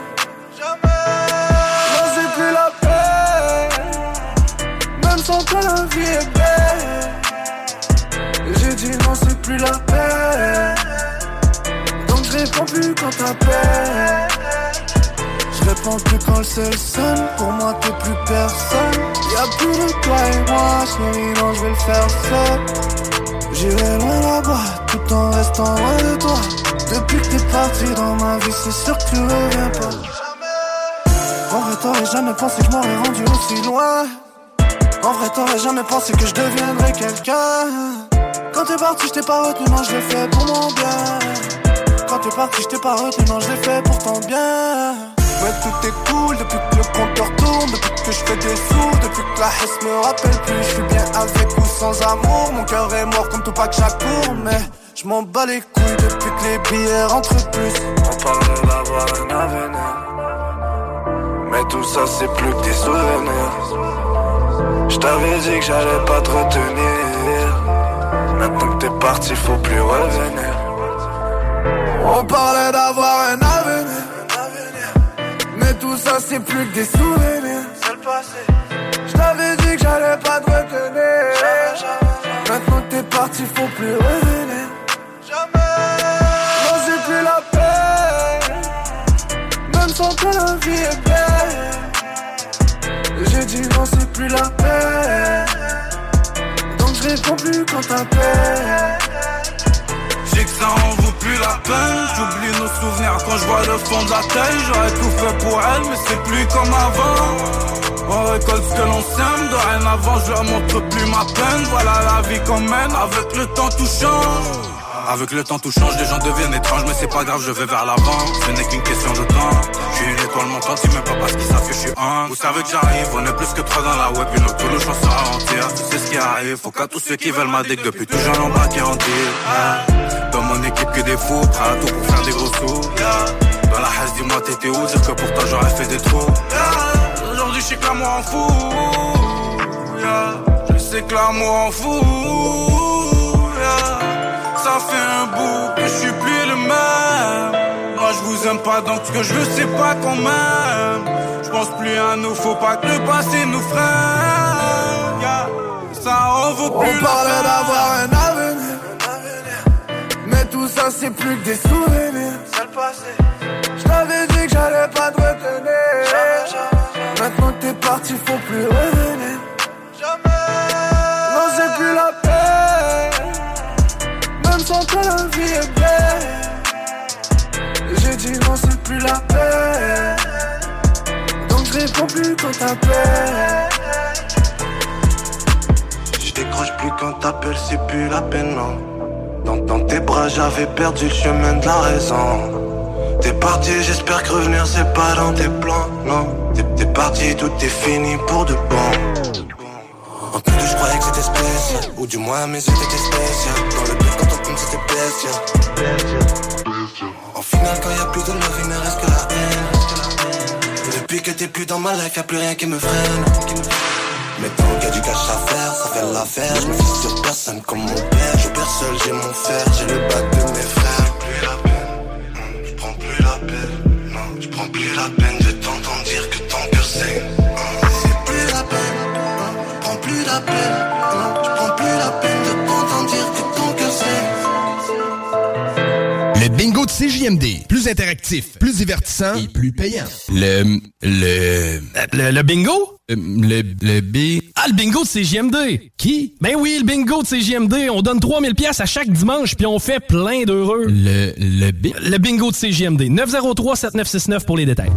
Speaker 9: Non, c'est plus la paix, même sans toi la vie est belle. J'ai dit non, c'est plus la paix, donc je réponds plus quand t'appelles. Je réponds plus quand le ciel sonne, pour moi t'es plus personne. Y'a plus de toi et moi, chérie, non, je vais le faire seul. J'irai loin là-bas, tout en restant loin de toi. Depuis que t'es parti dans ma vie, c'est sûr que tu reviens pas. En vrai t'aurais jamais pensé que je m'aurais rendu aussi loin. En vrai t'aurais jamais pensé que je deviendrais quelqu'un. Quand t'es parti je t'ai pas retenu, non je l'ai fait pour mon bien. Quand t'es parti je t'ai pas retenu, non je l'ai fait pour ton bien. Ouais tout est cool depuis que le compteur tourne, depuis que je fais des sous, depuis que la haisse me rappelle plus. Je suis bien avec ou sans amour, mon cœur est mort comme Tupac Shakur. Mais je m'en bats les couilles depuis que les billets rentrent plus. On parlait d'avoir un avenir, mais tout ça c'est plus que des souvenirs. J't'avais dit que j'allais pas te retenir. Maintenant que t'es parti, faut plus revenir. On parlait d'avoir un avenir, mais tout ça c'est plus que des souvenirs. C'est le passé. J't'avais dit que j'allais pas te retenir. Jamais, jamais. Maintenant que t'es parti, faut plus revenir. Jamais. Non, c'est plus la paix, même sans toi la vie est belle. J'ai dit non, c'est plus la paix, donc je réponds plus quand t'appelles.
Speaker 13: J'ai que ça en vaut plus la peine. J'oublie nos souvenirs quand je vois le fond de la taille. J'aurais tout fait pour elle, mais c'est plus comme avant. On récolte ce que l'on sème. Dorénavant je leur montre plus ma peine. Voilà la vie qu'on mène, avec le temps tout change.
Speaker 10: Avec le temps tout change, les gens deviennent étranges, mais c'est pas grave, je vais vers l'avant. Ce n'est qu'une question de temps. Je suis une étoile montante, si même pas parce qu'ils savent que je suis un. Vous savez que j'arrive, on est plus que trois dans la web, une autre toulouse, chance à ralentir. Tu sais ce qui arrive, faut qu'à tous ceux qui veulent ma dick depuis tout jeune en bas qui en tirent. Dans mon équipe que des fous, prêt à tout pour faire des gros sous. Dans la haisse, dis-moi t'étais où, dire que pour toi j'aurais fait des trous. Aujourd'hui je sais que l'amour en fout. Je sais que l'amour en fout. Ça fait un bout que je suis plus le même. Moi je vous aime pas donc ce que je veux c'est pas qu'on m'aime. Je pense plus à nous, faut pas que le passé nous freine. Yeah. Ça en vaut plus.
Speaker 4: On parlait d'avoir un avenir, mais tout ça c'est plus que des souvenirs. C'est le passé. Je t'avais dit que j'allais pas te retenir. Jamais, jamais. Maintenant que t'es parti, faut plus revenir. Jamais. Non c'est plus la peine. Même sans toi la vie est belle. J'ai dit non c'est plus la peine. Donc je réponds plus quand t'appelles.
Speaker 14: Je décroche plus quand t'appelles, c'est plus la peine non. Dans, dans tes bras j'avais perdu le chemin de la raison. T'es parti, j'espère que revenir c'est pas dans tes plans, non. T'es, t'es parti, tout est fini pour de bon. En tout je croyais que c'était spécial, ou du moins mes yeux étaient spéciales. Dans le but quand on compte c'était bestial. En final quand y'a plus de love il ne reste que la haine. Et depuis que t'es plus dans ma life y'a plus rien qui me freine. Mais tant qu'il y a du cash à faire, ça fait l'affaire. Je me fie sur personne comme mon père. Je perds seul, j'ai mon fer, j'ai le bac de mes frères. Plus la peine, je prends plus la peine. Non, je prends plus la peine de t'entendre dire que ton cœur saigne. C'est plus la peine, je prends plus la peine. Non, je prends plus la peine de t'entendre dire que ton cœur saigne.
Speaker 20: Le bingo de C J M D. Plus interactif, plus divertissant et plus payant. Le... Le...
Speaker 16: Le, le bingo?
Speaker 20: Le... Le B...
Speaker 16: Ah, le bingo de C J M D!
Speaker 20: Qui?
Speaker 16: Ben oui, le bingo de C J M D. On donne trois mille dollars à chaque dimanche, puis on fait plein d'heureux.
Speaker 20: Le... Le B...
Speaker 16: Le bingo de C J M D. neuf zéro trois sept neuf six neuf pour les détails.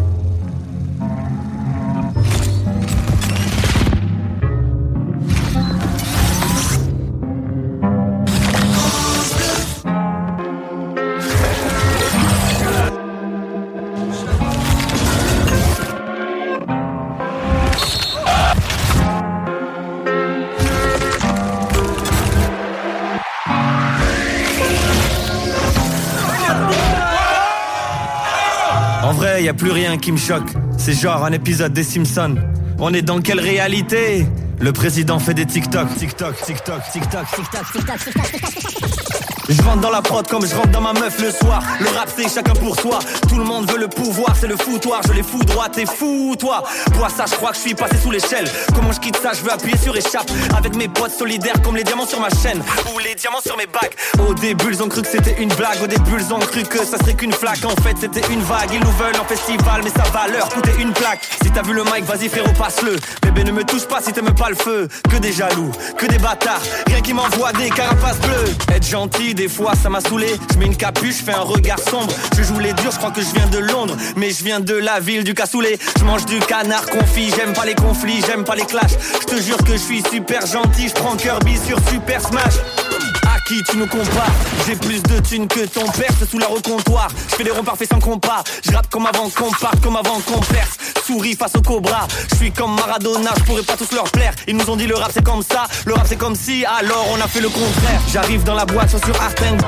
Speaker 11: Y a plus rien qui me choque, c'est genre un épisode des Simpsons. On est dans quelle réalité? Le président fait des TikTok, TikTok, TikTok, TikTok, TikTok, TikTok, TikTok. Je rentre dans la prod comme je rentre dans ma meuf le soir. Le rap c'est chacun pour soi. Tout le monde veut le pouvoir, c'est le foutoir. Je les fous droit, t'es fou toi. Pour ça je crois que je suis passé sous l'échelle. Comment je quitte ça, je veux appuyer sur échappe. Avec mes potes solidaires comme les diamants sur ma chaîne. Ou les diamants sur mes bagues. Au début ils ont cru que c'était une blague. Au début ils ont cru que ça serait qu'une flaque. En fait c'était une vague, ils nous veulent en festival. Mais ça va leur coûter une plaque. Si t'as vu le mic, vas-y frérot passe-le. Bébé ne me touche pas si t'aimes pas le feu. Que des jaloux, que des bâtards. Rien qui m'envoie des carapaces bleues. Être gentil des fois ça m'a saoulé. Je mets une capuche, je fais un regard sombre. Je joue les durs, je crois que je viens de Londres. Mais je viens de la ville du cassoulet. Je mange du canard confit, j'aime pas les conflits, j'aime pas les clashs. Je te jure que je suis super gentil. Je prends Kirby sur Super Smash. À qui tu nous compares? J'ai plus de thunes que ton père, c'est sous la au comptoir. Je fais des ronds parfaits sans compas. Je rappe comme avant qu'on parte, comme avant qu'on perce. Souris face au cobra. Je suis comme Maradona, je pourrais pas tous leur plaire. Ils nous ont dit le rap c'est comme ça, le rap c'est comme si, alors on a fait le contraire. J'arrive dans la boîte, sur Arting.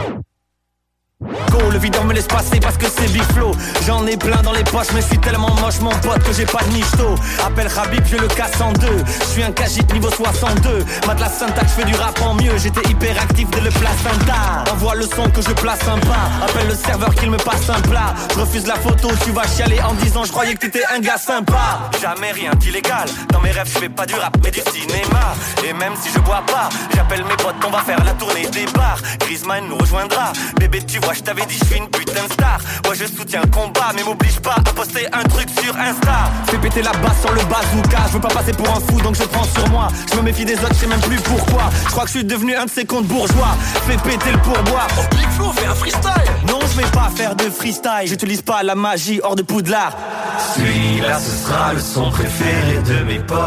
Speaker 11: Go, le videur me laisse passer parce que c'est Big Flow. J'en ai plein dans les poches mais je suis tellement moche mon pote que j'ai pas de nicheto. Appelle Khabib, je le casse en deux. Je suis un cagit niveau soixante-deux. Matelas Santa, je fais du rap en mieux. J'étais hyper actif dès le placenta. Envoie le son que je place un pas. Appelle le serveur qu'il me passe un plat. Je refuse la photo, tu vas chialer en disant je croyais que t'étais un gars sympa. Jamais rien d'illégal. Dans mes rêves je fais pas du rap mais du cinéma. Et même si je bois pas, j'appelle mes potes, on va faire la tournée des bars. Griezmann nous rejoindra. Bébé tu vois je t'avais dit je suis une putain de star. Ouais je soutiens le combat mais m'oblige pas à poster un truc sur Insta. Fais péter la basse sur le bazooka. Je veux pas passer pour un fou donc je prends sur moi. Je me méfie des autres, je sais même plus pourquoi. Je crois que je suis devenu un de ces comptes bourgeois. Fais péter le pourboire. Oh Big Flo fais un freestyle. Non je vais pas faire de freestyle. J'utilise pas la magie hors de Poudlard.
Speaker 22: Celui-là ce sera le son préféré de mes potes.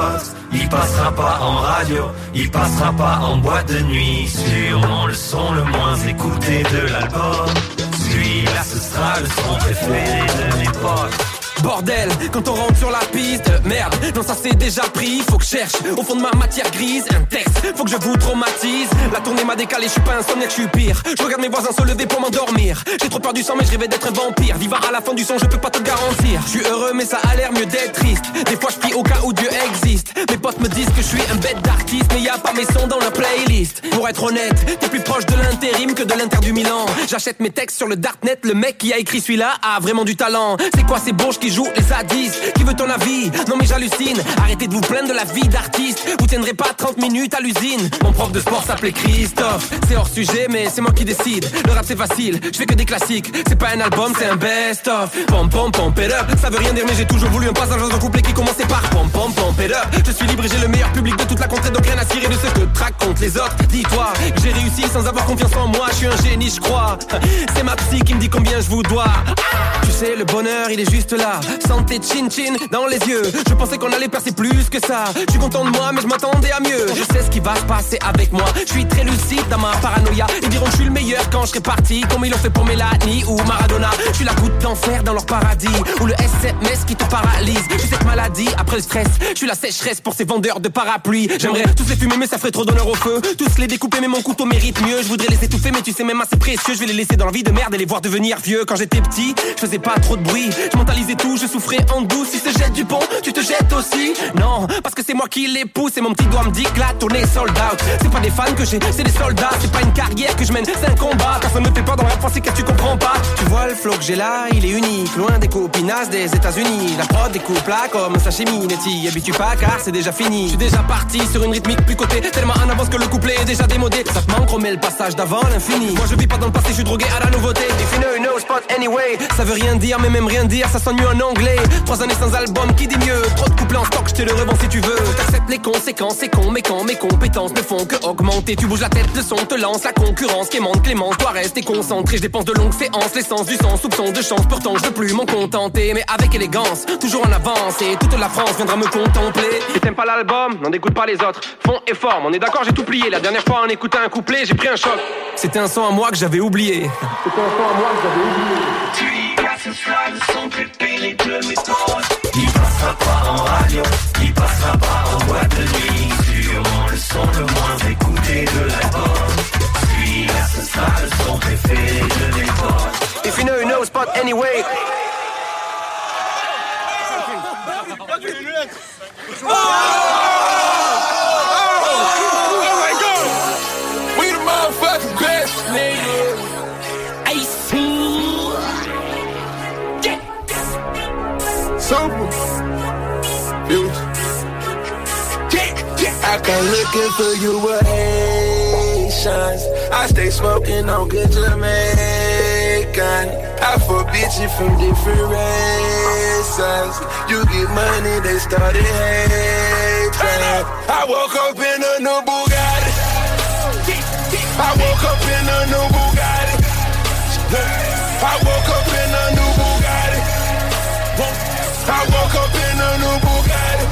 Speaker 5: il passera pas en radio, il passera pas en boîte de nuit. Sûrement le son le moins écouté de l'album. Celui-là ce sera le son préféré de mes potes.
Speaker 8: Bordel, quand on rentre sur la piste, merde, non ça c'est déjà pris, faut que je cherche au fond de ma matière grise, un texte, faut que je vous traumatise. La tournée m'a décalé, je suis pas insomniaque, je suis pire. Je regarde mes voisins se lever pour m'endormir. J'ai trop peur du sang mais je rêvais d'être un vampire. Vivre à la fin du son, je peux pas te garantir. Je suis heureux mais ça a l'air mieux d'être triste. Des fois je prie au cas où Dieu existe. Mes potes me disent que je suis un bête d'artiste, mais y a pas mes sons dans la playlist. Pour être honnête, t'es plus proche de l'intérim que de l'Inter du Milan. J'achète mes textes sur le darknet, le mec qui a écrit celui-là a vraiment du talent. C'est quoi ces bourges qui joue les zadistes? Qui veut ton avis? Non mais j'hallucine. Arrêtez de vous plaindre de la vie d'artiste. Vous tiendrez pas trente minutes à l'usine. Mon prof de sport s'appelait Christophe. C'est hors sujet mais c'est moi qui décide. Le rap c'est facile, je fais que des classiques. C'est pas un album, c'est un best-of. Pom pom pom it up. Ça veut rien dire mais j'ai toujours voulu un passage dans un couplet qui commençait par pom pom pom it up. Je suis libre et j'ai le meilleur public de toute la contrée, donc rien à cirer de ce que racontent les autres. Dis-toi que j'ai réussi sans avoir confiance en moi. Je suis un génie je crois. C'est ma psy qui me dit combien je vous dois. Tu sais le bonheur il est juste là. Santé chin chin dans les yeux. Je pensais qu'on allait percer plus que ça. Je suis content de moi mais je m'attendais à mieux. Je sais ce qui va se passer avec moi. Je suis très lucide dans ma paranoïa. Ils diront que je suis le meilleur quand je serai parti, comme ils l'ont fait pour Mélanie ou Maradona. Je suis la goutte d'enfer dans leur paradis, ou le S M S qui te paralyse. Je suis cette maladie après le stress. Je suis la sécheresse pour ces vendeurs de parapluies. J'aimerais tous les fumer mais ça ferait trop d'honneur au feu. Tous les découper mais mon couteau mérite mieux. Je voudrais les étouffer mais tu sais même assez précieux. Je vais les laisser dans la vie de merde et les voir devenir vieux. Quand j'étais petit, je faisais pas trop de bruit. Je mentalisais tout, je souffrais en douce. Si se jette du pont, tu te jettes aussi. Non, parce que c'est moi qui les pousse. Et mon petit doigt me dit que la tournée sold out. C'est pas des fans que j'ai, c'est des soldats. C'est pas une carrière que je mène, c'est un combat. Personne ne me fait peur dans la pensée car tu comprends pas. Tu vois le flow que j'ai là, il est unique. Loin des copinasses des États-Unis. La prod découpe là comme sashimi. Ne t'y habitue pas car c'est déjà fini. Je suis déjà parti sur une rythmique plus cotée, tellement en avance que le couplet est déjà démodé. Ça te manque, remets le passage d'avant l'infini. Moi je vis pas dans le passé, je suis drogué à la nouveauté. If you know, you know, spot anyway. Ça veut rien dire, mais même rien dire, ça sonne mieux en anglais. Trois années sans album, qui dit mieux? Trop de couplets en stock, je te le revends si tu veux. T'acceptes les conséquences, c'est con, mais quand mes compétences ne font que augmenter. Tu bouges la tête, le son te lance, la concurrence qui monte, Clément, toi reste concentré. Je dépense de longues séances, l'essence du sang, soupçon de chance. Pourtant je veux plus m'en contenter, mais avec élégance, toujours en avance. Et toute la France viendra me contempler. Si t'aimes pas l'album, n'en dégoûte pas les autres. Fond et forme, on est d'accord, j'ai tout plié. La dernière fois en écoutant un couplet, j'ai pris un choc. C'était un son à moi que j'avais oublié. C'était un son à moi que j'avais oublié.
Speaker 5: Ce sera le son préféré de mes potes. Il passera pas en radio, il passera pas en boîte de nuit. Sûrement le son le moins écouté de l'album. Celui-là ce sera le son préféré de mes potes.
Speaker 8: If you know, you know, spot anyway.
Speaker 17: Oh! Oh my God! We the motherfucking best, nigga. I see. Super. Future. I come looking for you with Haitians. I stay smoking on good Jamaican. I fuck bitches from different races. You get money, they started hating. I woke up in a new Bugatti. I woke up in a new Bugatti. I woke up in a new Bugatti. I woke up in a new Bugatti.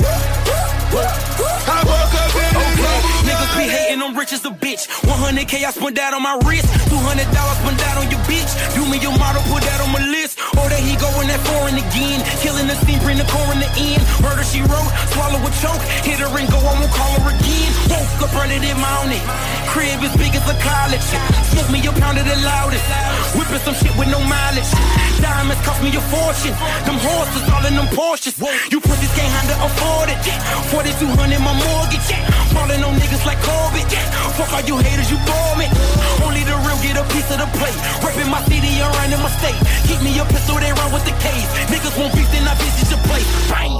Speaker 17: I woke up in a new Bugatti.
Speaker 15: Niggas be hating, I'm rich as a bitch. one hundred K I spent that on my wrist. two hundred dollars spent that on your bitch. You me your model, put that on my list. Oh, there he going that foreign again. Killing the scene, bring the core in the end. Murder she wrote, swallow a choke. Hit her and go, I won't call her again. Woke up early this morning. Crib as big as a college. Smoke me a pound of the loudest. Whipping some shit with no mileage. Diamonds cost me a fortune. Them horses all in them Porsches. You pussies can't handle afford it. forty-two hundred my mortgage. Falling on niggas like Corbett. Fuck all you haters, you bore me. Only the real get a piece of the plate. Rapping my city and running my state. Keep me a pistol, they run with the case. Niggas won't beef, then I visit your place. Bang.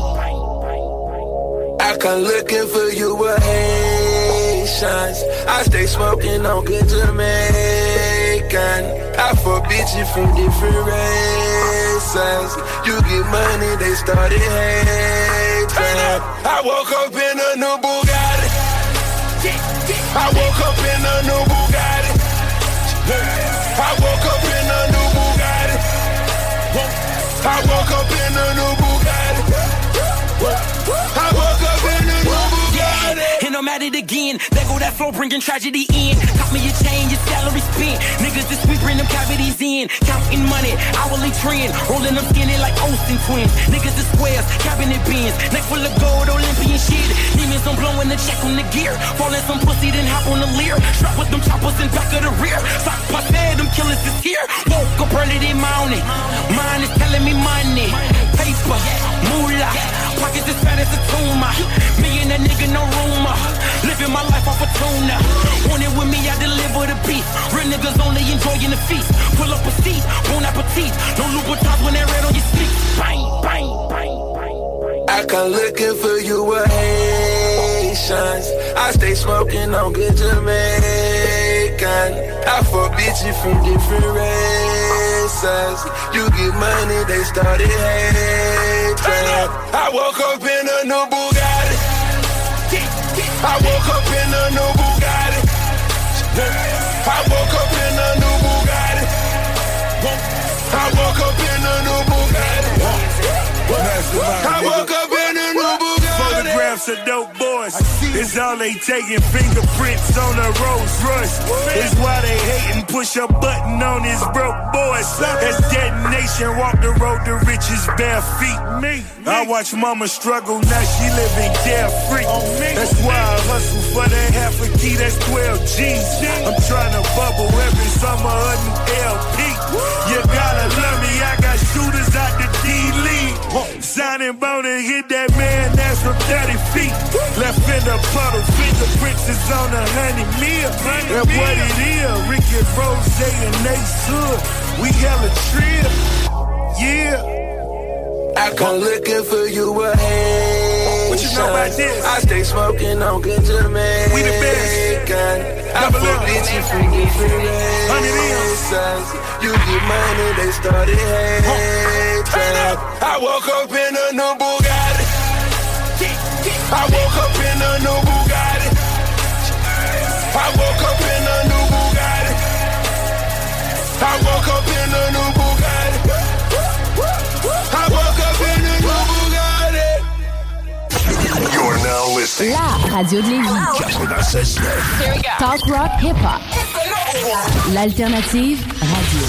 Speaker 17: I come looking for you with Haitians. I stay smoking on good Jamaican. I fuck bitches from different races. You get money, they started hating. I woke up in a new Bugatti. I woke up in a new Bugatti. I woke up in a new Bugatti. I woke up in a new Bugatti. I woke up in a new Bugatti.
Speaker 15: at it again. There go that flow, bringing tragedy in. Cop me a chain, your salary spent. Niggas just we bring them cavities in. Counting money, hourly trend. Rolling them skinny like Olsen twins. Niggas the squares, cabinet bins. Neck full of gold, Olympian shit. Demons on blowing the check on the gear. Falling some pussy, then hop on the leer. Strap with them choppers in back of the rear. Sock passe, them killers is here. Woke up early, they mounted. Mine is telling me money. Paper, moolah. Pockets as fat as a tumor. Me and that nigga, no rumor. Living my life off a tuna. Want it with me, I deliver the beef. Real niggas only enjoying the feast. Pull up a seat, bon appetit. No Louboutins when they're red on your sleep. Bang, bang, bang, bang.
Speaker 4: I come looking for you with Haitians. I stay smoking on good Jamaican. I fuck bitches from different races. You get money, they started hating. I woke up in a new Bugatti. I woke up in a new Bugatti. I woke up in a new Bugatti. I woke up in a new Bugatti. I woke up in a new Bugatti.
Speaker 17: Photographs of dope boys. It's all they taking. Fingerprints on a Rolls Royce. It's why they hating. Push a button on his broke boys. That's detonation. Walk the road to riches bare feet. Me. I watch mama struggle. Now she living carefree. That's why I hustle for that half a key. That's twelve G's. I'm trying to bubble every summer a new L P. You gotta love me. I got shooters out the D-League. Signing bone and hit that man. That's from thirty feet. Left in the puddle, fingerprints is on a honey meal. That's what it is. Ricky Rose and Ace Hood. We hella trip. Yeah.
Speaker 4: I come looking for you with Haitians.
Speaker 17: What you know about this?
Speaker 4: I stay smoking on good Jamaican.
Speaker 17: We the best.
Speaker 4: I fuck bitches from different races. You get money, they started hating. I woke up in a new Bugatti. I woke up in a new Bugatti. I woke up in a new Bugatti. I woke up in a new Bugatti. I woke up in a new Bugatti.
Speaker 20: You're now listening.
Speaker 2: La radio de Lévis.
Speaker 20: quatre-vingt-seize neuf.
Speaker 2: Talk rock hip-hop. L'alternative radio.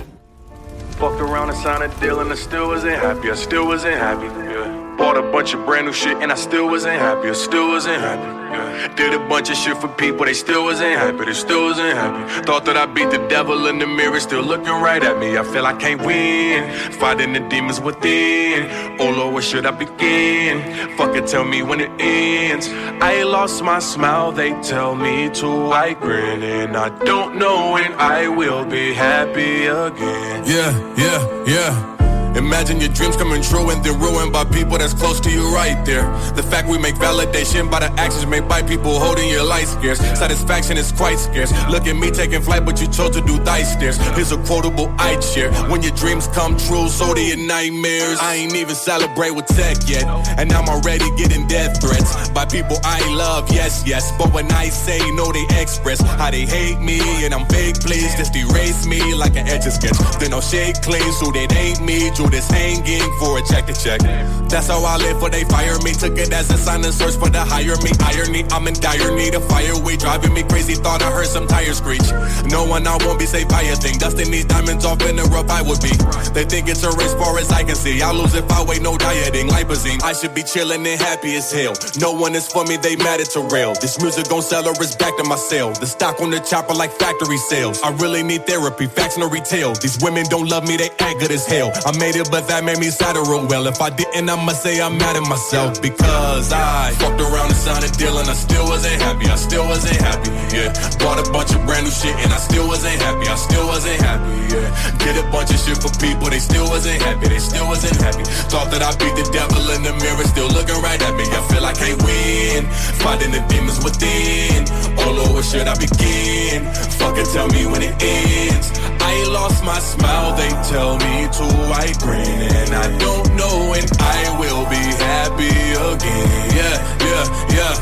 Speaker 22: Fucked around and signed a deal and I still wasn't happy. I still wasn't happy. Yeah. Bought a bunch of brand new shit and I still wasn't happy. I still wasn't happy. Yeah. Did a bunch of shit for people, they still wasn't happy. They still wasn't happy. Thought that I beat the devil in the mirror, still looking right at me. I feel I can't win. Fighting the demons within. Oh Lord, where should I begin? Fuck it, tell me when it ends. I lost my smile, they tell me to. I grin and I don't know when I will be happy again.
Speaker 23: Yeah, yeah, yeah. Imagine your dreams coming true and then ruined by people that's close to you right there. The fact we make validation by the actions made by people holding your life scarce. Satisfaction is quite scarce. Look at me taking flight, but you chose to do thigh stairs. Here's a quotable I'd share. When your dreams come true, so do your nightmares. I ain't even celebrate with tech yet, and I'm already getting death threats by people I love, yes, yes. But when I say no, they express how they hate me, and I'm fake, please just erase me like an etch-a-sketch. Then I'll shake clean so that ain't me. Do this hanging for a check to check. That's how I live, for they fire me. Took it as a sign and search for the hire me. Irony, I'm in dire need of fireweed. Driving me crazy, thought I heard some tires screech. No one, I won't be safe by a thing. Dusting these diamonds off in the rough, I would be. They think it's a race far as I can see. I'll lose if I wait, no dieting, lipazine. I should be chilling and happy as hell. No one is for me, they mad at the rail. This music gon' sell or it's back to my sale. The stock on the chopper like factory sales. I really need therapy, facts no retail. These women don't love me, they act good as hell. I made it, but that made me sadder real well. If I didn't, I'ma say I'm mad at myself. Because I fucked around and signed a deal and I still wasn't happy. I still wasn't happy, yeah. Bought a bunch of brand new shit and I still wasn't happy. I still wasn't happy, yeah. Did a bunch of shit for people, they still wasn't happy. They still wasn't happy. Thought that I beat the devil in the mirror, still looking right at me. I feel I can't win. Fighting the demons within. Oh Lord, where should I begin? Fucking tell me when it ends. I lost my smile, they tell me to. I grin and I don't know when I will be happy again. Yeah, yeah, yeah.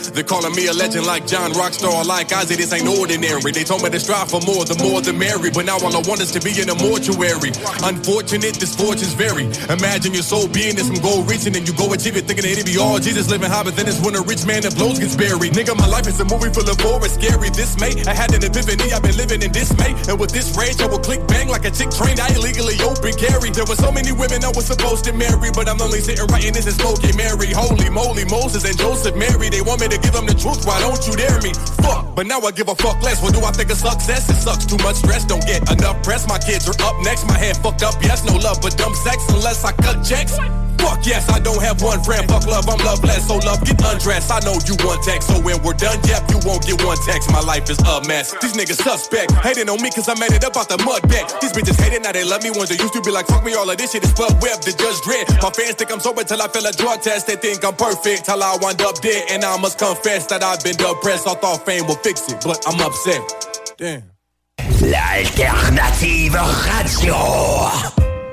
Speaker 23: They're calling me a legend like John Rockstar or like Ozzy. This ain't ordinary. They told me to strive for more, the more the merry. But now all I want is to be in a mortuary. Unfortunate, this fortune's vary. Imagine your soul being in some goal reaching and you go achieve it thinking that it'd be all Jesus living high, but then it's when a rich man that blows gets buried. Nigga, my life is a movie full of horror, scary. This May, I had an epiphany, I've been living in dismay. And with this rage, I will click bang like a chick trained. I illegally open carry. There were so many women I was supposed to marry, but I'm only sitting writing this and smoking Mary. Holy moly, Moses and Joseph Mary. They want me to give them the truth, why don't you dare me? Fuck, but now I give a fuck less. What do I think of success? It sucks, too much stress, don't get enough press. My kids are up next, my head fucked up, yes. No love but dumb sex unless I cut checks. Fuck yes, I don't have one friend. Fuck love, I'm loveless. So love, get undressed. I know you want text. So when we're done, yep, you won't get one text. My life is a mess. These niggas suspect. Hating on me cause I made it up out the mud bed. These bitches hating, now they love me. Ones that used to be like, fuck me, all of this shit is club web. The judge dread. My fans think I'm sober till I feel a drug test. They think I'm perfect till I wind up dead. And I must confess that I've been depressed. I thought fame will fix it, but I'm upset. Damn.
Speaker 5: L'alternative radio.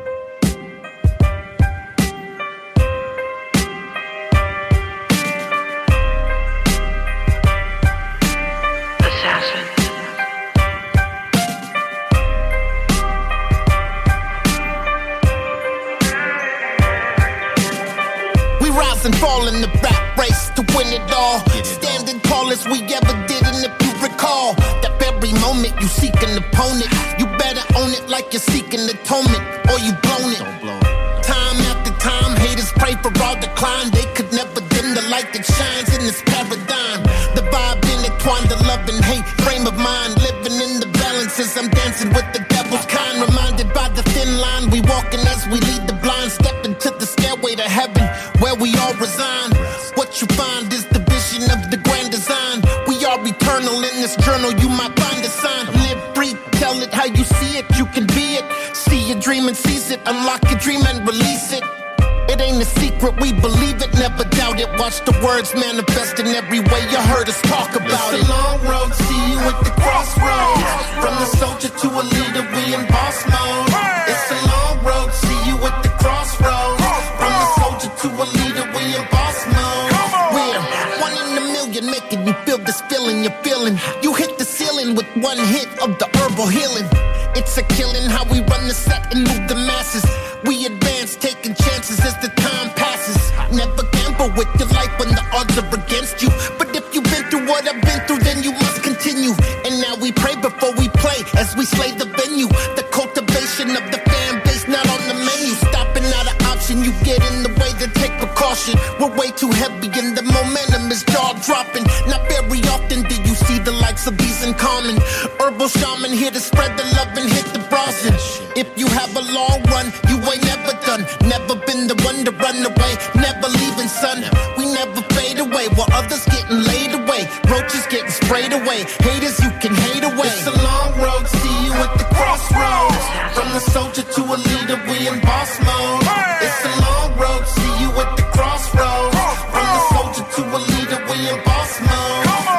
Speaker 6: And fall in the rap race to win it all. Standing tall as we ever did, and if you recall, that very moment you seek an opponent, you better own it like you're seeking atonement, or you blown it. Time after time, haters pray for all decline. They could never dim the light that shines in this paradigm. The vibe intertwined, the love and hate frame of mind, living in the balances. I'm dancing with the devil's kind, reminded by the thin line we walking as we lead the blind, step into the stairway to heaven where we all resign. What you find is the vision of the grand design. We are eternal in this journal, you might find a sign. Live free, tell it how you see it, you can be it. See your dream and seize it, unlock your dream and release it. It ain't a secret, we believe it, never doubt it. Watch the words manifest in every way you heard us talk about it. It's a long road, see you at the crossroads. From the soldier to a leader, we in boss mode. It's a long road, see you at the crossroads. From the soldier to a leader, we in boss mode. We're one in a million, making you feel this feeling you're feeling. You hit the ceiling with one hit of the herbal healing. It's a killing how we run the set and move the masses. We advance, taking chances as the time passes. Never gamble with your life when the odds are against you. But if you've been through what I've been through, then you must continue. And now we pray before we play as we slay the venue. The cultivation of the fan base not on the menu. Stopping not an option, you get in the way, then take precaution. We're way too heavy and the momentum is jaw dropping. Not very often do you see the likes of these in common. Herbal shaman here to spread the love and hit the browsing. If you have a long run, you ain't never done. Never been the one to run away, never leaving, son. We never fade away while others getting laid away. Roaches getting sprayed away. Haters, you can hate away. It's a long road, see you at the crossroads. From the soldier to a leader, we in boss mode. It's a long road, see you at the crossroads. From the soldier to a leader, we in boss mode.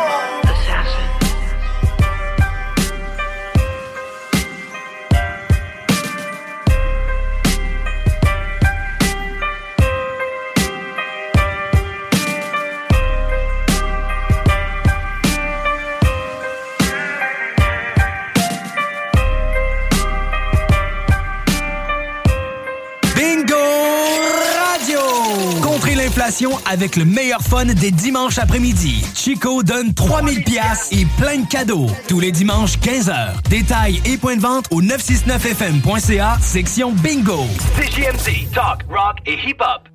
Speaker 18: Avec le meilleur fun des dimanches après-midi. Chico donne trois mille piastres et plein de cadeaux. Tous les dimanches, quinze heures. Détails et points de vente au neuf cent soixante-neuf F M point C A, section Bingo.
Speaker 1: C J M D, talk, rock et hip-hop.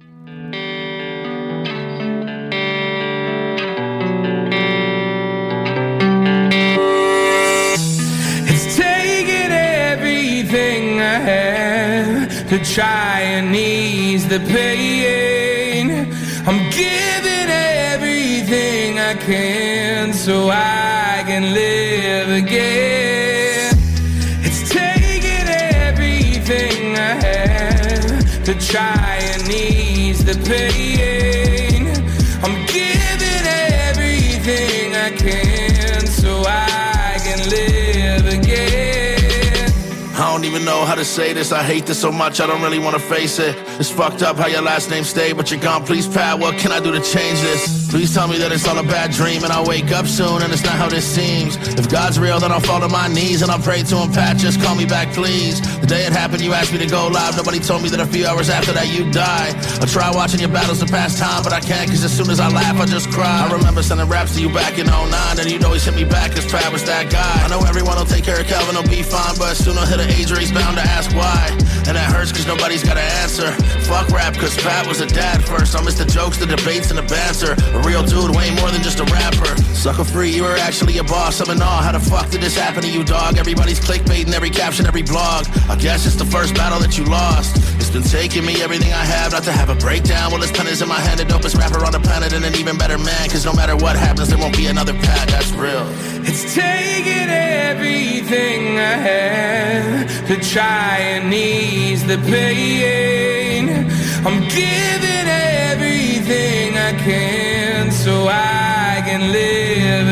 Speaker 19: It's taking everything I have to try and ease the pain. I'm giving everything I can so I can live again. It's taking everything I have to try and ease the pain. I'm giving everything I can so I can live again.
Speaker 10: I don't even
Speaker 3: even know how to say this. I hate this so much, I don't really want to face it. It's fucked up how your last name stayed, but you're gone. Please, Pat, what can I do to change this? Please tell me that it's all a bad dream and I'll wake up soon and it's not how this seems. If God's real, then I'll fall to my knees and I'll pray to him. Pat, just call me back, please. The day it happened, you asked me to go live. Nobody told me that a few hours after that you'd die. I try watching your battles to pass time, but I can't, cause as soon as I laugh, I just cry. I remember sending raps to you back in oh nine, and you'd always hit me back cause Pat was that guy. I know everyone will take care of Calvin, will be fine, but soon I'll hit an age where he's bound to ask why. And that hurts cause nobody's got an answer. Fuck rap cause Pat was a dad first. I miss the jokes, the debates, and the banter. A real dude, way more than just a rapper. Sucker free, you were actually a boss. I'm in awe, how the fuck did this happen to you, dog? Everybody's clickbaiting every caption, every blog. I guess it's the first battle that you lost. It's been taking me everything I have not to have a breakdown. Well, this pen is in my hand, the dopest rapper on the planet and an even better man. Cause no matter what happens, there won't be another Pat, that's real.
Speaker 19: It's taking everything I have to try and ease the pain. I'm giving everything I can so I can live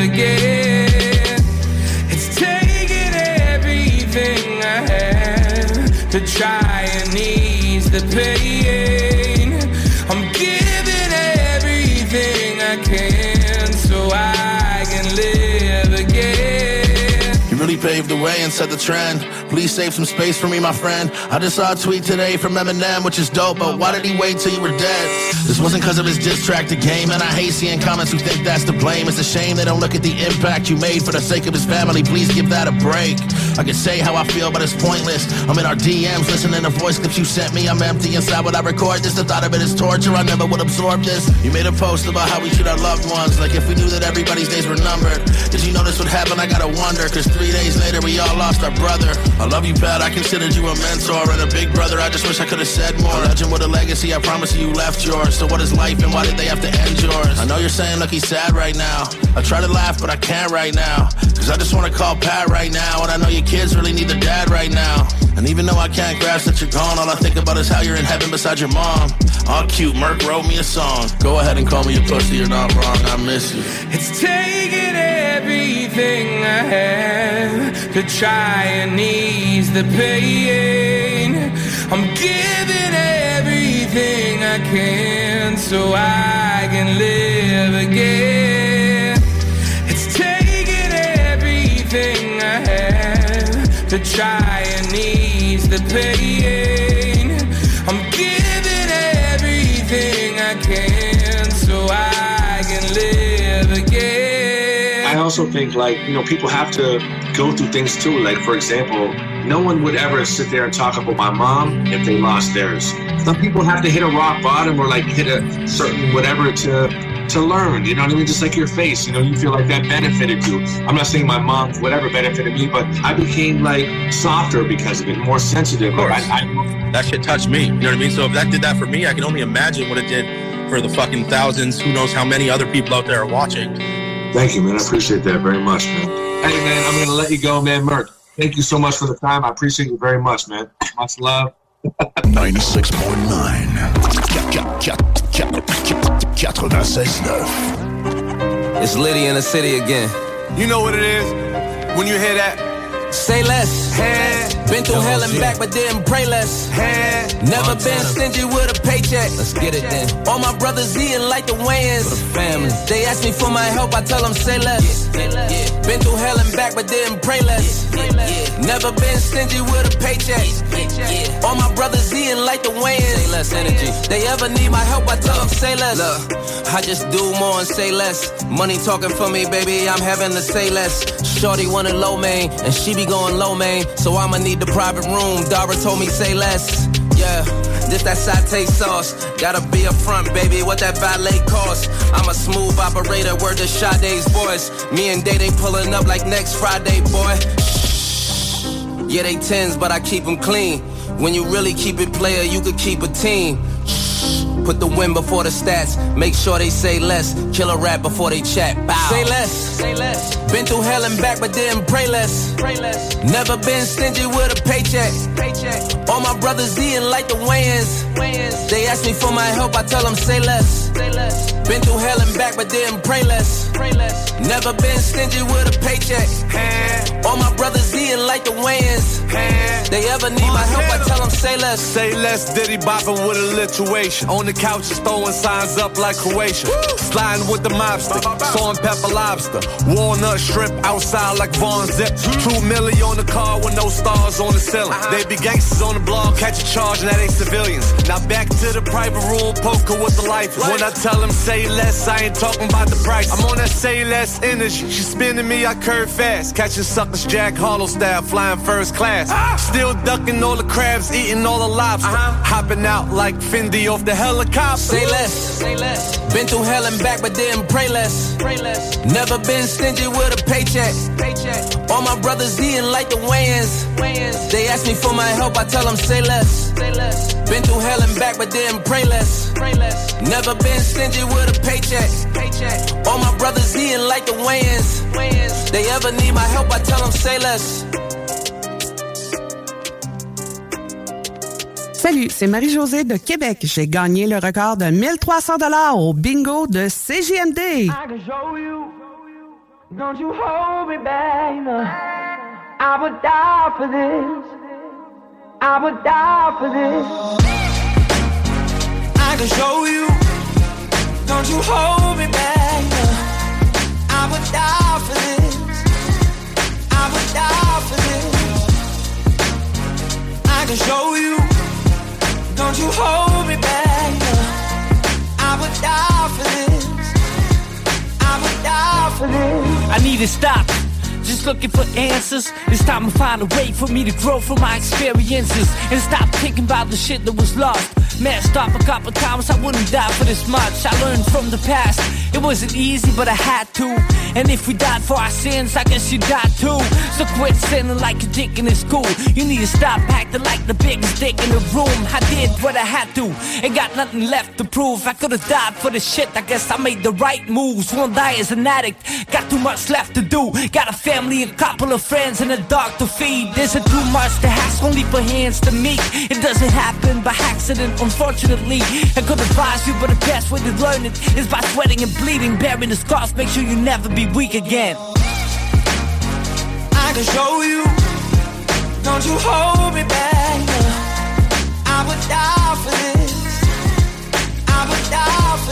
Speaker 19: again. It's taking everything I have to try and ease the pain. I'm giving everything I can so I can live again.
Speaker 3: You really paved the way and set the trend. Please save some space for me, my friend. I just saw a tweet today from Eminem, which is dope, but why did he wait till you were dead? This wasn't cause of his diss track, the game, and I hate seeing comments who think that's to blame. It's a shame they don't look at the impact you made for the sake of his family. Please give that a break. I can say how I feel, but it's pointless. I'm in our D Ms listening to voice clips you sent me. I'm empty inside when I record this. The thought of it is torture. I never would absorb this. You made a post about how we treat our loved ones, like if we knew that everybody's days were numbered. Did you know this would happen? I gotta wonder, cause three days later we all lost our brother. I love you, Pat. I considered you a mentor and a big brother. I just wish I could have said more. A legend with a legacy. I promise you, you left yours. So what is life and why did they have to end yours? I know you're saying, look, he's sad right now. I try to laugh, but I can't right now. Cause I just wanna call Pat right now. And I know your kids really need their dad right now. And even though I can't grasp that you're gone, all I think about is how you're in heaven beside your mom. All cute, Merc wrote me a song. Go ahead and call me a pussy, you're not wrong, I miss you.
Speaker 19: It's taking everything I have to try and ease the pain. I'm giving everything I can so I can live again. It's taking everything I have to try and ease the pain. I'm giving everything I can so I can live again.
Speaker 7: I also think, like, you know, people have to go through things too. Like, for example, no one would ever sit there and talk about my mom if they lost theirs. Some people have to hit a rock bottom or like hit a certain whatever to to learn, you know what I mean? Just like your face, you know, you feel like that benefited you. I'm not saying my mom, whatever, benefited me, but I became like softer because of it, more sensitive.
Speaker 23: Of course.
Speaker 7: I, I,
Speaker 23: that shit touched me, you know what I mean? So if that did that for me, I can only imagine what it did for the fucking thousands, who knows how many other people out there are watching.
Speaker 7: Thank you, man. I appreciate that very much, man. Hey, man, I'm going to let you go, man. Merc, thank you so much for the time. I appreciate you very much, man. Much love.
Speaker 20: ninety-six point nine ninety-six neuf
Speaker 11: It's Liddy in the city again.
Speaker 10: You know what it is when you hear that?
Speaker 11: Say less.
Speaker 10: Hey.
Speaker 11: Been through hell and back, but didn't pray less.
Speaker 10: Hey.
Speaker 11: Never been stingy with a paycheck. Let's get it then. All my brothers eating like the Wayans. For the family. They ask me for my help, I tell them say less. Yeah. Yeah. Been through hell and back, but didn't pray less. Yeah. Yeah. Never been stingy with a paycheck. Yeah. All my brothers eating like the Wayans. Say less energy. They ever need my help, I tell them say less. Look, I just do more and say less. Money talking for me, baby, I'm having to say less. Shorty wanted low main, and she be going low main, so I'ma need the private room. Dara told me say less. Yeah, this that satay sauce. Gotta be up front, baby, what that valet cost. I'm a smooth operator, word to Sade's voice. Me and Day, they pulling up like next Friday, boy. Shh. Yeah, they tens, but I keep them clean. When you really keep it player, you could keep a team. Shh. Put the win before the stats. Make sure they say less. Kill a rap before they chat. Bow. Say less. Say less. Been through hell and back, but didn't pray less. Pray less. Never been stingy with a paycheck. Paycheck. All my brothers eating like the Wayans. Wayans. They ask me for my help, I tell them say less. Been through hell and back, but didn't pray less. Never been stingy with a paycheck. All my brothers eating like the Wayans. They ever need my help, I tell them say less.
Speaker 9: Say less, Diddy bopping with alliteration. On the couch, just throwing signs up like Croatia. Sliding with the mobster, salt and pepper lobster. Walnut shrimp outside like Von Zip. Two milli on the car with no stars on the ceiling. They be gangsters on the blog, catch a charge, and that ain't civilians. Now back to the private room, poker with the life. When I tell them say less, I ain't talking about the price. I'm on that say less energy. She spinning me, I curve fast. Catching suckers Jack Harlow style, flying first class. Still ducking all the crabs, eating all the lobster. Uh-huh. Hopping out like Fendi off the helicopter.
Speaker 11: Say less, say less. Been through hell and back, but didn't pray less. Pray less. Never been stingy with a paycheck. Paycheck. All my brothers eating like the Wayans. Wayans. They ask me for my help, I tell them say less. Say less. Been through hell and back, but didn't pray less. Pray less. Never been stingy with a paycheck. Paycheck. All my brothers eating like the Wayans. Wayans. They ever need my help, I tell them say less.
Speaker 12: Salut, c'est Marie-Josée de Québec. J'ai gagné le record de mille trois cents dollars au bingo de C J M D.
Speaker 4: I can show you, don't you hold me back, no. I would die for this, I would die for this. I can show you, don't you hold me back, no. I would die for this, I would die for this. I can show you, don't you hold me back, no. I would die for this, I would die for this.
Speaker 8: I need to stop, just looking for answers. It's time to find a way for me to grow from my experiences and stop thinking about the shit that was lost. Messed up a couple times, I wouldn't die for this much. I learned from the past, it wasn't easy, but I had to. And if we died for our sins, I guess you died too. So quit sinning like a dick in the school. You need to stop acting like the biggest dick in the room. I did what I had to, ain't got nothing left to prove. I could've died for this shit, I guess I made the right moves. Won't die as an addict, got too much left to do. Got a family, a couple of friends, and a dog to feed. There's a too much to ask, only for hands to meet. It doesn't happen by accident, unfortunately. I could advise you, but the best way to learn it is by sweating and bleeding. Bearing the scars, make sure you never be weak again.
Speaker 4: I can show you, don't you hold me back, no. I would die for this, I would die for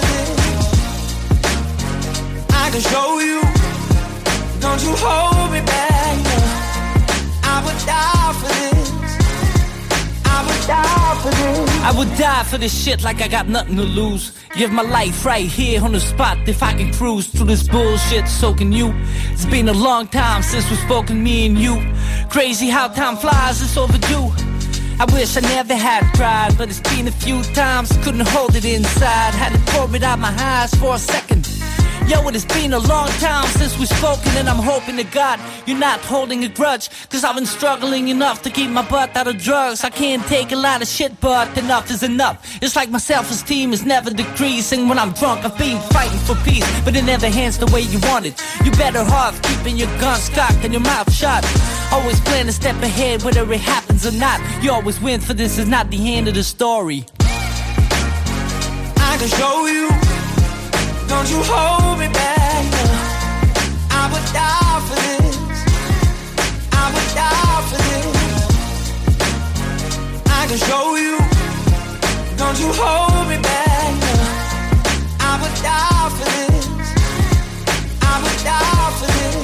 Speaker 4: this. I can show you, don't you hold me back, no. I would die for this, I would die for this.
Speaker 8: I would die for this shit like I got nothing to lose. Give my life right here on the spot if I can cruise through this bullshit, so can you. It's been a long time since we've spoken, me and you. Crazy how time flies, it's overdue. I wish I never had cried, but it's been a few times, couldn't hold it inside. Had to pour it out my eyes for a second. Yo, it has been a long time since we've spoken, and I'm hoping to God you're not holding a grudge, cause I've been struggling enough to keep my butt out of drugs. I can't take a lot of shit, but enough is enough. It's like my self-esteem is never decreasing. When I'm drunk, I've been fighting for peace, but it never hands the way you want it. You better off keeping your guns cocked and your mouth shut. Always plan to step ahead whether it happens or not. You always win, for this is not the end of the story.
Speaker 4: I can show you, don't you hold me back, no. I would die for this, I would die for this. I can show you, don't you hold me back, no. I would die for this, I would die for this.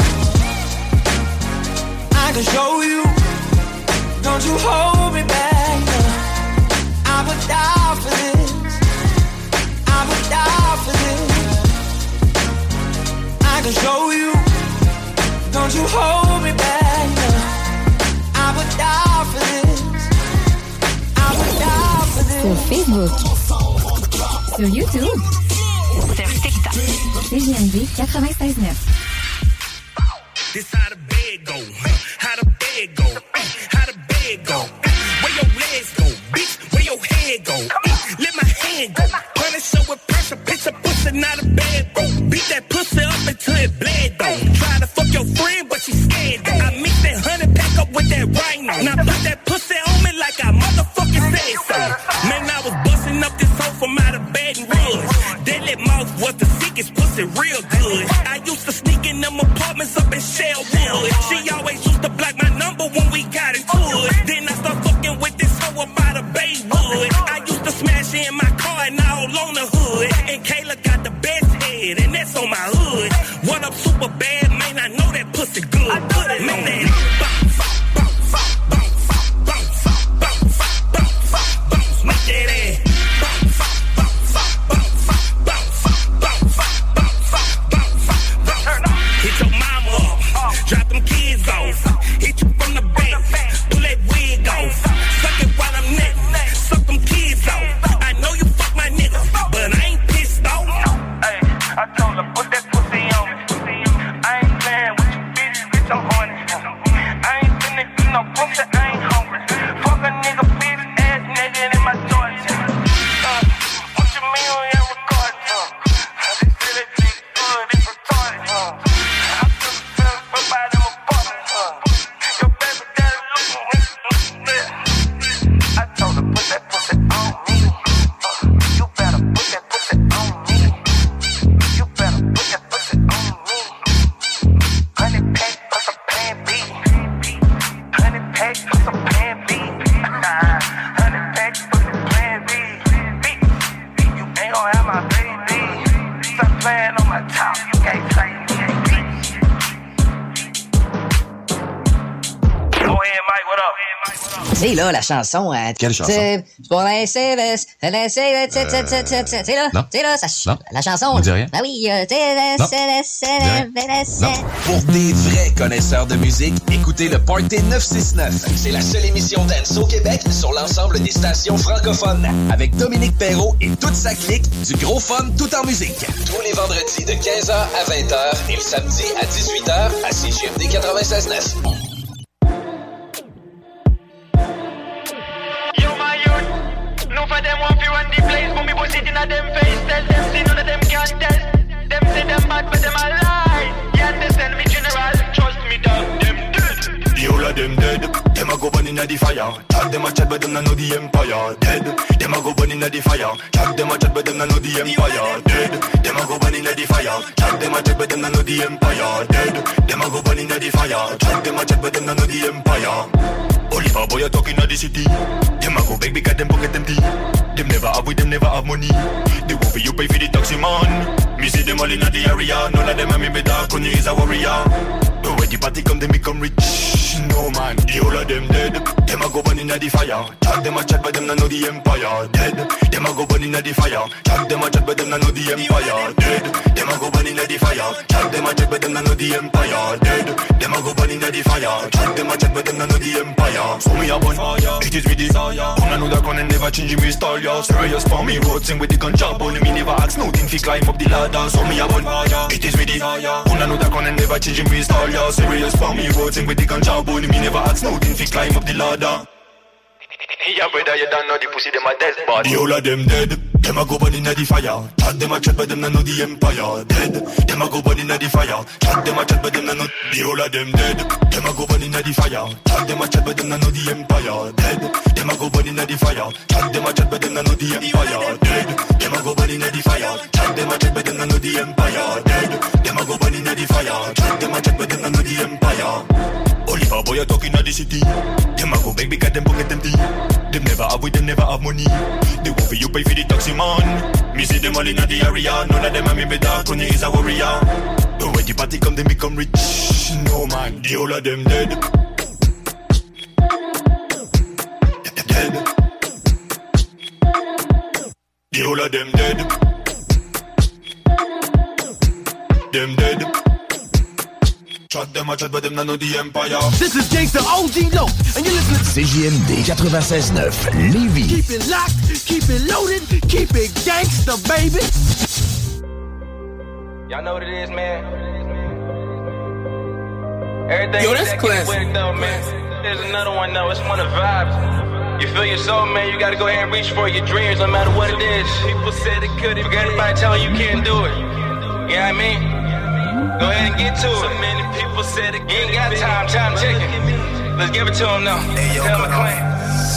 Speaker 4: I can show you, don't you hold me back, no. I would die for this, I would die for this. I can show you, don't you hold me back, no. I would die for this, I would die for this.
Speaker 2: Sur Facebook, sur YouTube, sur TikTok, C J M D quatre-vingt-seize neuf.
Speaker 15: This how the bed go, how the bed go, how the bed go. Where your legs go, bitch, where your head go. Let my hand go, punish her with pressure, bitch, a pussy, not a bad bro. Beat that pussy up until it bled though. Try to fuck your friend, but she scared though. I mix that honey pack up with that rhino. Now put that pussy on me like I motherfucking said so. Man, I was busting up this hoe from out of Baton Rouge. They let
Speaker 13: sell wood. She always used to block my number when we got into it. Then I start fucking with this hoe about a Baywood. I used to smash in my car and all on the hood. And Kayla got the best head, and that's on my hood. What up, super bad, man? I know that pussy good. Put it on that. Bounce, bounce, bounce, bounce, bounce, bounce, bounce, bounce, make that ass. Bounce, bounce, bounce, bounce, bounce, bounce, bounce, bounce. Hit your mama up, drop them kids off. Hit you from the back, pull that wig off. Suck it while I'm netting, suck them kids off. I know you fuck my nigga, but I ain't pissed off.
Speaker 14: Hey, I told her put that pussy on me. I ain't playing with you, bitch, bitch, I'm horny. I ain't finna eat no pussy, I ain't hungry. Fuck a nigga, bitch, ass nigga in my Georgia. Uh, what you mean we ain't recording, huh? They say that shit good, it's retarded, huh? I took a pill, but by them apartment, huh? Your baby daddy looking, yeah. I told her put that pussy on me. Uh, you better put that pussy on me. You better put that pussy on me. Honey pack for some pan B. Honey pack for some pan B. Honey pack for some pan B. You ain't gon' have my baby. Stop playing on my top. You can't play me. Go ahead, Mike. What up?
Speaker 21: Tu sais, là, la chanson... Euh,
Speaker 24: Quelle chanson?
Speaker 21: C'est pour la C V S, la C V S, tu sais, là, tu sais, là, ça... La chanson...
Speaker 24: On dit rien?
Speaker 21: Ah oui, tu sais,
Speaker 25: Pour des vrais connaisseurs de musique, écoutez le Party neuf cent soixante-neuf. C'est la seule émission dance au Québec sur l'ensemble des stations francophones. Avec Dominique Perrault et toute sa clique, du gros fun tout en musique. Tous les vendredis de quinze heures à vingt heures et le samedi à dix-huit heures à C G M D quatre-vingt-seize neuf.
Speaker 14: No for them want to run the place, but me put it in a them face. Tell them see none of them can test. Them say them bad, but them a lie. You understand me, general? Trust me, dog. Them dead.
Speaker 26: The whole of them dead. Them a go burn inna the fire. Talk them a chat, but them not know the empire. Dead. Them a go burn inna the fire. Talk them a chat, but them not know the empire. Dead. Them a go burn inna the fire. Talk them a chat, but them not know the empire. Dead. Them a go burn inna the fire. Talk them a chat, but them not know the empire. Oliver boy a talk inna the city. Them a go beg because them pocket empty. Them never have with them never have money. They won't for you pay for the taxi man. Me see them all inna the area. None of them a me better. Kanye is a warrior. But when the party come, them become rich. No man, the whole of them dead. Them a go burn inna the fire. Talk them a chat, but them not know the empire. Dead. Them a go burn inna the fire. Talk them a chat, but them not know the empire. Dead. Them a go burn inna the fire. Talk them a chat, but them not know the empire. Dead. Them a go burn inna the fire. Talk them a chat, but them not know the empire. So me a burn fire. It is with the fire. Come know that can never change me style. Yeah, serious for me. Road sing with the gunshot. But me never ask nothing fi climb up the ladder. So me a burn fire. It is with the fire. Come know that can never change me style. Yeah, serious for me. Road sing with the gunshot. But me never ask nothing fi climb up the ladder.
Speaker 14: Yeah, brother, you don't know the pussy, them a dead body.
Speaker 26: The whole of them dead. Them a go burn inna the fire. Talk them a chat, but them not know the empire. Dead. Them a go burn inna the fire. Talk them a chat, but them not know. The whole of them dead. Them a go burn inna the fire. Talk them a chat, but them not know the empire. Dead. Them a go burn inna the fire. Talk them a chat, but them not know the empire. Dead. Them a go burn inna the fire. Talk them a chat, but them not know the empire. Dead. Them a go burn inna the fire. Talk them a chat, but them not know the empire. Oliver boy a talk inna the city. Them a go beg because them pocket empty. Them never have with them never have money. They won't for you pay for the taxi man. Me see them all inna the area. None of them a me better. Kanye is a warrior. But when the party come, them become rich. No man, the whole of them dead. Dead. The whole of them dead. Them dead. Chat them a chat, but them not know the empire.
Speaker 27: This is Gangsta O G Low, and you're listening to
Speaker 20: C J M D quatre-vingt-seize neuf, Lévis.
Speaker 27: Keep it locked, keep it loaded, keep it gangsta, baby.
Speaker 14: Y'all know what it is, man. Everything
Speaker 27: Yo, that's
Speaker 14: that
Speaker 27: classic.
Speaker 14: Quick, though, man. There's another one, though. It's one of vibes. You feel your soul, man. You gotta go ahead and reach for your dreams, no matter what it is. People said it couldn't. Forget anybody telling you can't do it. You know what I mean? Go ahead and get to it. So many people said it. You ain't got time, time ticking. Let's give it to them now. Hey, yo, Tell McClain.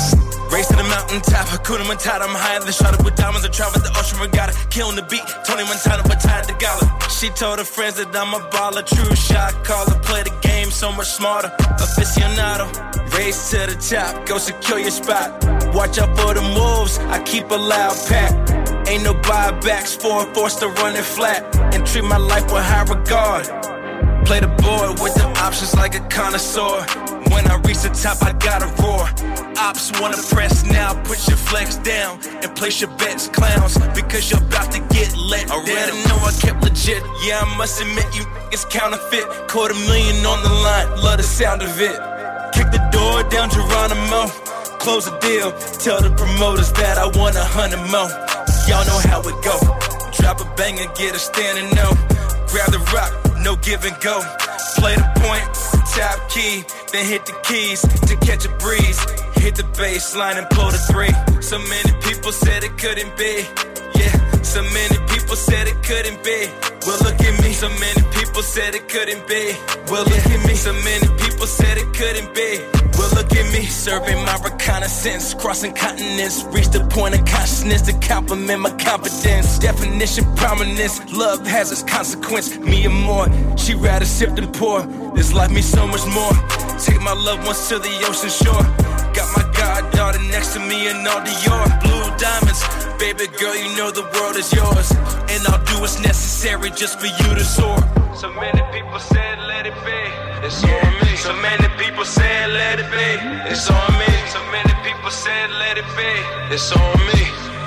Speaker 8: Race to the mountaintop, Hakuna Matata, I'm higher than shot with diamonds. I travel the ocean regatta, killing the beat, Tony Montana, but tied to gala. She told her friends that I'm a baller, true shot caller, play the game so much smarter, aficionado. Race to the top, go secure your spot. Watch out for the moves, I keep a loud pack. Ain't no buybacks, for forced to run it flat, and treat my life with high regard. Play the board with the options like a connoisseur. When I reach the top, I gotta roar. Ops wanna press now, put your flex down and place your bets, clowns, because you're about to get let down. Already know I kept legit, yeah, I must admit you it's counterfeit. Quarter million on the line, love the sound of it. Kick the door down, Geronimo, close the deal. Tell the promoters that I want a hundred more. Y'all know how it go. Drop a bang and get a standing no. Grab the rock, no give and go. Play the point, top key, then hit the keys to catch a breeze. Hit the bass line and pull the three. So many people said it couldn't be. Yeah, so many people said it couldn't be. Well, look at me. So many people said it couldn't be. Well, look at me. So many people said it couldn't be. Well, look at me. Serving my reconnaissance, crossing continents. Reach the point of consciousness to compliment my competence. Definition, prominence. Love has its consequence. Me and more. She rather sip than pour. This life means so much more. Take my loved ones to the ocean shore. Got my goddaughter next to me in all Dior. Blue diamonds. Baby girl, you know the world is yours. And I'll do what's necessary just for you to soar. So many people said let it be. It's on me. So many people said let it be. It's on me. So many people said let it be. It's on me.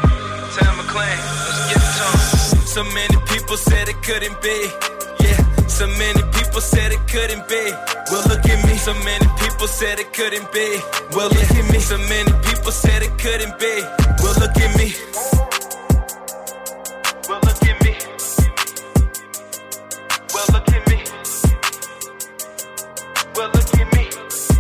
Speaker 8: Tam McClain, let's get it on. So many people said it couldn't be. Yeah. So many people said it couldn't be. Well, look at me. So many people said it couldn't be. Well, look at me. So many people said it couldn't be. Well, look at me. Well, look at me. Well, look at me. Well, look at me.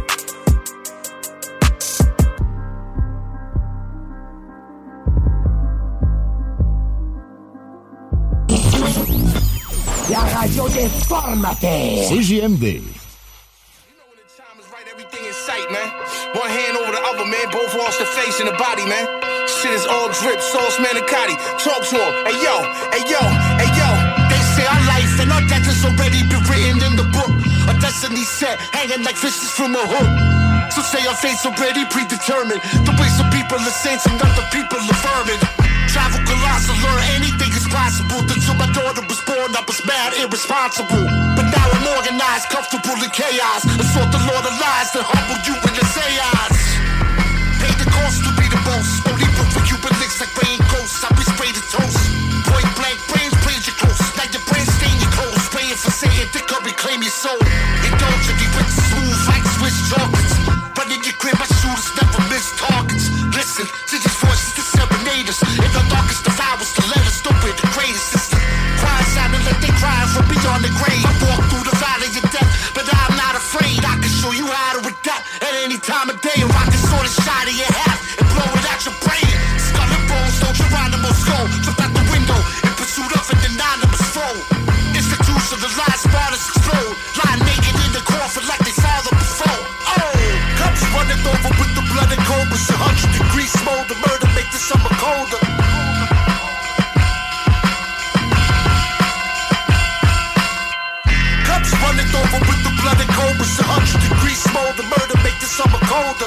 Speaker 27: La radio déformatée.
Speaker 20: C J M D.
Speaker 27: Everything in sight, man. One hand over the other, man. Both lost the face and the body, man. Shit is all drip, sauce manicotti. Talk to him. Hey yo, hey yo, hey yo. They say our life and our death has already been written in the book. Our destiny set, hanging like fishes from a hook. So say our fate's already predetermined. The ways of people are saints and other people are vermin. Travel colossal, learn anything is possible. Until my daughter was born, I was mad, irresponsible. But now I'm organized, comfortable in chaos. Assault the Lord of lies to humble you in the seance. Pay the cost to be the most. Only proof for Cuban links like rain ghosts. I be sprayed to toast. Point blank, brains praise your close. Now your brain stain your clothes. Praying for Satan to come reclaim your soul. Indulge me with smooth like Swiss chocolates. But in your crib, my shooters never miss targets. Listen to these voices, the serenaders. In the darkest of hours, the letters stupid, the greatest system. Cry sounding like they crying from beyond the grave. I walk through the valley of death, but I'm not afraid. I can show you how to adapt at any time of day. Or I can sort of shot in your half and blow it out your brain. Skull and bones, don't Geronimo soul. Jump out the window in pursuit of an anonymous foe. Institution, the lies, bodies explode. Lying naked in the coffin like they saw them before. Oh, cups running over with the blood and cold. It's a hundred degrees smolder. Murder make the summer colder. Cups running over with the blood and cold. It's a hundred degrees smolder. Murder make the summer colder.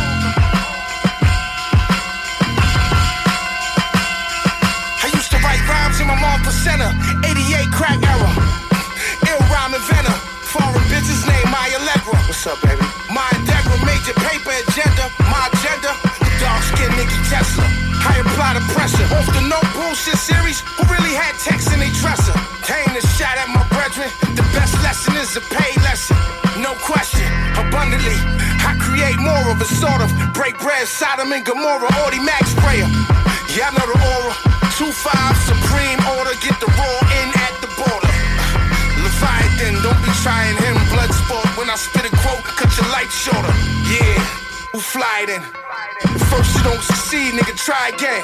Speaker 27: I used to write rhymes in my mom percenter. eighty-eight crack era. Ill rhyme inventor. Foreign bitch's name, my Allegra. What's up, baby? My endeavor, major paper agenda. My agenda, dark skin Nicky Tesla. I apply the pressure. Off the no bullshit series, who really had text in their dresser? Came to shot at my brethren. The best lesson is a paid lesson. No question, abundantly. I create more of a sort of break bread, Sodom and Gomorrah, Audi Max sprayer. Yeah, I know the aura. two five, supreme order, get the raw in at the border. Leviathan, don't be trying him, blood sport. When I spit a quote, cut your life shorter. Yeah, who fly then? First you don't succeed, nigga, try again.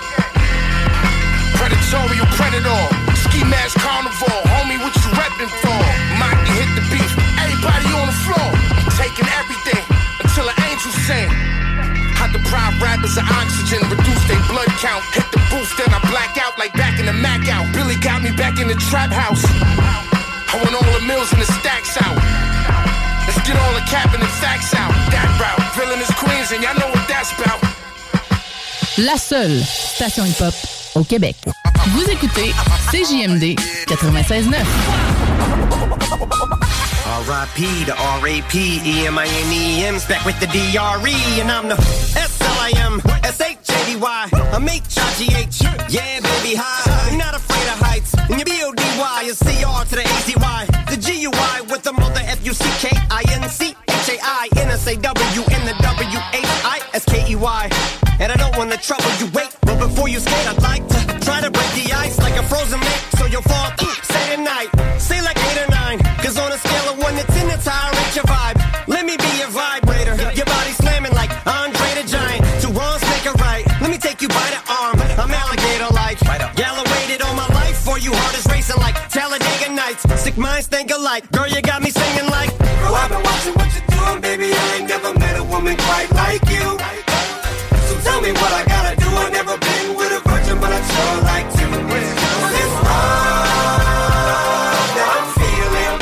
Speaker 27: Predatorial predator, ski mask carnivore. Homie, what you reppin' for? Mike, you hit the beef, everybody on the floor. I'm taking everything until an angel sing. I deprive rap Choppers of oxygen, reduce their blood count. Hit the boost, then I black out like back in the Mac out. Billy got me back in the trap house. I want all the mills and the stacks out. Let's get all the cap and the facts out. That route, villain is Queens, and y'all know what that's about.
Speaker 5: La seule station hip-hop au Québec. Vous écoutez C J M D quatre-vingt-seize neuf.
Speaker 6: R I P to R A P, E M I N E M's back with the D R E, and I'm the S L I M, S H A D Y, I'm H I G H, yeah baby hi, I'm not afraid of heights, and your B O D Y is C R to the A Z Y, the G U I with the mother F U C K I N C H A I N S A W and the W H I S K E Y, and I don't wanna trouble you, wait, but before you skate I'd like to try to break the ice like a frozen lake, so you'll fall through, say a night, say like eight or nine, cause on a scale of one to ten it's how I rate your vibe, let me be your vibrator, your body slamming like Andre the Giant, two wrongs make a right, let me take you by the arm, I'm alligator like, y'all waited all my life for you, heart is racing like Talladega Nights, sick minds think alike, girl you got me singing like, bro I've been watching what you're doing, baby I ain't never met a woman quite like you, so tell me what I gotta do, I've never been with a virgin but I sure like to, this love that I'm feeling,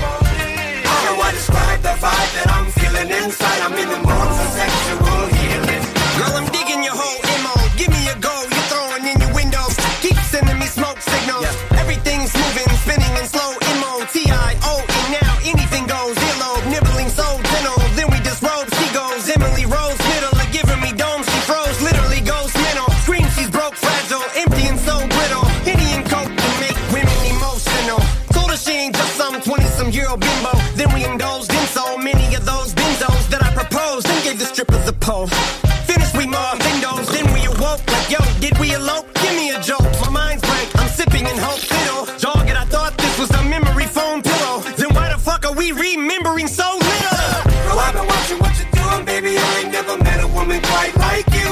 Speaker 6: how do I describe the vibe that I'm feeling inside, I'm in the mood for sexual healing, girl I'm digging your whole M O, give me a go, you're throwing in your windows, keep sending me smoke signals, yeah. Everything's moving, spinning in slow, M O T I O, and now anything goes, earlobe, nibbling so gentle, then we disrobe, she goes, Emily Rose, middle of giving me dome, she froze, literally goes mental, scream she's broke, fragile, empty and so brittle, Indian coke to make women emotional, told her she ain't just some twenty-some year old bimbo, then we indulged in so many of those benzos that I proposed, and gave the strippers a pole, finished we more windows, then we awoke, like yo, did we elope, give me a joke, my mind's blank, I'm sipping in hope, fiddle, jog it, I thought this was a memory foam pillow, then why the fuck are we remembering so little? Bro, I've been watching what you're doing, baby, I ain't never met a woman quite like you,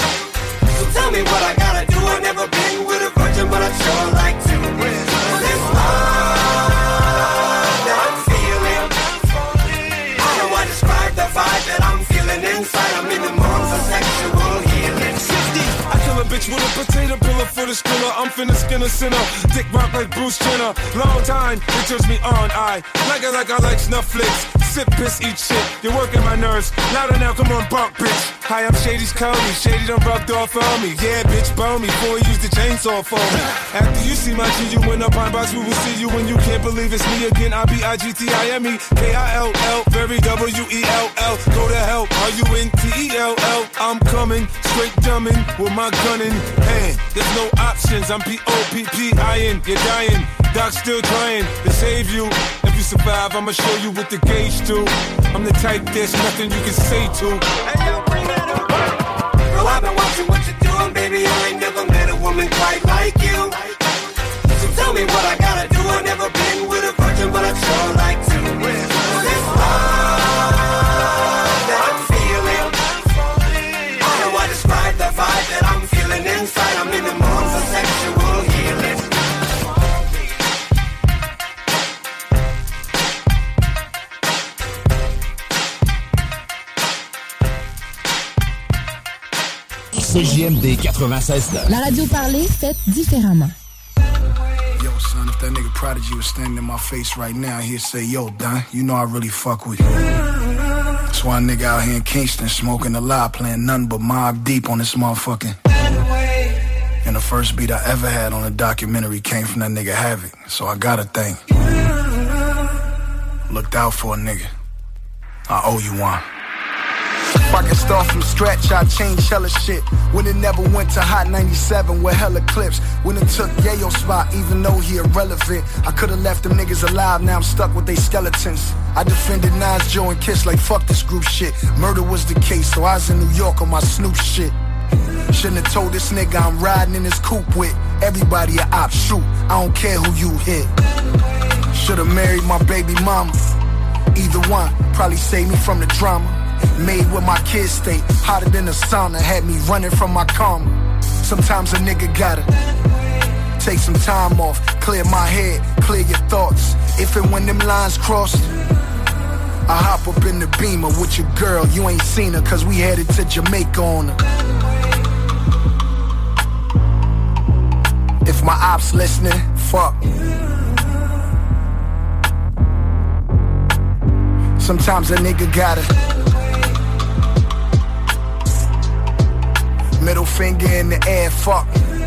Speaker 6: so tell me what I gotta do, I've never been with a virgin, but I sure like to, this love that I'm feeling, how do I describe the vibe that I'm feeling inside, I'm in the mood for sexual healing,
Speaker 9: sixty, I kill a bitch with a potato pillar for the skiller, I'm finna skin a sinner, dick rock like Bruce Jenner, long time, it turns me on, I like it like I like Snufflix, sip, piss, eat shit, you're working my nerves, louder now, come on, bump, bitch, hi, I'm Shady's Cody, Shady done rubbed off on me, yeah, bitch, bone me, before he used the chainsaw for me, after you see my G, you in a pine box, we will see you when you can't believe it's me again, I B I G T I M E, K I L L, very W E L L, go to hell, are you in T E L L, I'm coming, straight dumbing, with my gun in hand, there's no options, I'm P O P P I N, you're dying, Doc's still trying to save you, if you survive, I'ma show you what the gauge do, I'm the type there's nothing you can say to,
Speaker 6: hey yo, bring that up, bro, I've been watching what you're doing, baby, I ain't never met a woman quite like you, so tell me what I gotta do, I've never been with a virgin, but I sure like to, this love that I'm feeling, how do I describe the vibe that I'm feeling inside, I'm in the mood for sexual healing.
Speaker 20: C J M D quatre-vingt-seize neuf.
Speaker 5: La radio parlée, faite différemment.
Speaker 16: Yo, son, if that nigga Prodigy was standing in my face right now, he'd say, yo, Don, you know I really fuck with you. That's why a nigga out here in Kingston smoking a lot, playing nothing but Mobb Deep on this motherfucking. And the first beat I ever had on a documentary came from that nigga Havoc, so I gotta thank. Looked out for a nigga. I owe you one. If I can start from scratch, I'd change hella shit. When it never went to Hot ninety-seven with hella clips. When it took Yayo's spot, even though he irrelevant. I could've left them niggas alive, now I'm stuck with they skeletons. I defended Nas, Joe, and Kiss like fuck this group shit. Murder was the case, so I was in New York on my Snoop shit. Shouldn't have told this nigga I'm riding in his coupe with everybody a op, shoot, I don't care who you hit. Should've married my baby mama. Either one, probably saved me from the drama. Made where my kids stay, hotter than a sauna. Had me running from my karma. Sometimes a nigga gotta take some time off, clear my head, clear your thoughts. If and when them lines crossed, I hop up in the Beamer with your girl, you ain't seen her, cause we headed to Jamaica on her. If my ops listening, fuck. Sometimes a nigga gotta middle finger in the air, fuck.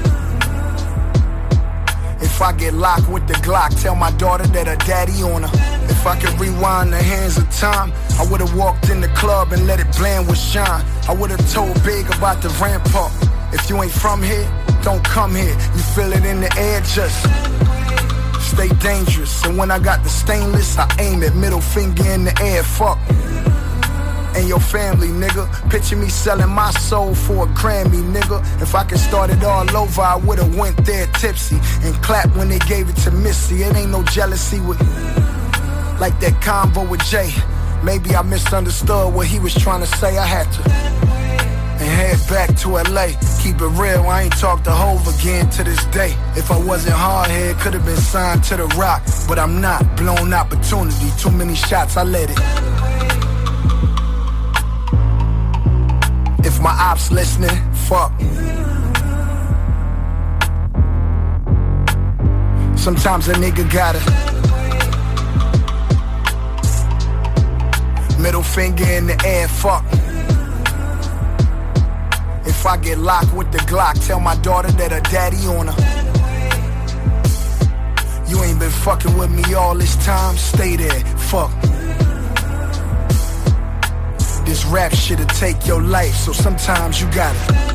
Speaker 16: If I get locked with the Glock, tell my daughter that her daddy on her. If I could rewind the hands of time, I would've walked in the club and let it blend with shine. I would've told Big about the rampart. If you ain't from here, don't come here. You feel it in the air, just stay dangerous. And when I got the stainless, I aim it, middle finger in the air, fuck. And your family, nigga. Picture me selling my soul for a Grammy, nigga. If I could start it all over, I would've went there tipsy and clapped when they gave it to Missy. It ain't no jealousy with like that convo with Jay. Maybe I misunderstood what he was trying to say. I had to and head back to L A. Keep it real, I ain't talked to Hove again to this day. If I wasn't hard-head, could've been signed to the Rock. But I'm not, blown opportunity. Too many shots, I let it. If my ops listening, fuck. Sometimes a nigga gotta middle finger in the air, fuck. If I get locked with the Glock, tell my daughter that her daddy on her. You ain't been fucking with me all this time, stay there, fuck. This rap shit'll take your life, so sometimes you gotta.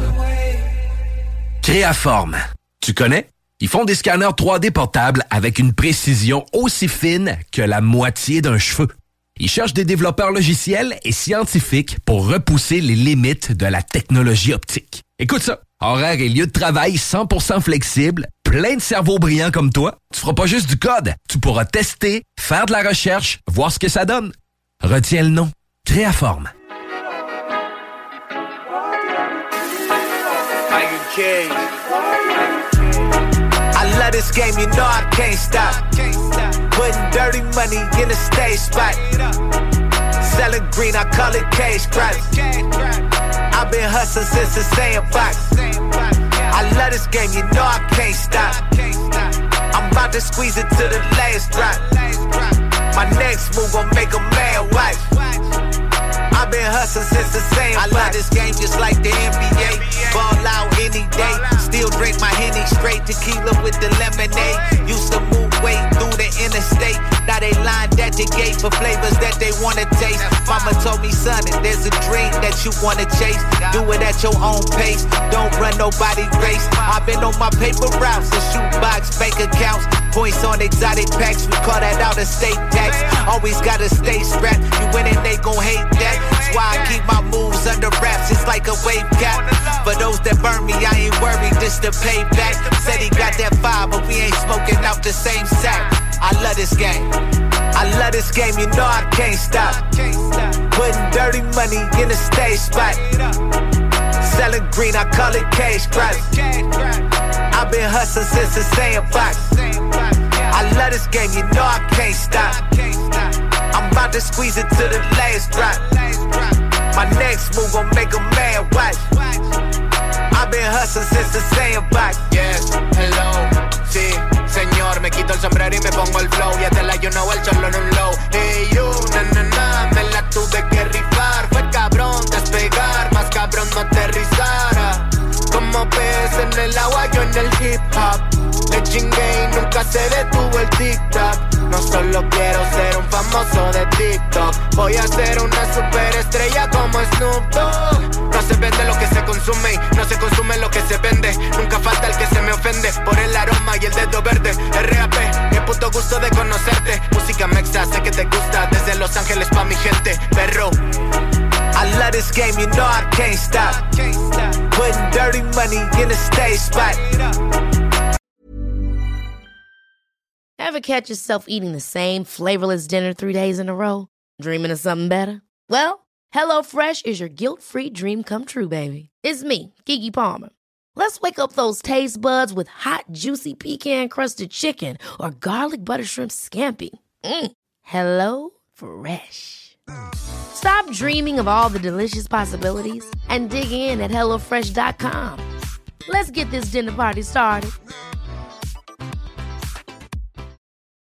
Speaker 1: Créaforme. Tu connais? Ils font des scanners trois D portables avec une précision aussi fine que la moitié d'un cheveu. Ils cherchent des développeurs logiciels et scientifiques pour repousser les limites de la technologie optique. Écoute ça, horaire et lieu de travail cent pour cent flexible, plein de cerveaux brillants comme toi. Tu feras pas juste du code, tu pourras tester, faire de la recherche, voir ce que ça donne. Retiens le nom, Créaforme.
Speaker 3: I love this game, you know I can't stop. Putting dirty money in a stage spot. Selling green, I call it cage crops. I've been hustling since the sandbox. I love this game, you know I can't stop. I'm about to squeeze it to the last drop. My next move gon' make a man watch. I've been hustling since the same. I love this game just like the N B A. Ball out any day. Still drink my Henny straight. Tequila with the lemonade. Used to move weight through the interstate. Now they lined at the gate for flavors that they wanna taste. Mama told me, son, if there's a dream that you wanna chase, do it at your own pace. Don't run nobody race. I've been on my paper routes and shoebox bank accounts. Points on exotic packs. We call that out of state tax. Always gotta stay strapped. You win and they gon' hate that. That's why I keep my moves under wraps. It's like a wave cap. For those that burn me, I ain't worried. This the payback. Said he got that fire, but we ain't smoking out the same sack. I love this game. I love this game, you know I can't stop. Putting dirty money in a stage spot. Selling green, I call it cage crops. I've been hustling since the sandbox. I love this game, you know I can't stop. I'm about to squeeze it to the last drop. My next move gon' make a man watch. I've been hustling since the sandbox. Yes, hello, sí, señor. Me quito el sombrero y me pongo el flow. Ya te la you know el cholo en un low. Hey you, na na na, me la tuve que rifar. Fue cabrón despegar, más cabrón no aterrizara. Como pez en el agua, yo en el hip hop. Le chingué y nunca se detuvo el tic-tac. No solo quiero ser un famoso de TikTok. Voy a ser una superestrella como Snoop Dogg. No se vende lo que se consume y no se consume lo que se vende. Nunca falta el que se me ofende por el aroma y el dedo verde. R A P, qué puto gusto de conocerte. Música mexa, sé que te gusta. Desde Los Ángeles pa' mi gente, perro. I love this game, you know I can't stop. Putting dirty money in a stage spot.
Speaker 17: Ever catch yourself eating the same flavorless dinner three days in a row? Dreaming of something better? Well, HelloFresh is your guilt-free dream come true, baby. It's me, Keke Palmer. Let's wake up those taste buds with hot, juicy pecan-crusted chicken or garlic butter shrimp scampi. Mm. Hello Fresh. Stop dreaming of all the delicious possibilities and dig in at hello fresh dot com. Let's get this dinner party started.